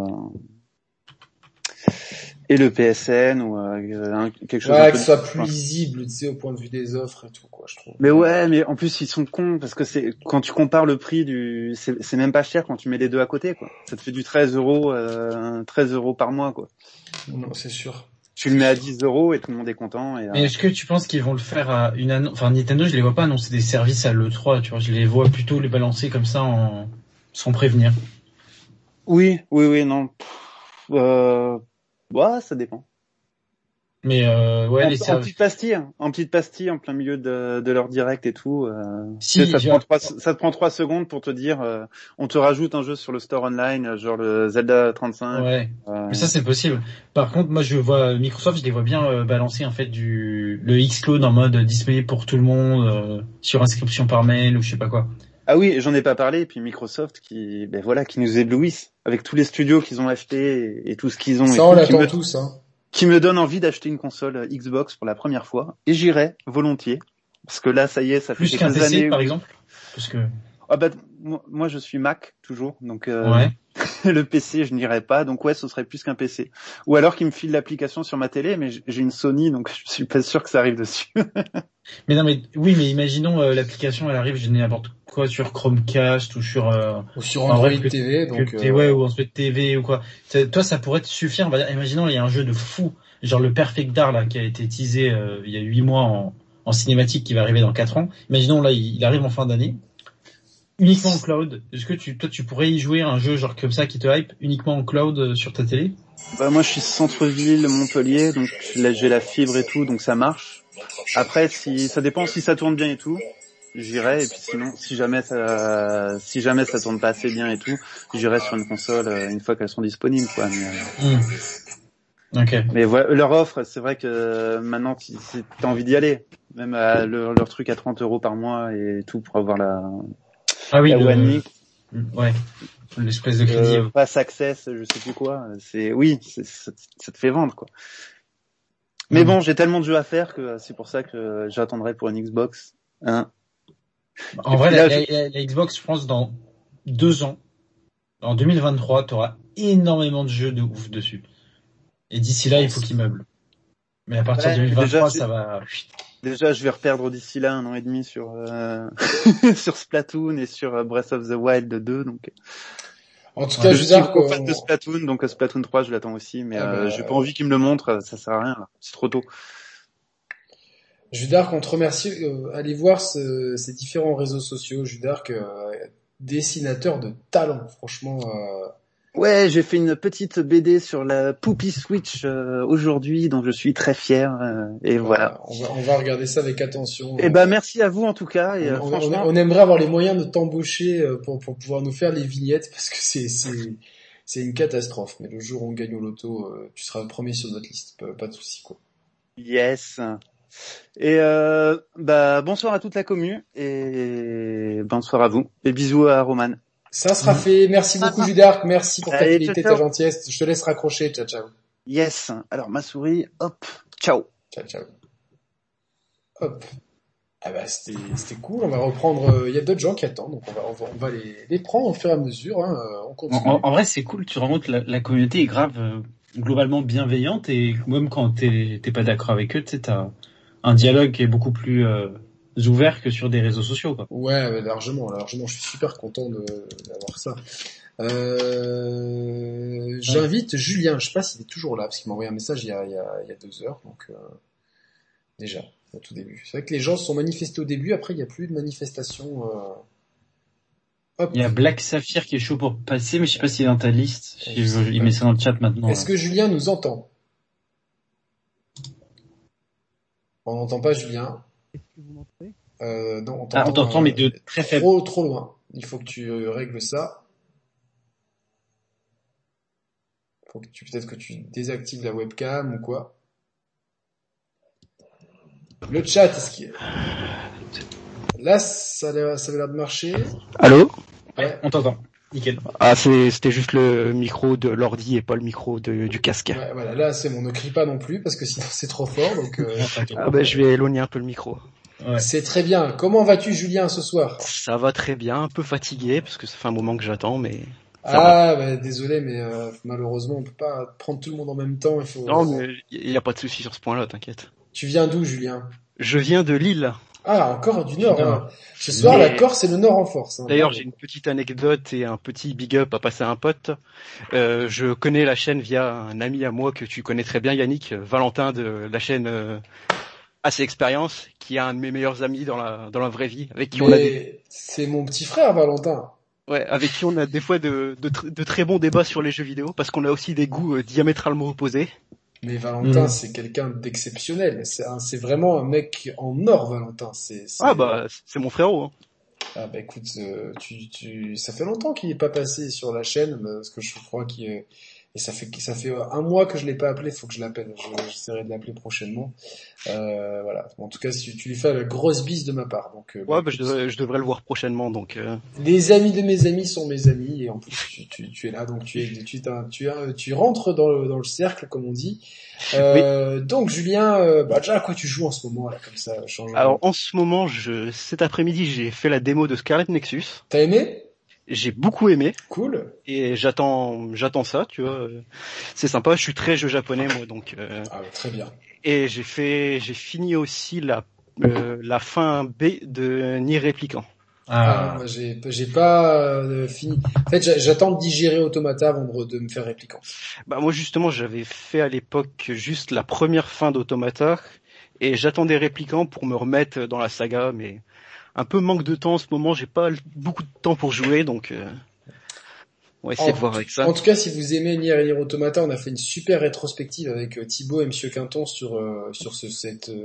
et le P S N ou euh, un- quelque chose Ouais, un que peu ce soit plus différent. lisible, tu sais, au point de vue des offres et tout, quoi, je trouve. Mais ouais, mais en plus ils sont cons parce que c'est quand tu compares le prix du, c'est, c'est même pas cher quand tu mets les deux à côté quoi. Ça te fait du treize euros, euh, treize euros par mois quoi. Non, c'est sûr. Tu le mets à dix euros et tout le monde est content. Et, euh... Mais est-ce que tu penses qu'ils vont le faire à une annonce? Enfin, Nintendo, je les vois pas annoncer des services à l'E trois, tu vois. Je les vois plutôt les balancer comme ça en sans prévenir. Oui, oui, oui, non. Pff, euh... Ouais, ça dépend. Mais euh, ouais, en, les en services. petite pastille, en petite pastille, en plein milieu de, de leur direct et tout. Euh, Si, tu sais, ça, te j'ai- prend trois, ça te prend trois secondes pour te dire, euh, on te rajoute un jeu sur le store online, genre le Zelda trente-cinq. Ouais. Euh, Mais ça, c'est possible. Par contre, moi, je vois Microsoft, je les vois bien euh, balancer en fait du le xCloud en mode disponible pour tout le monde euh, sur inscription par mail ou je sais pas quoi. Ah oui, j'en ai pas parlé. Et puis Microsoft qui, ben voilà, qui nous éblouissent avec tous les studios qu'ils ont achetés et, et tout ce qu'ils ont. et Ça, on tout, qui l'attend me, tous, hein. qui me donne envie d'acheter une console Xbox pour la première fois. Et j'irai volontiers. Parce que là, ça y est, ça fait Plus qu'un quelques P C, années. par où- exemple. Parce que Ah bah, moi, moi, je suis Mac toujours, donc euh, ouais. le P C, je n'irai pas. Donc ouais, ce serait plus qu'un P C. Ou alors qu'il me file l'application sur ma télé, mais j'ai une Sony, donc je suis pas sûr que ça arrive dessus. Mais non, mais oui, mais imaginons euh, l'application, elle arrive, je dis n'importe quoi sur Chromecast ou sur euh, Ou sur en Android vrai, que- T V, donc. que t'es- euh, ouais, ou en Android T V ou quoi. Ça- Toi, ça pourrait te suffire. On va dire, imaginons, il y a un jeu de fou, genre le Perfect Dark là, qui a été teasé euh, il y a huit mois en, en cinématique, qui va arriver dans quatre ans. Imaginons là, il, il arrive en fin d'année, uniquement en cloud. Est-ce que tu, toi, tu pourrais y jouer à un jeu genre comme ça qui te hype, uniquement en cloud euh, sur ta télé? Bah moi, je suis centre-ville, Montpellier, donc là j'ai la fibre et tout, donc ça marche. Après, si ça dépend si ça tourne bien et tout, j'irai. Et puis sinon, si jamais ça, si jamais ça tourne pas assez bien et tout, j'irai sur une console euh, une fois qu'elles sont disponibles, quoi. Mais, euh, Hmm. Ok. mais voilà, leur offre, c'est vrai que euh, maintenant, si, si t'as envie d'y aller, même à leur, leur truc à trente euros par mois et tout pour avoir la Ah oui, la le... One X, ouais, l'espèce de crédit. euh, Pass Access, je sais plus quoi. C'est oui, c'est, ça, ça te fait vendre quoi. Mais Mm. bon, j'ai tellement de jeux à faire que c'est pour ça que j'attendrai pour une Xbox. Hein. En Et vrai, puis la, là, la, la, la Xbox, je pense, dans deux ans, en deux mille vingt-trois, t'auras énormément de jeux de ouf dessus. Et d'ici là, il faut qu'ils meublent. Mais à partir de ouais, deux mille vingt-trois, déjà, ça va... déjà, je vais reperdre d'ici là un an et demi sur euh, sur Splatoon et sur Breath of the Wild deux, donc. En tout Ouais. cas, Je je veux suis dire gros fan qu'on... de Splatoon, donc Splatoon trois, je l'attends aussi, mais Ah euh, bah, j'ai pas envie qu'ils me le montrent, ça sert à rien, là. C'est trop tôt. Judark, on te remercie. Euh, allez voir ce- ces différents réseaux sociaux. Judark, euh, dessinateur de talent, franchement. Euh... Ouais, j'ai fait une petite B D sur la Poopy Switch euh, aujourd'hui, dont je suis très fier, euh, et voilà. On va, on va regarder ça avec attention. Et ben merci à vous en tout cas, et On, euh, on- franchement, on aimerait avoir les moyens de t'embaucher euh, pour, pour pouvoir nous faire les vignettes parce que c'est c'est c'est une catastrophe. Mais le jour où on gagne au loto, euh, tu seras le premier sur notre liste. Pas, pas de souci quoi. yes. Et euh, bah bonsoir à toute la commu, et bonsoir à vous, et bisous à Roman. Ça sera fait. Merci beaucoup Judark. Merci pour ta Allez, fidélité, ciao, ta ciao. gentillesse. Je te laisse raccrocher. Ciao ciao. Yes. Alors ma souris, hop, ciao. Ciao ciao. Hop. Ah bah c'était c'était cool. On va reprendre. Il y a d'autres gens qui attendent, donc on va on va, on va les, les prendre au fur et à mesure. Hein. On En, continue. en, en vrai, c'est cool. Tu te rends compte, la, la communauté est grave euh, globalement bienveillante et même quand t'es t'es pas d'accord avec eux, tu sais, t'as un dialogue qui est beaucoup plus euh, ouvert que sur des réseaux sociaux, quoi. Ouais, ouais, largement, largement. Je suis super content de d'avoir ça. Euh, j'invite Julien. Je sais pas s'il est toujours là parce qu'il m'a envoyé un message il y a il y a, il y a deux heures. Donc euh, déjà au tout début. C'est vrai que les gens se sont manifestés au début. Après il y a plus de manifestations. Euh... Hop. Il y a Black Saphir qui est chaud pour passer, mais je sais pas s'il est dans ta liste. Il, il met ça dans le chat maintenant. Est-ce que Julien nous entend? On n'entend pas Julien. Est-ce que vous m'entendez? Euh, non, on t'entend, ah, on t'entend, euh, mais de très faible. Trop, trop loin. Il faut que tu euh, règles ça. Faut que tu, peut-être que tu désactives la webcam ou quoi. Le chat, est-ce qu'il... Là, ça a l'air, ça a l'air de marcher. Allô? Ouais, on t'entend. Nickel. Ah, c'est, c'était juste le micro de l'ordi et pas le micro de, du casque. Ouais, voilà, là, c'est bon, ne crie pas non plus, parce que sinon c'est trop fort, donc, euh... Ah, ben, je vais éloigner un peu le micro. Ouais. C'est très bien. Comment vas-tu, Julien, ce soir? Ça va très bien, un peu fatigué, parce que ça fait un moment que j'attends, mais... Ah, bah, désolé, mais euh, malheureusement, on peut pas prendre tout le monde en même temps. Il faut. Non, mais il y a pas de souci sur ce point-là, t'inquiète. Tu viens d'où, Julien? Je viens de Lille. Ah, encore du Nord. Nord. Hein. Ce soir, Mais- la Corse, c'est le Nord en force. Hein. D'ailleurs, j'ai une petite anecdote et un petit big up à passer à un pote. Euh, je connais la chaîne via un ami à moi que tu connais très bien, Yannick, Valentin de la chaîne euh, Assez Expérience, qui est un de mes meilleurs amis dans la dans la vraie vie, avec qui Mais on a des, c'est mon petit frère, Valentin. ouais, avec qui on a des fois de de, tr- de très bons débats sur les jeux vidéo, parce qu'on a aussi des goûts euh, diamétralement opposés. Mais Valentin, Mm. c'est quelqu'un d'exceptionnel. C'est, un, c'est vraiment un mec en or, Valentin. C'est, c'est... Ah bah, c'est mon frérot. Hein. Ah bah écoute, euh, tu, tu, ça fait longtemps qu'il n'est pas passé sur la chaîne, parce que je crois qu'il est... Et ça fait ça fait un mois que je l'ai pas appelé, faut que je l'appelle. Je, j'essaierai de l'appeler prochainement. Euh, voilà. En tout cas, si tu lui fais la grosse bise de ma part. Donc. Euh, Ouais, bah, bah, je devrais, je devrais le voir prochainement, donc. Euh... Les amis de mes amis sont mes amis, et en plus tu, tu, tu es là, donc tu es tu, tu, tu, tu rentres dans le dans le cercle, comme on dit. Euh, oui. Donc Julien, euh, bah déjà à quoi tu joues en ce moment là, comme ça, change. Alors en ce moment, je cet après-midi, j'ai fait la démo de Scarlet Nexus. T'as aimé? J'ai beaucoup aimé. Cool. Et j'attends, j'attends ça, tu vois. C'est sympa. Je suis très jeu japonais, moi, donc. Euh... Ah, très bien. Et j'ai fait, j'ai fini aussi la euh, la fin B de Nier Replicant. Ah, ah j'ai j'ai pas euh, fini. En fait, j'attends de digérer Automata avant de, de me faire Replicant. Bah moi justement, j'avais fait à l'époque juste la première fin d'Automata et j'attendais Replicant pour me remettre dans la saga, mais un peu manque de temps en ce moment, j'ai pas beaucoup de temps pour jouer, donc euh, on va essayer en, de voir avec ça. En tout cas, si vous aimez Nier et Nier Automata, on a fait une super rétrospective avec euh, Thibaut et Monsieur Quinton sur euh, sur ce cette euh,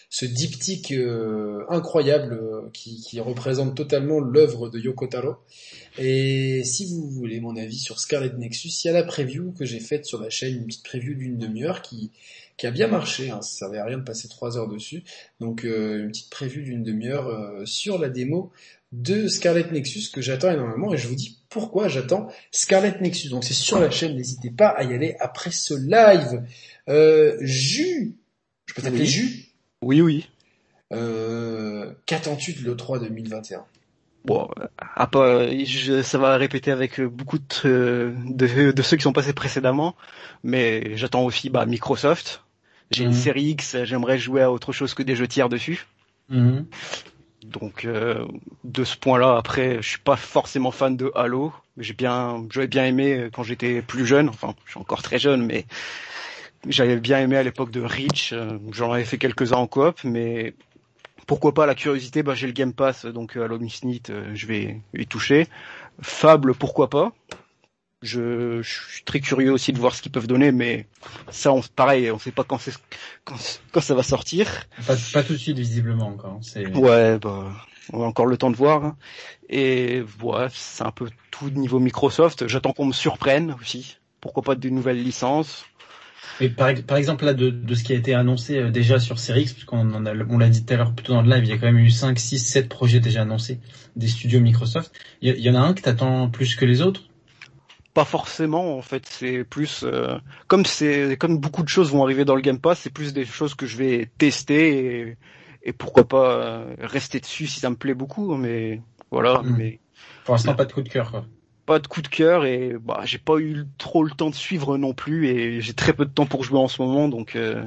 ce diptyque euh, incroyable euh, qui, qui représente totalement l'œuvre de Yoko Taro. Et si vous voulez mon avis sur Scarlet Nexus, il y a la preview que j'ai faite sur la chaîne, une petite preview d'une demi-heure qui qui a bien marché, hein, ça servait à rien de passer trois heures dessus. Donc euh, une petite preview d'une demi-heure euh, sur la démo de Scarlet Nexus que j'attends énormément, et je vous dis pourquoi j'attends Scarlet Nexus. Donc c'est sur la chaîne, n'hésitez pas à y aller après ce live. Euh, Jus, je peux t'appeler Oui. Jus Oui, oui. euh, Qu'attends-tu de l'E trois deux mille vingt et un? Bon, à pas, je, ça va répéter avec beaucoup de, de, de ceux qui sont passés précédemment, mais j'attends aussi bah, Microsoft. J'ai Mhm. une série X, j'aimerais jouer à autre chose que des jeux tiers dessus. Mhm. Donc euh, de ce point-là, après, je suis pas forcément fan de Halo. J'ai bien, j'avais bien aimé quand j'étais plus jeune. Enfin, je suis encore très jeune, mais j'avais bien aimé à l'époque de Reach. J'en avais fait quelques-uns en coop, mais pourquoi pas, la curiosité, bah j'ai le Game Pass, donc Halo Infinite, euh, je vais y toucher. Fable, pourquoi pas. Je, je suis très curieux aussi de voir ce qu'ils peuvent donner, mais ça, on, pareil, on sait pas quand, c'est, quand, quand ça va sortir. Pas, pas tout de suite visiblement encore. hein. C'est... Ouais, bah, on a encore le temps de voir. Et voilà, c'est un peu tout niveau Microsoft. J'attends qu'on me surprenne aussi. Pourquoi pas de nouvelles licences. Et par, par exemple là de, de ce qui a été annoncé euh, déjà sur Series X, parce qu'on en a, on l'a dit tout à l'heure plutôt dans le live, il y a quand même eu cinq, six, sept projets déjà annoncés des studios Microsoft. Il y, il y en a un que t'attends plus que les autres? Pas forcément, en fait, c'est plus euh, comme c'est comme beaucoup de choses vont arriver dans le Game Pass, c'est plus des choses que je vais tester et, et pourquoi pas euh, rester dessus si ça me plaît beaucoup, mais voilà, Mmh. mais Pour l'instant, pas de coup de cœur, quoi. pas de coup de cœur et bah j'ai pas eu trop le temps de suivre non plus et j'ai très peu de temps pour jouer en ce moment, donc euh,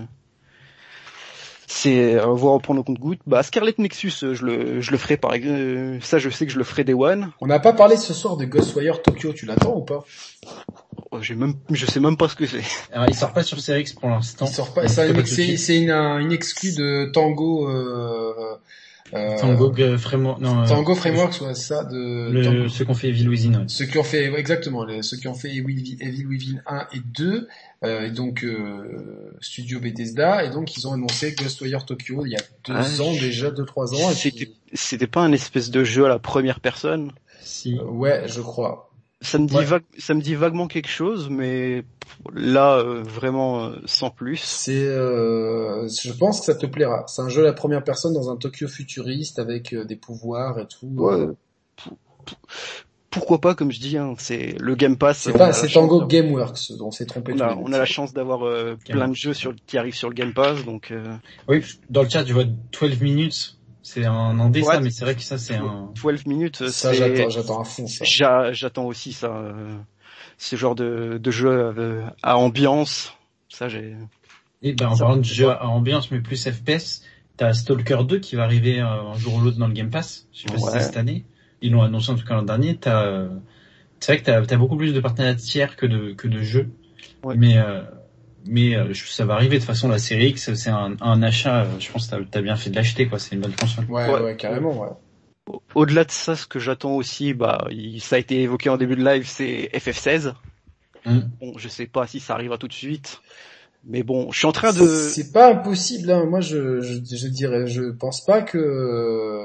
c'est à voir au prendre au compte-goutte. Bah Scarlet Nexus, je le je le ferai par exemple, ça je sais que je le ferai Day One. On n'a pas parlé ce soir de Ghostwire Tokyo, tu l'attends ou pas? Oh, j'ai même je sais même pas ce que c'est. Alors, il sort pas sur Series X pour l'instant. Il sort pas, Donc, ça, pas tout de c'est, suite. c'est une, une exclue de Tango, euh, euh, Tango euh, Framework, non, Tango euh, Frameworks, ouais, ça, de le, Tango. ceux qui ont fait Evil Within. Ouais. Ceux qui ont fait, ouais, exactement, les, ceux qui ont fait Evil, Evil Within un et deux, euh, et donc, euh, Studio Bethesda, et donc ils ont annoncé Ghostwire Tokyo il y a deux Ah, ans je- déjà, deux, trois ans, et C'était puis, c'était pas un espèce de jeu à la première personne. Si. euh, ouais, je crois. Ça me dit Ouais. vague, ça me dit vaguement quelque chose, mais là euh, vraiment euh, sans plus. C'est, euh, je pense que ça te plaira. C'est un jeu à la première personne dans un Tokyo futuriste avec euh, des pouvoirs et tout. Ouais. Pou- pou- Pourquoi pas, comme je dis, hein, c'est le Game Pass. C'est on pas, a la c'est chance Tango d'avoir- Gameworks, dont on s'est trompé On tous a, les deux. on a la chance d'avoir euh, plein de jeux sur, qui arrivent sur le Game Pass, donc. Euh... Oui, dans le chat, je vois douze minutes. C'est un andé, Ouais, ça, mais c'est vrai que ça, c'est un... douze minutes, Ça, c'est... j'attends, j'attends à fond, ça. J'a- J'attends aussi ça. Euh... Ce genre de, de jeu euh, à ambiance, ça j'ai. Et ben, en Ça- parlant de jeu à ambiance, mais plus F P S, t'as Stalker deux qui va arriver euh, un jour ou l'autre dans le Game Pass. Je sais pas si Ouais. c'est cette année. Ils l'ont annoncé en tout cas l'an dernier. T'as, euh, c'est vrai que t'as, t'as beaucoup plus de partenariats tiers que de, que de jeux. Ouais. Mais, euh, mais euh, ça va arriver. De toute façon, la série X, c'est un, un achat. euh, Je pense que t'as, t'as bien fait de l'acheter, quoi. C'est une bonne console. Ouais, Ouais. ouais, carrément, ouais. Au- Au-delà de ça, ce que j'attends aussi, bah, il- ça a été évoqué en début de live, c'est F F seize. Mm. Bon, je sais pas si ça arrivera tout de suite, mais bon, je suis en train de. C'est pas impossible, hein. Moi, je, je, je dirais, je pense pas que,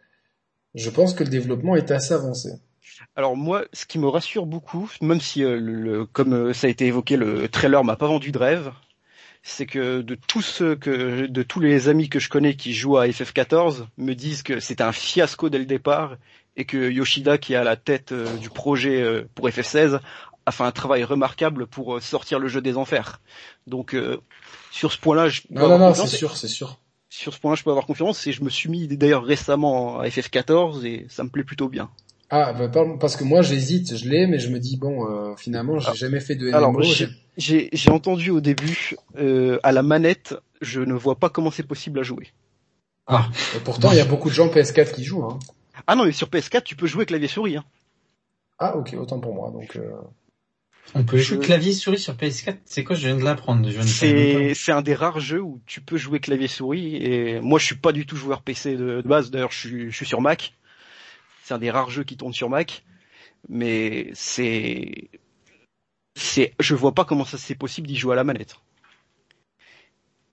je pense que le développement est assez avancé. Alors moi, ce qui me rassure beaucoup, même si euh, le, le- comme euh, ça a été évoqué, le trailer m'a pas vendu de rêve, c'est que de tous ceux que, de tous les amis que je connais qui jouent à F F quatorze, me disent que c'était un fiasco dès le départ et que Yoshida, qui est à la tête euh, du projet euh, pour F F seize, a fait un travail remarquable pour euh, sortir le jeu des enfers. Donc euh, sur ce point-là, je peux Non, non, avoir non, confiance. c'est sûr, c'est sûr. Sur ce point-là, je peux avoir confiance et je me suis mis d'ailleurs récemment à F F quatorze et ça me plaît plutôt bien. Ah, bah, par- parce que moi, j'hésite, je l'ai, mais je me dis, bon, euh, finalement, j'ai jamais fait de M M O. Alors, j'ai- j'ai, j'ai, j'ai entendu au début, euh, à la manette, je ne vois pas comment c'est possible à jouer. Ah. Et pourtant, il y a beaucoup de gens P S quatre qui jouent, hein. Ah non, mais sur P S quatre, tu peux jouer clavier souris. Hein. Ah, ok, autant pour moi, donc, euh... On peut jouer Je- clavier souris sur P S quatre. C'est quoi? Je viens de l'apprendre. Je ne savais C'est, pas. c'est un des rares jeux où tu peux jouer clavier souris. Et moi, je suis pas du tout joueur P C de, de base. D'ailleurs, je suis, je suis sur Mac. C'est un des rares jeux qui tourne sur Mac. Mais c'est, c'est, je vois pas comment ça c'est possible d'y jouer à la manette.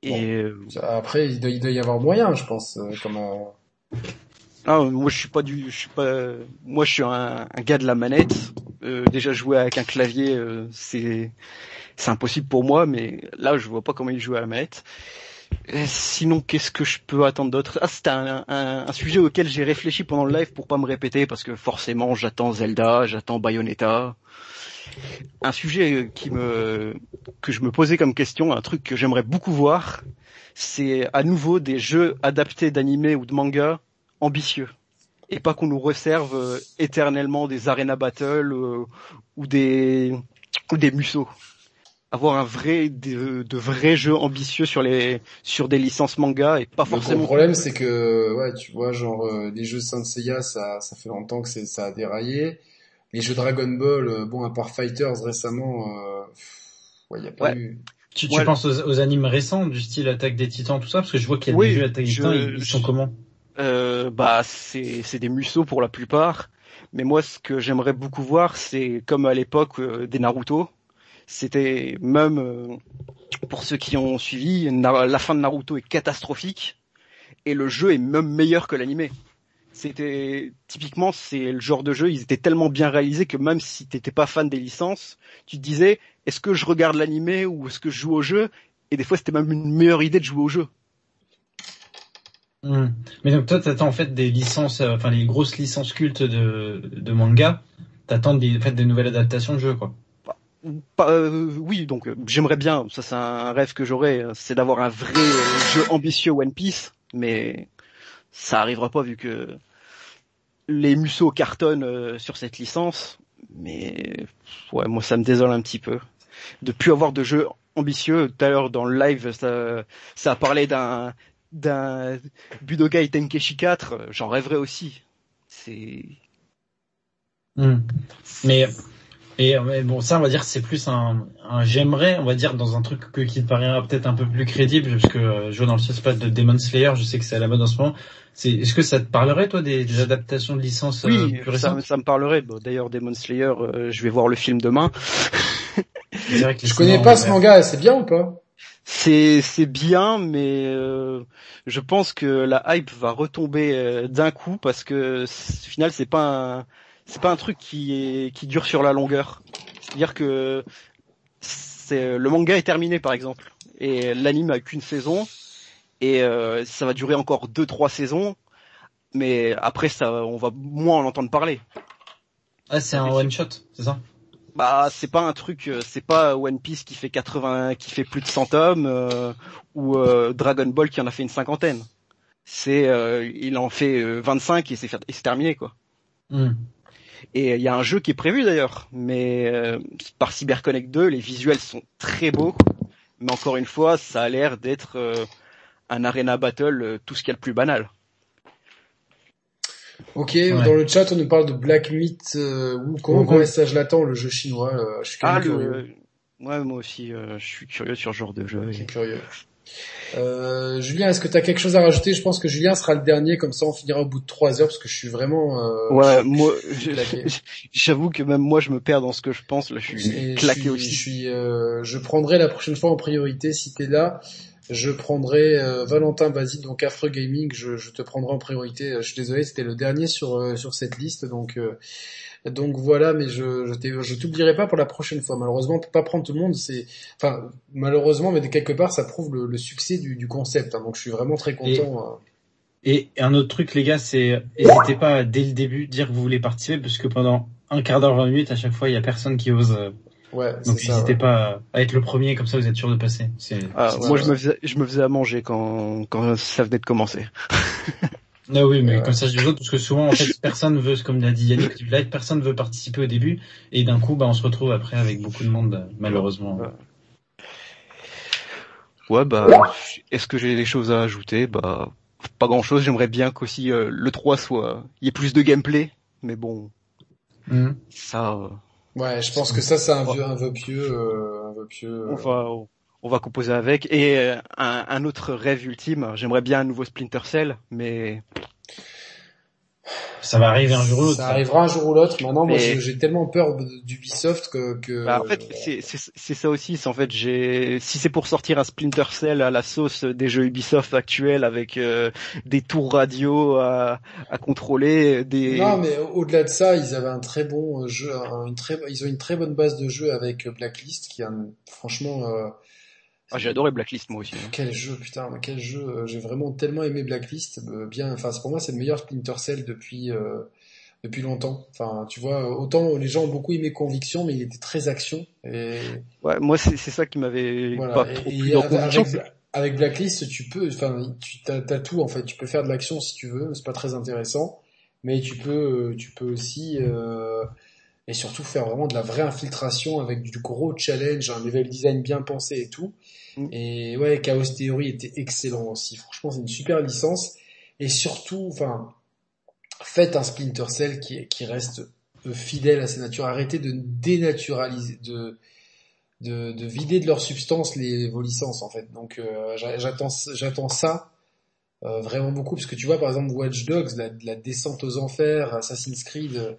Et Bon. euh, Ça, Après, il doit, il doit y avoir moyen, je pense, euh, comme un... ah, moi je suis pas du, je suis pas, moi je suis un, un gars de la manette. Euh, déjà jouer avec un clavier, euh, c'est c'est impossible pour moi, mais là je vois pas comment il joue à la manette. Et sinon, qu'est-ce que je peux attendre d'autre? Ah, c'était un, un, un sujet auquel j'ai réfléchi pendant le live pour pas me répéter, parce que forcément j'attends Zelda, j'attends Bayonetta. Un sujet qui me que je me posais comme question, un truc que j'aimerais beaucoup voir, c'est à nouveau des jeux adaptés d'animé ou de manga ambitieux. Et pas qu'on nous réserve euh, éternellement des arena battle euh, ou des ou des musos. Avoir un vrai de, de vrais jeux ambitieux sur les sur des licences manga et pas Le forcément. gros problème, c'est que, ouais, tu vois, genre, euh, les jeux Saint Seiya, ça, ça fait longtemps que c'est, ça a déraillé. Les jeux Dragon Ball, euh, bon, à part Fighters récemment, euh, pff, ouais, y a pas Ouais. eu... Tu, tu Ouais. penses aux, aux animes récents du style Attaque des Titans, tout ça? Parce que je vois qu'il y a Oui, des jeux Attaque des je- Titans, ils, ils sont je- comment? Euh, bah c'est c'est des musos pour la plupart. Mais moi, ce que j'aimerais beaucoup voir, c'est comme à l'époque euh, des Naruto. C'était même euh, pour ceux qui ont suivi, Na- la fin de Naruto est catastrophique et le jeu est même meilleur que l'animé. C'était typiquement c'est le genre de jeu, ils étaient tellement bien réalisés que même si t'étais pas fan des licences, tu te disais est-ce que je regarde l'animé ou est-ce que je joue au jeu? Et des fois c'était même une meilleure idée de jouer au jeu. Hmm. Mais donc toi, t'attends en fait des licences, euh, enfin les grosses licences cultes de, de manga, t'attends des, en fait, des nouvelles adaptations de jeux, quoi. Pas, euh, oui, donc euh, j'aimerais bien, ça c'est un rêve que j'aurais, euh, c'est d'avoir un vrai euh, jeu ambitieux One Piece, mais ça arrivera pas vu que les musos cartonnent euh, sur cette licence. Mais ouais, moi ça me désole un petit peu de plus avoir de jeux ambitieux. Tout à l'heure dans le live, ça, ça a parlé d'un d'un Budokai Tenkaichi quatre, j'en rêverais aussi. C'est Hmm. Mais et mais bon, ça on va dire c'est plus un, un j'aimerais, on va dire dans un truc que, qui te paraîtra peut-être un peu plus crédible, parce que euh, je vois dans le spot de Demon Slayer, je sais que c'est à la mode en ce moment. C'est, est-ce que ça te parlerait toi des, des adaptations de licences euh, oui, plus ça, récentes? ça me parlerait. Bon, d'ailleurs, Demon Slayer, euh, je vais voir le film demain. C'est vrai que les Je connais cinémas pas ont ce ouvert. manga, c'est bien ou pas? C'est c'est bien, mais euh, je pense que la hype va retomber euh, d'un coup parce que c- au final c'est pas un c'est pas un truc qui est qui dure sur la longueur. C'est-à-dire que c'est le manga est terminé par exemple et l'anime a qu'une saison et euh, ça va durer encore deux trois saisons, mais après ça on va moins en entendre parler. Ah, c'est Ça un fait one shot, c'est ça? Bah c'est pas un truc, euh, c'est pas One Piece qui fait quatre-vingts, qui fait plus de cent tomes euh, ou euh, Dragon Ball qui en a fait une cinquantaine. C'est euh, il en fait euh, vingt-cinq et c'est fait- et c'est terminé quoi. Hmm. Et il y a un jeu qui est prévu d'ailleurs, mais euh, par CyberConnect deux, les visuels sont très beaux, mais encore une fois, ça a l'air d'être euh, un arena battle, euh, tout ce qu'il y a de plus banal. Ok, Ouais. dans le chat, on nous parle de Black Myth euh, Wukong. Wukong. Ouais, ça, je l'attends, le jeu chinois. euh, je suis quand Ah même curieux. le, ouais moi aussi, euh, je suis curieux sur ce genre de jeu. Je suis et- curieux. Euh, Julien, est-ce que tu as quelque chose à rajouter? Je pense que Julien sera le dernier, comme ça on finira au bout de trois heures, parce que je suis vraiment... Euh, Ouais, je- moi, je suis je- claqué. j'avoue que même moi, je me perds dans ce que je pense. Là, je suis Et je claqué suis, aussi. je suis, euh, je prendrai la prochaine fois en priorité, si t'es là, je prendrai euh, Valentin Basile, donc Affreux Gaming, je, je te prendrai en priorité. Euh, Je suis désolé, c'était le dernier sur euh, sur cette liste, donc euh, donc voilà, mais je je, t'ai- je t'oublierai pas pour la prochaine fois. Malheureusement, on peut pas prendre tout le monde, c'est, enfin malheureusement, mais de quelque part, ça prouve le, le succès du, du concept. Hein, donc je suis vraiment très Et, content. euh. et un autre truc, les gars, c'est n'hésitez pas à, dès le début dire que vous voulez participer, parce que pendant un quart d'heure, vingt minutes, à chaque fois, il y a personne qui ose. euh, Ouais, Donc c'est ça. n'hésitez Ouais. pas à être le premier, comme ça vous êtes sûr de passer. C'est, Ah, c'est- moi, Ouais, je me faisais, je me faisais à manger quand quand ça venait de commencer. Ah oui, mais Ouais. comme ça je dis aux autres, parce que souvent en fait personne veut, comme l'a dit Yannick, là personne veut participer au début, et d'un coup bah on se retrouve après avec beaucoup de monde, malheureusement. Ouais. Ouais, bah, est-ce que j'ai des choses à ajouter? Bah, pas grand-chose. J'aimerais bien qu'aussi euh, le trois soit, il y ait plus de gameplay, mais bon, Mhm. ça, euh, Ouais, je pense que ça, c'est un on vieux, un vœu pieux, euh, un vœu pieux. on euh. va on va composer avec. Et euh, un, un autre rêve ultime, j'aimerais bien un nouveau Splinter Cell, mais Ça va arriver un jour ou l'autre. Ça arrivera un jour ou l'autre. Maintenant, moi, Mais- j'ai j'ai tellement peur d'Ubisoft que, que... Bah, en fait, c'est, c'est, c'est ça aussi. C'est en fait, j'ai, si c'est pour sortir un Splinter Cell à la sauce des jeux Ubisoft actuels avec euh, des tours radio à, à contrôler, des. Non, mais au-delà de ça, ils avaient un très bon jeu, un- une très, ils ont une très bonne base de jeu avec Blacklist, qui est un, franchement, euh, Ah, j'ai adoré Blacklist moi aussi. hein. quel jeu, putain, mais quel jeu, euh, j'ai vraiment tellement aimé Blacklist, euh, bien, enfin, c'est- pour moi, c'est le meilleur Splinter Cell depuis, euh, depuis longtemps. Enfin, tu vois, autant les gens ont beaucoup aimé Conviction, mais il était très action, et Ouais, moi c'est, c'est ça qui m'avait voilà. pas Et, trop et plu dans avec, Conviction. avec, avec Blacklist, tu peux, enfin, tu t'as, t'as tout, en fait, tu peux faire de l'action si tu veux, c'est pas très intéressant, mais tu peux, euh, tu peux aussi, euh, et surtout faire vraiment de la vraie infiltration avec du gros challenge, un level design bien pensé et tout. Mm. Et ouais, Chaos Theory était excellent aussi. Franchement, c'est une super licence. Et surtout, enfin, faites un Splinter Cell qui, qui reste euh, fidèle à sa nature. Arrêtez de dénaturaliser, de, de, de vider de leur substance les, vos licences, en fait. Donc, euh, j'a- j'attends, j'attends ça. euh, vraiment beaucoup, parce que tu vois, par exemple, Watch Dogs, la, la descente aux enfers, Assassin's Creed, euh,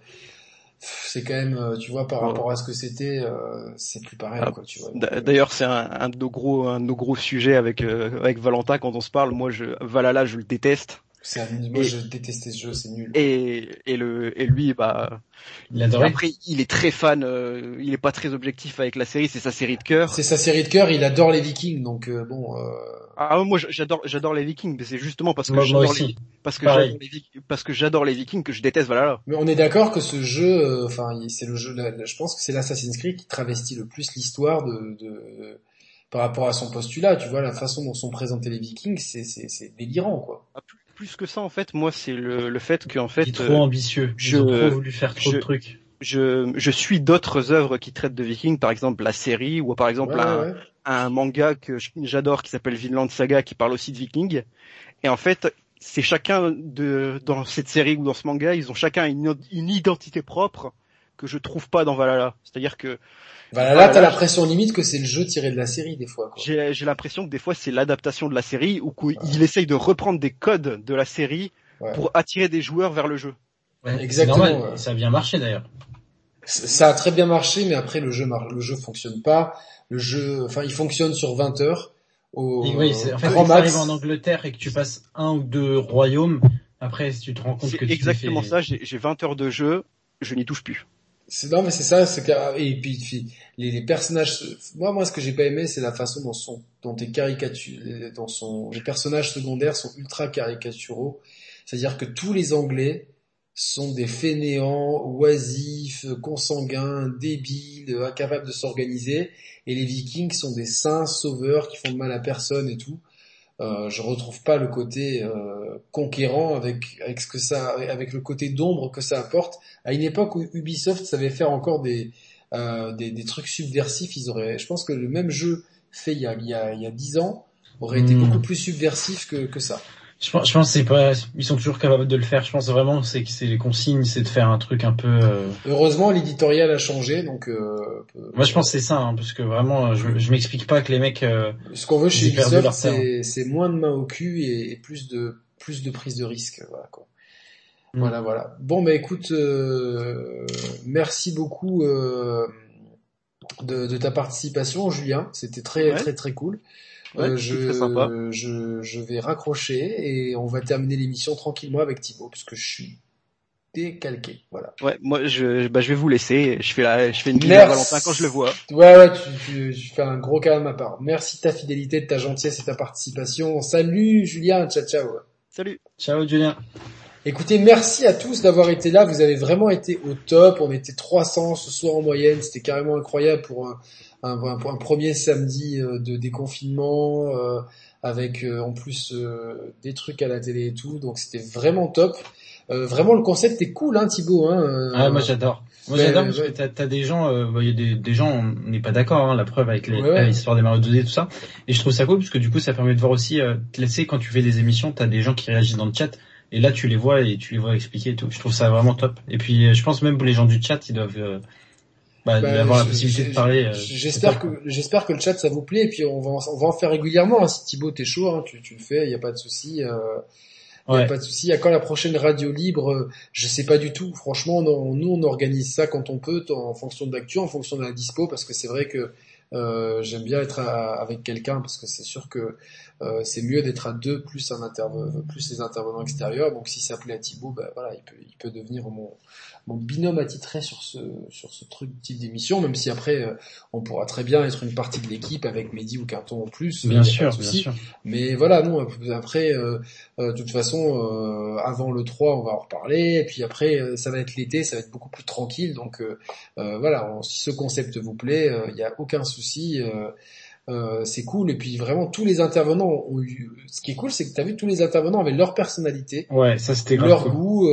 c'est quand même, euh, tu vois, par Ouais. rapport à ce que c'était, euh, c'est plus pareil, Ah, quoi, tu vois. d'a- Donc, euh, D'ailleurs, c'est un, un de nos gros, un de nos gros sujets avec euh, avec Valentin quand on se parle. Moi, je Valhalla, je le déteste. c'est un- moi, Et je détestais ce jeu, c'est nul. et et le et lui, bah Il adorait. après, il est très fan. euh, il est pas très objectif avec la série. C'est sa série de cœur. C'est sa série de cœur, il adore les Vikings, donc euh, bon. Euh... Ah, moi, j'adore, j'adore les Vikings, mais c'est justement parce que Moi, moi j'adore aussi. les, parce que Pareil. j'adore les Vikings, parce que j'adore les Vikings que je déteste Valhalla. Mais on est d'accord que ce jeu, euh, enfin, il- c'est le jeu, la- la- je pense que c'est l'Assassin's Creed qui travestit le plus l'histoire de, de, par rapport à son postulat. Tu vois, la façon dont sont présentés les Vikings, c'est, c'est, c'est délirant, quoi. Ah, plus, plus que ça, en fait, moi, c'est le, le fait qu'en fait, Il est trop euh, ambitieux. je- Ils ont trop voulu faire trop je- de trucs. je, je suis d'autres œuvres qui traitent de Vikings, par exemple la série, ou par exemple Ouais, un, ouais. un manga que j'adore qui s'appelle Vinland Saga qui parle aussi de Vikings. Et en fait, c'est chacun de dans cette série ou dans ce manga, ils ont chacun une, une identité propre que je trouve pas dans Valhalla. C'est-à-dire que Voilà, là, t'as Valhalla, l'impression limite que c'est le jeu tiré de la série, des fois, quoi. j'ai j'ai l'impression que des fois c'est l'adaptation de la série ou qu'il essaye de reprendre des codes de la série Ouais. pour attirer des joueurs vers le jeu. Ouais, Exactement, c'est normal. ouais. Ça a bien marché d'ailleurs. Ça a très bien marché, mais après, le jeu, mar- le jeu fonctionne pas. Le jeu, enfin, il fonctionne sur vingt heures. Au, Et oui, c'est, en fait, grand quand max. t'arrives en Angleterre et que tu passes un ou deux royaumes, après, si tu te rends compte C'est que tu t'es exactement fait- ça, j'ai j'ai vingt heures de jeu, je n'y touche plus. C'est, non, mais c'est ça, c'est que, et puis, puis, les, les personnages, moi, moi, ce que j'ai pas aimé, c'est la façon dont sont, dont tes caricatures, dont sont, les personnages secondaires sont ultra caricaturaux. C'est-à-dire que tous les Anglais sont des fainéants, oisifs, consanguins, débiles, incapables de s'organiser, et les Vikings sont des saints sauveurs qui font de mal à personne et tout. Euh, je retrouve pas le côté euh, conquérant avec avec ce que ça, avec le côté d'ombre que ça apporte. À une époque où Ubisoft savait faire encore des euh, des, des trucs subversifs, ils auraient. Je pense que le même jeu fait il y a il y a il y a dix ans aurait été Hmm. beaucoup plus subversif que que ça. Je pense, je pense que c'est pas, ils sont toujours capables de le faire. Je pense vraiment c'est que c'est les consignes, c'est de faire un truc un peu. Euh... Heureusement, l'éditorial a changé, donc. Euh, Moi, je pense que c'est ça, hein, parce que vraiment, je, je m'explique pas que les mecs. Euh, ce qu'on veut chez ils aient perdu Ubisoft, leur terrain. c'est c'est moins de main au cul et, et plus de plus de prise de risque, voilà quoi. Mm. Voilà, voilà. Bon, bah écoute, euh, merci beaucoup euh, de, de ta participation, Julien. C'était très, Ouais. très, très cool. Ouais, Euh, c'est je, très sympa. je, je vais raccrocher et on va terminer l'émission tranquillement avec Thibaut, parce que je suis décalqué. Voilà. Ouais, moi je, bah, je vais vous laisser. Je fais la, je fais une bise à Merci. Valentin quand je le vois. Ouais, ouais, tu, tu, tu fais un gros câlin à ma part. Merci de ta fidélité, de ta gentillesse et de ta participation. Salut, Julien. Ciao, ciao. Salut. Ciao, Julien. Écoutez, merci à tous d'avoir été là. Vous avez vraiment été au top. On était trois cents ce soir en moyenne. C'était carrément incroyable pour un, un, un, un premier samedi de déconfinement, euh, avec euh, en plus euh, des trucs à la télé et tout. Donc c'était vraiment top. Euh, vraiment, le concept est cool, hein, Thibaut. Hein, euh, Ah, moi j'adore. Moi Ouais, j'adore ouais, parce ouais. que t'as, t'as des gens, euh, bah, y a des, des gens, on n'est pas d'accord, hein, la preuve avec les, Ouais, ouais. l'histoire des Mario deux D et tout ça. Et je trouve ça cool parce que du coup ça permet de voir aussi, euh, tu sais, quand tu fais des émissions, t'as des gens qui réagissent dans le chat. Et là, tu les vois et tu les vois expliquer et tout. Je trouve ça vraiment top. Et puis, je pense même que les gens du chat, ils doivent euh, bah, Bah, avoir la je- possibilité je- de parler. euh, J'espère c'est top, que j'espère que le chat ça vous plaît et puis on va en, on va en faire régulièrement. Hein. Si Thibaut t'es chaud, hein, tu, tu le fais, il y a pas de souci. Euh, Il n'y a Ouais. pas de souci. À quand la prochaine radio libre? euh, Je sais pas du tout. Franchement, non, nous on organise ça quand on peut, en fonction de l'actu, en fonction de la dispo, parce que c'est vrai que euh, j'aime bien être à- avec quelqu'un, parce que c'est sûr que euh, c'est mieux d'être à deux plus un interve- plus les intervenants extérieurs. Donc si ça plaît à Thibaut, bah voilà, il peut, il peut devenir mon mon binôme attitré sur ce sur ce truc type d'émission, même si après euh, on pourra très bien être une partie de l'équipe avec Mehdi ou Quinton en plus. Bien euh, y a pas sûr, de bien souci. sûr. Mais voilà, non. Après, euh, euh, de toute façon, euh, avant le trois, on va en reparler. Et puis après, euh, ça va être l'été, ça va être beaucoup plus tranquille. Donc euh, euh, voilà, on- si ce concept vous plaît, il n'y a aucun souci. Euh, euh, c'est cool. Et puis vraiment, tous les intervenants ont eu. Ce qui est cool, c'est que tu as vu, tous les intervenants avaient leur personnalité, Ouais, ça c'était grave leur cool. goût,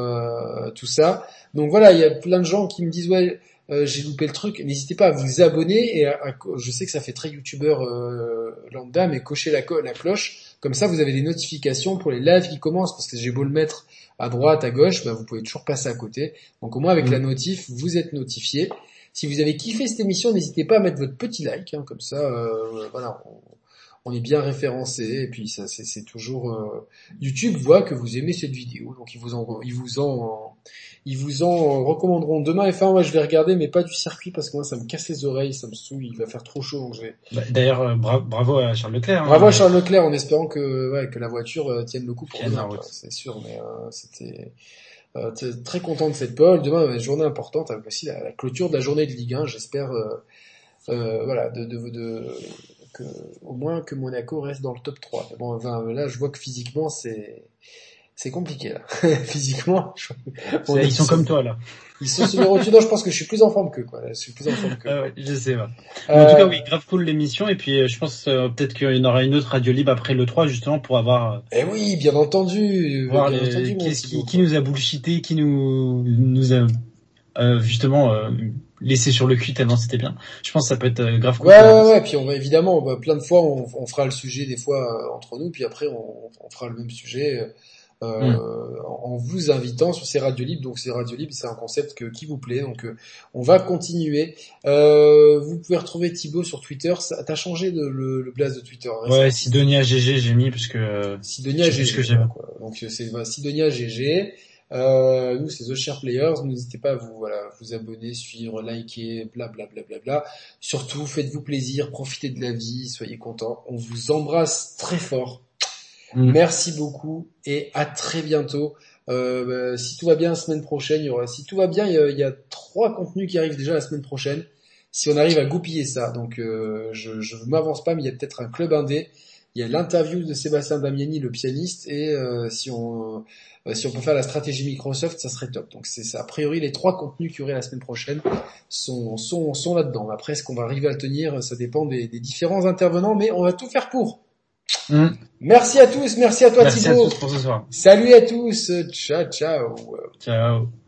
euh, tout ça. Donc voilà, il y a plein de gens qui me disent ouais, euh, j'ai loupé le truc. N'hésitez pas à vous abonner et à, à- je sais que ça fait très youtubeur euh, lambda, mais cochez la, co- la cloche. Comme ça, vous avez des notifications pour les lives qui commencent, parce que j'ai beau le mettre à droite, à gauche, bah, vous pouvez toujours passer à côté. Donc au moins avec Mm. la notif, vous êtes notifié. Si vous avez kiffé cette émission, n'hésitez pas à mettre votre petit like, hein, comme ça, euh, voilà, on, on est bien référencé. Et puis ça, c'est, c'est toujours euh, YouTube voit que vous aimez cette vidéo, donc ils vous en, ils vous en, ils vous en recommanderont demain. F un, ouais, je vais regarder, mais pas du circuit parce que moi ça me casse les oreilles, ça me saoule, il va faire trop chaud. Donc je vais... Bah, D'ailleurs, euh, bra- bravo à Charles Leclerc. Bravo hein, à Charles Leclerc, en espérant que, ouais, que la voiture euh, tienne le coup pour Tienne la demain, route. quoi, c'est sûr. Mais euh, c'était euh, t- très content de cette pole. Demain, une journée importante avec aussi la, la clôture de la journée de Ligue un. J'espère, euh, euh, voilà, de, de, de que au moins que Monaco reste dans le top trois. Mais bon, enfin, là, je vois que physiquement, c'est c'est compliqué là. Physiquement, je... on C'est- est- Ils sont comme toi là. Ils sont sur les rotules. Non, je pense que je suis plus en forme qu'eux, quoi. Je suis plus en forme qu'eux. Ah ouais, je sais pas. Mais en Euh, tout cas, oui, grave cool l'émission. Et puis, euh, je pense euh, peut-être qu'il y en aura une autre radio libre après le trois, justement, pour avoir... euh, Eh oui, bien entendu. voir bien les- entendu, mon qu'est-ce qui, Thibaut. qui nous a bullshité, qui nous, nous a euh, justement euh, laissé sur le cul tellement c'était bien. Je pense que ça peut être euh, grave cool. Ouais, pour ouais, la- ouais. Puis on va évidemment, on va, plein de fois, on, on fera le sujet des fois euh, entre nous, puis après on, on fera le même sujet euh, Mm. en, en vous invitant sur ces radios libres. Donc ces radios libres, c'est un concept que, qui vous plaît. Donc euh, on va continuer. Euh, vous pouvez retrouver Thibaut sur Twitter. Ça, t'as changé de, le, le blaze de Twitter. Hein, Ouais, c'est- Sidonia G G, j'ai mis parce que euh, Sidonia je sais plus G G. ce que j'ai. Quoi. Donc c'est bah, Sidonia G G. Euh, nous c'est The Share Players. N'hésitez pas à vous voilà vous abonner, suivre, liker, bla bla bla bla bla. Surtout faites-vous plaisir, profitez de la vie, soyez contents. On vous embrasse très fort. Mm. Merci beaucoup et à très bientôt. Euh, bah, si tout va bien la semaine prochaine, il y aura. Si tout va bien, il y a, il y a trois contenus qui arrivent déjà la semaine prochaine. Si on arrive à goupiller ça, donc euh, je je m'avance pas, mais il y a peut-être un club indé. Il y a l'interview de Sébastien Damiani, le pianiste, et euh, si on euh, si on peut faire la stratégie Microsoft, ça serait top. Donc c'est ça. A priori, les trois contenus qu'il y aurait la semaine prochaine sont sont sont là-dedans. Après, est-ce qu'on va arriver à le tenir, ça dépend des, des différents intervenants, mais on va tout faire pour. Mm. Merci à tous, merci à toi Merci à Thibaut. tous pour ce soir. Salut à tous, ciao ciao. Ciao.